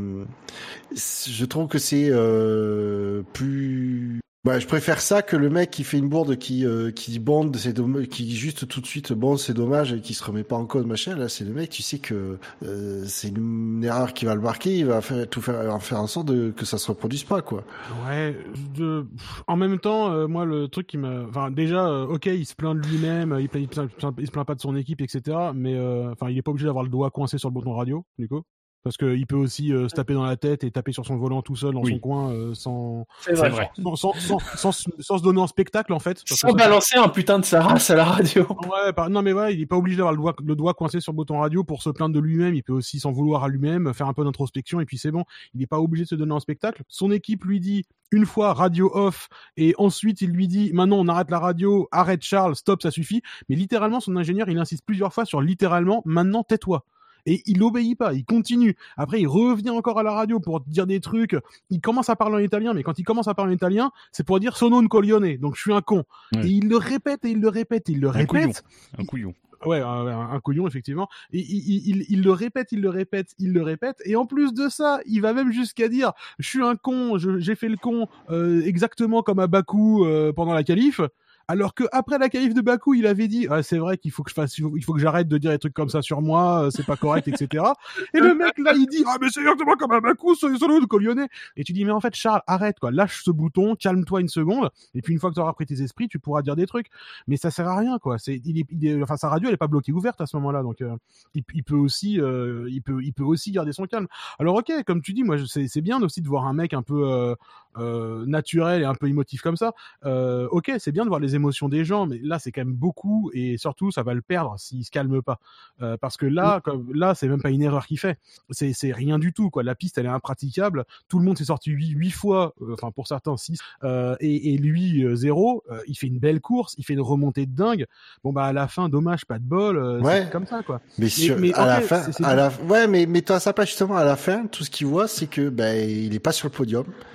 je trouve que c'est euh, plus. Bah, je préfère ça que le mec qui fait une bourde qui euh, qui bonde, c'est domm- qui juste tout de suite bon c'est dommage et qui se remet pas en cause machin. Là, c'est le mec, tu sais que euh, c'est une erreur qui va le marquer, il va faire tout faire en faire en sorte de, que ça se reproduise pas quoi. Ouais. De... En même temps, euh, moi le truc qui m'a, enfin déjà, euh, ok, il se plaint de lui-même, il, il, il, il se plaint pas de son équipe, et cetera. Mais enfin, euh, il est pas obligé d'avoir le doigt coincé sur le bouton radio, Nico. Parce que il peut aussi euh, se taper dans la tête et taper sur son volant tout seul dans oui. son coin euh, sans, c'est vrai. vrai. Sans, sans, sans, sans, sans se donner en spectacle en fait. Sans balancer ça... un putain de sa race à la radio. Ouais, par... non mais ouais, il est pas obligé d'avoir le doigt, le doigt coincé sur le bouton radio pour se plaindre de lui-même. Il peut aussi s'en vouloir à lui-même, faire un peu d'introspection et puis c'est bon. Il est pas obligé de se donner en spectacle. Son équipe lui dit une fois radio off et ensuite il lui dit maintenant on arrête la radio, arrête Charles, stop, ça suffit. Mais littéralement son ingénieur il insiste plusieurs fois sur littéralement maintenant tais-toi. Et il obéit pas, il continue. Après, il revient encore à la radio pour dire des trucs. Il commence à parler en italien, mais quand il commence à parler en italien, c'est pour dire sono un coglione, donc je suis un con. Ouais. Et il le répète, et il le répète, et il le un répète. Couillon. Un couillon. Ouais, un, un, un couillon, effectivement. Et il, il, il, il le répète, il le répète, il le répète. Et en plus de ça, il va même jusqu'à dire je suis un con, je, j'ai fait le con euh, exactement comme à Bakou euh, pendant la qualif. Alors que après la qualif de Bakou, il avait dit ah, c'est vrai qu'il faut que je fasse, il faut que j'arrête de dire des trucs comme ça sur moi, c'est pas correct, et cetera. Et le mec là, il dit ah mais c'est exactement comme à Bakou, c'est solo de Coglione. Et tu dis mais en fait Charles, arrête quoi, lâche ce bouton, calme-toi une seconde, et puis une fois que tu auras pris tes esprits, tu pourras dire des trucs. Mais ça sert à rien quoi. C'est, il est, il est, enfin sa radio elle est pas bloquée ouverte à ce moment-là, donc euh, il, il peut aussi, euh, il peut, il peut aussi garder son calme. Alors ok, comme tu dis, moi c'est, c'est bien aussi de voir un mec un peu euh, euh, naturel et un peu émotif comme ça. Euh, ok, c'est bien de voir les émotions des gens, mais là c'est quand même beaucoup et surtout ça va le perdre s'il se calme pas euh, parce que là oui. comme, là c'est même pas une erreur qu'il fait, c'est c'est rien du tout quoi. La piste elle est impraticable, tout le monde s'est sorti huit fois, enfin euh, pour certains six euh, et, et lui euh, zéro, euh, il fait une belle course, il fait une remontée de dingue. Bon bah à la fin dommage, pas de bol, euh, ouais. c'est comme ça quoi. Mais, sur, mais, mais à okay, la fin, c'est, c'est à la, ouais mais mais toi ça pas justement à la fin tout ce qu'il voit c'est que ben bah, il est pas sur le podium, mais, il se bat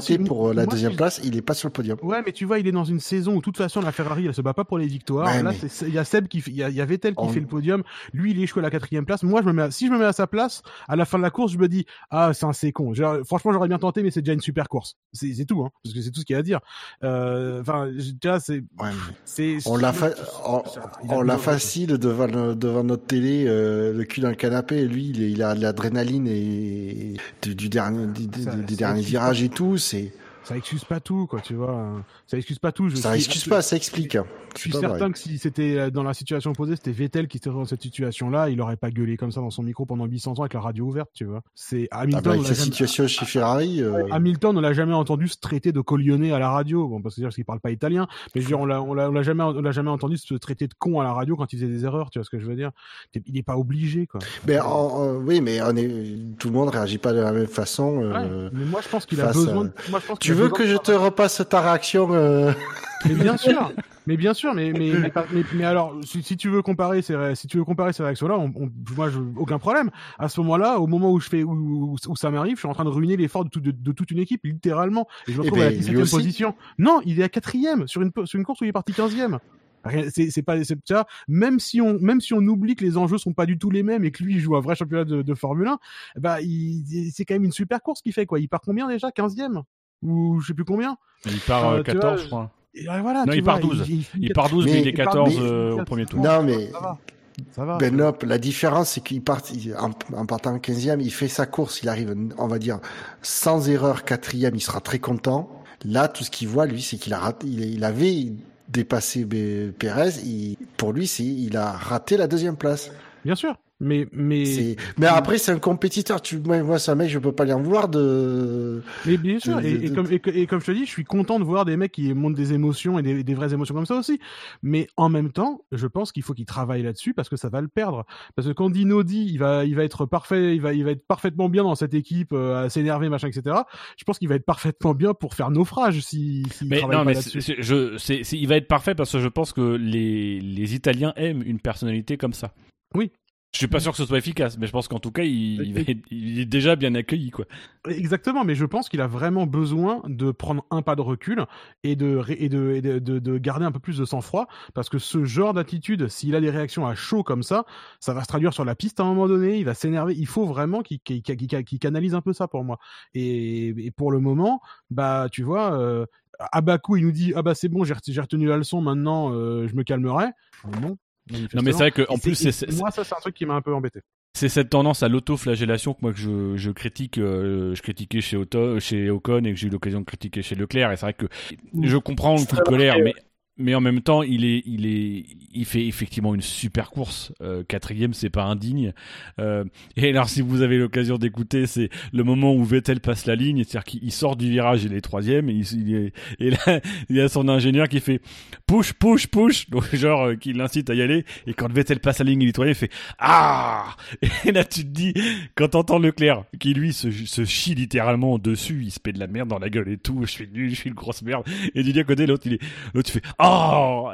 raté si, pour euh, la moi, deuxième si- place, il est pas sur le podium. Ouais, mais tu vois, il est dans une saison où, de toute façon, la Ferrari, elle se bat pas pour les victoires. Ouais, Là, mais- c'est- il y a Seb qui fait, il y a, il y a Vettel qui On- fait le podium. Lui, il est échoué à la quatrième place. Moi, je me mets à- si je me mets à sa place, à la fin de la course, je me dis, ah, c'est un c'est con. Genre, franchement, j'aurais bien tenté, mais c'est déjà une super course. C'est, c'est tout, hein. Parce que c'est tout ce qu'il y a à dire. Euh, enfin, je- tu vois, c'est, Ouais, mais c'est, on l'a fa- on, il a on de l'a l'eau, facile devant, le- devant notre télé, euh, le cul dans le canapé. Et lui, il, est- il a de l'adrénaline et du, du dernier, du- du- Ça- des ça derniers excuse virages et tout. C'est, ça excuse pas tout, quoi, tu vois. Ça excuse pas tout. Je ça suis excuse absolu- pas, ça explique. hein. Je C'est suis pas certain vrai. que si c'était euh, dans la situation opposée, c'était Vettel qui était dans cette situation-là, il aurait pas gueulé comme ça dans son micro pendant huit cents ans avec la radio ouverte, tu vois. C'est Ah Hamilton. bah, on avec l'a sa jamais- situation chez Ferrari, euh, Hamilton, on l'a jamais entendu se traiter de coglionné à la radio. Bon, parce que parce qu'il parle pas italien, mais je veux dire, on l'a, on l'a, on l'a jamais, on l'a jamais entendu se traiter de con à la radio quand il faisait des erreurs. Tu vois ce que je veux dire? Il est pas obligé, quoi. ben, en- en- oui, mais on est, tout le monde réagit pas de la même façon. euh, Ouais, mais moi, je pense qu'il a face besoin. à- de- Moi, je pense qu'il Tu a veux besoin que de- je te repasse ta réaction euh, Mais bien sûr, mais bien sûr, mais mais mais, pas- mais, mais alors si, si tu veux comparer ces ré- si tu veux comparer ces réactions-là, on, on, moi je, aucun problème. À ce moment-là, au moment où je fais où, où, où ça m'arrive, je suis en train de ruiner l'effort de, tout- de, de toute une équipe littéralement. Et je me Eh retrouve ben, à la lui dix-septième aussi. position. Non, il est à quatrième sur une sur une course où il est parti quinzième. Rien- C'est c'est pas c'est ça. Même si on même si on oublie que les enjeux sont pas du tout les mêmes et que lui il joue un vrai championnat de, de Formule un, bah il, c'est quand même une super course qu'il fait quoi. Il part combien déjà, quinzième ou je sais plus combien. Il part Euh, euh, tu quatorze, vois, je crois. Et voilà, Non, tu il part vois, douze. il, il- Il part douze, mais, Mais- il est il part quatorze douze, euh, au mais- premier tour. Non, mais Ça va. Ça va. Ben la différence, c'est qu'il part, il- en, en partant quinzième, il fait sa course, il arrive, on va dire, sans erreur quatrième, il sera très content. Là, tout ce qu'il voit, lui, c'est qu'il a raté, il, il avait dépassé Bé- Pérez, il, pour lui, c'est, il a raté la deuxième place. Bien sûr. Mais, mais, C'est, mais après, c'est un compétiteur, tu, moi, moi, c'est un mec, je peux pas lui en vouloir de, mais bien sûr. de- Et, de- et comme, et, et comme je te dis, je suis content de voir des mecs qui montrent des émotions et des, des vraies émotions comme ça aussi. Mais en même temps, je pense qu'il faut qu'il travaille là-dessus parce que ça va le perdre. Parce que quand Dino dit, il va, il va être parfait, il va, il va être parfaitement bien dans cette équipe, euh, à s'énerver, machin, et cetera. Je pense qu'il va être parfaitement bien pour faire naufrage si, s'il Mais travaille non, pas mais là-dessus. c'est- c'est- je, c'est, c'est- il va être parfait parce que je pense que les, les Italiens aiment une personnalité comme ça. Oui. Je suis pas sûr que ce soit efficace, mais je pense qu'en tout cas, il, il, va être- il est déjà bien accueilli, quoi. Exactement, mais je pense qu'il a vraiment besoin de prendre un pas de recul et de, ré- et de, et de, de, de garder un peu plus de sang-froid, parce que ce genre d'attitude, s'il a des réactions à chaud comme ça, ça va se traduire sur la piste à un moment donné, il va s'énerver, il faut vraiment qu'il, qu'il, qu'il, qu'il- qu'il canalise un peu ça pour moi. Et, et pour le moment, bah tu vois, euh, à Bakou, il nous dit « Ah bah c'est bon, j'ai, ret- j'ai retenu la leçon, maintenant euh, je me calmerai ». Non. Non, mais c'est vrai que en Et plus, c'est- c'est, et c'est, moi ça c'est un truc qui m'a un peu embêté. c'est cette tendance à l'autoflagellation que moi que je, je critique, euh, je critiquais chez Otto, chez Ocon et que j'ai eu l'occasion de critiquer chez Leclerc. Et c'est vrai que je comprends le coup de colère, mais mais en même temps, il est, il est, il fait effectivement une super course. Euh, quatrième, c'est pas indigne. Euh, et alors, si vous avez l'occasion d'écouter, c'est le moment où Vettel passe la ligne, c'est-à-dire qu'il il sort du virage, il est troisième, et, il, il est, et là, il y a son ingénieur qui fait push, push, push, donc genre euh, qui l'incite à y aller. Et quand Vettel passe la ligne, il est troisième, il fait ah. Et là, tu te dis, quand t'entends Leclerc, qui lui se, se chie littéralement dessus, il se fait de la merde dans la gueule et tout. Je suis nul, je suis une grosse merde. Et du à côté, l'autre, il est, l'autre, il fait oh.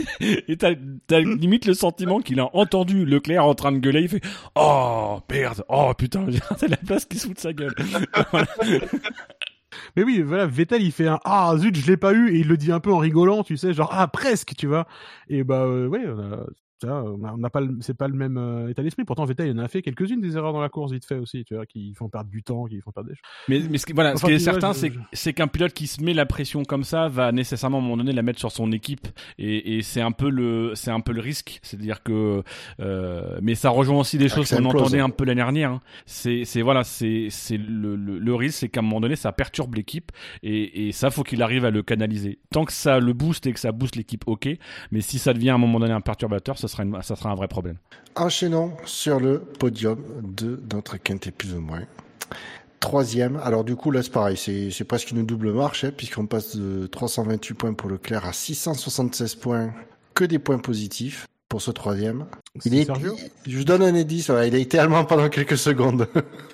Et t'as, t'as limite le sentiment qu'il a entendu Leclerc en train de gueuler. Il fait oh merde, oh putain, c'est la place qui se fout de sa gueule. Voilà. Mais oui, voilà, Vettel il fait un ah zut, je l'ai pas eu, et il le dit un peu en rigolant, tu sais, genre ah presque, tu vois. Et bah euh, ouais, on a, ça, on a, on a pas, le, c'est pas le même euh, état d'esprit. Pourtant Vettel il en a fait quelques-unes des erreurs dans la course vite fait aussi, tu vois, qui font perdre du temps, qui font perdre des choses. Mais, mais ce qui, voilà, Enfin, ce qui est tu vois, certain, je- c'est, je- c'est qu'un pilote qui se met la pression comme ça va nécessairement à un moment donné la mettre sur son équipe, et, et c'est un peu le, c'est un peu le risque, c'est-à-dire que, euh, mais ça rejoint aussi des Ah, choses que ça qu'on implose. entendait un peu l'année dernière. Hein. C'est, c'est voilà, c'est, c'est le, le, le risque, c'est qu'à un moment donné, ça perturbe l'équipe, et, et ça, faut qu'il arrive à le canaliser. Tant que ça le booste et que ça booste l'équipe, ok. Mais si ça devient à un moment donné un perturbateur, ça sera, une, ça sera un vrai problème. Enchaînons sur le podium de notre quintet plus ou moins. Troisième, alors du coup là c'est pareil, c'est, c'est presque une double marche, hein, puisqu'on passe de trois cent vingt-huit points pour Leclerc à six cent soixante-seize points, que des points positifs pour ce troisième. Il C'est est, Sergio il- je vous donne un indice, ouais, il a été allemand pendant quelques secondes.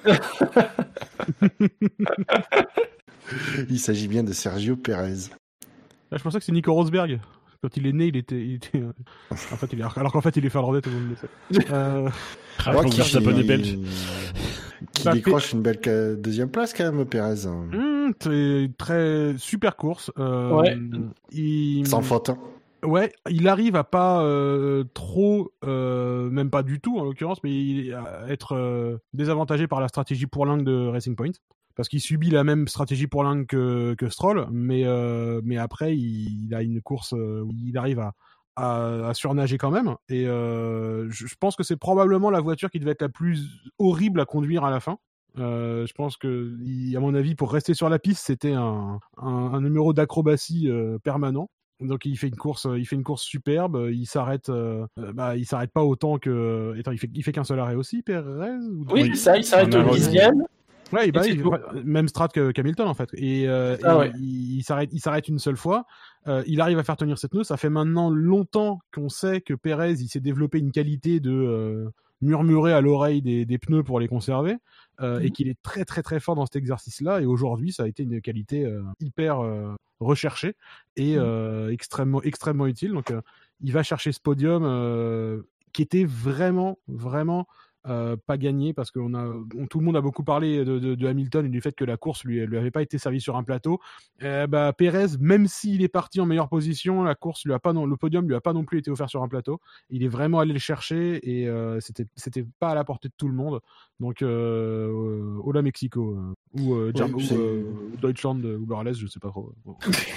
Il s'agit bien de Sergio Pérez. Là, je pensais que c'est Nico Rosberg. Quand il est né, il était, il était euh, en fait, il est, alors qu'en fait il est finlandais, tout le monde le sait. Euh, Ah, Ouais, donc, qui, Verstappen est belge. qui Bah, décroche une belle ca- deuxième place quand même, Pérez. Mmh, c'est très super course. Euh, Ouais. il... Sans faute. Hein. Ouais, il arrive à pas euh, trop, euh, même pas du tout en l'occurrence, mais il, à être euh, désavantagé par la stratégie pourlingue de Racing Point. Parce qu'il subit la même stratégie pourlingue que, que Stroll, mais, euh, mais après, il, il a une course où il arrive à, à, à surnager quand même. Et euh, je, je pense que c'est probablement la voiture qui devait être la plus horrible à conduire à la fin. Euh, je pense que, il, à mon avis, pour rester sur la piste, c'était un, un, un numéro d'acrobatie euh, permanent. Donc il fait une course, il fait une course superbe. Il s'arrête, euh, bah il s'arrête pas autant que. Attends, il fait, il fait qu'un seul arrêt aussi, Perez. Ou... Oui, c'est ça. Il s'arrête au dixième. Ouais, bah, il, même strat que Hamilton en fait. Et, euh, ah, et ouais. il, il s'arrête, il s'arrête une seule fois. Euh, il arrive à faire tenir cette pneu. Ça fait maintenant longtemps qu'on sait que Perez, il s'est développé une qualité de euh, murmurer à l'oreille des, des pneus pour les conserver, euh, mmh. et qu'il est très très très fort dans cet exercice-là. Et aujourd'hui, ça a été une qualité euh, hyper euh, recherchée et euh, extrêmement extrêmement utile. Donc, euh, il va chercher ce podium euh, qui était vraiment vraiment Euh, pas gagné parce que on a, on, tout le monde a beaucoup parlé de, de, de Hamilton et du fait que la course lui, lui avait pas été servie sur un plateau. Euh, bah, Perez, même s'il est parti en meilleure position, la course lui a pas non, le podium lui a pas non plus été offert sur un plateau. Il est vraiment allé le chercher et euh, c'était c'était pas à la portée de tout le monde. Donc euh, euh, hola Mexico euh, ou, euh, Germ- oui, ou euh, Deutschland ou Barales, je sais pas trop. Bon.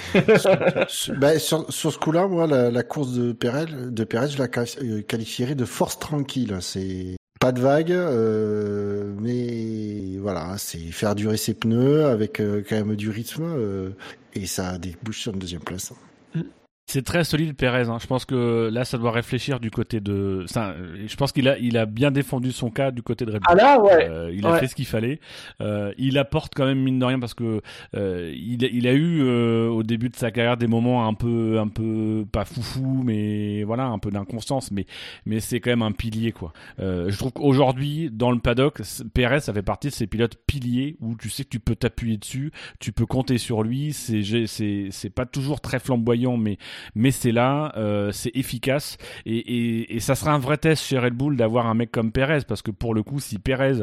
bah, sur, sur ce coup-là, moi, la, la course de Perez, de Perez, je la qualifierais de force tranquille. C'est pas de vague, euh, mais voilà, c'est faire durer ses pneus avec euh, quand même du rythme euh, et ça débouche sur une deuxième place. C'est très solide Perez, hein. Je pense que là ça doit réfléchir du côté de ça, je pense qu'il a il a bien défendu son cas du côté de Red Bull. Ah là ouais. Euh, il a ouais. fait ce qu'il fallait. Euh, il apporte quand même mine de rien parce que euh, il il a eu euh, au début de sa carrière des moments un peu un peu pas foufou mais voilà, un peu d'inconstance mais mais c'est quand même un pilier quoi. Euh, je trouve qu'aujourd'hui dans le paddock, Perez ça fait partie de ces pilotes piliers où tu sais que tu peux t'appuyer dessus, tu peux compter sur lui, c'est c'est c'est pas toujours très flamboyant mais mais c'est là, euh, c'est efficace et, et, et ça sera un vrai test chez Red Bull d'avoir un mec comme Perez parce que pour le coup si Perez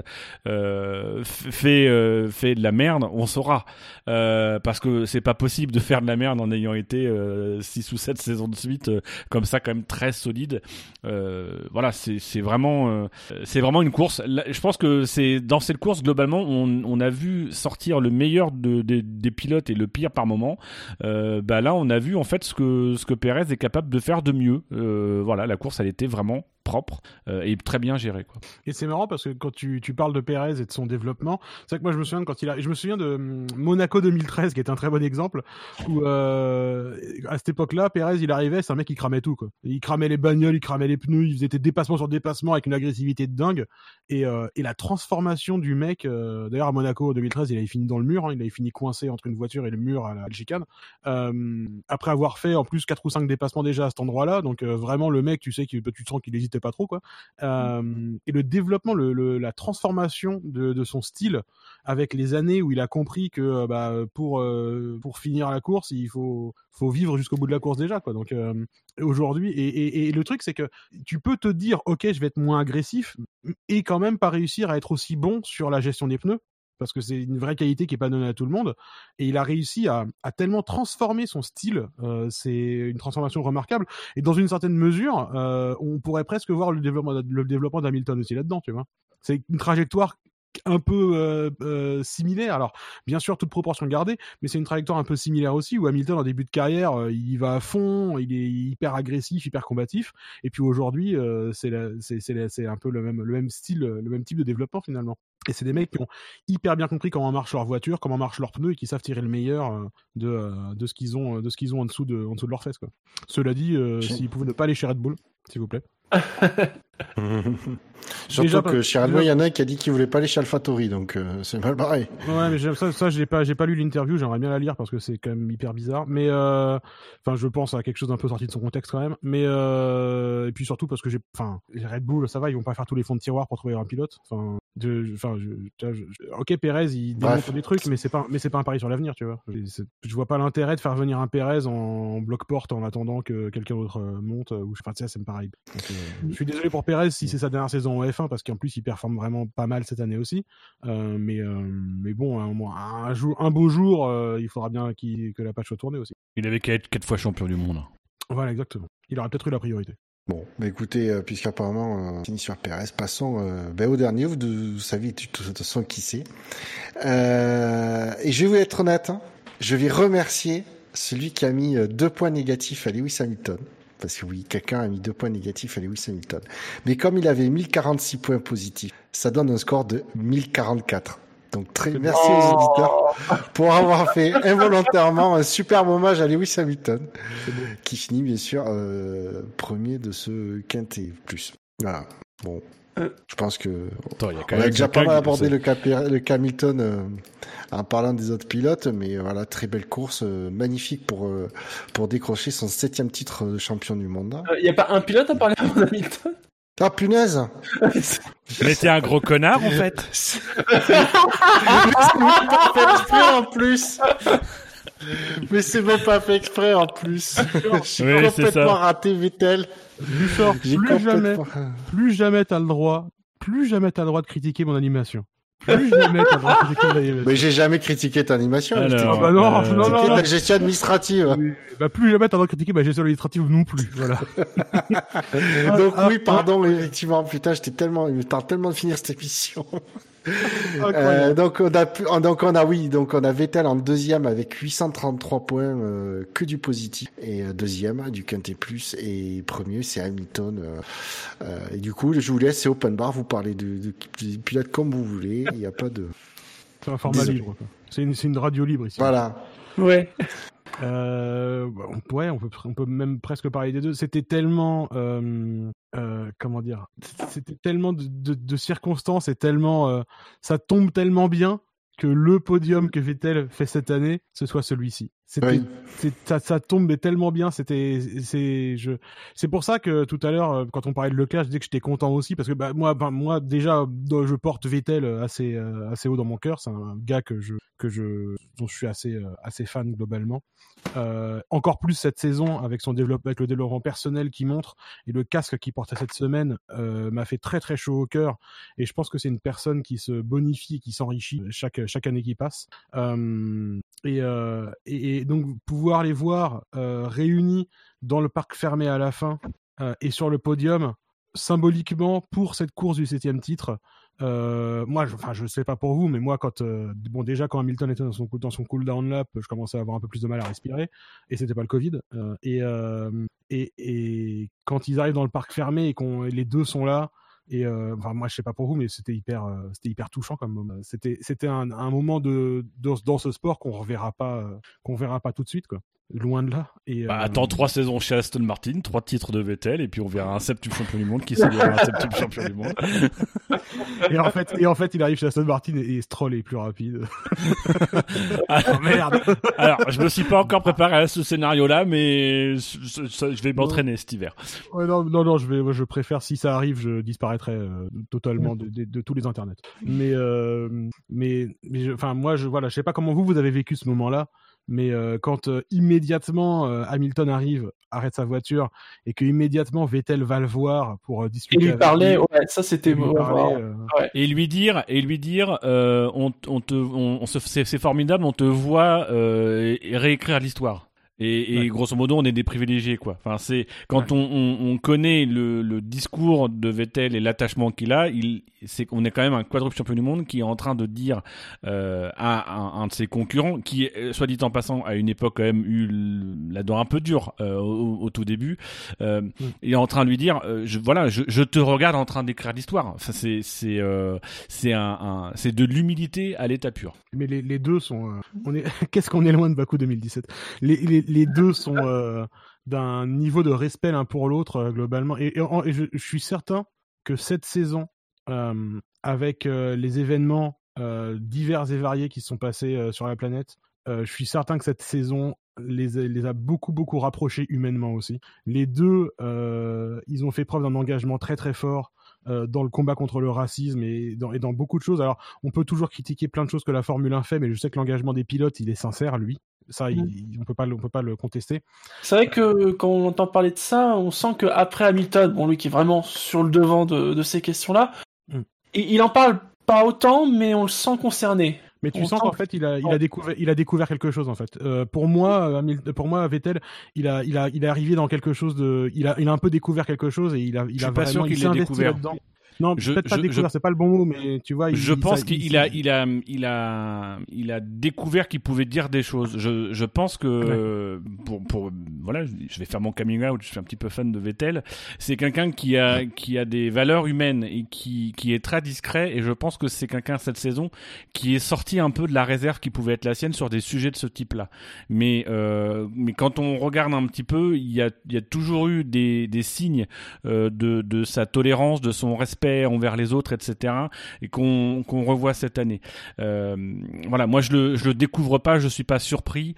euh, fait euh, fait de la merde on saura euh, parce que c'est pas possible de faire de la merde en ayant été euh, six ou sept saisons de suite euh, comme ça quand même très solide. Euh, voilà c'est c'est vraiment euh, c'est vraiment une course. Là, je pense que c'est dans cette course globalement on on a vu sortir le meilleur de, de des pilotes et le pire par moment. Euh, bah là on a vu en fait ce que ce que Perez est capable de faire de mieux. Euh, voilà, la course, elle était vraiment propre euh, et très bien gérée, quoi. Et c'est marrant parce que quand tu, tu parles de Perez et de son développement, c'est vrai que moi je me souviens de quand il a, je me souviens de hum, Monaco deux mille treize qui est un très bon exemple où euh, à cette époque-là, Perez il arrivait, c'est un mec qui cramait tout quoi. Il cramait les bagnoles, il cramait les pneus, il faisait des dépassements sur dépassements avec une agressivité de dingue et, euh, et la transformation du mec. Euh, d'ailleurs à Monaco deux mille treize, il avait fini dans le mur, hein, il avait fini coincé entre une voiture et le mur à la, à la chicane. Euh, après avoir fait en plus quatre ou cinq dépassements déjà à cet endroit-là, donc euh, vraiment le mec, tu sais, qu'il, tu sens qu'il hésite pas trop quoi. Euh, et le développement, le, le, la transformation de, de son style avec les années où il a compris que bah, pour euh, pour finir la course il faut faut vivre jusqu'au bout de la course déjà quoi. Donc euh, aujourd'hui et, et, et le truc c'est que tu peux te dire ok je vais être moins agressif et quand même pas réussir à être aussi bon sur la gestion des pneus. Parce que c'est une vraie qualité qui est pas donnée à tout le monde, et il a réussi à, à tellement transformer son style, euh, c'est une transformation remarquable, et dans une certaine mesure, euh, on pourrait presque voir le développement, le développement d'Hamilton aussi là-dedans, tu vois. C'est une trajectoire un peu euh, euh, similaire, alors bien sûr toute proportion gardée, mais c'est une trajectoire un peu similaire aussi où Hamilton en début de carrière euh, il va à fond, il est hyper agressif, hyper combatif, et puis aujourd'hui euh, c'est, la, c'est, c'est, la, c'est un peu le même, le même style, le même type de développement finalement. Et c'est des mecs qui ont hyper bien compris comment marche leur voiture, comment marchent leurs pneus et qui savent tirer le meilleur euh, de, euh, de ce qu'ils ont, de ce qu'ils ont en dessous de, en dessous de leurs fesses quoi. Cela dit, euh, s'ils pouvaient ne pas aller chez Red Bull, s'il vous plaît. Surtout déjà, que chez Red Bull, il y en a qui a dit qu'il voulait pas aller chez AlphaTauri, donc euh, c'est mal pareil. Ouais, mais ça, ça j'ai pas, j'ai pas lu l'interview, j'aimerais bien la lire parce que c'est quand même hyper bizarre. Mais euh, enfin, je pense à quelque chose d'un peu sorti de son contexte quand même. Mais euh, et puis surtout parce que j'ai, enfin, Red Bull, ça va, ils vont pas faire tous les fonds de tiroir pour trouver un pilote. Enfin, de, enfin, je, je, je, ok, Pérez, il démontre des trucs, mais c'est pas, mais c'est pas un pari sur l'avenir, tu vois. C'est, je vois pas l'intérêt de faire venir un Pérez en, en bloc-porte en attendant que quelqu'un d'autre monte. Ou je, enfin, ça, ça me paraît. Donc, euh, je suis désolé pour Pérez si c'est sa dernière saison en F un, parce qu'en plus, il performe vraiment pas mal cette année aussi. Euh, mais, euh, mais bon, un, un, jour, un beau jour, euh, il faudra bien qu'il, que la page soit tournée aussi. Il avait qu'à être quatre fois champion du monde. Voilà, exactement. Il aurait peut-être eu la priorité. Bon, bah écoutez, euh, puisqu'apparemment, euh, fini sur Pérez, passons euh, bah, au dernier. Vous, vous savez de toute façon qui c'est. Euh, et je vais vous être honnête, hein, je vais remercier celui qui a mis euh, deux points négatifs à Lewis Hamilton. Parce que oui, quelqu'un a mis deux points négatifs à Lewis Hamilton. Mais comme il avait mille quarante-six points positifs, ça donne un score de mille quarante-quatre. Donc très merci oh. aux auditeurs pour avoir fait involontairement un superbe hommage à Lewis Hamilton, qui finit bien sûr euh, premier de ce quintet plus. Voilà. Bon, euh, je pense que Attends, y a on a déjà pas mal abordé le cas, le cas Hamilton euh, en parlant des autres pilotes, mais voilà, très belle course, euh, magnifique pour euh, pour décrocher son septième titre de champion du monde. Il euh, y a pas un pilote à parler avant Hamilton? Ah punaise! Mais t'es un gros connard en fait. C'est même pas fait exprès en plus. Mais c'est même pas fait exprès en plus. J'ai oui, complètement raté Vettel. Bouchard, plus jamais, plus jamais t'as le droit, plus jamais t'as le droit de critiquer mon animation. Plus jamais t'as le droit de critiquer mon animation. Mais j'ai jamais critiqué ta animation. Alors, ah bah non, euh... non, non, non. Ta gestion administrative. Oui. Bah plus jamais t'as le droit de critiquer ma gestion administrative non plus. Voilà. Donc ah, oui, pardon, ah, effectivement, putain, j'étais tellement, il me tente tellement de finir cette émission. euh, donc on a, donc on a, oui, donc on a Vettel en deuxième avec huit cent trente-trois points, euh, que du positif, et euh, deuxième du quintet plus, et premier c'est Hamilton. Euh, euh, et du coup, je vous laisse, c'est open bar, vous parlez de, de, de pilote comme vous voulez, il n'y a pas de. C'est un format Désolé. libre. Quoi. C'est une, c'est une radio libre ici. Voilà. Ouais. Euh, ouais, on peut, on peut même presque parler des deux. C'était tellement, euh, euh, comment dire, c'était tellement de, de, de circonstances et tellement, euh, ça tombe tellement bien que le podium que Vettel fait cette année, ce soit celui-ci. C'était, oui. c'est, ça, ça tombe tellement bien. C'était, c'est, je, c'est pour ça que tout à l'heure, quand on parlait de Leclerc, je disais que j'étais content aussi parce que bah, moi, ben, moi déjà, je porte Vettel assez, euh, assez haut dans mon cœur. C'est un gars que je, que je, dont je suis assez, euh, assez fan globalement. Euh, encore plus cette saison avec son développement, avec le développement personnel qui montre et le casque qu'il portait cette semaine euh, m'a fait très très chaud au cœur. Et je pense que c'est une personne qui se bonifie, qui s'enrichit chaque chaque année qui passe. Euh, et, euh, et, et donc pouvoir les voir euh, réunis dans le parc fermé à la fin euh, et sur le podium symboliquement pour cette course du septième titre. Euh, moi, je, enfin, je sais pas pour vous, mais moi, quand, euh, bon, déjà quand Hamilton était dans son dans son cool-down lap, je commençais à avoir un peu plus de mal à respirer, et c'était pas le Covid. Euh, et, euh, et et quand ils arrivent dans le parc fermé et qu'on les deux sont là, et euh, enfin, moi, je sais pas pour vous, mais c'était hyper, euh, c'était hyper touchant comme moment. C'était c'était un, un moment de, de dans ce sport qu'on reverra pas, euh, qu'on verra pas tout de suite, quoi. Loin de là. Et, bah, euh... attends trois saisons chez Aston Martin, trois titres de Vettel, et puis on verra un septième champion du monde qui s'élèvera un septième champion du monde. et en fait, et en fait, il arrive chez Aston Martin et, et Stroll est plus rapide. Alors, merde. Alors, je me suis pas encore préparé à ce scénario-là, mais je, je, je vais m'entraîner cet hiver. Ouais, non, non, non, je vais, moi, je préfère si ça arrive, je disparaîtrai euh, totalement de, de, de tous les internets. Mais, euh, mais, mais, enfin, moi, je, voilà, je sais pas comment vous vous avez vécu ce moment-là. Mais euh, quand euh, immédiatement euh, Hamilton arrive, arrête sa voiture, et que immédiatement Vettel va le voir pour euh, discuter. Et lui avec parler, lui, ouais, ça c'était lui beau. Parler, euh... ouais. Et lui dire, et lui dire, euh, on, on te, on, on se, c'est, c'est formidable, on te voit euh, réécrire l'histoire. Et, et ouais. grosso modo, on est des privilégiés, quoi. Enfin, c'est quand ouais. on, on, on connaît le, le discours de Vettel et l'attachement qu'il a, il, c'est qu'on est quand même un quadruple champion du monde qui est en train de dire euh, à un, un de ses concurrents, qui, soit dit en passant, à une époque quand même eu la dent un peu dure euh, au, au tout début, euh, mm. il est en train de lui dire, euh, je, voilà, je, je te regarde en train d'écrire l'histoire. Enfin, c'est, c'est, euh, c'est un, un, c'est de l'humilité à l'état pur. Mais les, les deux sont, euh, on est, qu'est-ce qu'on est loin de Bakou deux mille dix-sept. Les, les Les deux sont euh, d'un niveau de respect l'un pour l'autre euh, globalement, et, et, et je, je suis certain que cette saison, euh, avec euh, les événements euh, divers et variés qui se sont passés euh, sur la planète, euh, je suis certain que cette saison les, les a beaucoup beaucoup rapprochés humainement aussi. Les deux, euh, ils ont fait preuve d'un engagement très très fort euh, dans le combat contre le racisme et dans, et dans beaucoup de choses. Alors, on peut toujours critiquer plein de choses que la Formule un fait, mais je sais que l'engagement des pilotes, il est sincère, lui. Ça, il, il, on peut pas, on peut pas le contester. C'est vrai que quand on entend parler de ça, on sent qu'après Hamilton, bon, lui qui est vraiment sur le devant de, de ces questions-là, mm. il, il en parle pas autant, mais on le sent concerné. Mais tu on sens sent... qu'en fait, il a, il a découvert, il a découvert quelque chose en fait. Euh, pour moi, pour moi, Vettel, il a, il a, il est arrivé dans quelque chose de, il a, il a un peu découvert quelque chose et il a, il Je a suis pas vraiment, sûr qu'il il s'est l'ait investi découvert. là-dedans. Non, je, peut-être pas je, découvert, je, c'est pas le bon mot, mais tu vois. Il, je pense ça, qu'il il, a, il a, il a, il a découvert qu'il pouvait dire des choses. Je, je pense que ouais. pour, pour, voilà, je vais faire mon coming out. Je suis un petit peu fan de Vettel. C'est quelqu'un qui a, ouais. qui a des valeurs humaines et qui, qui est très discret. Et je pense que c'est quelqu'un cette saison qui est sorti un peu de la réserve qui pouvait être la sienne sur des sujets de ce type-là. Mais, euh, mais quand on regarde un petit peu, il y a, il y a toujours eu des, des signes euh, de, de sa tolérance, de son respect envers les autres, et cetera, et qu'on, qu'on revoit cette année. Euh, voilà, moi je le, je le découvre pas, je suis pas surpris.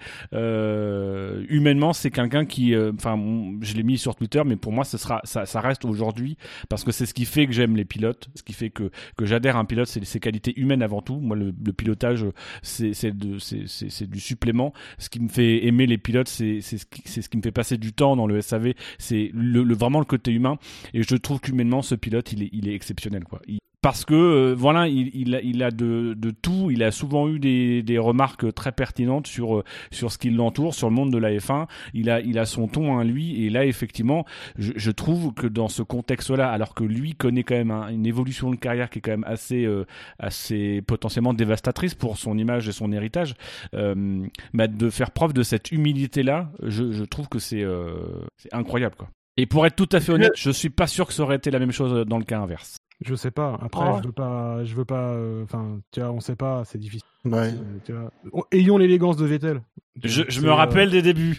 Euh, humainement, c'est quelqu'un qui, enfin, euh, je l'ai mis sur Twitter, mais pour moi, ce sera, ça, ça reste aujourd'hui parce que c'est ce qui fait que j'aime les pilotes, ce qui fait que que j'adhère à un pilote, c'est ses qualités humaines avant tout. Moi, le, le pilotage, c'est, c'est, de, c'est, c'est, c'est du supplément. Ce qui me fait aimer les pilotes, c'est, c'est, ce qui, c'est ce qui me fait passer du temps dans le S A V, c'est le, le vraiment le côté humain. Et je trouve qu'humainement, ce pilote, il est, il est exceptionnel, quoi. Il, parce que euh, voilà, il, il a, il a de, de tout. Il a souvent eu des, des remarques très pertinentes sur sur ce qui l'entoure, sur le monde de la F un. Il a, il a son ton à lui. Et là, effectivement, je, je trouve que dans ce contexte-là, alors que lui connaît quand même un, une évolution de carrière qui est quand même assez, euh, assez potentiellement dévastatrice pour son image et son héritage, euh, bah, de faire preuve de cette humilité-là, je, je trouve que c'est, euh, c'est incroyable, quoi. Et pour être tout à fait honnête, je suis pas sûr que ça aurait été la même chose dans le cas inverse. Je sais pas. Après, oh. je veux pas, je veux pas. Enfin, euh, tu vois, on sait pas. C'est difficile. Ouais. Tu vois. Ayons l'élégance de Vettel. Je, je me rappelle euh... des débuts.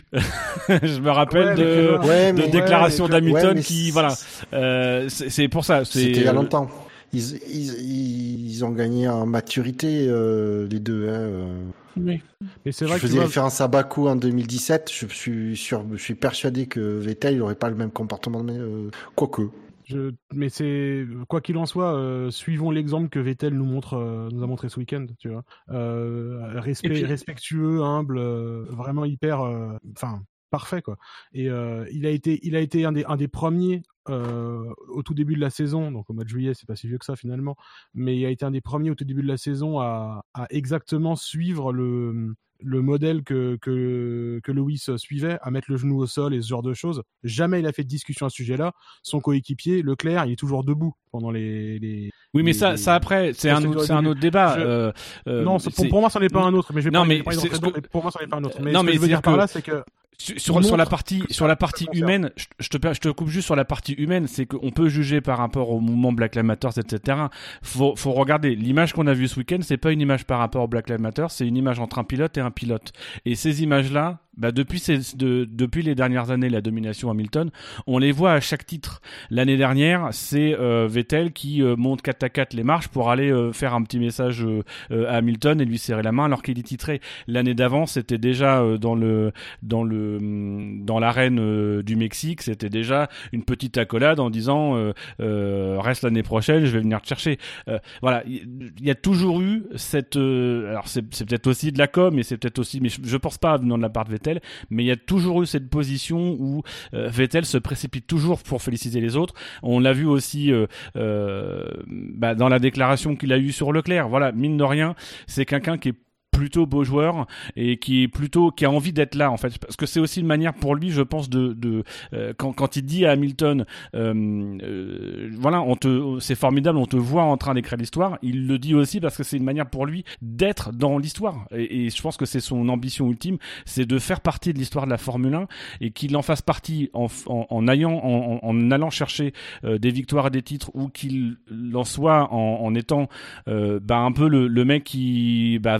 je me rappelle ouais, de, ouais, de mais, déclarations ouais, d'Hamilton ouais, qui, voilà. Euh, c'est, c'est pour ça. C'est, C'était il y a longtemps. Ils, ils, ils ont gagné en maturité euh, les deux. Hein, euh... Oui. Mais c'est vrai je que faisais vois... référence à Bakou en deux mille dix-sept. Je suis sûr, je suis persuadé que Vettel n'aurait pas le même comportement, mais euh, quoique. Je... Mais c'est quoi qu'il en soit, euh, suivons l'exemple que Vettel nous montre, euh, nous a montré ce week-end. Tu vois, euh, respect, puis... respectueux, humble, euh, vraiment hyper, enfin. Euh, parfait quoi. Et euh, il a été, il a été un des, un des premiers euh, au tout début de la saison, donc au mois de juillet, c'est pas si vieux que ça finalement, mais il a été un des premiers au tout début de la saison à, à exactement suivre le le modèle que, que, que Lewis suivait, à mettre le genou au sol et ce genre de choses. Jamais il a fait de discussion à ce sujet-là. Son coéquipier, Leclerc, il est toujours debout pendant les... les oui, mais les, ça, les... ça après, c'est, un autre, c'est un autre débat. Je... Euh, euh, non, pour, pour moi, ça n'est pas un autre, mais je vais non, pas, mais je vais pas c'est, c'est, c'est, pour moi, ça n'est pas un autre. Mais non, ce mais que je veux dire que... par là, c'est que Sur, sur, sur la partie, sur la partie humaine, je, je te, je te coupe juste sur la partie humaine, c'est qu'on peut juger par rapport au mouvement Black Lives Matter, et cetera. Faut, faut regarder l'image qu'on a vue ce week-end, c'est pas une image par rapport au Black Lives Matter, c'est une image entre un pilote et un pilote. Et ces images-là, bah depuis, ces, de, depuis les dernières années, la domination Hamilton, on les voit à chaque titre. L'année dernière, c'est euh, Vettel qui euh, monte quatre à quatre les marches pour aller euh, faire un petit message euh, euh, à Hamilton et lui serrer la main alors qu'il est titré. L'année d'avant, c'était déjà euh, dans le dans le dans l'arène euh, du Mexique, c'était déjà une petite accolade en disant euh, euh, reste l'année prochaine, je vais venir te chercher. Euh, voilà, il y, y a toujours eu cette euh, alors c'est, c'est peut-être aussi de la com, mais c'est peut-être aussi, mais je, je pense pas venant de la part de Vettel. Mais il y a toujours eu cette position où euh, Vettel se précipite toujours pour féliciter les autres. On l'a vu aussi euh, euh, bah, dans la déclaration qu'il a eue sur Leclerc. Voilà, mine de rien, c'est quelqu'un qui est plutôt beau joueur et qui est plutôt qui a envie d'être là en fait, parce que c'est aussi une manière pour lui, je pense, de, de euh, quand quand il dit à Hamilton euh, euh, voilà, on te c'est formidable, on te voit en train d'écrire l'histoire, il le dit aussi parce que c'est une manière pour lui d'être dans l'histoire et, et je pense que c'est son ambition ultime, c'est de faire partie de l'histoire de la Formule un et qu'il en fasse partie en en, en ayant en, en allant chercher euh, des victoires et des titres, ou qu'il en soit en, en étant euh, bah un peu le, le mec qui bah va va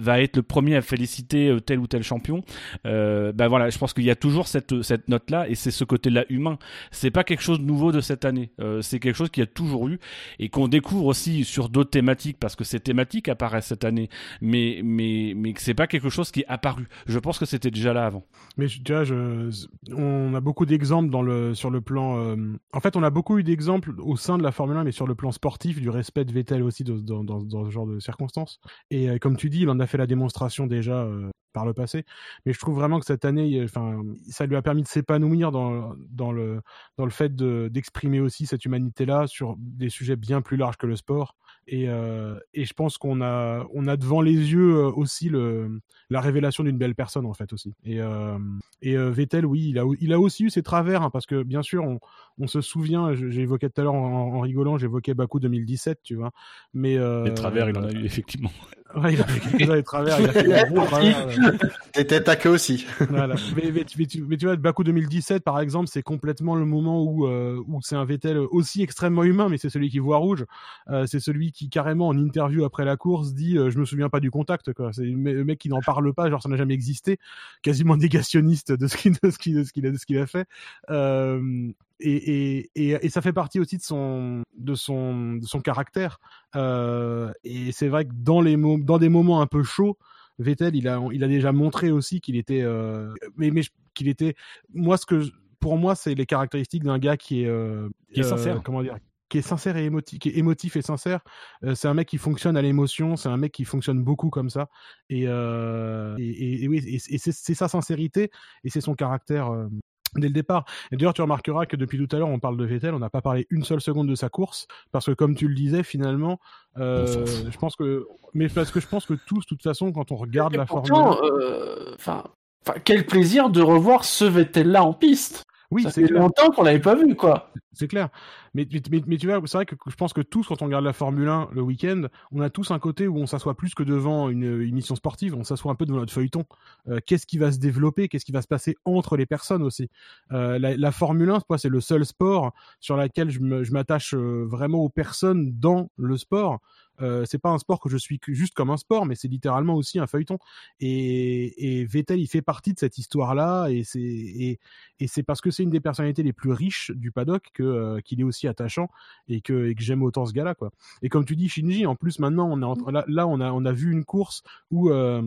va être le premier à féliciter euh, tel ou tel champion. Euh, ben voilà, je pense qu'il y a toujours cette cette note là, et c'est ce côté-là humain. C'est pas quelque chose de nouveau de cette année. Euh, c'est quelque chose qu'il y a toujours eu et qu'on découvre aussi sur d'autres thématiques, parce que ces thématiques apparaissent cette année, mais mais mais que c'est pas quelque chose qui est apparu. Je pense que c'était déjà là avant. Mais tu vois, je, on a beaucoup d'exemples dans le sur le plan. Euh, en fait, on a beaucoup eu d'exemples au sein de la Formule un, mais sur le plan sportif, du respect de Vettel aussi dans dans dans, dans ce genre de circonstances. Et euh, comme tu dis, il en a fait la démonstration déjà euh, par le passé. Mais je trouve vraiment que cette année, enfin, ça lui a permis de s'épanouir dans dans le dans le fait de d'exprimer aussi cette humanité-là sur des sujets bien plus larges que le sport. Et, euh, et je pense qu'on a, on a devant les yeux euh, aussi le, la révélation d'une belle personne, en fait, aussi. Et, euh, et euh, Vettel, oui, il a, il a aussi eu ses travers, hein, parce que, bien sûr, on, on se souvient, j'ai évoqué tout à l'heure en, en rigolant, j'évoquais Bakou deux mille dix-sept, tu vois. Mais, euh, les travers, il en a eu, effectivement. Ouais, il a fait quelques-uns les travers, il a fait des gros travers. Euh... T'étais taqué aussi. Voilà. Mais, mais, mais, tu, mais tu vois, Bakou deux mille dix-sept, par exemple, c'est complètement le moment où, euh, où c'est un Vettel aussi extrêmement humain, mais c'est celui qui voit rouge. Euh, c'est celui qui, carrément, en interview après la course, dit euh, je me souviens pas du contact, quoi. C'est le mec qui n'en parle pas, genre ça n'a jamais existé, quasiment négationniste de ce qu'il, de ce qu'il, de ce qu'il a, de ce qu'il a fait. Euh, Et, et, et, et ça fait partie aussi de son, de son, de son caractère. Euh, et c'est vrai que dans, les mo- dans des moments un peu chauds, Vettel, il a, il a déjà montré aussi qu'il était, euh, mais, mais qu'il était, moi, ce que, pour moi, c'est les caractéristiques d'un gars qui est, euh, qui est sincère. Euh, comment dire, qui est sincère et émotif, qui est émotif et sincère. Euh, c'est un mec qui fonctionne à l'émotion, c'est un mec qui fonctionne beaucoup comme ça. Et, euh, et, et, et oui, et, et c'est, c'est sa sincérité et c'est son caractère. Euh, dès le départ. Et d'ailleurs, tu remarqueras que depuis tout à l'heure, on parle de Vettel, on n'a pas parlé une seule seconde de sa course, parce que comme tu le disais, finalement, euh, je pense que, mais parce que je pense que tous, de toute façon, quand on regarde et la pourtant, Formule un, enfin, euh, quel plaisir de revoir ce Vettel-là en piste. Oui, ça c'est fait clair. longtemps qu'on l'avait pas vu, quoi. C'est clair. Mais, mais, mais tu vois, c'est vrai que je pense que tous, quand on regarde la Formule un le week-end, on a tous un côté où on s'assoit plus que devant une émission sportive, on s'assoit un peu devant notre feuilleton. Euh, qu'est-ce qui va se développer, qu'est-ce qui va se passer entre les personnes aussi. Euh, la, la Formule un, c'est le seul sport sur lequel je, me, je m'attache vraiment aux personnes dans le sport. Euh, c'est pas un sport que je suis juste comme un sport, mais c'est littéralement aussi un feuilleton. Et, et Vettel, il fait partie de cette histoire-là, et c'est, et, et c'est parce que c'est une des personnalités les plus riches du paddock que, euh, qu'il est aussi attachant et que, et que j'aime autant ce gars-là, quoi. Et comme tu dis, Shinji, en plus maintenant, on est en, là, là, on a, on a vu une course où euh,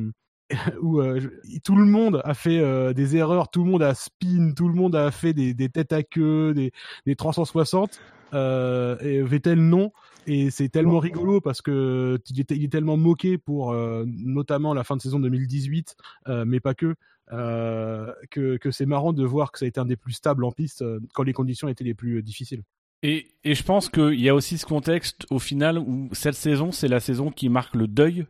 où euh, tout le monde a fait euh, des erreurs, tout le monde a spin, tout le monde a fait des, des têtes à queue, des, des trois cent soixante. Euh, et Vettel non, et c'est tellement rigolo parce que il est, il est tellement moqué pour euh, notamment la fin de saison deux mille dix-huit, euh, mais pas que, euh, que que c'est marrant de voir que ça a été un des plus stables en piste euh, quand les conditions étaient les plus difficiles. Et, et je pense qu'il y a aussi ce contexte au final où cette saison, c'est la saison qui marque le deuil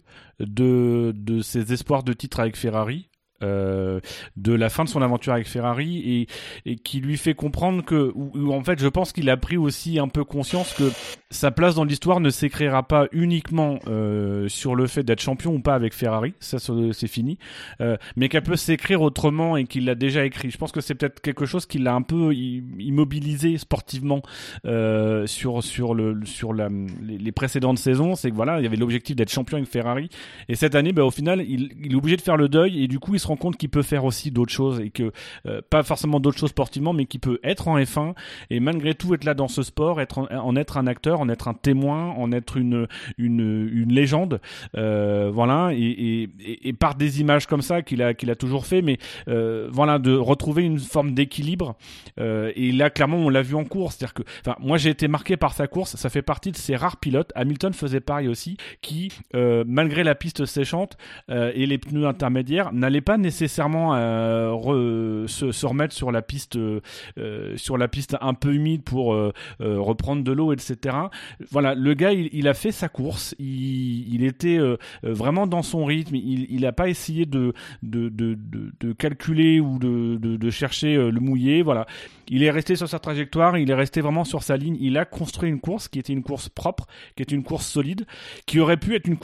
de, de ses espoirs de titre avec Ferrari. Euh, de la fin de son aventure avec Ferrari et, et qui lui fait comprendre que, ou, ou en fait je pense qu'il a pris aussi un peu conscience que sa place dans l'histoire ne s'écrira pas uniquement euh, sur le fait d'être champion ou pas avec Ferrari, ça c'est fini, euh, mais qu'elle peut s'écrire autrement et qu'il l'a déjà écrit. Je pense que c'est peut-être quelque chose qui l'a un peu immobilisé sportivement euh, sur sur le sur la les, les précédentes saisons. C'est que voilà, il y avait l'objectif d'être champion avec Ferrari et cette année, bah, au final, il, il est obligé de faire le deuil et du coup il se rend compte qu'il peut faire aussi d'autres choses et que euh, pas forcément d'autres choses sportivement, mais qu'il peut être en F un et malgré tout être là dans ce sport, être en, en être un acteur, en être un témoin, en être une une une légende, euh, voilà, et, et et par des images comme ça qu'il a qu'il a toujours fait, mais euh, voilà, de retrouver une forme d'équilibre. Euh, et là clairement on l'a vu en course, c'est-à-dire que, enfin moi j'ai été marqué par sa course, ça fait partie de ces rares pilotes. Hamilton faisait pareil aussi, qui euh, malgré la piste séchante euh, et les pneus intermédiaires n'allait pas nécessairement euh, re, se, se remettre sur la piste euh, sur la piste un peu humide pour euh, euh, reprendre de l'eau, et cetera. Voilà, le gars il, il a fait sa course, il, il était euh, vraiment dans son rythme, il, il a pas essayé de de, de, de, de calculer ou de, de, de chercher le mouillé, voilà. Il est resté sur sa trajectoire, il est resté vraiment sur sa ligne, il a construit une course qui était une course propre, qui était une course solide, qui aurait pu être une course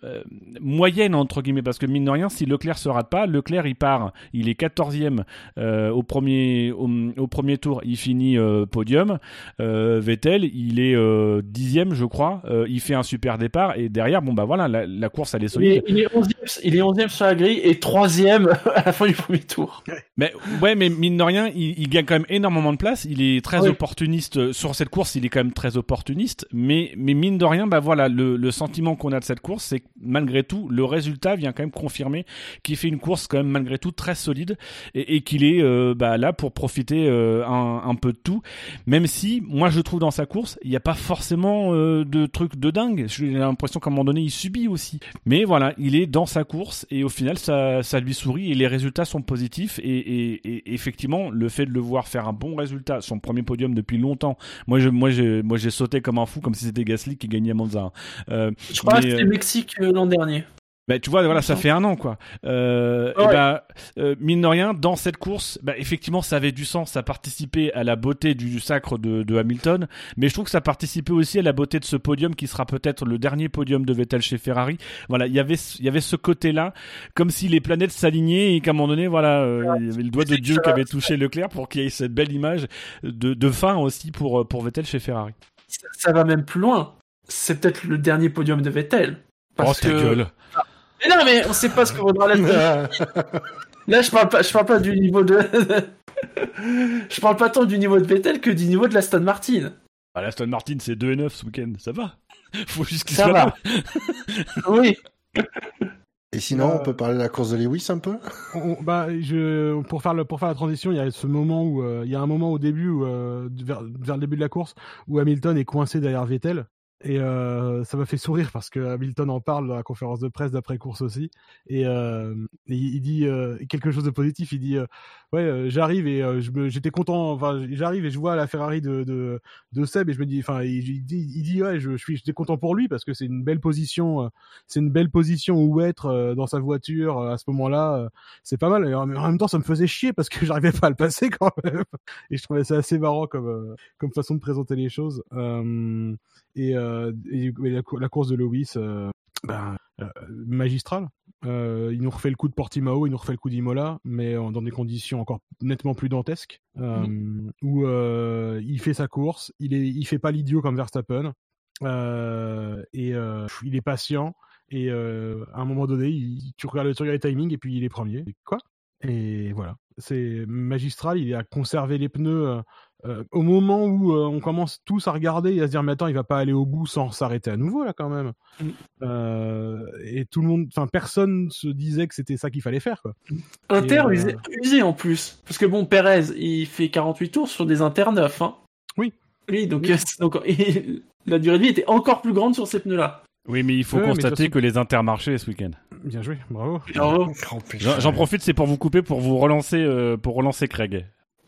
euh, moyenne entre guillemets, parce que mine de rien, si Leclerc se rate pas, Leclerc il part, il est quatorzième euh, au premier au, au premier tour, il finit euh, podium. Euh, Vettel, il est euh, dixième, je crois. Euh, il fait un super départ et derrière, bon bah voilà, la, la course elle est solide. Il est, il est onzième, il est onzième sur la grille et troisième à la fin du premier tour. Mais ouais, mais mine de rien, il, il gagne quand même énormément de place. Il est très oui. opportuniste sur cette course. Il est quand même très opportuniste. Mais mais mine de rien, bah voilà, le, le sentiment qu'on a de cette course, c'est que malgré tout, le résultat vient quand même confirmer qu'il fait une course quand même malgré tout très solide et, et qu'il est euh, bah là pour profiter euh, un, un peu de tout. Même si, moi, je trouve dans sa course, il n'y a pas forcément euh, de trucs de dingue. J'ai l'impression qu'à un moment donné, il subit aussi. Mais voilà, il est dans sa course et au final, ça, ça lui sourit et les résultats sont positifs. Et, et, et effectivement, le fait de le voir faire un bon résultat, son premier podium depuis longtemps, moi, je, moi, j'ai, moi, j'ai sauté comme un fou, comme si c'était Gasly qui gagnait à Monza. Euh, je crois mais, que c'était euh... Mexique euh, l'an dernier. Bah, tu vois, voilà, ça fait un an, quoi. Euh, ouais. et bah, euh, mine de rien, dans cette course, bah, effectivement, ça avait du sens, ça participait à la beauté du sacre de, de Hamilton, mais je trouve que ça participait aussi à la beauté de ce podium qui sera peut-être le dernier podium de Vettel chez Ferrari. Voilà, il y avait, il y avait ce côté-là, comme si les planètes s'alignaient et qu'à un moment donné, voilà, euh, il y avait le doigt de Dieu qui avait touché Leclerc pour qu'il y ait cette belle image de, de fin aussi pour, pour Vettel chez Ferrari. Ça, ça va même plus loin. C'est peut-être le dernier podium de Vettel. Parce oh, ta que... gueule. Mais non, mais on sait pas ce que vaudra la Là, je parle pas, je parle pas du niveau de. Je parle pas tant du niveau de Vettel que du niveau de l'Aston Martin. Ah, l'Aston Martin, c'est deux et neuf ce week-end, ça va. Faut juste qu'il ça soit va. là. Oui. Et sinon, Euh... on peut parler de la course de Lewis un peu. on, bah, je, pour faire le, pour faire la transition, il y a ce moment où, euh, il y a un moment au début, où, euh, vers, vers le début de la course, où Hamilton est coincé derrière Vettel. Et euh, ça m'a fait sourire parce que Hamilton en parle dans la conférence de presse d'après-course aussi. Et, euh, et il dit euh, quelque chose de positif. Il dit euh, ouais, euh, j'arrive et euh, je me, j'étais content. Enfin, j'arrive et je vois la Ferrari de de, de Seb et je me dis, enfin, il, il dit, il dit ouais, je, je suis, j'étais content pour lui parce que c'est une belle position. Euh, c'est une belle position où être euh, dans sa voiture euh, à ce moment-là. Euh, c'est pas mal. Et en, en même temps, ça me faisait chier parce que j'arrivais pas à le passer quand même. Et je trouvais ça assez marrant comme euh, comme façon de présenter les choses. Euh, et euh, Et, et la, la course de Lewis, euh, ben, euh, magistrale. Euh, il nous refait le coup de Portimao, il nous refait le coup d'Imola, mais euh, dans des conditions encore nettement plus dantesques, euh, mmh. où euh, il fait sa course, il est, il fait pas l'idiot comme Verstappen, euh, et euh, il est patient. Et euh, à un moment donné, il, tu regardes, tu regardes les timings et puis il est premier. Quoi ? Et voilà, c'est magistral. Il a conservé les pneus. Euh, Euh, au moment où euh, on commence tous à regarder et à se dire mais attends, il va pas aller au bout sans s'arrêter à nouveau là quand même. Mm. Euh, et tout le monde, enfin personne se disait que c'était ça qu'il fallait faire quoi. Inter et, usé, euh... usé en plus parce que bon, Perez il fait quarante-huit tours sur des Inter neufs hein. Oui. Oui donc, oui. Euh, donc et, la durée de vie était encore plus grande sur ces pneus là. Oui, mais il faut ouais, constater façon... que les intermarchés ce week-end. Bien joué, bravo. bravo. J'en, j'en profite, c'est pour vous couper, pour vous relancer, euh, pour relancer Craig.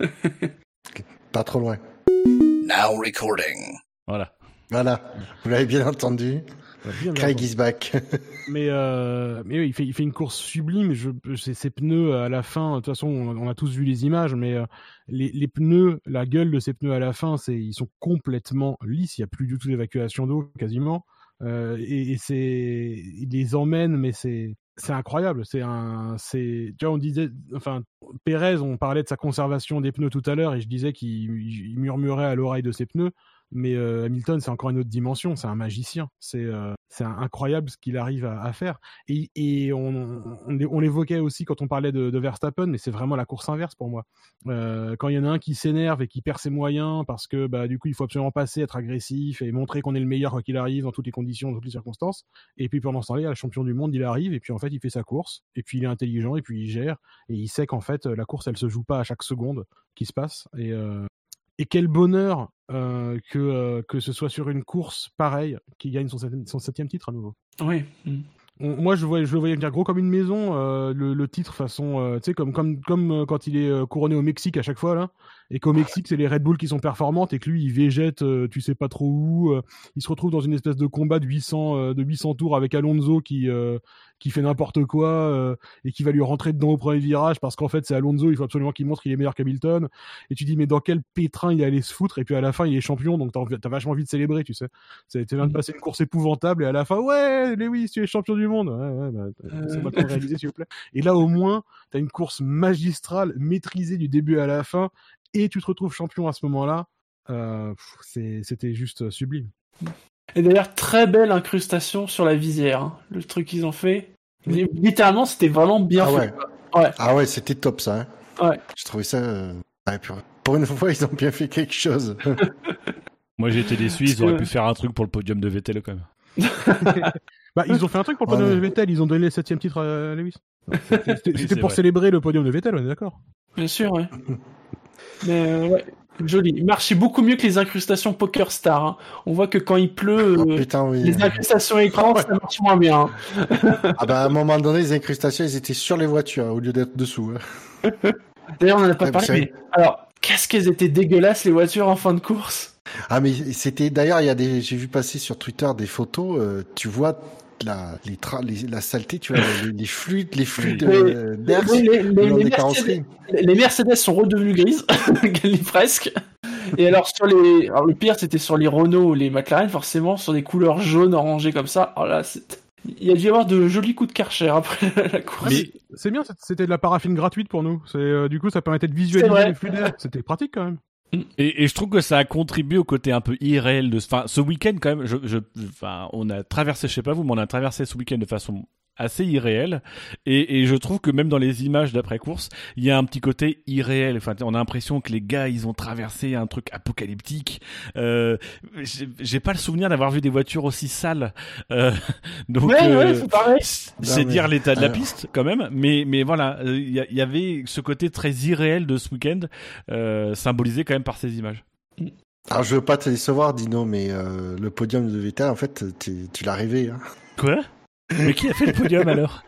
Pas trop loin. Now recording. Voilà. Voilà. Vous l'avez bien entendu. Bien Craig is back. mais euh, mais oui, il fait il fait une course sublime. Je, c'est ses pneus à la fin. De toute façon, on, on a tous vu les images, mais euh, les, les pneus, la gueule de ces pneus à la fin, c'est ils sont complètement lisses. Il y a plus du tout d'évacuation d'eau quasiment. Euh, et, et c'est il les emmène, mais c'est c'est incroyable. C'est un c'est tu vois on disait enfin Pérez, on parlait de sa conservation des pneus tout à l'heure et je disais qu'il il murmurait à l'oreille de ses pneus. Mais euh, Hamilton, c'est encore une autre dimension. C'est un magicien. C'est, euh, c'est incroyable ce qu'il arrive à, à faire. Et, et on, on, on l'évoquait aussi quand on parlait de, de Verstappen, mais c'est vraiment la course inverse pour moi. Euh, quand il y en a un qui s'énerve et qui perd ses moyens parce que bah, du coup, il faut absolument passer, être agressif et montrer qu'on est le meilleur quoi qu'il arrive dans toutes les conditions, dans toutes les circonstances. Et puis pendant ce temps-là, le champion du monde, il arrive et puis en fait, il fait sa course. Et puis il est intelligent et puis il gère. Et il sait qu'en fait, la course, elle se joue pas à chaque seconde qui se passe. Et euh, Et quel bonheur euh, que, euh, que ce soit sur une course pareille qui gagne son septième, son septième titre à nouveau. Oui. Mm. On, moi, je, voyais, je le voyais venir gros comme une maison, euh, le, le titre façon, euh, tu sais, comme, comme, comme euh, quand il est euh, couronné au Mexique à chaque fois, là. et qu'au Mexique c'est les Red Bull qui sont performantes et que lui il végète euh, tu sais pas trop où, euh, il se retrouve dans une espèce de combat de huit cents euh, de huit cents tours avec Alonso qui euh, qui fait n'importe quoi euh, et qui va lui rentrer dedans au premier virage parce qu'en fait c'est Alonso, il faut absolument qu'il montre qu'il est meilleur qu'Hamilton, et tu dis mais dans quel pétrin il allait se foutre, et puis à la fin il est champion, donc t'as, t'as vachement envie de célébrer, tu sais, c'est tu viens de passer une course épouvantable et à la fin ouais Lewis tu es champion du monde, ouais ouais bah, c'est maintenant réalisé s'il vous plaît, et là au moins t'as une course magistrale maîtrisée du début à la fin et tu te retrouves champion à ce moment-là, euh, c'est, c'était juste sublime. Et d'ailleurs, très belle incrustation sur la visière. Hein. Le truc qu'ils ont fait, oui. Littéralement, c'était vraiment bien ah fait. Ouais. Ouais. Ah ouais, c'était top ça. Hein. Ouais. Je trouvais ça... Euh... Ouais, pour une fois, ils ont bien fait quelque chose. Moi, j'ai été déçu, ils auraient pu faire un truc pour le podium de Vettel quand même. Bah, ils ont fait un truc pour le podium ouais. de Vettel, ils ont donné le septième titre à Lewis. C'était, c'était, c'était pour vrai. Célébrer le podium de Vettel, on est d'accord. Bien sûr, ouais. Mais euh, ouais, joli. Il marchait beaucoup mieux que les incrustations Poker Star. Hein. On voit que quand il pleut, oh, putain, oui. les incrustations écran, ça marche moins bien. Hein. Ah bah à un moment donné, les incrustations, elles étaient sur les voitures au lieu d'être dessous. Hein. D'ailleurs, on n'en a pas ouais, parlé, mais alors, qu'est-ce qu'elles étaient dégueulasses les voitures en fin de course. Ah mais c'était d'ailleurs, il y a des, j'ai vu passer sur Twitter des photos. Euh, tu vois. La, les tra- les, la saleté, tu vois, les, les fluides, les fluides euh, d'air les, les, les, les, Mercedes, les Mercedes sont redevenues grises, presque. Et alors sur les, alors le pire c'était sur les Renault ou les McLaren, forcément sur des couleurs jaunes, orangées comme ça. Oh là, c'est... il y a dû y avoir de jolis coups de Karcher après la course. Mais c'est bien, c'était de la paraffine gratuite pour nous. C'est euh, du coup ça permettait de visualiser les fluides d'air. C'était pratique quand même. Et, et je trouve que ça a contribué au côté un peu irréel de, enfin, ce week-end quand même. Je, je, enfin, on a traversé, je sais pas vous, mais on a traversé ce week-end de façon assez irréelle. Et, et je trouve que même dans les images d'après course, il y a un petit côté irréel. Enfin, on a l'impression que les gars, ils ont traversé un truc apocalyptique. Euh, j'ai, j'ai pas le souvenir d'avoir vu des voitures aussi sales. Euh, donc, ouais, euh, ouais, c'est pareil. C'est non, dire mais... l'état de la piste quand même. Mais, mais voilà, il y, y avait ce côté très irréel de ce week-end, euh, symbolisé quand même par ces images. Alors, je veux pas te décevoir, Dino, mais euh, le podium de Vettel, en fait, tu l'as rêvé. Hein. Quoi ? Mais qui a fait le podium alors?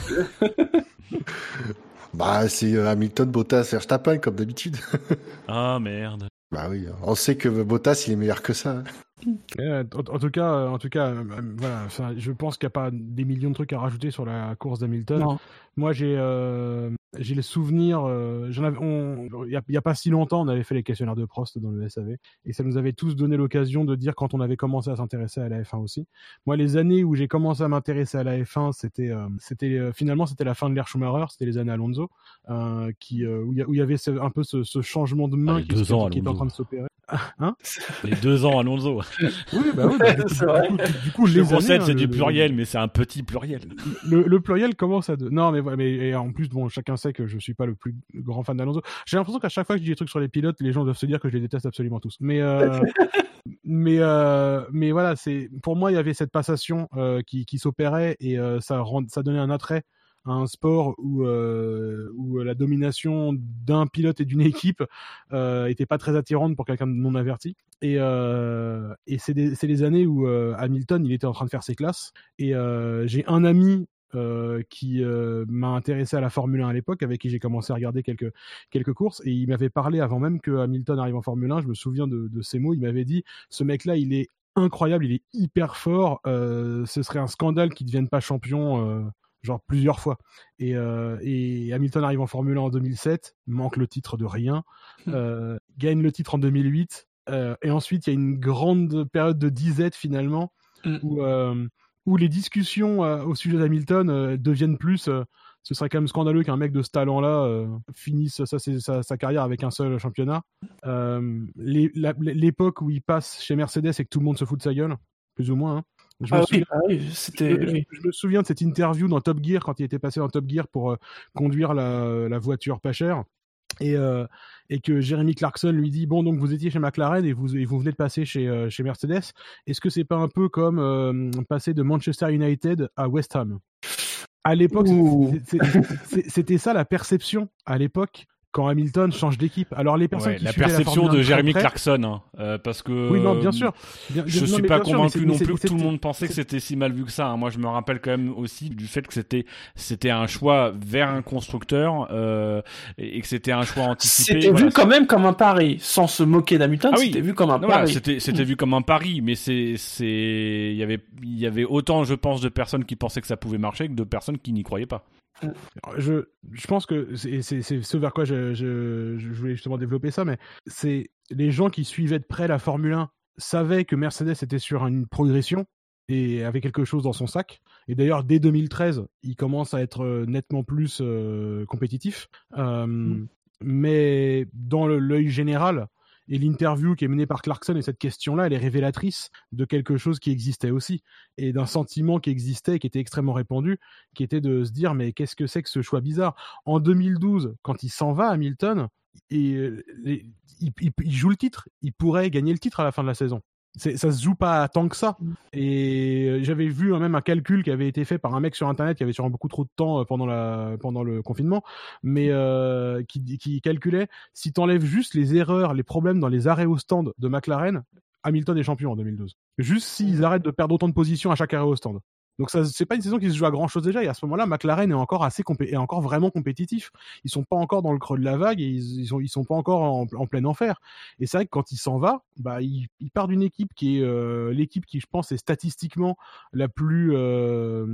Bah, c'est Hamilton, Bottas, Verstappen, comme d'habitude. Ah, merde. Bah oui, on sait que Bottas, il est meilleur que ça. Euh, en, en tout cas, en tout cas, euh, voilà. Enfin, je pense qu'il n'y a pas des millions de trucs à rajouter sur la course d'Hamilton. Non. Moi, j'ai, euh, j'ai les souvenirs. Euh, j'en avais, on, il y a, il y a pas si longtemps, on avait fait les questionnaires de Prost dans le S A V, et ça nous avait tous donné l'occasion de dire quand on avait commencé à s'intéresser à la F un aussi. Moi, les années où j'ai commencé à m'intéresser à la F un, c'était, euh, c'était euh, finalement, c'était la fin de l'ère Schumacher, c'était les années Alonso, euh, qui, euh, où il y, y avait ce, un peu ce, ce changement de main ah, qui, deux qui, ans, qui est en train de s'opérer. Hein? Les deux ans Alonso. Oui, bah oui, bah, du, c'est vrai. Du coup, du coup les années, c'est hein, du le, pluriel, le, mais c'est un petit pluriel. Le, le pluriel commence à deux. Non, mais, mais et en plus, bon, chacun sait que je suis pas le plus grand fan d'Alonso. J'ai l'impression qu'à chaque fois que je dis des trucs sur les pilotes, les gens doivent se dire que je les déteste absolument tous. Mais, euh, mais, euh, mais voilà, c'est pour moi, il y avait cette passation euh, qui, qui s'opérait et euh, ça, rend, ça donnait un attrait à un sport où, euh, où la domination d'un pilote et d'une équipe euh, était pas très attirante pour quelqu'un de non averti. Et, euh, et c'est, des, c'est les années où euh, Hamilton, il était en train de faire ses classes. Et euh, j'ai un ami euh, qui euh, m'a intéressé à la Formule un à l'époque, avec qui j'ai commencé à regarder quelques, quelques courses. Et il m'avait parlé, avant même que Hamilton arrive en Formule un, je me souviens de, de ces mots, il m'avait dit « Ce mec-là, il est incroyable, il est hyper fort, euh, ce serait un scandale qu'il ne devienne pas champion euh, ». Genre plusieurs fois. Et, euh, et Hamilton arrive en Formule un en deux mille sept, manque le titre de rien, euh, gagne le titre en deux mille huit, euh, et ensuite il y a une grande période de disette finalement, mm. où, euh, où les discussions euh, au sujet d'Hamilton euh, deviennent plus... Euh, ce serait quand même scandaleux qu'un mec de ce talent-là euh, finisse sa, sa, sa carrière avec un seul championnat. Euh, les, la, l'époque où il passe chez Mercedes et que tout le monde se fout de sa gueule, plus ou moins, hein. Je, ah me oui, souviens, ah oui, c'était... je, je, je me souviens de cette interview dans Top Gear quand il était passé dans Top Gear pour euh, conduire la, la voiture pas chère, et, euh, et que Jeremy Clarkson lui dit bon, donc vous étiez chez McLaren et vous, et vous venez de passer chez, euh, chez Mercedes, est-ce que c'est pas un peu comme euh, passer de Manchester United à West Ham? À l'époque, c'est, c'est, c'est, c'était ça la perception à l'époque quand Hamilton change d'équipe. Alors les personnes ouais, qui la suivaient perception la Formule un de Jeremy très près, Clarkson, hein, euh, parce que oui, non, bien sûr. Bien, je non, suis mais pas bien sûr, convaincu mais non c'est- plus que tout le c'est- monde pensait que c'était si mal vu que ça. Hein. Moi, je me rappelle quand même aussi du fait que c'était c'était un choix vers un constructeur euh, et, et que c'était un choix anticipé. C'était Voilà, vu quand même comme un pari, sans se moquer d'Hamilton. Ah oui. C'était vu comme un Non, voilà, pari. c'était c'était vu comme un pari, mais c'est c'est il y avait il y avait autant, je pense, de personnes qui pensaient que ça pouvait marcher que de personnes qui n'y croyaient pas. Je, je pense que c'est, c'est, c'est ce vers quoi je, je, je voulais justement développer ça, mais c'est les gens qui suivaient de près la Formule un savaient que Mercedes était sur une progression et avait quelque chose dans son sac. Et d'ailleurs, dès deux mille treize, il commence à être nettement plus euh, compétitif. Euh, mmh. Mais dans le, l'œil général, et l'interview qui est menée par Clarkson et cette question-là, elle est révélatrice de quelque chose qui existait aussi et d'un sentiment qui existait, qui était extrêmement répandu, qui était de se dire mais qu'est-ce que c'est que ce choix bizarre. En deux mille douze, quand il s'en va, Hamilton, et, et, il, il, il joue le titre, il pourrait gagner le titre à la fin de la saison. C'est, ça se joue pas tant que ça. Et j'avais vu même un calcul qui avait été fait par un mec sur internet qui avait sûrement beaucoup trop de temps pendant la pendant le confinement, mais euh, qui, qui calculait si t'enlèves juste les erreurs, les problèmes dans les arrêts au stand de McLaren, Hamilton est champion en deux mille douze. Juste s'ils arrêtent de perdre autant de positions à chaque arrêt au stand. Donc ça, c'est pas une saison qui se joue à grand chose déjà. Et à ce moment-là, McLaren est encore assez compé- est encore vraiment compétitif. Ils sont pas encore dans le creux de la vague et ils, ils sont ils sont pas encore en, en plein enfer. Et c'est vrai que quand il s'en va, bah il, il part d'une équipe qui est euh, l'équipe qui je pense est statistiquement la plus euh,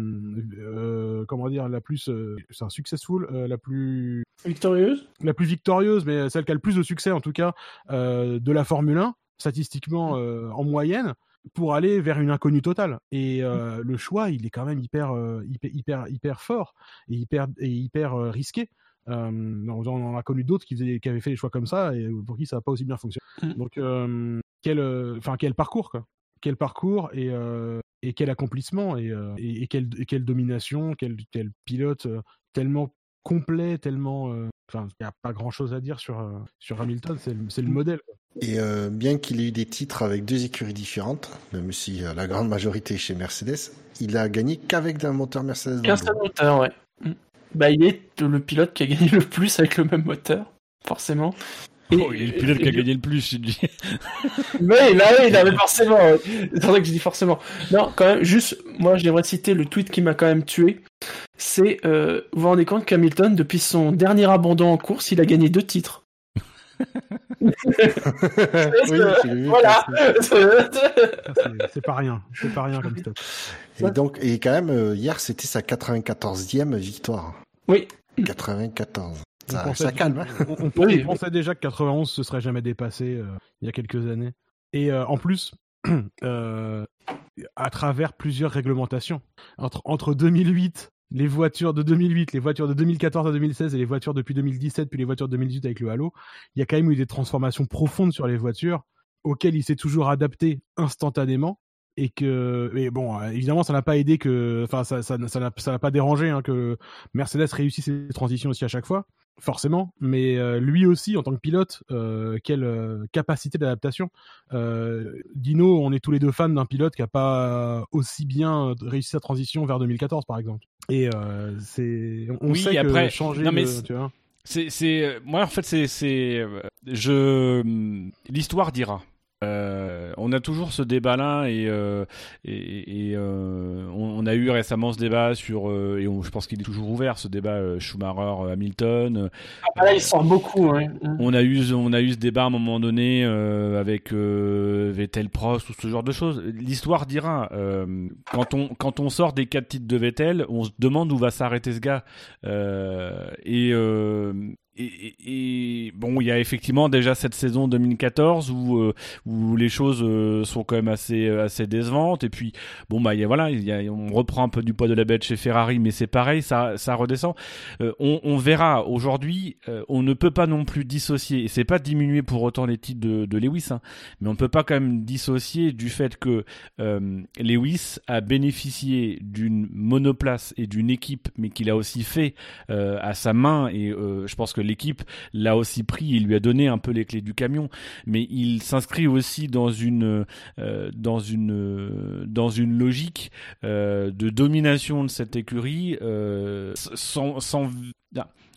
euh, comment dire la plus euh, c'est un successful euh, la plus victorieuse la plus victorieuse, mais celle qui a le plus de succès en tout cas euh, de la Formule un statistiquement euh, en moyenne, pour aller vers une inconnue totale. Et euh, le choix, il est quand même hyper, euh, hyper, hyper, hyper fort et hyper, et hyper euh, risqué. Euh, on en a connu d'autres qui, faisaient, qui avaient fait des choix comme ça et pour qui ça n'a pas aussi bien fonctionné. Mm. Donc, euh, quel, enfin, quel parcours, quoi. Quel parcours et, euh, et quel accomplissement et, euh, et, et, quelle, et quelle domination, quel, quel pilote euh, tellement complet, tellement... Enfin, il n'y a pas grand-chose à dire sur, euh, sur Hamilton, c'est le, c'est le modèle. Quoi. Et euh, bien qu'il ait eu des titres avec deux écuries différentes, même si euh, la grande majorité est chez Mercedes, il a gagné qu'avec un moteur Mercedes. Qu'un seul moteur, ouais. Bah, il est le pilote qui a gagné le plus avec le même moteur, forcément. Et, oh, il est le pilote et, qui a gagné le plus, je dis. Mais là, oui, là, mais forcément. C'est vrai que je dis forcément. Non, quand même, juste, moi, j'aimerais citer le tweet qui m'a quand même tué. C'est, euh, vous vous rendez compte qu'Hamilton, depuis son dernier abandon en course, il a gagné deux titres. Oui, j'ai vu. Voilà. C'est, c'est pas rien. C'est pas rien comme stop. Et donc, et quand même, euh, hier, c'était sa quatre-vingt-quatorzième victoire. Oui. quatre-vingt-quatorze. Ça, on ça calme. On, on, on, oui. on pensait déjà que quatre-vingt-onze se serait jamais dépassé euh, il y a quelques années. Et euh, en plus, euh, à travers plusieurs réglementations. Entre, entre deux mille huit, les voitures de deux mille huit, les voitures de deux mille quatorze à deux mille seize et les voitures depuis deux mille dix-sept, puis les voitures de deux mille dix-huit avec le halo, il y a quand même eu des transformations profondes sur les voitures auxquelles il s'est toujours adapté instantanément. Et que, mais bon, évidemment, ça n'a pas aidé que, enfin, ça, ça, ça, n'a, ça n'a pas dérangé hein, que Mercedes réussisse ses transitions aussi à chaque fois, forcément. Mais euh, lui aussi, en tant que pilote, euh, quelle euh, capacité d'adaptation. Euh, Dino, on est tous les deux fans d'un pilote qui a pas aussi bien réussi sa transition vers deux mille quatorze, par exemple. Et euh, c'est, on oui, sait après, que changer, non, mais de, tu vois. C'est, c'est, moi en fait, c'est, c'est, je, l'histoire dira. Euh, on a toujours ce débat-là et, euh, et, et euh, on, on a eu récemment ce débat sur euh, et on, je pense qu'il est toujours ouvert ce débat euh, Schumacher-Hamilton. Ah bah là, il sort beaucoup. Hein. On a eu on a eu ce débat à un moment donné euh, avec euh, Vettel-Prost ou ce genre de choses. L'histoire dira. Euh, quand on quand on sort des quatre titres de Vettel, on se demande où va s'arrêter ce gars. Euh, et euh, Et, et, et bon, il y a effectivement déjà cette saison deux mille quatorze où euh, où les choses euh, sont quand même assez assez décevantes. Et puis bon bah il y a voilà, il y a, on reprend un peu du poids de la bête chez Ferrari, mais c'est pareil, ça ça redescend. Euh, on, on verra aujourd'hui. Euh, on ne peut pas non plus dissocier. Et c'est pas diminuer pour autant les titres de, de Lewis, hein, mais on ne peut pas quand même dissocier du fait que euh, Lewis a bénéficié d'une monoplace et d'une équipe, mais qu'il a aussi fait euh, à sa main. Et euh, je pense que l'équipe l'a aussi pris et lui a donné un peu les clés du camion, mais il s'inscrit aussi dans une euh, dans une euh, dans une logique euh, de domination de cette écurie euh, sans sans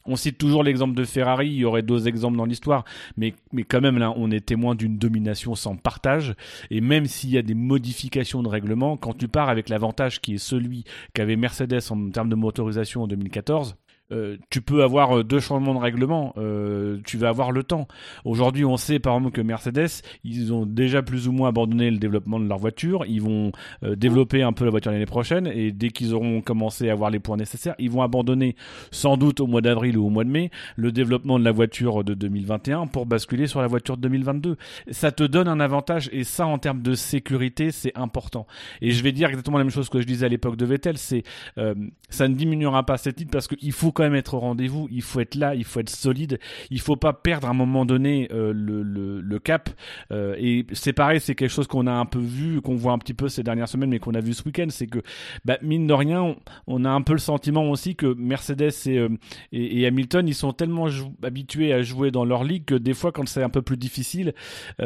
on cite toujours l'exemple de Ferrari, il y aurait d'autres exemples dans l'histoire, mais, mais quand même là, on est témoin d'une domination sans partage, et même s'il y a des modifications de règlement, quand tu pars avec l'avantage qui est celui qu'avait Mercedes en termes de motorisation en deux mille quatorze, Euh, tu peux avoir deux changements de règlement, euh, tu vas avoir le temps. Aujourd'hui, on sait par exemple que Mercedes, ils ont déjà plus ou moins abandonné le développement de leur voiture, ils vont euh, développer un peu la voiture l'année prochaine, et dès qu'ils auront commencé à avoir les points nécessaires, ils vont abandonner sans doute au mois d'avril ou au mois de mai le développement de la voiture de deux mille vingt et un pour basculer sur la voiture de deux mille vingt-deux. Ça te donne un avantage, et ça en termes de sécurité, c'est important. Et je vais dire exactement la même chose que je disais à l'époque de Vettel, c'est euh, ça ne diminuera pas cette titre parce qu'il faut quand même être au rendez-vous, il faut être là, il faut être solide, il faut pas perdre à un moment donné euh, le, le, le cap, euh, et c'est pareil, c'est quelque chose qu'on a un peu vu, qu'on voit un petit peu ces dernières semaines, mais qu'on a vu ce week-end, c'est que bah, mine de rien, on, on a un peu le sentiment aussi que Mercedes et, euh, et, et Hamilton, ils sont tellement jou- habitués à jouer dans leur ligue que des fois quand c'est un peu plus difficile,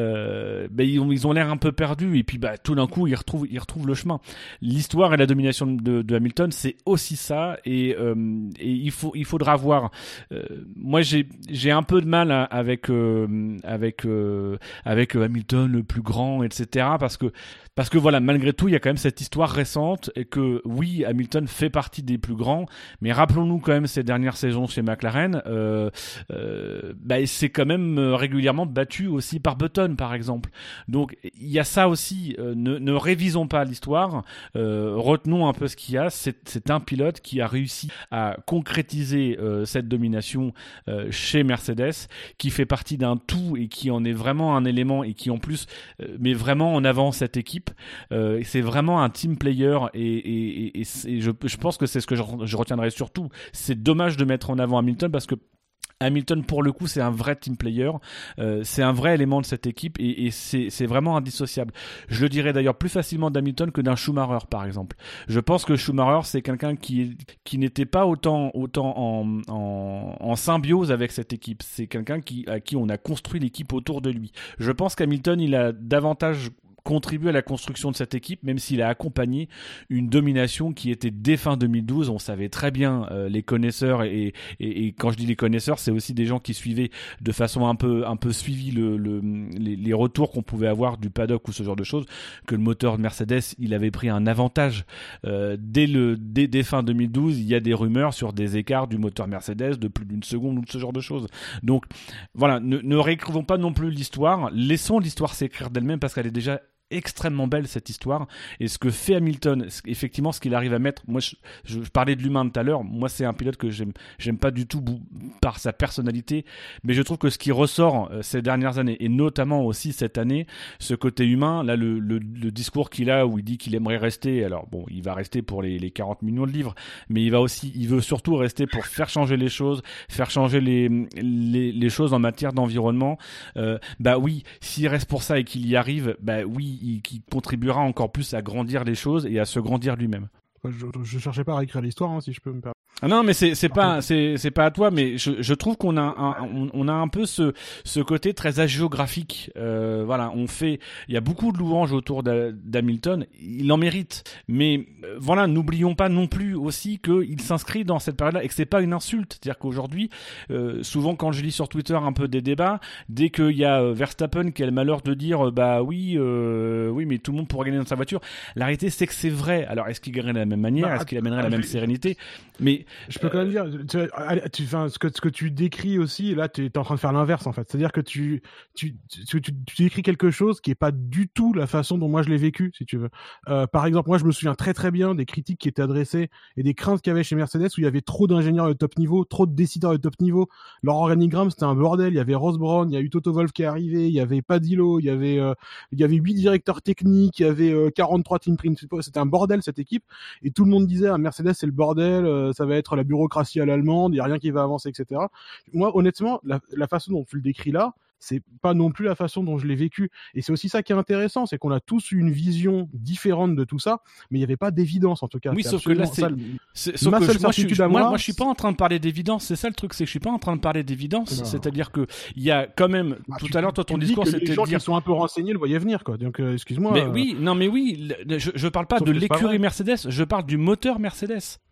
euh, bah, ils, ont, ils ont l'air un peu perdus, et puis bah, tout d'un coup ils retrouvent, ils retrouvent le chemin. L'histoire et la domination de, de Hamilton, c'est aussi ça, et, euh, et il faut il faudra voir. Euh, moi, j'ai j'ai un peu de mal hein, avec euh, avec euh, avec Hamilton le plus grand, et cetera. Parce que parce que voilà, malgré tout, il y a quand même cette histoire récente et que oui, Hamilton fait partie des plus grands, mais rappelons-nous quand même ces dernières saisons chez McLaren, euh, euh, bah, c'est quand même régulièrement battu aussi par Button, par exemple. Donc il y a ça aussi. Euh, ne, ne révisons pas l'histoire. Euh, retenons un peu ce qu'il y a. C'est, c'est un pilote qui a réussi à concrétiser euh, cette domination euh, chez Mercedes, qui fait partie d'un tout et qui en est vraiment un élément et qui en plus euh, met vraiment en avant cette équipe. Euh, c'est vraiment un team player et, et, et, et je, je pense que c'est ce que je, je retiendrai surtout. C'est dommage de mettre en avant Hamilton parce que Hamilton, pour le coup, c'est un vrai team player, euh, c'est un vrai élément de cette équipe et, et c'est, c'est vraiment indissociable. Je le dirais d'ailleurs plus facilement d'Hamilton que d'un Schumacher, par exemple. Je pense que Schumacher, c'est quelqu'un qui, qui n'était pas autant, autant en, en, en symbiose avec cette équipe. C'est quelqu'un qui, à qui on a construit l'équipe autour de lui. Je pense qu'Hamilton, il a davantage contribué à la construction de cette équipe, même s'il a accompagné une domination qui était dès fin deux mille douze. On savait très bien, euh, les connaisseurs, et, et, et quand je dis les connaisseurs, c'est aussi des gens qui suivaient de façon un peu, un peu suivi le, le, les, les retours qu'on pouvait avoir du paddock ou ce genre de choses, que le moteur de Mercedes, il avait pris un avantage. Euh, dès, le, dès, dès fin deux mille douze, il y a des rumeurs sur des écarts du moteur Mercedes de plus d'une seconde ou de ce genre de choses. Donc voilà, ne, ne réécrivons pas non plus l'histoire, laissons l'histoire s'écrire d'elle-même parce qu'elle est déjà extrêmement belle, cette histoire. Et ce que fait Hamilton, effectivement, ce qu'il arrive à mettre, moi je, je, je parlais de l'humain tout à l'heure, moi c'est un pilote que j'aime, j'aime pas du tout par sa personnalité, mais je trouve que ce qui ressort euh, ces dernières années, et notamment aussi cette année, ce côté humain, là le, le, le discours qu'il a où il dit qu'il aimerait rester, alors bon, il va rester pour les, les quarante millions de livres, mais il va aussi, il veut surtout rester pour faire changer les choses, faire changer les, les, les choses en matière d'environnement. Euh, bah oui, s'il reste pour ça et qu'il y arrive, bah oui, Il, qui contribuera encore plus à grandir les choses et à se grandir lui-même. Je, je cherchais pas à réécrire l'histoire, hein, si je peux me permettre. Ah non, mais c'est c'est pas c'est c'est pas à toi, mais je je trouve qu'on a un on, on a un peu ce ce côté très hagiographique. Euh, voilà, on fait il y a beaucoup de louanges autour d'Hamilton, il en mérite, mais euh, voilà, n'oublions pas non plus aussi que il s'inscrit dans cette période-là et que c'est pas une insulte, c'est-à-dire qu'aujourd'hui, euh, souvent quand je lis sur Twitter un peu des débats, dès qu'il y a Verstappen qui a le malheur de dire bah oui euh, oui mais tout le monde pourrait gagner dans sa voiture, la réalité c'est que c'est vrai. Alors est-ce qu'il gagnerait de la même manière, bah, est-ce qu'il amènerait ah, la même je... sérénité, mais je peux quand même dire, tu, tu, enfin, ce que ce que tu décris aussi, là, tu es en train de faire l'inverse en fait. C'est-à-dire que tu tu, tu tu tu décris quelque chose qui est pas du tout la façon dont moi je l'ai vécu, si tu veux. Euh, par exemple, moi, je me souviens très très bien des critiques qui étaient adressées et des craintes qu'il y avait chez Mercedes où il y avait trop d'ingénieurs de top niveau, trop de décideurs de top niveau. Leur organigramme, c'était un bordel. Il y avait Ross Brown, il y a eu Toto Wolff qui est arrivé, il y avait Padillo, il y avait euh, il y avait huit directeurs techniques, il y avait euh, quarante-trois team principaux. C'était un bordel cette équipe et tout le monde disait ah, Mercedes c'est le bordel, euh, ça va être la bureaucratie à l'allemande, il y a rien qui va avancer, et cetera. Moi, honnêtement, la, la façon dont tu le décris là, c'est pas non plus la façon dont je l'ai vécu. Et c'est aussi ça qui est intéressant, c'est qu'on a tous une vision différente de tout ça, mais il n'y avait pas d'évidence en tout cas. Oui, c'est sauf que là, c'est, ça, c'est sauf ma que seule moi, je suis, à moi, moi, moi, je suis pas en train de parler d'évidence. C'est ça le truc, c'est que je suis pas en train de parler d'évidence. Non. C'est-à-dire que il y a quand même bah, tout à l'heure, toi, ton discours, que c'était les gens de dire qui sont un peu renseignés le voyaient venir, quoi. Donc, euh, excuse-moi. Mais euh... oui, non, mais oui, je, je parle pas sauf de l'écurie Mercedes, je parle du moteur Mercedes.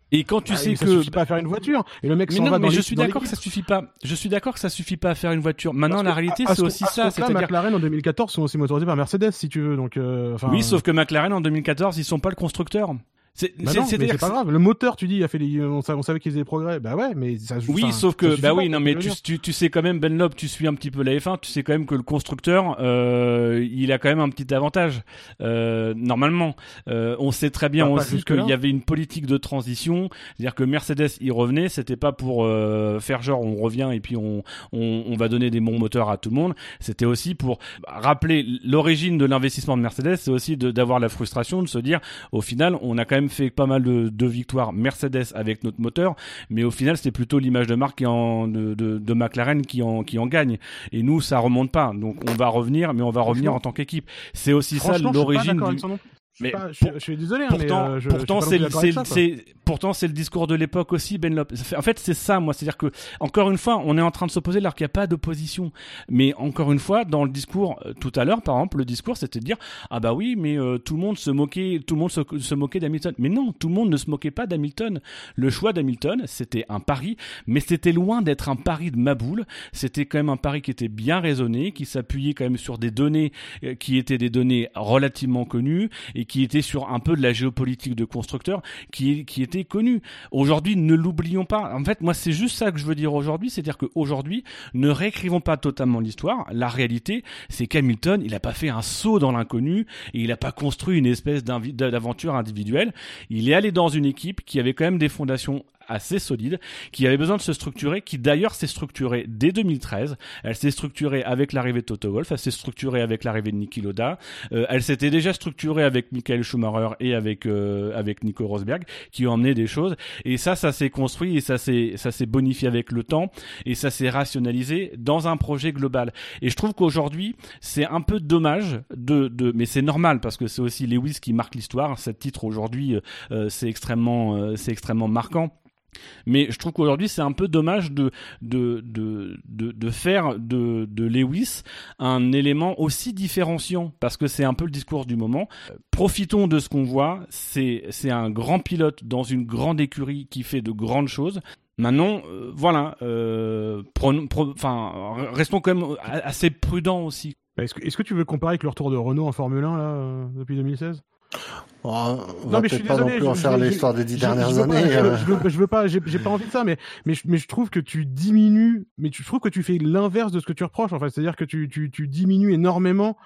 Et quand tu bah, sais ça que suffit pas à faire une voiture et le mec mais s'en non, va mais dans je les- suis dans d'accord que l'équipe. ça suffit pas. Je suis d'accord que ça suffit pas à faire une voiture. Maintenant, Parce la que, réalité, à- à c'est ce- aussi à ce ça. compte-là, C'est-à-dire, McLaren en deux mille quatorze sont aussi motorisés par Mercedes, si tu veux. Donc, euh, enfin, oui, sauf que McLaren en deux mille quatorze, ils sont pas le constructeur. C'est, Bah c'est, non, c'est, mais c'est c'est pas grave. Le moteur, tu dis, il a fait les... on, savait, on savait qu'ils faisaient des progrès. Bah ouais, mais ça. Oui, enfin, sauf ça que suffit bah pas, oui, non, mais je veux tu, dire. tu, tu sais quand même, Ben Loeb, tu suis un petit peu la F un, tu sais quand même que le constructeur, euh, il a quand même un petit avantage. Euh, normalement, euh, on sait très bien Bah, pas aussi jusque-là. qu'il y avait une politique de transition, c'est-à-dire que Mercedes y revenait, c'était pas pour euh, faire genre on revient et puis on, on, on va donner des bons moteurs à tout le monde. C'était aussi pour rappeler l'origine de l'investissement de Mercedes, c'est aussi de, d'avoir la frustration de se dire, au final, on a quand même fait pas mal de de victoires Mercedes avec notre moteur, mais au final c'était plutôt l'image de marque qui en, de, de, de McLaren qui en, qui en gagne, et nous ça remonte pas, donc on va revenir, mais on va revenir en tant qu'équipe. C'est aussi ça Franchement, je suis pas l'origine d'accord du... avec ça non plus. Je suis Mais pas- je pour- suis- je suis désolé, hein, Pourtant, mais euh, je, pourtant, je suis c'est, pas non le- plus c'est, d'accord avec ça, quoi. c'est, pourtant, c'est le discours de l'époque aussi, Ben Loeb. Ça fait- En fait, c'est ça, moi. C'est-à-dire que, encore une fois, on est en train de s'opposer alors qu'il n'y a pas d'opposition. Mais encore une fois, dans le discours, euh, tout à l'heure, par exemple, le discours, c'était de dire, ah bah oui, mais euh, tout le monde se moquait, tout le monde se, se moquait d'Hamilton. Mais non, tout le monde ne se moquait pas d'Hamilton. Le choix d'Hamilton, c'était un pari, mais c'était loin d'être un pari de maboule. C'était quand même un pari qui était bien raisonné, qui s'appuyait quand même sur des données euh, qui étaient des données relativement connues et qui étaient sur un peu de la géopolitique de constructeurs qui, qui était connue. Aujourd'hui, ne l'oublions pas. En fait, moi, c'est juste ça que je veux dire aujourd'hui, c'est-à-dire qu'aujourd'hui, ne réécrivons pas totalement l'histoire. La réalité, c'est qu'Hamilton, il n'a pas fait un saut dans l'inconnu et il n'a pas construit une espèce d'invi- d'aventure individuelle. Il est allé dans une équipe qui avait quand même des fondations assez solide, qui avait besoin de se structurer, qui d'ailleurs s'est structurée dès deux mille treize. Elle s'est structurée avec l'arrivée de Toto Wolff, elle s'est structurée avec l'arrivée de Niki Lauda, euh, elle s'était déjà structurée avec Michael Schumacher et avec euh, avec Nico Rosberg, qui ont emmené des choses. Et ça, ça s'est construit et ça s'est ça s'est bonifié avec le temps et ça s'est rationalisé dans un projet global. Et je trouve qu'aujourd'hui, c'est un peu dommage de de, mais c'est normal parce que c'est aussi Lewis qui marque l'histoire. Ce titre aujourd'hui, euh, c'est extrêmement euh, c'est extrêmement marquant. Mais je trouve qu'aujourd'hui c'est un peu dommage de de de de, de faire de de Lewis un élément aussi différenciant, parce que c'est un peu le discours du moment. Profitons de ce qu'on voit. C'est c'est un grand pilote dans une grande écurie qui fait de grandes choses. Maintenant, euh, voilà. Euh, prenons, pre, enfin, restons quand même assez prudents aussi. Est-ce que, est-ce que tu veux comparer avec le retour de Renault en Formule un là euh, depuis deux mille seize? Oh, on Non, va mais je peut-être suis pas désolé, non plus je- en je- faire je- l'histoire des dix je- dernières je veux pas- années. je, euh. je veux, je veux pas, j'ai, j'ai pas envie de ça, mais, mais, je, mais je trouve que tu diminues, mais tu, je trouve que tu fais l'inverse de ce que tu reproches, en fait. C'est-à-dire que tu, tu, tu diminues énormément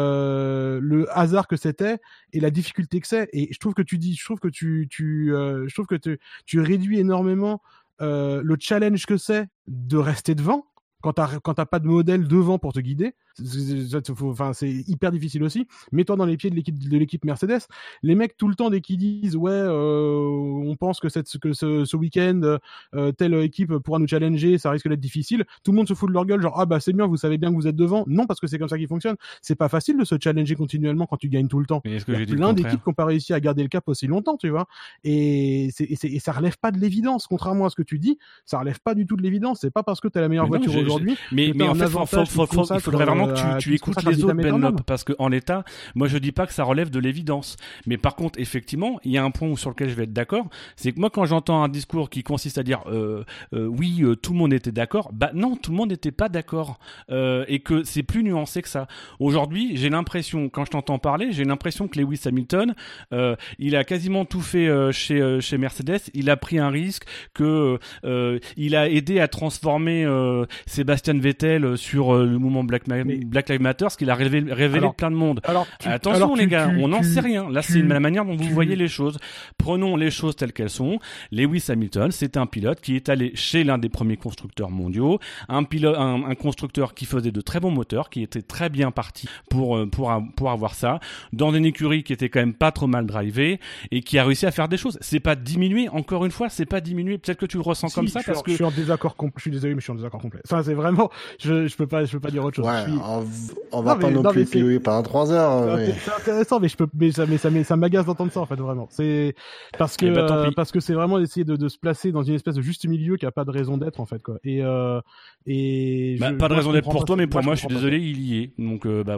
euh, le hasard que c'était et la difficulté que c'est. Et je trouve que tu dis, je trouve que tu, tu, euh, je trouve que tu, tu réduis énormément euh, le challenge que c'est de rester devant. Quand t'as, quand t'as pas de modèle devant pour te guider, c'est, c'est, faut, enfin, c'est hyper difficile aussi. Mets-toi dans les pieds de l'équipe, de l'équipe Mercedes. Les mecs, tout le temps, dès qu'ils disent, ouais, euh, on pense que, cette, que ce, ce week-end, euh, telle équipe pourra nous challenger, ça risque d'être difficile. Tout le monde se fout de leur gueule, genre, ah bah c'est bien, vous savez bien que vous êtes devant. Non, parce que c'est comme ça qu'il fonctionne. C'est pas facile de se challenger continuellement quand tu gagnes tout le temps. Mais est-ce que Il y j'ai a dit le plein contraire d'équipes qui n'ont pas réussi à garder le cap aussi longtemps, tu vois. Et, c'est, et, c'est, et ça relève pas de l'évidence, contrairement à ce que tu dis. Ça relève pas du tout de l'évidence. C'est pas parce que t'as la meilleure Mais non, voiture j'ai- aujourd'hui. Mais, que mais t'as en un fait, faut, faut, avantage faut, qui faut, consacre, il faudrait vraiment que tu, euh, tu qui écoutes consacre les à autres, Vitamin Ben Loeb, Éternel. parce qu'en l'état, moi je dis pas que ça relève de l'évidence. Mais par contre, effectivement, il y a un point sur lequel je vais être d'accord, c'est que moi quand j'entends un discours qui consiste à dire euh, euh, oui, euh, tout le monde était d'accord, bah non, tout le monde n'était pas d'accord. Euh, et que c'est plus nuancé que ça. Aujourd'hui, j'ai l'impression, quand je t'entends parler, j'ai l'impression que Lewis Hamilton, euh, il a quasiment tout fait euh, chez, euh, chez Mercedes, il a pris un risque, que euh, il a aidé à transformer euh, Sébastien Vettel sur euh, le mouvement Black, Ma- Mais- Black Lives Matter, ce qu'il a révélé, révélé Alors, plein de monde. Alors, tu- Attention alors, les tu- gars, tu- on n'en tu- sait rien. Là, tu- c'est la manière dont vous tu- voyez les choses. Prenons les choses telles qu'elles sont. Lewis Hamilton, c'est un pilote qui est allé chez l'un des premiers constructeurs mondiaux, un pilote, un, un constructeur qui faisait de très bons moteurs, qui était très bien parti pour euh, pour pour avoir ça, dans une écurie qui était quand même pas trop mal drivée et qui a réussi à faire des choses. C'est pas diminué. Encore une fois, c'est pas diminué. Peut-être que tu le ressens Si, comme ça je suis parce en- que je suis en désaccord complet. Je suis désolé, mais je suis en désaccord complet. Enfin, c'est vraiment, je, je peux pas, je peux pas dire autre chose. Ouais, Je suis- on, on va Non, pas mais- non, non, plus mais c'est- pilouer pendant trois heures. C'est euh, mais- int- c'est intéressant, mais je peux, mais ça, mais ça, mais ça m'agace d'entendre ça en fait vraiment. C'est parce que Eh ben, tant euh, pis. parce que c'est vraiment d'essayer de, de se placer dans une espèce de juste milieu qui a pas de raison d'être en fait quoi. Et euh, et bah, je- pas de moi, raison je d'être comprends pour toi, pas- mais pour moi, je suis comprends pas désolé, il y est. Donc euh, bah voilà. ça.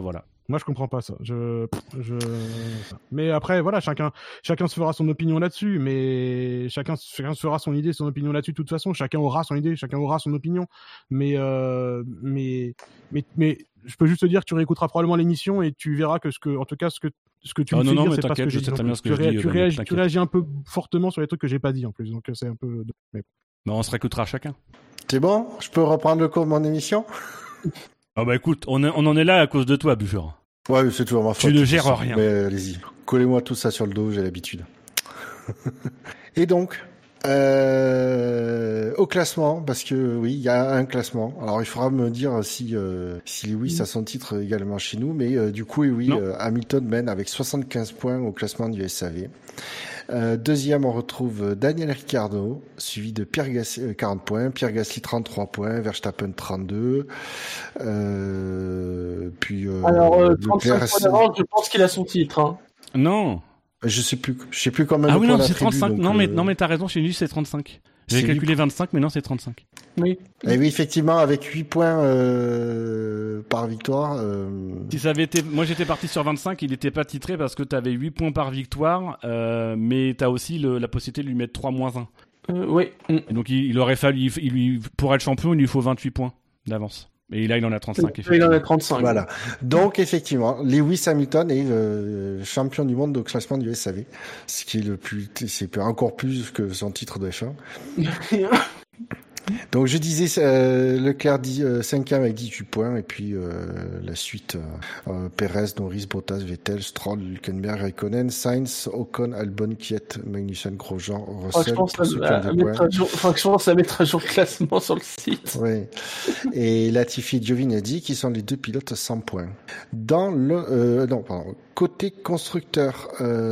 Moi, je comprends pas ça. Je, je. Mais après, voilà, chacun, chacun se fera son opinion là-dessus. Mais chacun, chacun se fera son idée, son opinion là-dessus. De toute façon, chacun aura son idée, chacun aura son opinion. Mais, euh, mais, mais, mais, je peux juste te dire que tu réécouteras probablement l'émission et tu verras que ce que, en tout cas, ce que, ce que tu oh, me non, fais non, dire, mais c'est pas ce que je j'ai sais dit. très bien ce que tu, je ré- dis, tu, euh, réagis, t'inquiète. tu réagis un peu fortement sur les trucs que j'ai pas dit en plus. Donc c'est un peu. Mais... Bah, on se réécoutera chacun. C'est bon? Je peux reprendre le cours de mon émission? Ah bah écoute, on, est, on en est là à cause de toi, buveur. Ouais, c'est toujours ma faute. Tu ne de gères toute façon. rien. Mais allez-y, collez-moi tout ça sur le dos, j'ai l'habitude. Et donc, euh, au classement, parce que oui, il y a un classement. Alors il faudra me dire si euh, si Lewis a son titre également chez nous, mais euh, du coup, oui, euh, Hamilton mène avec soixante-quinze points au classement du S A V. Euh, deuxième, on retrouve Daniel Ricciardo, suivi de Pierre Gasly, euh, quarante points, Pierre Gasly trente-trois points, Verstappen trente-deux, euh, puis euh, Alors, euh, Leclerc, trente-cinq points d'avance, je pense qu'il a son titre. Hein. Non. je sais plus, je sais plus quand même. Ah oui, non, c'est trente-cinq. trente-cinq. Non, mais, non, mais t'as raison, chez lui, c'est trente-cinq. J'avais calculé vingt-cinq, mais non, c'est trente-cinq. Oui. Et oui, effectivement, avec huit points euh, par victoire. Euh... Si ça avait été, moi j'étais parti sur vingt-cinq, il était pas titré parce que t'avais huit points par victoire, euh, mais t'as aussi le, la possibilité de lui mettre trois moins un. Euh, oui. Et donc il, il aurait fallu, il, il lui, pour être champion, il lui faut vingt-huit points d'avance. Et là, il en a trente-cinq. Il en a trente-cinq. Voilà. Donc, effectivement, Lewis Hamilton est le champion du monde au classement du S A V. Ce qui est le plus, c'est encore plus que son titre de F un. Donc, je disais, euh, Leclerc dit, euh, cinquième avec dix-huit points. Et puis, euh, la suite, euh, euh, Perez, Norris, Bottas, Vettel, Stroll, Hülkenberg, Raikkonen, Sainz, Ocon, Albon, Kiet, Magnussen, Grosjean, Russell. Je pense, à, à, à mettre à jour, enfin, je pense à mettre à jour le classement sur le site. Oui. Et Latifi et Giovinazzi, qui sont les deux pilotes sans points. Dans le, euh, non, pardon. Côté constructeur,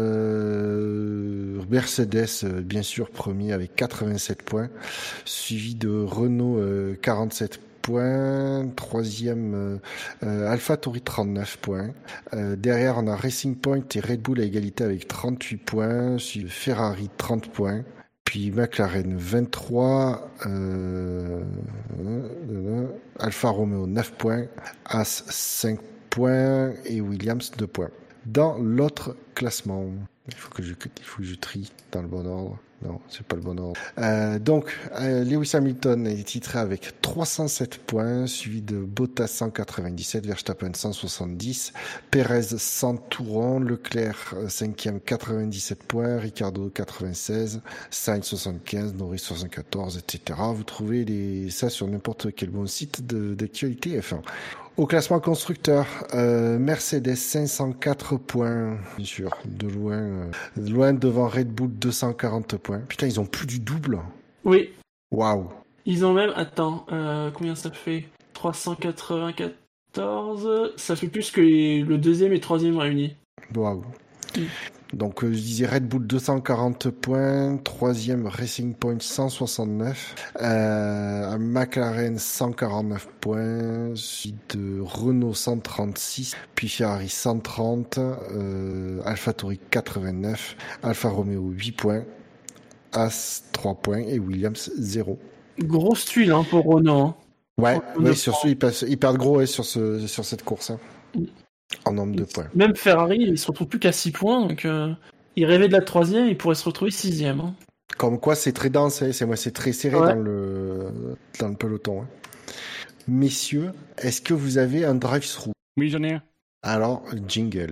euh, Mercedes, euh, bien sûr, premier avec quatre-vingt-sept points, suivi de Renault, euh, quarante-sept points, troisième, euh, euh, AlphaTauri, trente-neuf points. Euh, derrière, on a Racing Point et Red Bull à égalité avec trente-huit points, suivi de Ferrari, trente points. Puis McLaren, vingt-trois, euh, euh, Alfa Romeo, neuf points, As, cinq points et Williams, deux points. Dans l'autre classement, il faut que je, il faut que je trie dans le bon ordre. Non, c'est pas le bon ordre. Euh, donc, euh, Lewis Hamilton est titré avec trois cent sept points, suivi de Bottas cent quatre-vingt-dix-sept, Verstappen cent soixante-dix, Perez cent tourons, Leclerc cinquième quatre-vingt-dix-sept points, Ricciardo quatre-vingt-seize, Sainz soixante-quinze, Norris soixante-quatorze, et cetera. Vous trouvez les, ça sur n'importe quel bon site de, d'actualité F un. Au classement constructeur, euh, Mercedes cinq cent quatre points, bien sûr, de loin, euh, loin devant Red Bull deux cent quarante points. Putain, ils ont plus du double. Oui. Waouh. Ils ont même, attends, euh, combien ça fait trois cent quatre-vingt-quatorze, ça fait plus que les, le deuxième et troisième réunis. Waouh. Mm. Donc, euh, je disais Red Bull deux cent quarante points, troisième Racing Point cent soixante-neuf, euh, McLaren cent quarante-neuf points, suite de Renault cent trente-six, puis Ferrari cent trente, euh, AlphaTauri quatre-vingt-neuf, Alfa Romeo huit points, As trois points et Williams zéro. Grosse tuile hein, pour Renault. Hein. Ouais, oui, sur ce, ils, passent, ils perdent gros ouais, sur, ce, sur cette course. Hein. Mm. En nombre de points. Même Ferrari, il se retrouve plus qu'à six points, donc euh, il rêvait de la troisième, il pourrait se retrouver sixième. Hein. Comme quoi, c'est très dense, hein, c'est, moi, c'est très serré ouais. dans, le, dans le peloton. Hein. Messieurs, est-ce que vous avez un drive-through ? Oui, j'en ai un. Alors, jingle.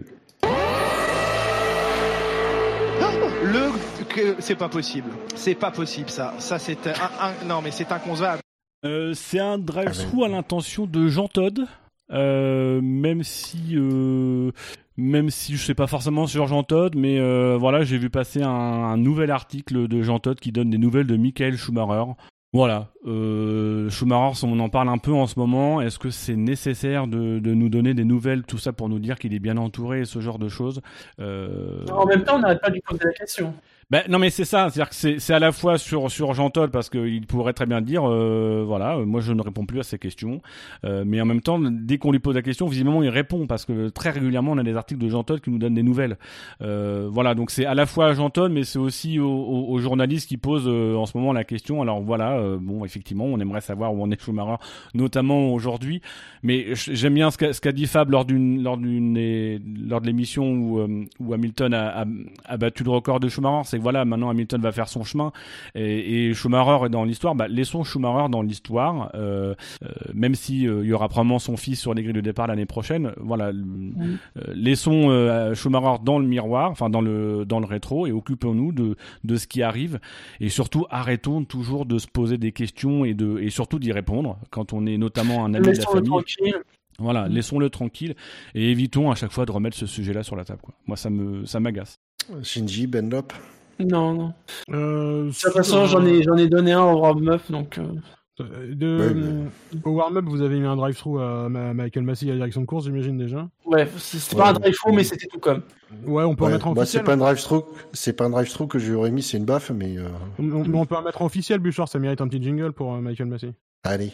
Le... C'est pas possible. C'est pas possible, ça. Ça, c'est un... un... Non, mais c'est inconcevable. Euh, c'est un drive-through à l'intention de Jean Todt. Euh, même si euh, même si je sais pas forcément sur Jean Todt, mais euh, voilà, j'ai vu passer un, un nouvel article de Jean Todt qui donne des nouvelles de Michael Schumacher. Voilà, euh, Schumacher, on en parle un peu en ce moment. Est-ce que c'est nécessaire de, de nous donner des nouvelles, tout ça pour nous dire qu'il est bien entouré et ce genre de choses euh... En même temps, on n'arrête pas de lui poser la question. Ben non mais c'est ça, c'est-à-dire que c'est, c'est à la fois sur sur Jean Todt parce qu'il pourrait très bien dire euh, voilà, moi je ne réponds plus à ces questions, euh, mais en même temps dès qu'on lui pose la question, visiblement il répond parce que très régulièrement on a des articles de Jean Todt qui nous donnent des nouvelles. Euh, voilà, donc c'est à la fois à Jean Todt mais c'est aussi aux, aux, aux journalistes qui posent euh, en ce moment la question. Alors voilà, euh, bon, effectivement, on aimerait savoir où en est Schumacher, notamment aujourd'hui. Mais j'aime bien ce qu'a, ce qu'a dit Fab lors d'une, lors d'une, lors de l'émission où, euh, où Hamilton a, a, a battu le record de Schumacher. C'est que voilà, maintenant Hamilton va faire son chemin et, et Schumacher est dans l'histoire. Bah, laissons Schumacher dans l'histoire, euh, euh, même si euh, il y aura probablement son fils sur les grilles de départ l'année prochaine. Voilà, mmh. euh, laissons euh, Schumacher dans le miroir, enfin dans le dans le rétro, et occupons-nous de de ce qui arrive. Et surtout, arrêtons toujours de se poser des questions et de et surtout d'y répondre quand on est notamment un ami de la famille. Tranquille. Voilà, mmh. laissons-le tranquille et évitons à chaque fois de remettre ce sujet-là sur la table, quoi. Moi, ça me ça m'agace. Shinji, Benlop. Non, non. Euh, de toute façon, j'en ai, j'en ai donné un au warm-up, donc. Euh... De, ouais, mais... Au warm-up, vous avez mis un drive-through à Ma- Michael Massey à la direction de course, j'imagine déjà. Ouais, c'était ouais, pas un drive-through, mais c'était tout comme. Ouais, on peut ouais, en mettre en bah, officiel. C'est pas un drive-through, c'est pas un drive-through que j'aurais mis, c'est une baffe, mais. Euh... On, on, on peut en mettre en officiel, Bouchard, ça mérite un petit jingle pour euh, Michael Massey. Allez.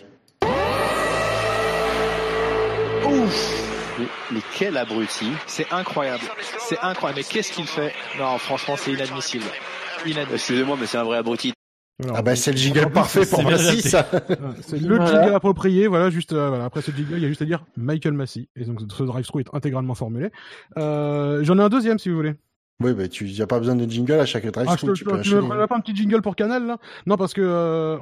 Ouf. Mais, mais quel abruti. C'est incroyable. C'est incroyable. Mais qu'est-ce qu'il fait? Non, franchement, c'est inadmissible. Inadmissible. Excusez-moi, mais c'est un vrai abruti. Alors, ah bah c'est le jingle parfait pour Massey, ça. C'est le voilà. jingle approprié, voilà, juste euh, voilà. Après ce jingle, il y a juste à dire Michael Massey. Et donc ce drive-through est intégralement formulé. Euh, j'en ai un deuxième si vous voulez. Oui, bah tu n'as pas besoin de jingle à chaque drive-through. Ah, je te, tu peux tu me prends pas un petit jingle pour Canal là? Non, parce que euh,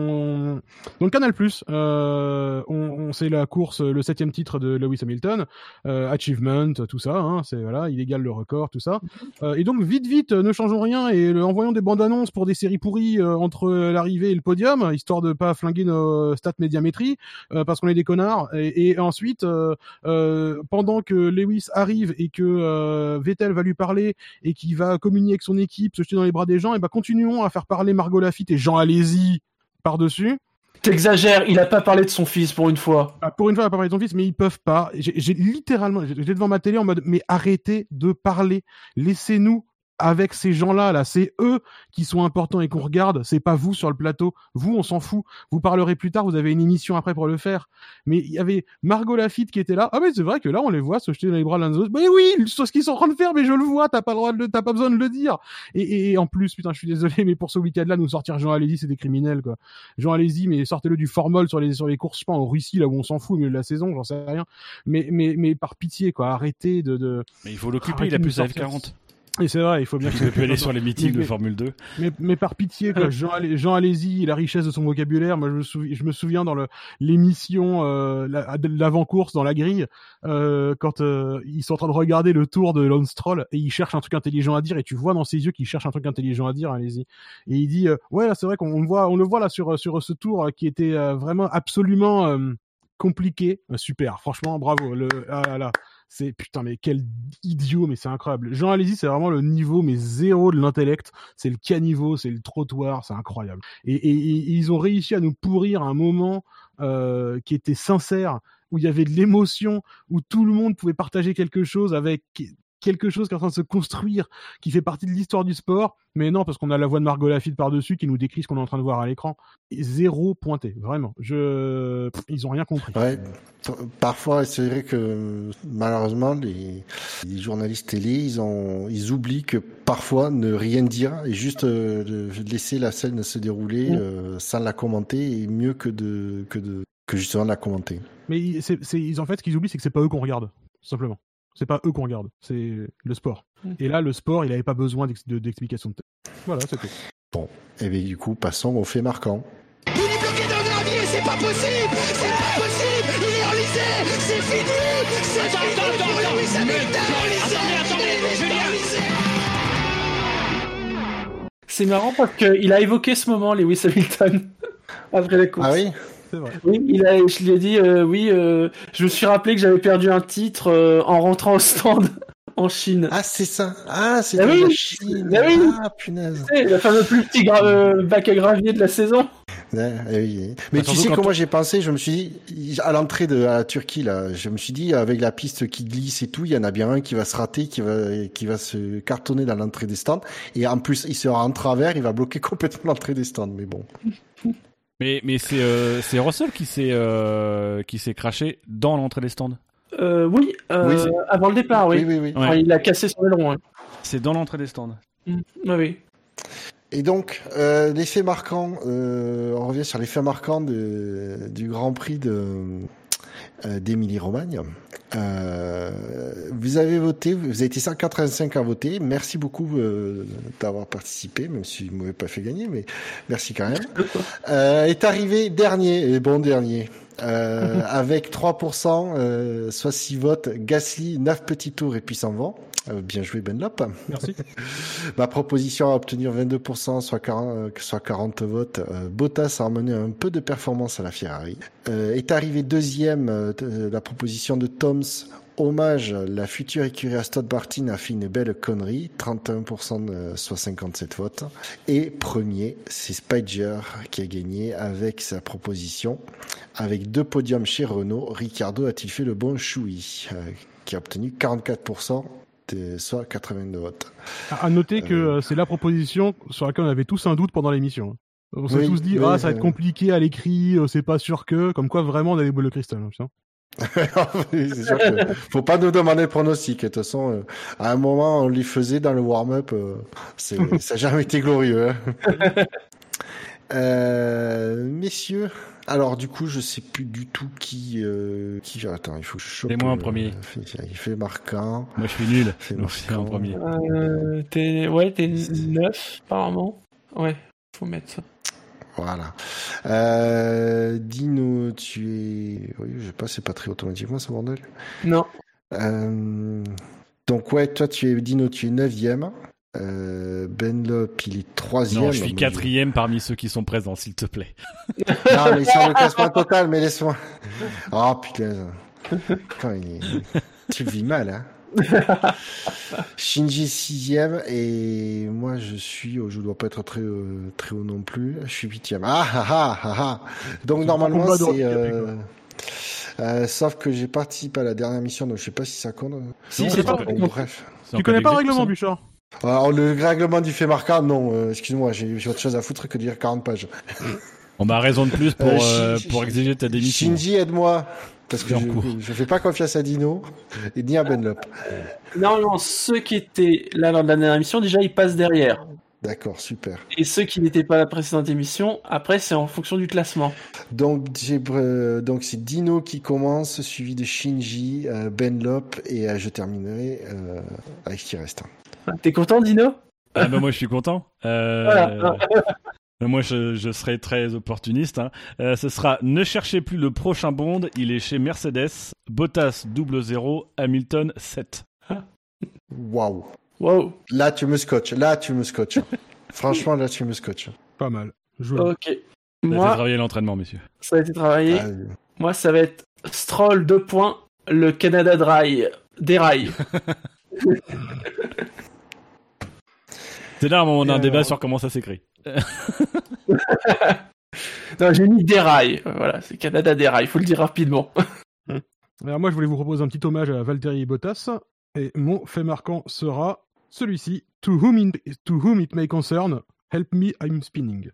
on donc Canal Plus, euh, on, on c'est la course, le septième titre de Lewis Hamilton, euh, achievement, tout ça, hein, c'est voilà, il égale le record, tout ça. Euh, et donc vite, vite, ne changeons rien et le, envoyons des bandes annonces pour des séries pourries euh, entre l'arrivée et le podium, histoire de pas flinguer nos stats médiamétrie, euh, parce qu'on est des connards. Et, et ensuite, euh, euh, pendant que Lewis arrive et que euh, Vettel va lui parler et qui va communier avec son équipe, se jeter dans les bras des gens, et ben continuons à faire parler Margot Lafitte et Jean Alési par-dessus. T'exagères, il a pas parlé de son fils pour une fois. Ah, pour une fois, il a pas parlé de son fils, mais ils peuvent pas. J'ai, j'ai littéralement, j'étais devant ma télé en mode, mais arrêtez de parler, laissez-nous avec ces gens-là, là, c'est eux qui sont importants et qu'on regarde, c'est pas vous sur le plateau. Vous, on s'en fout. Vous parlerez plus tard, vous avez une émission après pour le faire. Mais il y avait Margot Lafitte qui était là. Ah mais c'est vrai que là, on les voit se jeter dans les bras l'un des autres. Mais oui, c'est ce qu'ils sont en train de faire, mais je le vois, t'as pas le droit de le, t'as pas besoin de le dire. Et, et en plus, putain, je suis désolé, mais pour ce week-end-là, nous sortir Jean Alési, c'est des criminels, quoi. Jean Alési, mais sortez-le du formol sur les, sur les courses, je sais pas, en Russie, là où on s'en fout au milieu de la saison, j'en sais rien. Mais, mais, mais par pitié, quoi, arrêtez de, de... Mais il faut l'occuper, il a plus à F quarante. Et c'est vrai, il faut bien qu'il peut aller sur les meetings de Formule deux. Mais, mais par pitié, quoi, Jean, Alé- Jean Alési, la richesse de son vocabulaire. Moi, je me souviens, je me souviens dans le, l'émission euh, la, de l'avant-course dans la grille, euh, quand euh, ils sont en train de regarder le tour de Lance Stroll et il cherche un truc intelligent à dire et tu vois dans ses yeux qu'il cherche un truc intelligent à dire, Alési. Et il dit, euh, ouais, là, c'est vrai qu'on on voit, on le voit là sur sur ce tour euh, qui était euh, vraiment absolument euh, compliqué. Euh, super, franchement, bravo. Le, ah là là. C'est putain mais quel idiot, mais c'est incroyable. Jean Alési, c'est vraiment le niveau mais zéro de l'intellect, c'est le caniveau, c'est le trottoir, c'est incroyable. Et, et, et ils ont réussi à nous pourrir un moment euh, qui était sincère, où il y avait de l'émotion, où tout le monde pouvait partager quelque chose avec quelque chose qui est en train de se construire, qui fait partie de l'histoire du sport, mais non, parce qu'on a la voix de Margot Lafitte par-dessus qui nous décrit ce qu'on est en train de voir à l'écran. Et zéro pointé, vraiment. Je... Pff, ils ont rien compris. Ouais, parfois, c'est vrai que malheureusement, les, les journalistes télé, ils, ont, ils oublient que parfois, ne rien dire et juste euh, laisser la scène se dérouler mmh. euh, sans la commenter est mieux que de, que de, que justement de la commenter. Mais c'est, c'est, ils, en fait, ce qu'ils oublient, c'est que c'est pas eux qu'on regarde, tout simplement. C'est pas eux qu'on regarde, c'est le sport. Et là, le sport, il avait pas besoin d'ex- de, d'explication de tête. Voilà, c'est tout. Bon, et bien du coup, passons aux faits marquants. Vous nous bloquez dans le gravier, c'est pas possible, c'est pas possible, il est enlisé, c'est fini, c'est attends, fini attends, pour attends, Lewis Hamilton, enlisé, enlisé. C'est marrant parce qu'il a évoqué ce moment, Lewis Hamilton, après la course. Ah oui? C'est vrai. Oui, il a, je lui ai dit, euh, oui, euh, je me suis rappelé que j'avais perdu un titre euh, en rentrant au stand en Chine. Ah, c'est ça. Ah, c'est ah, oui. la Chine. Ah, oui. Ah, punaise. C'est le fameux plus petit gra- euh, bac à gravier de la saison. Ouais, oui. Mais bah, tu sais comment on... j'ai pensé? Je me suis dit, à l'entrée de à la Turquie, là, je me suis dit, avec la piste qui glisse et tout, il y en a bien un qui va se rater, qui va, qui va se cartonner dans l'entrée des stands. Et en plus, il sera en travers, il va bloquer complètement l'entrée des stands. Mais bon. Mais, mais c'est, euh, c'est Russell qui s'est, euh, qui s'est craché dans l'entrée des stands. Euh, oui, euh, oui avant le départ, oui. Oui, oui, oui. Enfin, ouais. Il a cassé son aileron. Hein. C'est dans l'entrée des stands. Mmh, oui, oui. Et donc, euh, les faits marquants, euh, on revient sur les faits marquants de, du Grand Prix de, euh, d'Émilie-Romagne. Euh, vous avez voté, vous avez été cent quatre-vingt-cinq à voter. Merci beaucoup euh, d'avoir participé, même si vous ne m'avez pas fait gagner, mais merci quand même. Euh, est arrivé dernier, et bon dernier. Euh, avec trois pour cent, euh, soit six votes, Gasly, neuf petits tours et puis s'en va. Euh, bien joué Benlop. Merci. Ma proposition a obtenu vingt-deux pour cent, soit quarante, soit quarante votes. Euh, Bottas a emmené un peu de performance à la Ferrari. Euh, est arrivé deuxième euh, la proposition de Toms. Hommage, la future écurie Aston Martin a fait une belle connerie, trente et un pour cent, euh, soit cinquante-sept votes. Et premier, c'est Spiger qui a gagné avec sa proposition. Avec deux podiums chez Renault, Ricciardo a-t-il fait le bon choui, euh, qui a obtenu quarante-quatre pour cent, de, soit quatre-vingt-deux votes. À noter que euh... c'est la proposition sur laquelle on avait tous un doute pendant l'émission. On s'est oui, tous dit, oui, ah, ça va euh... être compliqué à l'écrit, c'est pas sûr que, comme quoi vraiment on a des boules de cristal. Hein, c'est sûr que faut pas nous demander le pronostic. De toute façon, euh, à un moment, on les faisait dans le warm-up. Euh, c'est, ça n'a jamais été glorieux. Hein. euh, messieurs, alors du coup, je sais plus du tout qui. Euh, qui... Attends, il faut que je chope. C'est moi en premier. Euh, il fait marquant. Moi, je suis nul. Fait Donc, je suis en premier. Euh, t'es... Ouais, t'es neuf, apparemment. Ouais, faut mettre ça. Voilà. Euh, Dino, tu es... Oui, je sais pas, c'est pas très automatiquement ce bordel. Non. Euh... Donc ouais, toi tu es Dino, tu es neuvième. Euh, Benlop, il est troisième. Non, je suis quatrième parmi ceux qui sont présents, s'il te plaît. Non, mais sur le classement total, mais laisse-moi. Oh putain. Quand il est... Tu le vis mal, hein. Shinji sixième et moi je suis, oh, je dois pas être très euh, très haut non plus. Je suis huitième. Ah ah ah ah ah. Donc c'est normalement c'est. Euh, euh, sauf que j'ai participé à la dernière mission, donc je sais pas si ça compte. Si, non, c'est pas. pas. Bon, bref. Tu connais pas le règlement, Bouchard? Alors le règlement du fait marquant, non. Euh, excuse-moi, j'ai, j'ai autre chose à foutre que de lire quarante pages. On m'a raison de plus pour euh, euh, Sh- pour Sh- exiger ta démission. Shinji, aide-moi. Parce que je, je fais pas confiance à Dino et ni à Benlop. Non, non, ceux qui étaient là dans la dernière émission, déjà, ils passent derrière. D'accord, super. Et ceux qui n'étaient pas à la précédente émission, après, c'est en fonction du classement. Donc, j'ai, euh, donc c'est Dino qui commence, suivi de Shinji, euh, Benlop, et euh, je terminerai euh, avec ce qui reste. T'es content, Dino? Ah bah moi, je suis content. Euh... Voilà. Moi, je, je serai très opportuniste. Hein. Euh, ce sera ne cherchez plus le prochain Bond, il est chez Mercedes, Bottas double zéro, Hamilton sept. Waouh. Wow. Là, tu me scotches. Là, tu me scotches. Franchement, là, tu me scotches. Pas mal. Joli. Ok. Ça Moi, a été travaillé l'entraînement, messieurs. ça a été travaillé. Ah, oui. Moi, ça va être Stroll deux points, le Canada Dry déraille. C'est là un moment d'un Euh, débat sur comment ça s'écrit. Non, j'ai mis déraille. Voilà, c'est Canada déraille, faut le dire rapidement. Alors moi, je voulais vous proposer un petit hommage à Valtteri Bottas, et mon fait marquant sera celui-ci. To whom it, to whom it may concern, help me, I'm spinning.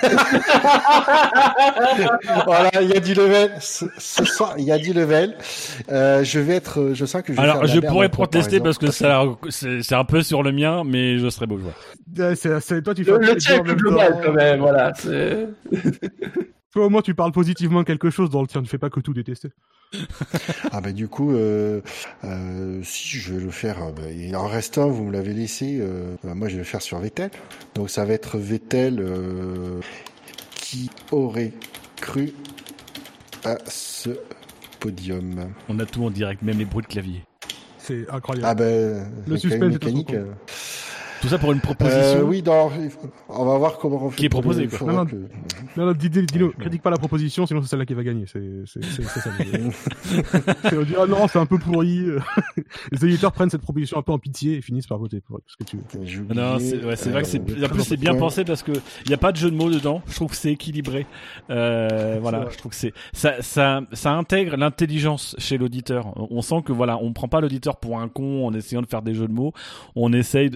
Voilà, il y a du level. Ce, ce soir, il y a du level. Euh, je vais être, je sens que je vais Alors, faire je la pourrais merde en protester parce que comparaison. ça, c'est, c'est un peu sur le mien, mais je serai beau joueur. Ouais, c'est, c'est, toi, tu fais Le, un le peu les tien deux en est même plus global, temps. quand même, voilà. C'est... Toi, au moins, tu parles positivement de quelque chose dans le tien, tu fais pas que tout détester. Ah bah du coup, euh, euh, si je vais le faire, euh, bah, il en reste un, vous me l'avez laissé. Euh, bah, moi, je vais le faire sur Vettel. Donc ça va être Vettel euh, qui aurait cru à ce podium. On a tout en direct, même les bruits de clavier. C'est incroyable. Ah ben, Le c'est quand suspense même est à son mécanique. comble. euh. Tout ça pour une proposition. Euh, oui, dans, on va voir comment on fait. Qui est pour proposée, le- quoi. faudra Non, non. que- Non, non, dis- dis- dis-le, critique pas la proposition, sinon c'est celle-là qui va gagner. C'est, c'est, c'est, c'est ça. C'est, on dit, ah non, c'est un peu pourri. Les éditeurs prennent cette proposition un peu en pitié et finissent par voter pour ce que tu veux. J'ai Non, oublié, c'est, ouais, c'est euh, vrai que c'est, le en plus c'est bien point. pensé parce que il y a pas de jeu de mots dedans. Je trouve que c'est équilibré. Euh, voilà, vrai. je trouve que c'est ça, ça, ça intègre l'intelligence chez l'auditeur. On sent que voilà, on prend pas l'auditeur pour un con en essayant de faire des jeux de mots. On essaye. De, je,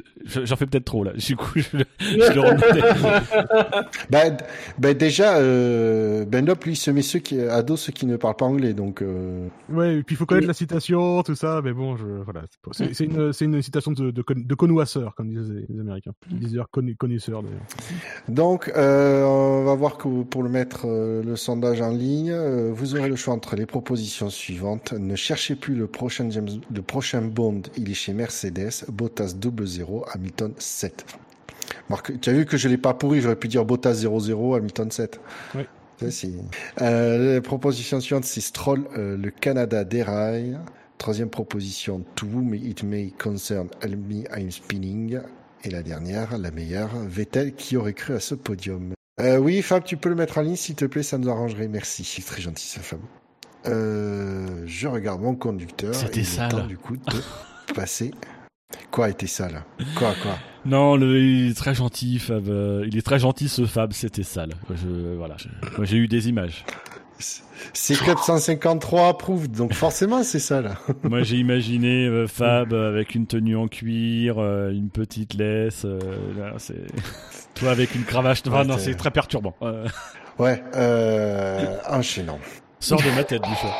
j'en fais peut-être trop là. Du coup, je, le- je le remontais. Bah, d- bah déjà, euh, Benlop, lui, se met ceux qui, à dos ceux qui ne parlent pas anglais, donc. Euh... Ouais, et puis il faut connaître la citation, tout ça, mais bon, je, voilà. c'est pas- C'est, c'est, une, c'est une citation de, de, con- de connoisseur, comme disent les, les Américains. Ils disent d'ailleurs conna- connaisseur, d'ailleurs. Donc, euh, on va voir que pour le mettre euh, le sondage en ligne, euh, vous aurez le choix entre les propositions suivantes. Ne cherchez plus le prochain James, le prochain Bond, il est chez Mercedes, Bottas double zéro, Hamilton sept. Marc, tu as vu que je l'ai pas pourri, j'aurais pu dire Bottas zéro zéro, Hamilton sept. Oui. Ça, c'est... Euh, la proposition suivante, c'est Stroll, euh, le Canada déraille. Troisième proposition, To whom it may concern, me I'm spinning. Et la dernière, la meilleure, Vettel, qui aurait cru à ce podium. Euh, oui, Fab, tu peux le mettre en ligne, s'il te plaît, ça nous arrangerait. Merci, c'est très gentil, ça, Fab. Euh, je regarde mon conducteur. C'était et ça, il est temps, là. du coup, de passer. Quoi était ça, là? Quoi, quoi? Non, le, il est très gentil, Fab. euh, Il est très gentil, ce Fab. C'était sale. Je, voilà. Je- moi, j'ai eu des images. C'est Club cent cinquante-trois approuve, donc forcément, c'est ça, là. Moi, j'ai imaginé euh, Fab euh, avec une tenue en cuir, euh, une petite laisse. euh, là, c'est toi avec une cravache. Enfin, Ouais, non, t'es- c'est très perturbant. Euh, Ouais, euh, enchaînons. Sors de ma tête, Bouchard.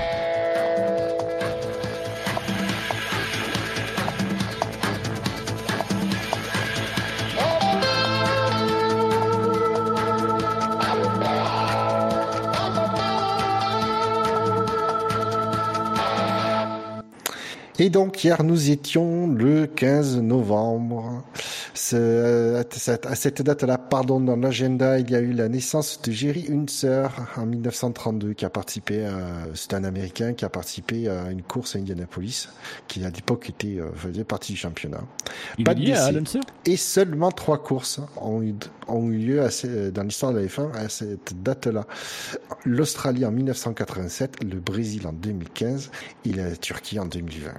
Et donc, hier, nous étions le quinze novembre. Ce- à cette date-là, pardon, dans l'agenda, il y a eu la naissance de Jerry Hunter en mille neuf cent trente-deux, qui a participé à, c'est un Américain qui a participé à une course à Indianapolis, qui à l'époque était, euh, faisait partie du championnat. Il Pas est de lié à décès. Alan Sir. Et seulement trois courses ont eu, ont eu lieu à ce- dans l'histoire de la F un à cette date-là. L'Australie en mille neuf cent quatre-vingt-sept, le Brésil en deux mille quinze et la Turquie en deux mille vingt.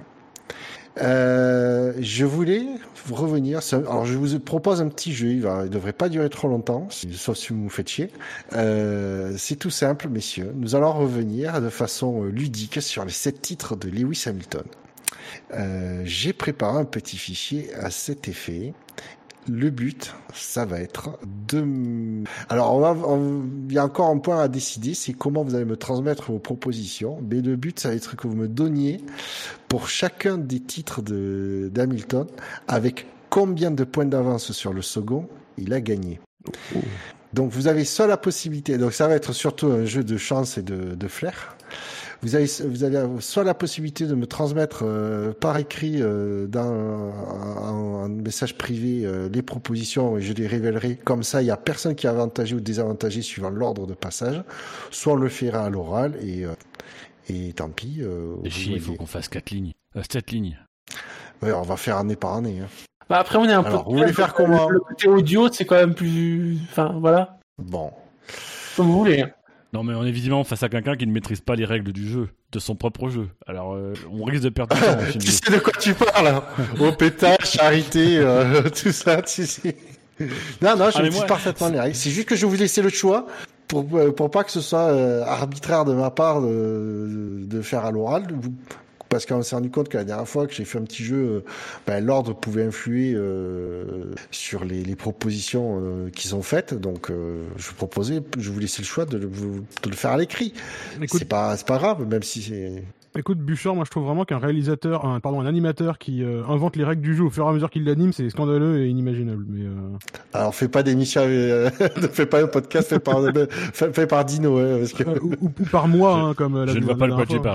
Euh, je voulais revenir. sur- Alors, je vous propose un petit jeu. Il va, il devrait pas durer trop longtemps, sauf si vous me faites chier. Euh, c'est tout simple, messieurs. Nous allons revenir de façon euh, ludique sur les sept titres de Lewis Hamilton. Euh, j'ai préparé un petit fichier à cet effet. Le but, ça va être de... Alors, on va, on- il y a encore un point à décider, c'est comment vous allez me transmettre vos propositions. Mais le but, ça va être que vous me donniez, pour chacun des titres de, d'Hamilton, avec combien de points d'avance sur le second il a gagné. Donc, vous avez soit la possibilité, donc ça va être surtout un jeu de chance et de, de flair. Vous avez, vous avez soit la possibilité de me transmettre euh, par écrit euh, dans un, un message privé euh, les propositions et je les révélerai. Comme ça, il n'y a personne qui est avantagé ou désavantagé suivant l'ordre de passage. Soit on le fera à l'oral et, euh, et tant pis. Euh, Et vous chier, il faut voyez. qu'on fasse quatre lignes. Euh, sept lignes. Ouais, on va faire année par année. Hein. Bah après, on est un peu. Alors, vous voulez faire comment? Le côté audio, c'est quand même plus. Enfin, voilà. Bon. Comme vous voulez. Non, mais on est évidemment face à quelqu'un qui ne maîtrise pas les règles du jeu, de son propre jeu. Alors, euh, on risque de perdre du temps au fil Tu du- sais de quoi tu parles hein. Au pétage, charité, euh, tout ça, tu sais. Non, non, je Ah, mais maîtrise moi, parfaitement les règles. C'est juste que je vous laisser le choix pour, pour pas que ce soit euh, arbitraire de ma part de, de faire à l'oral. Vous- Parce qu'on s'est rendu compte que la dernière fois que j'ai fait un petit jeu, euh, ben, l'ordre pouvait influer euh, sur les, les propositions euh, qui sont faites. Donc, euh, je vous proposais, je vous laissais le choix de, le- de le faire à l'écrit. Écoute, C'est pas, c'est pas grave, même si c'est... écoute, Bouchard, moi je trouve vraiment qu'un réalisateur, un, pardon, un animateur qui euh, invente les règles du jeu au fur et à mesure qu'il l'anime, c'est scandaleux et inimaginable. Mais euh... Alors, fais pas d'émission, euh, ne fais pas un podcast fait par, fait, fait par Dino, hein, parce que... euh, ou, ou- ou par mois, hein, comme euh, la Je ne vois la pas de quoi dernière tu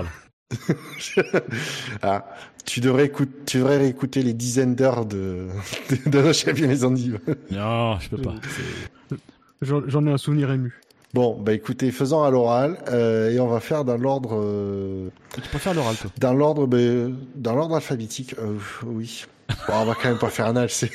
fois. parle. ah, tu devrais écouter, tu devrais réécouter les dizaines d'heures de, de, de nos chefs et les endives. Non, je peux pas. J'en j'en ai un souvenir ému. Bon, bah écoutez, faisons à l'oral, euh, et on va faire dans l'ordre, euh, Tu préfères l'oral, toi. dans l'ordre, bah, dans l'ordre alphabétique, euh, oui. Bon, on va quand même pas faire un âge, c'est...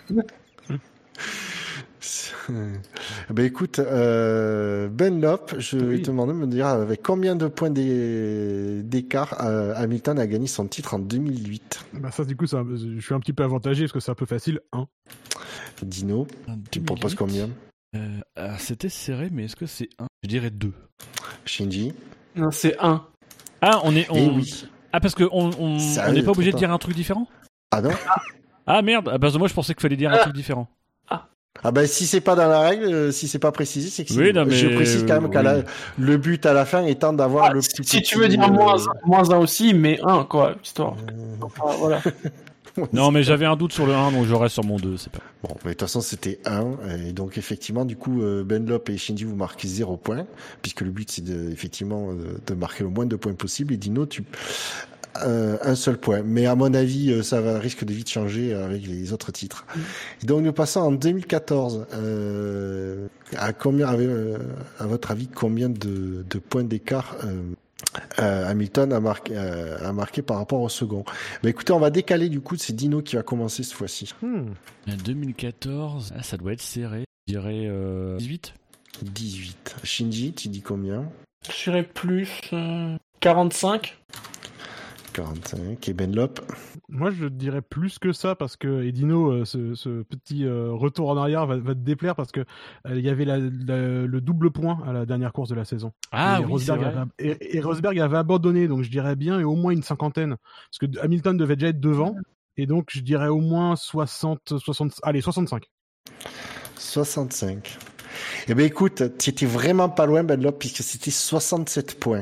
Ben écoute, euh, Ben Lop, je vais Oui. te demander de me dire avec combien de points d'é- d'écart euh, Hamilton a gagné son titre en deux mille huit. Bah ça, du coup, ça, je suis un petit peu avantagé parce que c'est un peu facile. Un. Dino, tu me proposes combien? euh, ah, C'était serré, mais est-ce que c'est un? Je dirais deux. Shinji? Non, c'est un. Ah, on est. On... Eh oui. Ah, parce qu'on on, on Sérieux, n'est pas obligé de putain. dire un truc différent? Ah non? Ah merde, ah, bah, moi je pensais qu'il fallait dire un Ah. truc différent. Ah ben si c'est pas dans la règle, euh, si c'est pas précisé, c'est que c'est... Oui, non, mais- Je précise quand même oui. que la- le but à la fin étant d'avoir Ah, le si plus si petit... tu veux dire euh, moins, moins un aussi, mais un, quoi, histoire. euh, Enfin, voilà. Non, mais j'avais un doute sur le un, donc je reste sur mon deux. C'est pas... Bon, mais de toute façon, c'était un. Et donc, effectivement, du coup, euh, Benlop et Shinji, vous marquez zéro point, puisque le but, c'est de, effectivement, de, de marquer le moins de points possible. Et Dino, tu... Euh, un seul point. Mais à mon avis, euh, ça va, risque de vite changer avec les autres titres. Et donc, nous passons en deux mille quatorze. Euh, à combien, euh, à votre avis, combien de, de points d'écart euh, euh, Hamilton a marqué, euh, a marqué par rapport au second? Mais écoutez, on va décaler, du coup, c'est Dino qui va commencer cette fois-ci. Hmm. deux mille quatorze, ah, ça doit être serré. Je dirais euh, dix-huit. dix-huit. Shinji, tu dis combien? Je dirais plus. Euh, quarante-cinq. quarante-cinq. Et Benlop? Moi, je dirais plus que ça parce que et Dino, euh, ce, ce petit euh, retour en arrière va, va te déplaire parce que euh, il y avait la, la- le double point à la dernière course de la saison. Ah et, oui, Rosberg c'est vrai. avait, et, et Rosberg avait abandonné, donc je dirais bien et au moins une cinquantaine parce que Hamilton devait déjà être devant et donc je dirais au moins soixante, soixante, allez soixante-cinq. soixante-cinq. Eh ben écoute, tu étais vraiment pas loin, Benlop, puisque c'était soixante-sept points.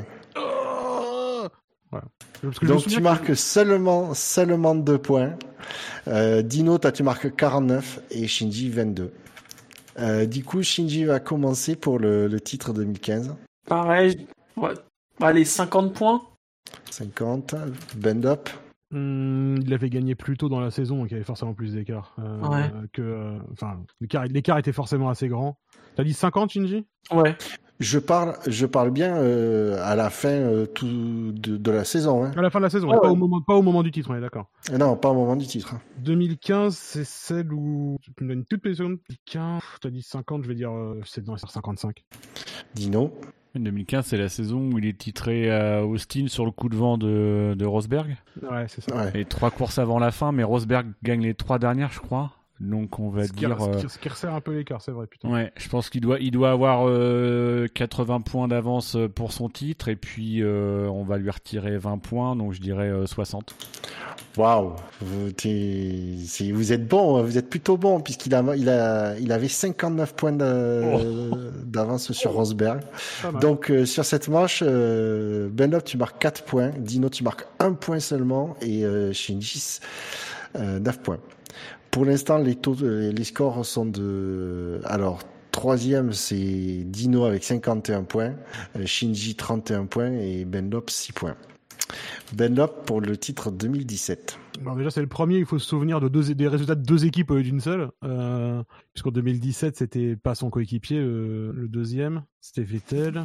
Voilà. Parce que je me Donc souviens tu que- marques seulement seulement deux points. Euh, Dino, toi tu marques quarante-neuf et Shinji vingt-deux. Euh, du coup, Shinji va commencer pour le, le titre deux mille quinze. Pareil. Ouais. Allez, cinquante points. cinquante. Benlop. Hum, il avait gagné plus tôt dans la saison, donc il y avait forcément plus d'écart. Euh, Ouais. que, euh, enfin, l'écart, l'écart était forcément assez grand. T'as dit cinquante, Shinji? Ouais. Je parle, je parle bien euh, à la fin euh, tout de, de la saison. Hein. À la fin de la saison, Ouais, et pas, ouais. au moment, pas au moment du titre, on est d'accord. Euh, Non, pas au moment du titre. deux mille quinze, c'est celle où. Tu me donnes une toute petite seconde. quinze, t'as dit cinquante, je vais dire. Euh, c'est dans cinquante-cinq. Dino. deux mille quinze, c'est la saison où il est titré à Austin sur le coup de vent de, de Rosberg. Ouais, c'est ça. Ouais. Et trois courses avant la fin, mais Rosberg gagne les trois dernières, je crois. Donc on va Ce qui, dire... ce, euh, qui, ce qui resserre un peu l'écart, c'est vrai, putain. Ouais, je pense qu'il doit, il doit avoir euh, quatre-vingts points d'avance pour son titre, et puis euh, on va lui retirer vingt points, donc je dirais euh, soixante. Waouh, vous, t'es- c'est- vous êtes bon, vous êtes plutôt bon puisqu'il a, il a, il avait cinquante-neuf points de- d'avance sur Rosberg. Pas mal. Donc euh, sur cette manche, euh, Benlop tu marques quatre points, Dino tu marques un point seulement et euh, Shinji euh, neuf points. Pour l'instant, les taux, de- les scores sont de, alors troisième c'est Dino avec cinquante et un points, euh, Shinji trente et un points et Benlop six points. Benlop pour le titre deux mille dix-sept. Bon, déjà, c'est le premier, il faut se souvenir de deux, des résultats de deux équipes au lieu d'une seule. Euh, puisqu'en deux mille dix-sept, c'était pas son coéquipier, le, le deuxième, c'était Vettel.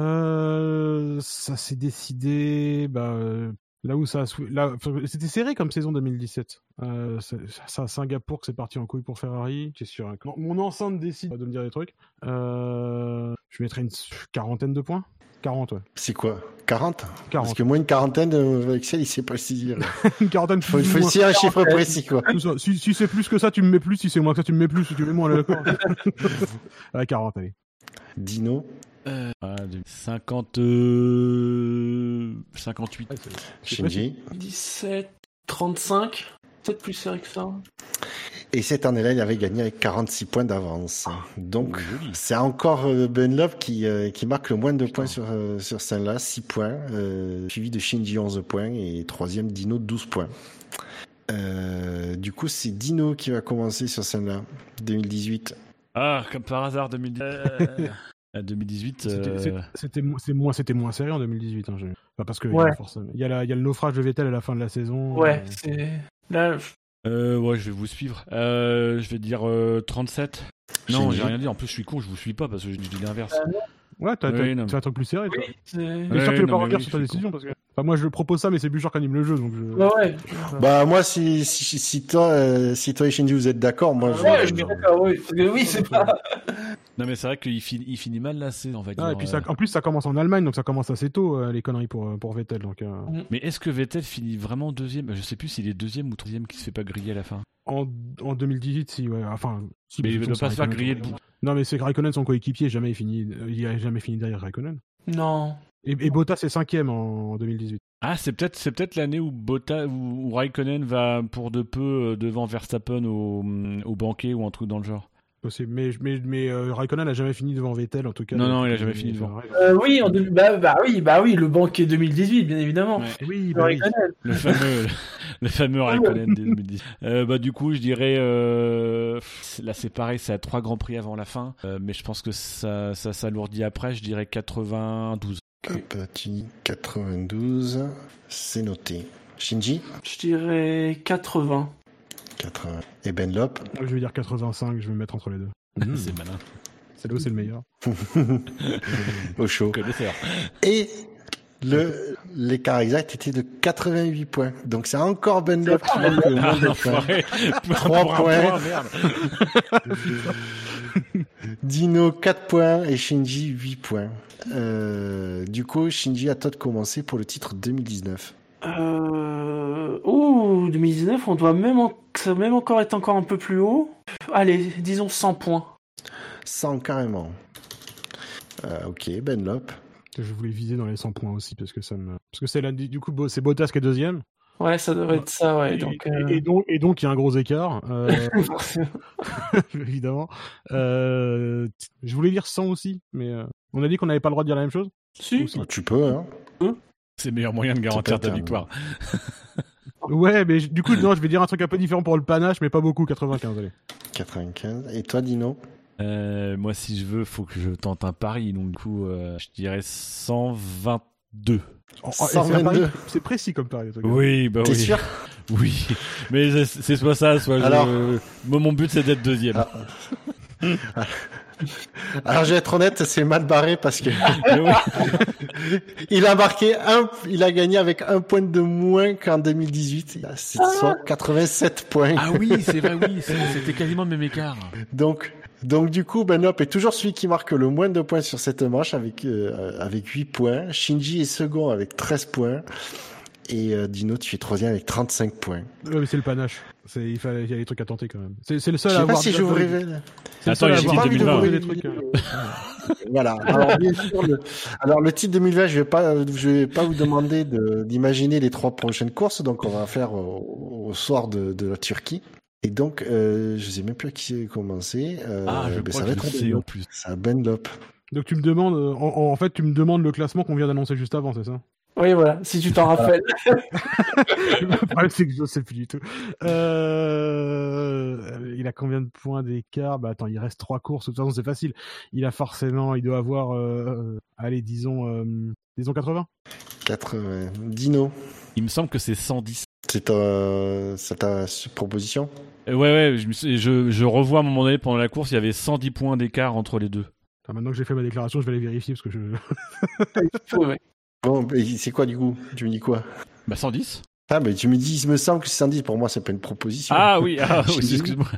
Euh, ça s'est décidé, bah, euh, là où ça a sou- là, enfin, c'était serré comme saison deux mille dix-sept. Euh, c'est c'est à Singapour que c'est parti en couille pour Ferrari. C'est sûr. Quand mon enceinte décide de me dire des trucs, euh, je mettrais une quarantaine de points. quarante, ouais. C'est quoi quarante quarante. Parce que moi, une quarantaine, euh, Excel, il sait pas se dire. Une quarantaine. Faut, plus ou faut moins. essayer un chiffre précis, quoi. Tout ça. Si, si c'est plus que ça, tu me mets plus. Si c'est moins que ça, tu me mets plus. Si tu mets moins, on est d'accord. Ouais, quarante, allez. Dino. Euh, ah, de- cinquante... euh, cinquante-huit. Ouais, c'est- c'est Shinji. dix-sept. trente-cinq. Peut-être plus serré que ça. Et cette année-là, il avait gagné avec quarante-six points d'avance. Donc, c'est encore euh, Benlop qui, euh, qui marque le moins de points sur, euh, sur celle-là, six points, euh, suivi de Shinji onze points et troisième Dino douze points. Euh, du coup, c'est Dino qui va commencer sur celle-là, deux mille dix-huit. Ah, comme par hasard, deux mille dix... à deux mille dix-huit... C'était, euh, c'est- c'était, mo- c'est moins, c'était moins serré en deux mille dix-huit. Hein, je- enfin, parce que Ouais. il y a forcément- il y a la- il y a le naufrage de Vettel à la fin de la saison. Ouais, Euh, c'est. Là, Euh, ouais, je vais vous suivre. Euh, je vais dire euh, trente-sept. Non, Shinji. j'ai rien dit. En plus, je suis con, je vous suis pas parce que je dis l'inverse. Ouais, t'as, Oui, t'as, non, c'est un truc plus serré. Toi. oui, c'est. Mais Ouais, sûr que tu veux non, pas mais revenir oui, sur ta je suis décision parce que. Enfin, moi, je propose ça, mais c'est Bouchard qui anime le jeu, donc je. Ouais, ouais. Bah, moi, si, si, si toi, euh, si toi et Shinji, vous êtes d'accord, moi, je... Ouais, je suis d'accord, oui. Parce que oui, c'est pas. Non, mais c'est vrai qu'il finit, il finit mal la saison, on va dire. Ah, et puis ça, euh. en plus, ça commence en Allemagne, donc ça commence assez tôt, euh, les conneries pour, pour Vettel. Donc, euh, Mais est-ce que Vettel finit vraiment deuxième? Je sais plus s'il est deuxième ou troisième qui se fait pas griller à la fin. en, en deux mille dix-huit, si, ouais. Enfin, si, Mais de il toute ne façon, doit pas c'est se faire Raikkonen. griller le bout. Non, mais c'est que Raikkonen, son coéquipier, jamais il finit, euh, il a jamais fini derrière Raikkonen. Non. Et, et Bottas est cinquième en, en deux mille dix-huit. Ah, c'est peut-être, c'est peut-être l'année où Bottas, où, où Raikkonen va pour de peu euh, devant Verstappen au, au banquet ou un truc dans le genre. Possible. Mais, mais, mais euh, Raikkonen n'a jamais fini devant Vettel, en tout cas. Non, non, il a jamais fini devant. Euh, oui, en deux... bah, bah oui, bah oui, le banquet deux mille dix-huit, bien évidemment. Ouais. Oui, Le bah oui. Raikkonen. Le fameux, le, le fameux Raikkonen des deux mille dix. Euh, bah du coup, je dirais, euh, là c'est pareil, c'est à trois grands prix avant la fin, euh, mais je pense que ça, ça s'alourdit après. Je dirais quatre-vingt-douze. Petit quatre-vingt-douze, c'est noté. Shinji, Je dirais quatre-vingts. quatre-vingts. Et Benlop, Je vais dire quatre-vingt-cinq, je vais me mettre entre les deux. C'est malin. C'est là où c'est le meilleur. au chaud. Connaisseur. Et le, l'écart exact était de quatre-vingt-huit points. Donc c'est encore Benlop qui marque le moins de points. trois points. Dino, quatre points et Shinji, huit points. Euh, du coup, Shinji, à toi de commencer pour le titre deux mille dix-neuf. Euh... Ouh, deux mille dix-neuf, on doit même, en... ça doit même encore être encore un peu plus haut. Allez, disons cent points. cent carrément. Euh, ok, Benlop. Je voulais viser dans les cent points aussi, parce que ça me... Parce que c'est là, du coup, c'est Bottas qui est deuxième. Ouais, ça devrait être ça, ouais. Et, Donc, et, euh... et donc, et donc, il y a un gros écart. Euh... évidemment. Euh... Je voulais dire cent aussi, mais euh... on a dit qu'on n'avait pas le droit de dire la même chose. Si. Oh, tu peux, hein. C'est le meilleur moyen de garantir ta un... victoire. Ouais, mais du coup, non, je vais dire un truc un peu différent pour le panache, mais pas beaucoup, quatre-vingt-quinze, allez. quatre-vingt-quinze. Et toi, Dino? Euh, moi, si je veux, faut que je tente un pari. Donc, du coup, euh, je dirais cent vingt-deux. Oh, cent vingt-deux. C'est, c'est précis comme pari. Oui, bah T'es oui. sûr? Oui. Mais c'est, c'est soit ça, soit Alors... je... Moi, mon but, c'est d'être deuxième. Ah. Alors, je vais être honnête, c'est mal barré parce que il a marqué un, il a gagné avec un point de moins qu'en deux mille dix-huit. C'est soit quatre-vingt-sept points. Ah oui, c'est vrai, oui, c'était quasiment le même écart. Donc, donc du coup, Benlop est toujours celui qui marque le moins de points sur cette manche avec euh, avec huit points. Shinji est second avec treize points. Et euh, Dino, tu es troisième avec trente-cinq points. Ouais, mais c'est le panache. C'est, il, fallait, il y a des trucs à tenter quand même. C'est, c'est le seul je à sais avoir. pas si je vous révèle. C'est Attends, il y a pas envie de vous des trucs. Euh... Voilà. Alors, bien sûr, le, alors, le titre deux mille vingt, je vais pas, je vais pas vous demander de, d'imaginer les trois prochaines courses. Donc, on va faire au, au soir de, de la Turquie. Et donc, euh, je sais même plus à qui commencer. Euh, ah, je ben, crois ça que va je être sais en plus. Ça Benlop. Donc, tu me demandes, en, en fait, tu me demandes le classement qu'on vient d'annoncer juste avant, c'est ça? Oui, voilà, si tu t'en rappelles. Le problème, c'est que je ne sais plus du tout. Euh... Il a combien de points d'écart? Bah attends, il reste trois courses. De toute façon, c'est facile. Il a forcément, il doit avoir, euh... allez, disons, euh... disons quatre-vingts. quatre-vingts. Dino. Il me semble que c'est cent dix. C'est ta, c'est ta proposition? Euh, ouais, ouais, je, me suis- je, je revois à un moment donné pendant la course, il y avait cent dix points d'écart entre les deux. Enfin, maintenant que j'ai fait ma déclaration, je vais aller vérifier parce que je. Ouais. Bon, mais c'est quoi du coup? Tu me dis quoi? Bah cent dix. Ah, mais tu me dis, il me semble que c'est cent dix. Pour moi, c'est pas une proposition. Ah oui, ah, Je oui, dis- excuse-moi.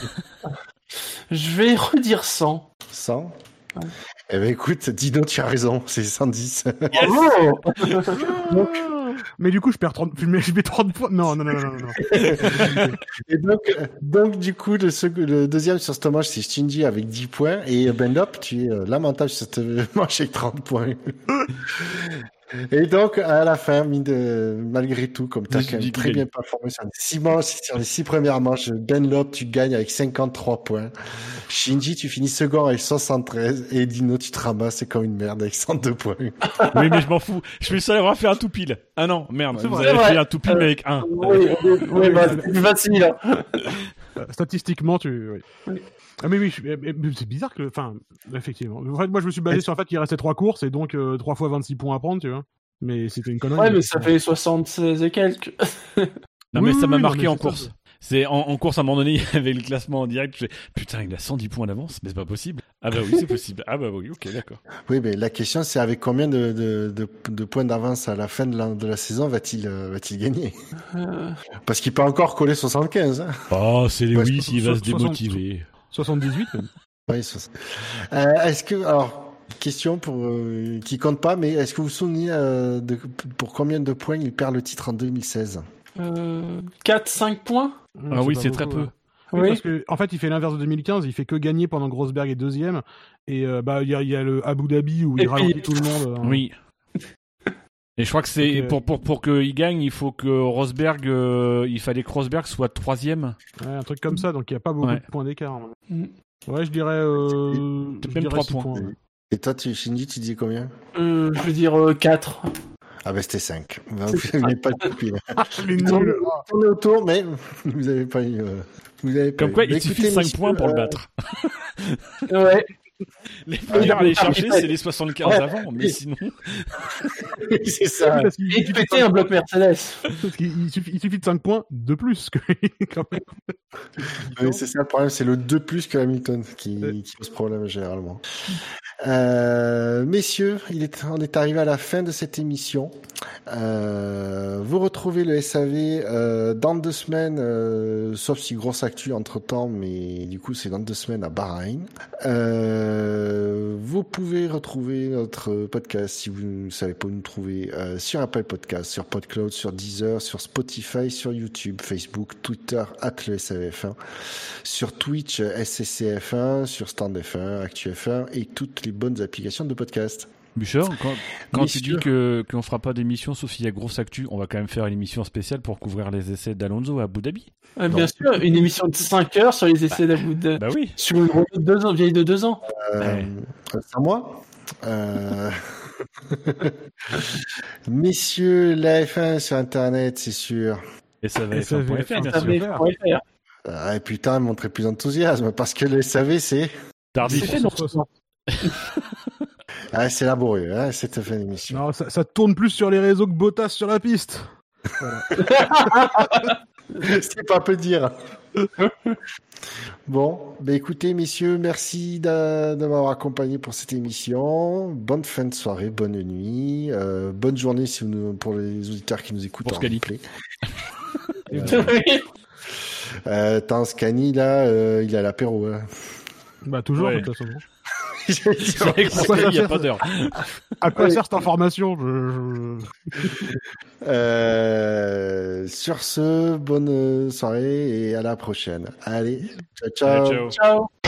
Je vais redire cent. cent? Eh ben écoute, Dino, tu as raison, c'est cent dix. Bravo. Mais du coup, je perds trente. Je mets, je mets trente points. Non, non, non, non, non. non. Et donc, euh, donc du coup, le, sec- le deuxième sur cette manche, c'est Shinji avec dix points. Et Benlop, tu es euh, lamentable sur cette manche avec trente points. Et donc, à la fin, mine de, malgré tout, comme tu as Je quand dis même qu'il très gagne. bien performé sur les six manches, sur les six premières manches, Benlop, tu gagnes avec cinquante-trois points. Shinji, tu finis second avec soixante-treize. Et Dino, tu te ramasses comme une merde avec cent deux points. Oui, mais je m'en fous. Je suis le seul à avoir fait un tout pile. Ah non, merde, C'est vous vrai. avez C'est fait vrai. un tout pile mais avec un. Oui, oui, oui, bah, c'est plus facile. Hein. Euh, Statistiquement, tu. Oui. Ah mais oui, je- mais- mais c'est bizarre que, enfin, effectivement. En fait, moi, je me suis basé Est-ce- sur le fait qu'il restait trois courses et donc euh, trois fois vingt-six points à prendre, tu vois. Mais c'était une connerie. Ouais, mais ça fait soixante-seize et quelques. Non, Oui, mais ça oui, m'a non, marqué mais en c'est ça, course. ça. C'est en, en course à un moment donné, il y avait le classement en direct. Je fais, putain, il a cent dix points d'avance, mais c'est pas possible. Ah bah oui, c'est possible. Ah bah oui, ok, d'accord. Oui, mais la question, c'est avec combien de, de, de, de points d'avance à la fin de la, de la saison va-t-il, euh, va-t-il gagner? Euh, Parce qu'il peut encore coller soixante-quinze. Hein. Oh, c'est Ouais, Lewis, so- il va so- se démotiver. soixante-dix-huit même. Oui, soixante. Euh, est-ce que, alors, question pour euh, qui compte pas, mais est-ce que vous vous souvenez euh, de pour combien de points il perd le titre en deux mille seize? euh, quatre cinq points. Ah oui, pas c'est très beaucoup, peu. ouais. Oui, Oui. parce que en fait, il fait l'inverse de deux mille quinze. Il fait que gagner pendant que Rosberg est deuxième. Et euh, bah, il y a, il y a le Abu Dhabi où Et il ralentit puis- tout le monde. hein. Oui. Et je crois que c'est Donc, euh, pour pour pour qu'il gagne, il faut que Rosberg, euh, il fallait que Rosberg soit troisième. Ouais, un truc comme ça, donc il n'y a pas beaucoup Ouais. de points d'écart. Mm. Ouais, je dirais. Euh, Peut-être je même dirais trois six points. ouais. Et toi, tu, Shinji, tu disais combien? Euh, je veux dire euh, quatre. Ah ben c'était cinq. Vous n'avez pas le copie. Les On nuls. est autour, mais vous n'avez pas eu. euh, Vous avez pas Comme eu. quoi, Mais il suffit de écoutez, cinq messieurs, points pour le euh, battre. Ouais. Les premiers à aller chercher, Ouais. c'est les soixante-quinze Ouais. avant, mais sinon. C'est ça. Parce qu'il Et suffit de péter cinq un bloc points- Mercedes. parce qu'il- il suffit, il suffit de cinq points de plus que quand même. Oui, c'est ça le problème, c'est le deux plus que Hamilton qui, Ouais. qui pose problème généralement. Euh, messieurs, il est, on est arrivé à la fin de cette émission. Euh, vous retrouvez le S A V euh, dans deux semaines, euh, sauf si grosse actu entre temps, mais du coup c'est dans deux semaines à Bahreïn. Euh, vous pouvez retrouver notre podcast si vous ne savez pas où nous trouver euh, sur Apple Podcast, sur PodCloud, sur Deezer, sur Spotify, sur YouTube, Facebook, Twitter, at le S A V F un, sur Twitch, S C C F un, sur Stand F un, Actu F un et toutes les bonnes applications de podcast. Bouchard, quand, quand tu Messieurs. dis que qu'on fera pas d'émission sauf s'il y a grosse actu, on va quand même faire une émission spéciale pour couvrir les essais d'Alonso à Abu Dhabi. Euh, bien sûr, une émission de cinq heures sur les essais d'Abu Dhabi. Bah oui. Sur une Renault de deux ans, vieille de deux ans. Euh, Ouais. C'est à moi. Euh... Messieurs, la F un sur Internet, c'est sûr. Et ça va Et F ça un point va F R, F un bien Ça sûr. va sûr. pour faire. Ah, et putain, montrez plus d'enthousiasme parce que le S A V, c'est Tardif. C'est fait dans ce sens. ah, c'est laborieux, hein, cette fin d'émission. Non, ça, ça tourne plus sur les réseaux que Bottas sur la piste. C'est pas peu dire. Bon, bah écoutez, messieurs, merci d'a- de m'avoir accompagné pour cette émission. Bonne fin de soirée, bonne nuit, euh, bonne journée si vous nous- pour les auditeurs qui nous écoutent Pour en Scali. replay. Euh, tant Scani, là, euh, il a l'apéro. Hein. Bah, toujours, Ouais. de toute façon. J'allais dire, C'est vrai que pour Pourquoi Scali, il n'y a ça pas sert d'heure. À quoi Ouais. sert cette information je, je... Euh, sur ce, bonne soirée et à la prochaine. Allez, ciao, ciao. Allez, ciao. Ciao.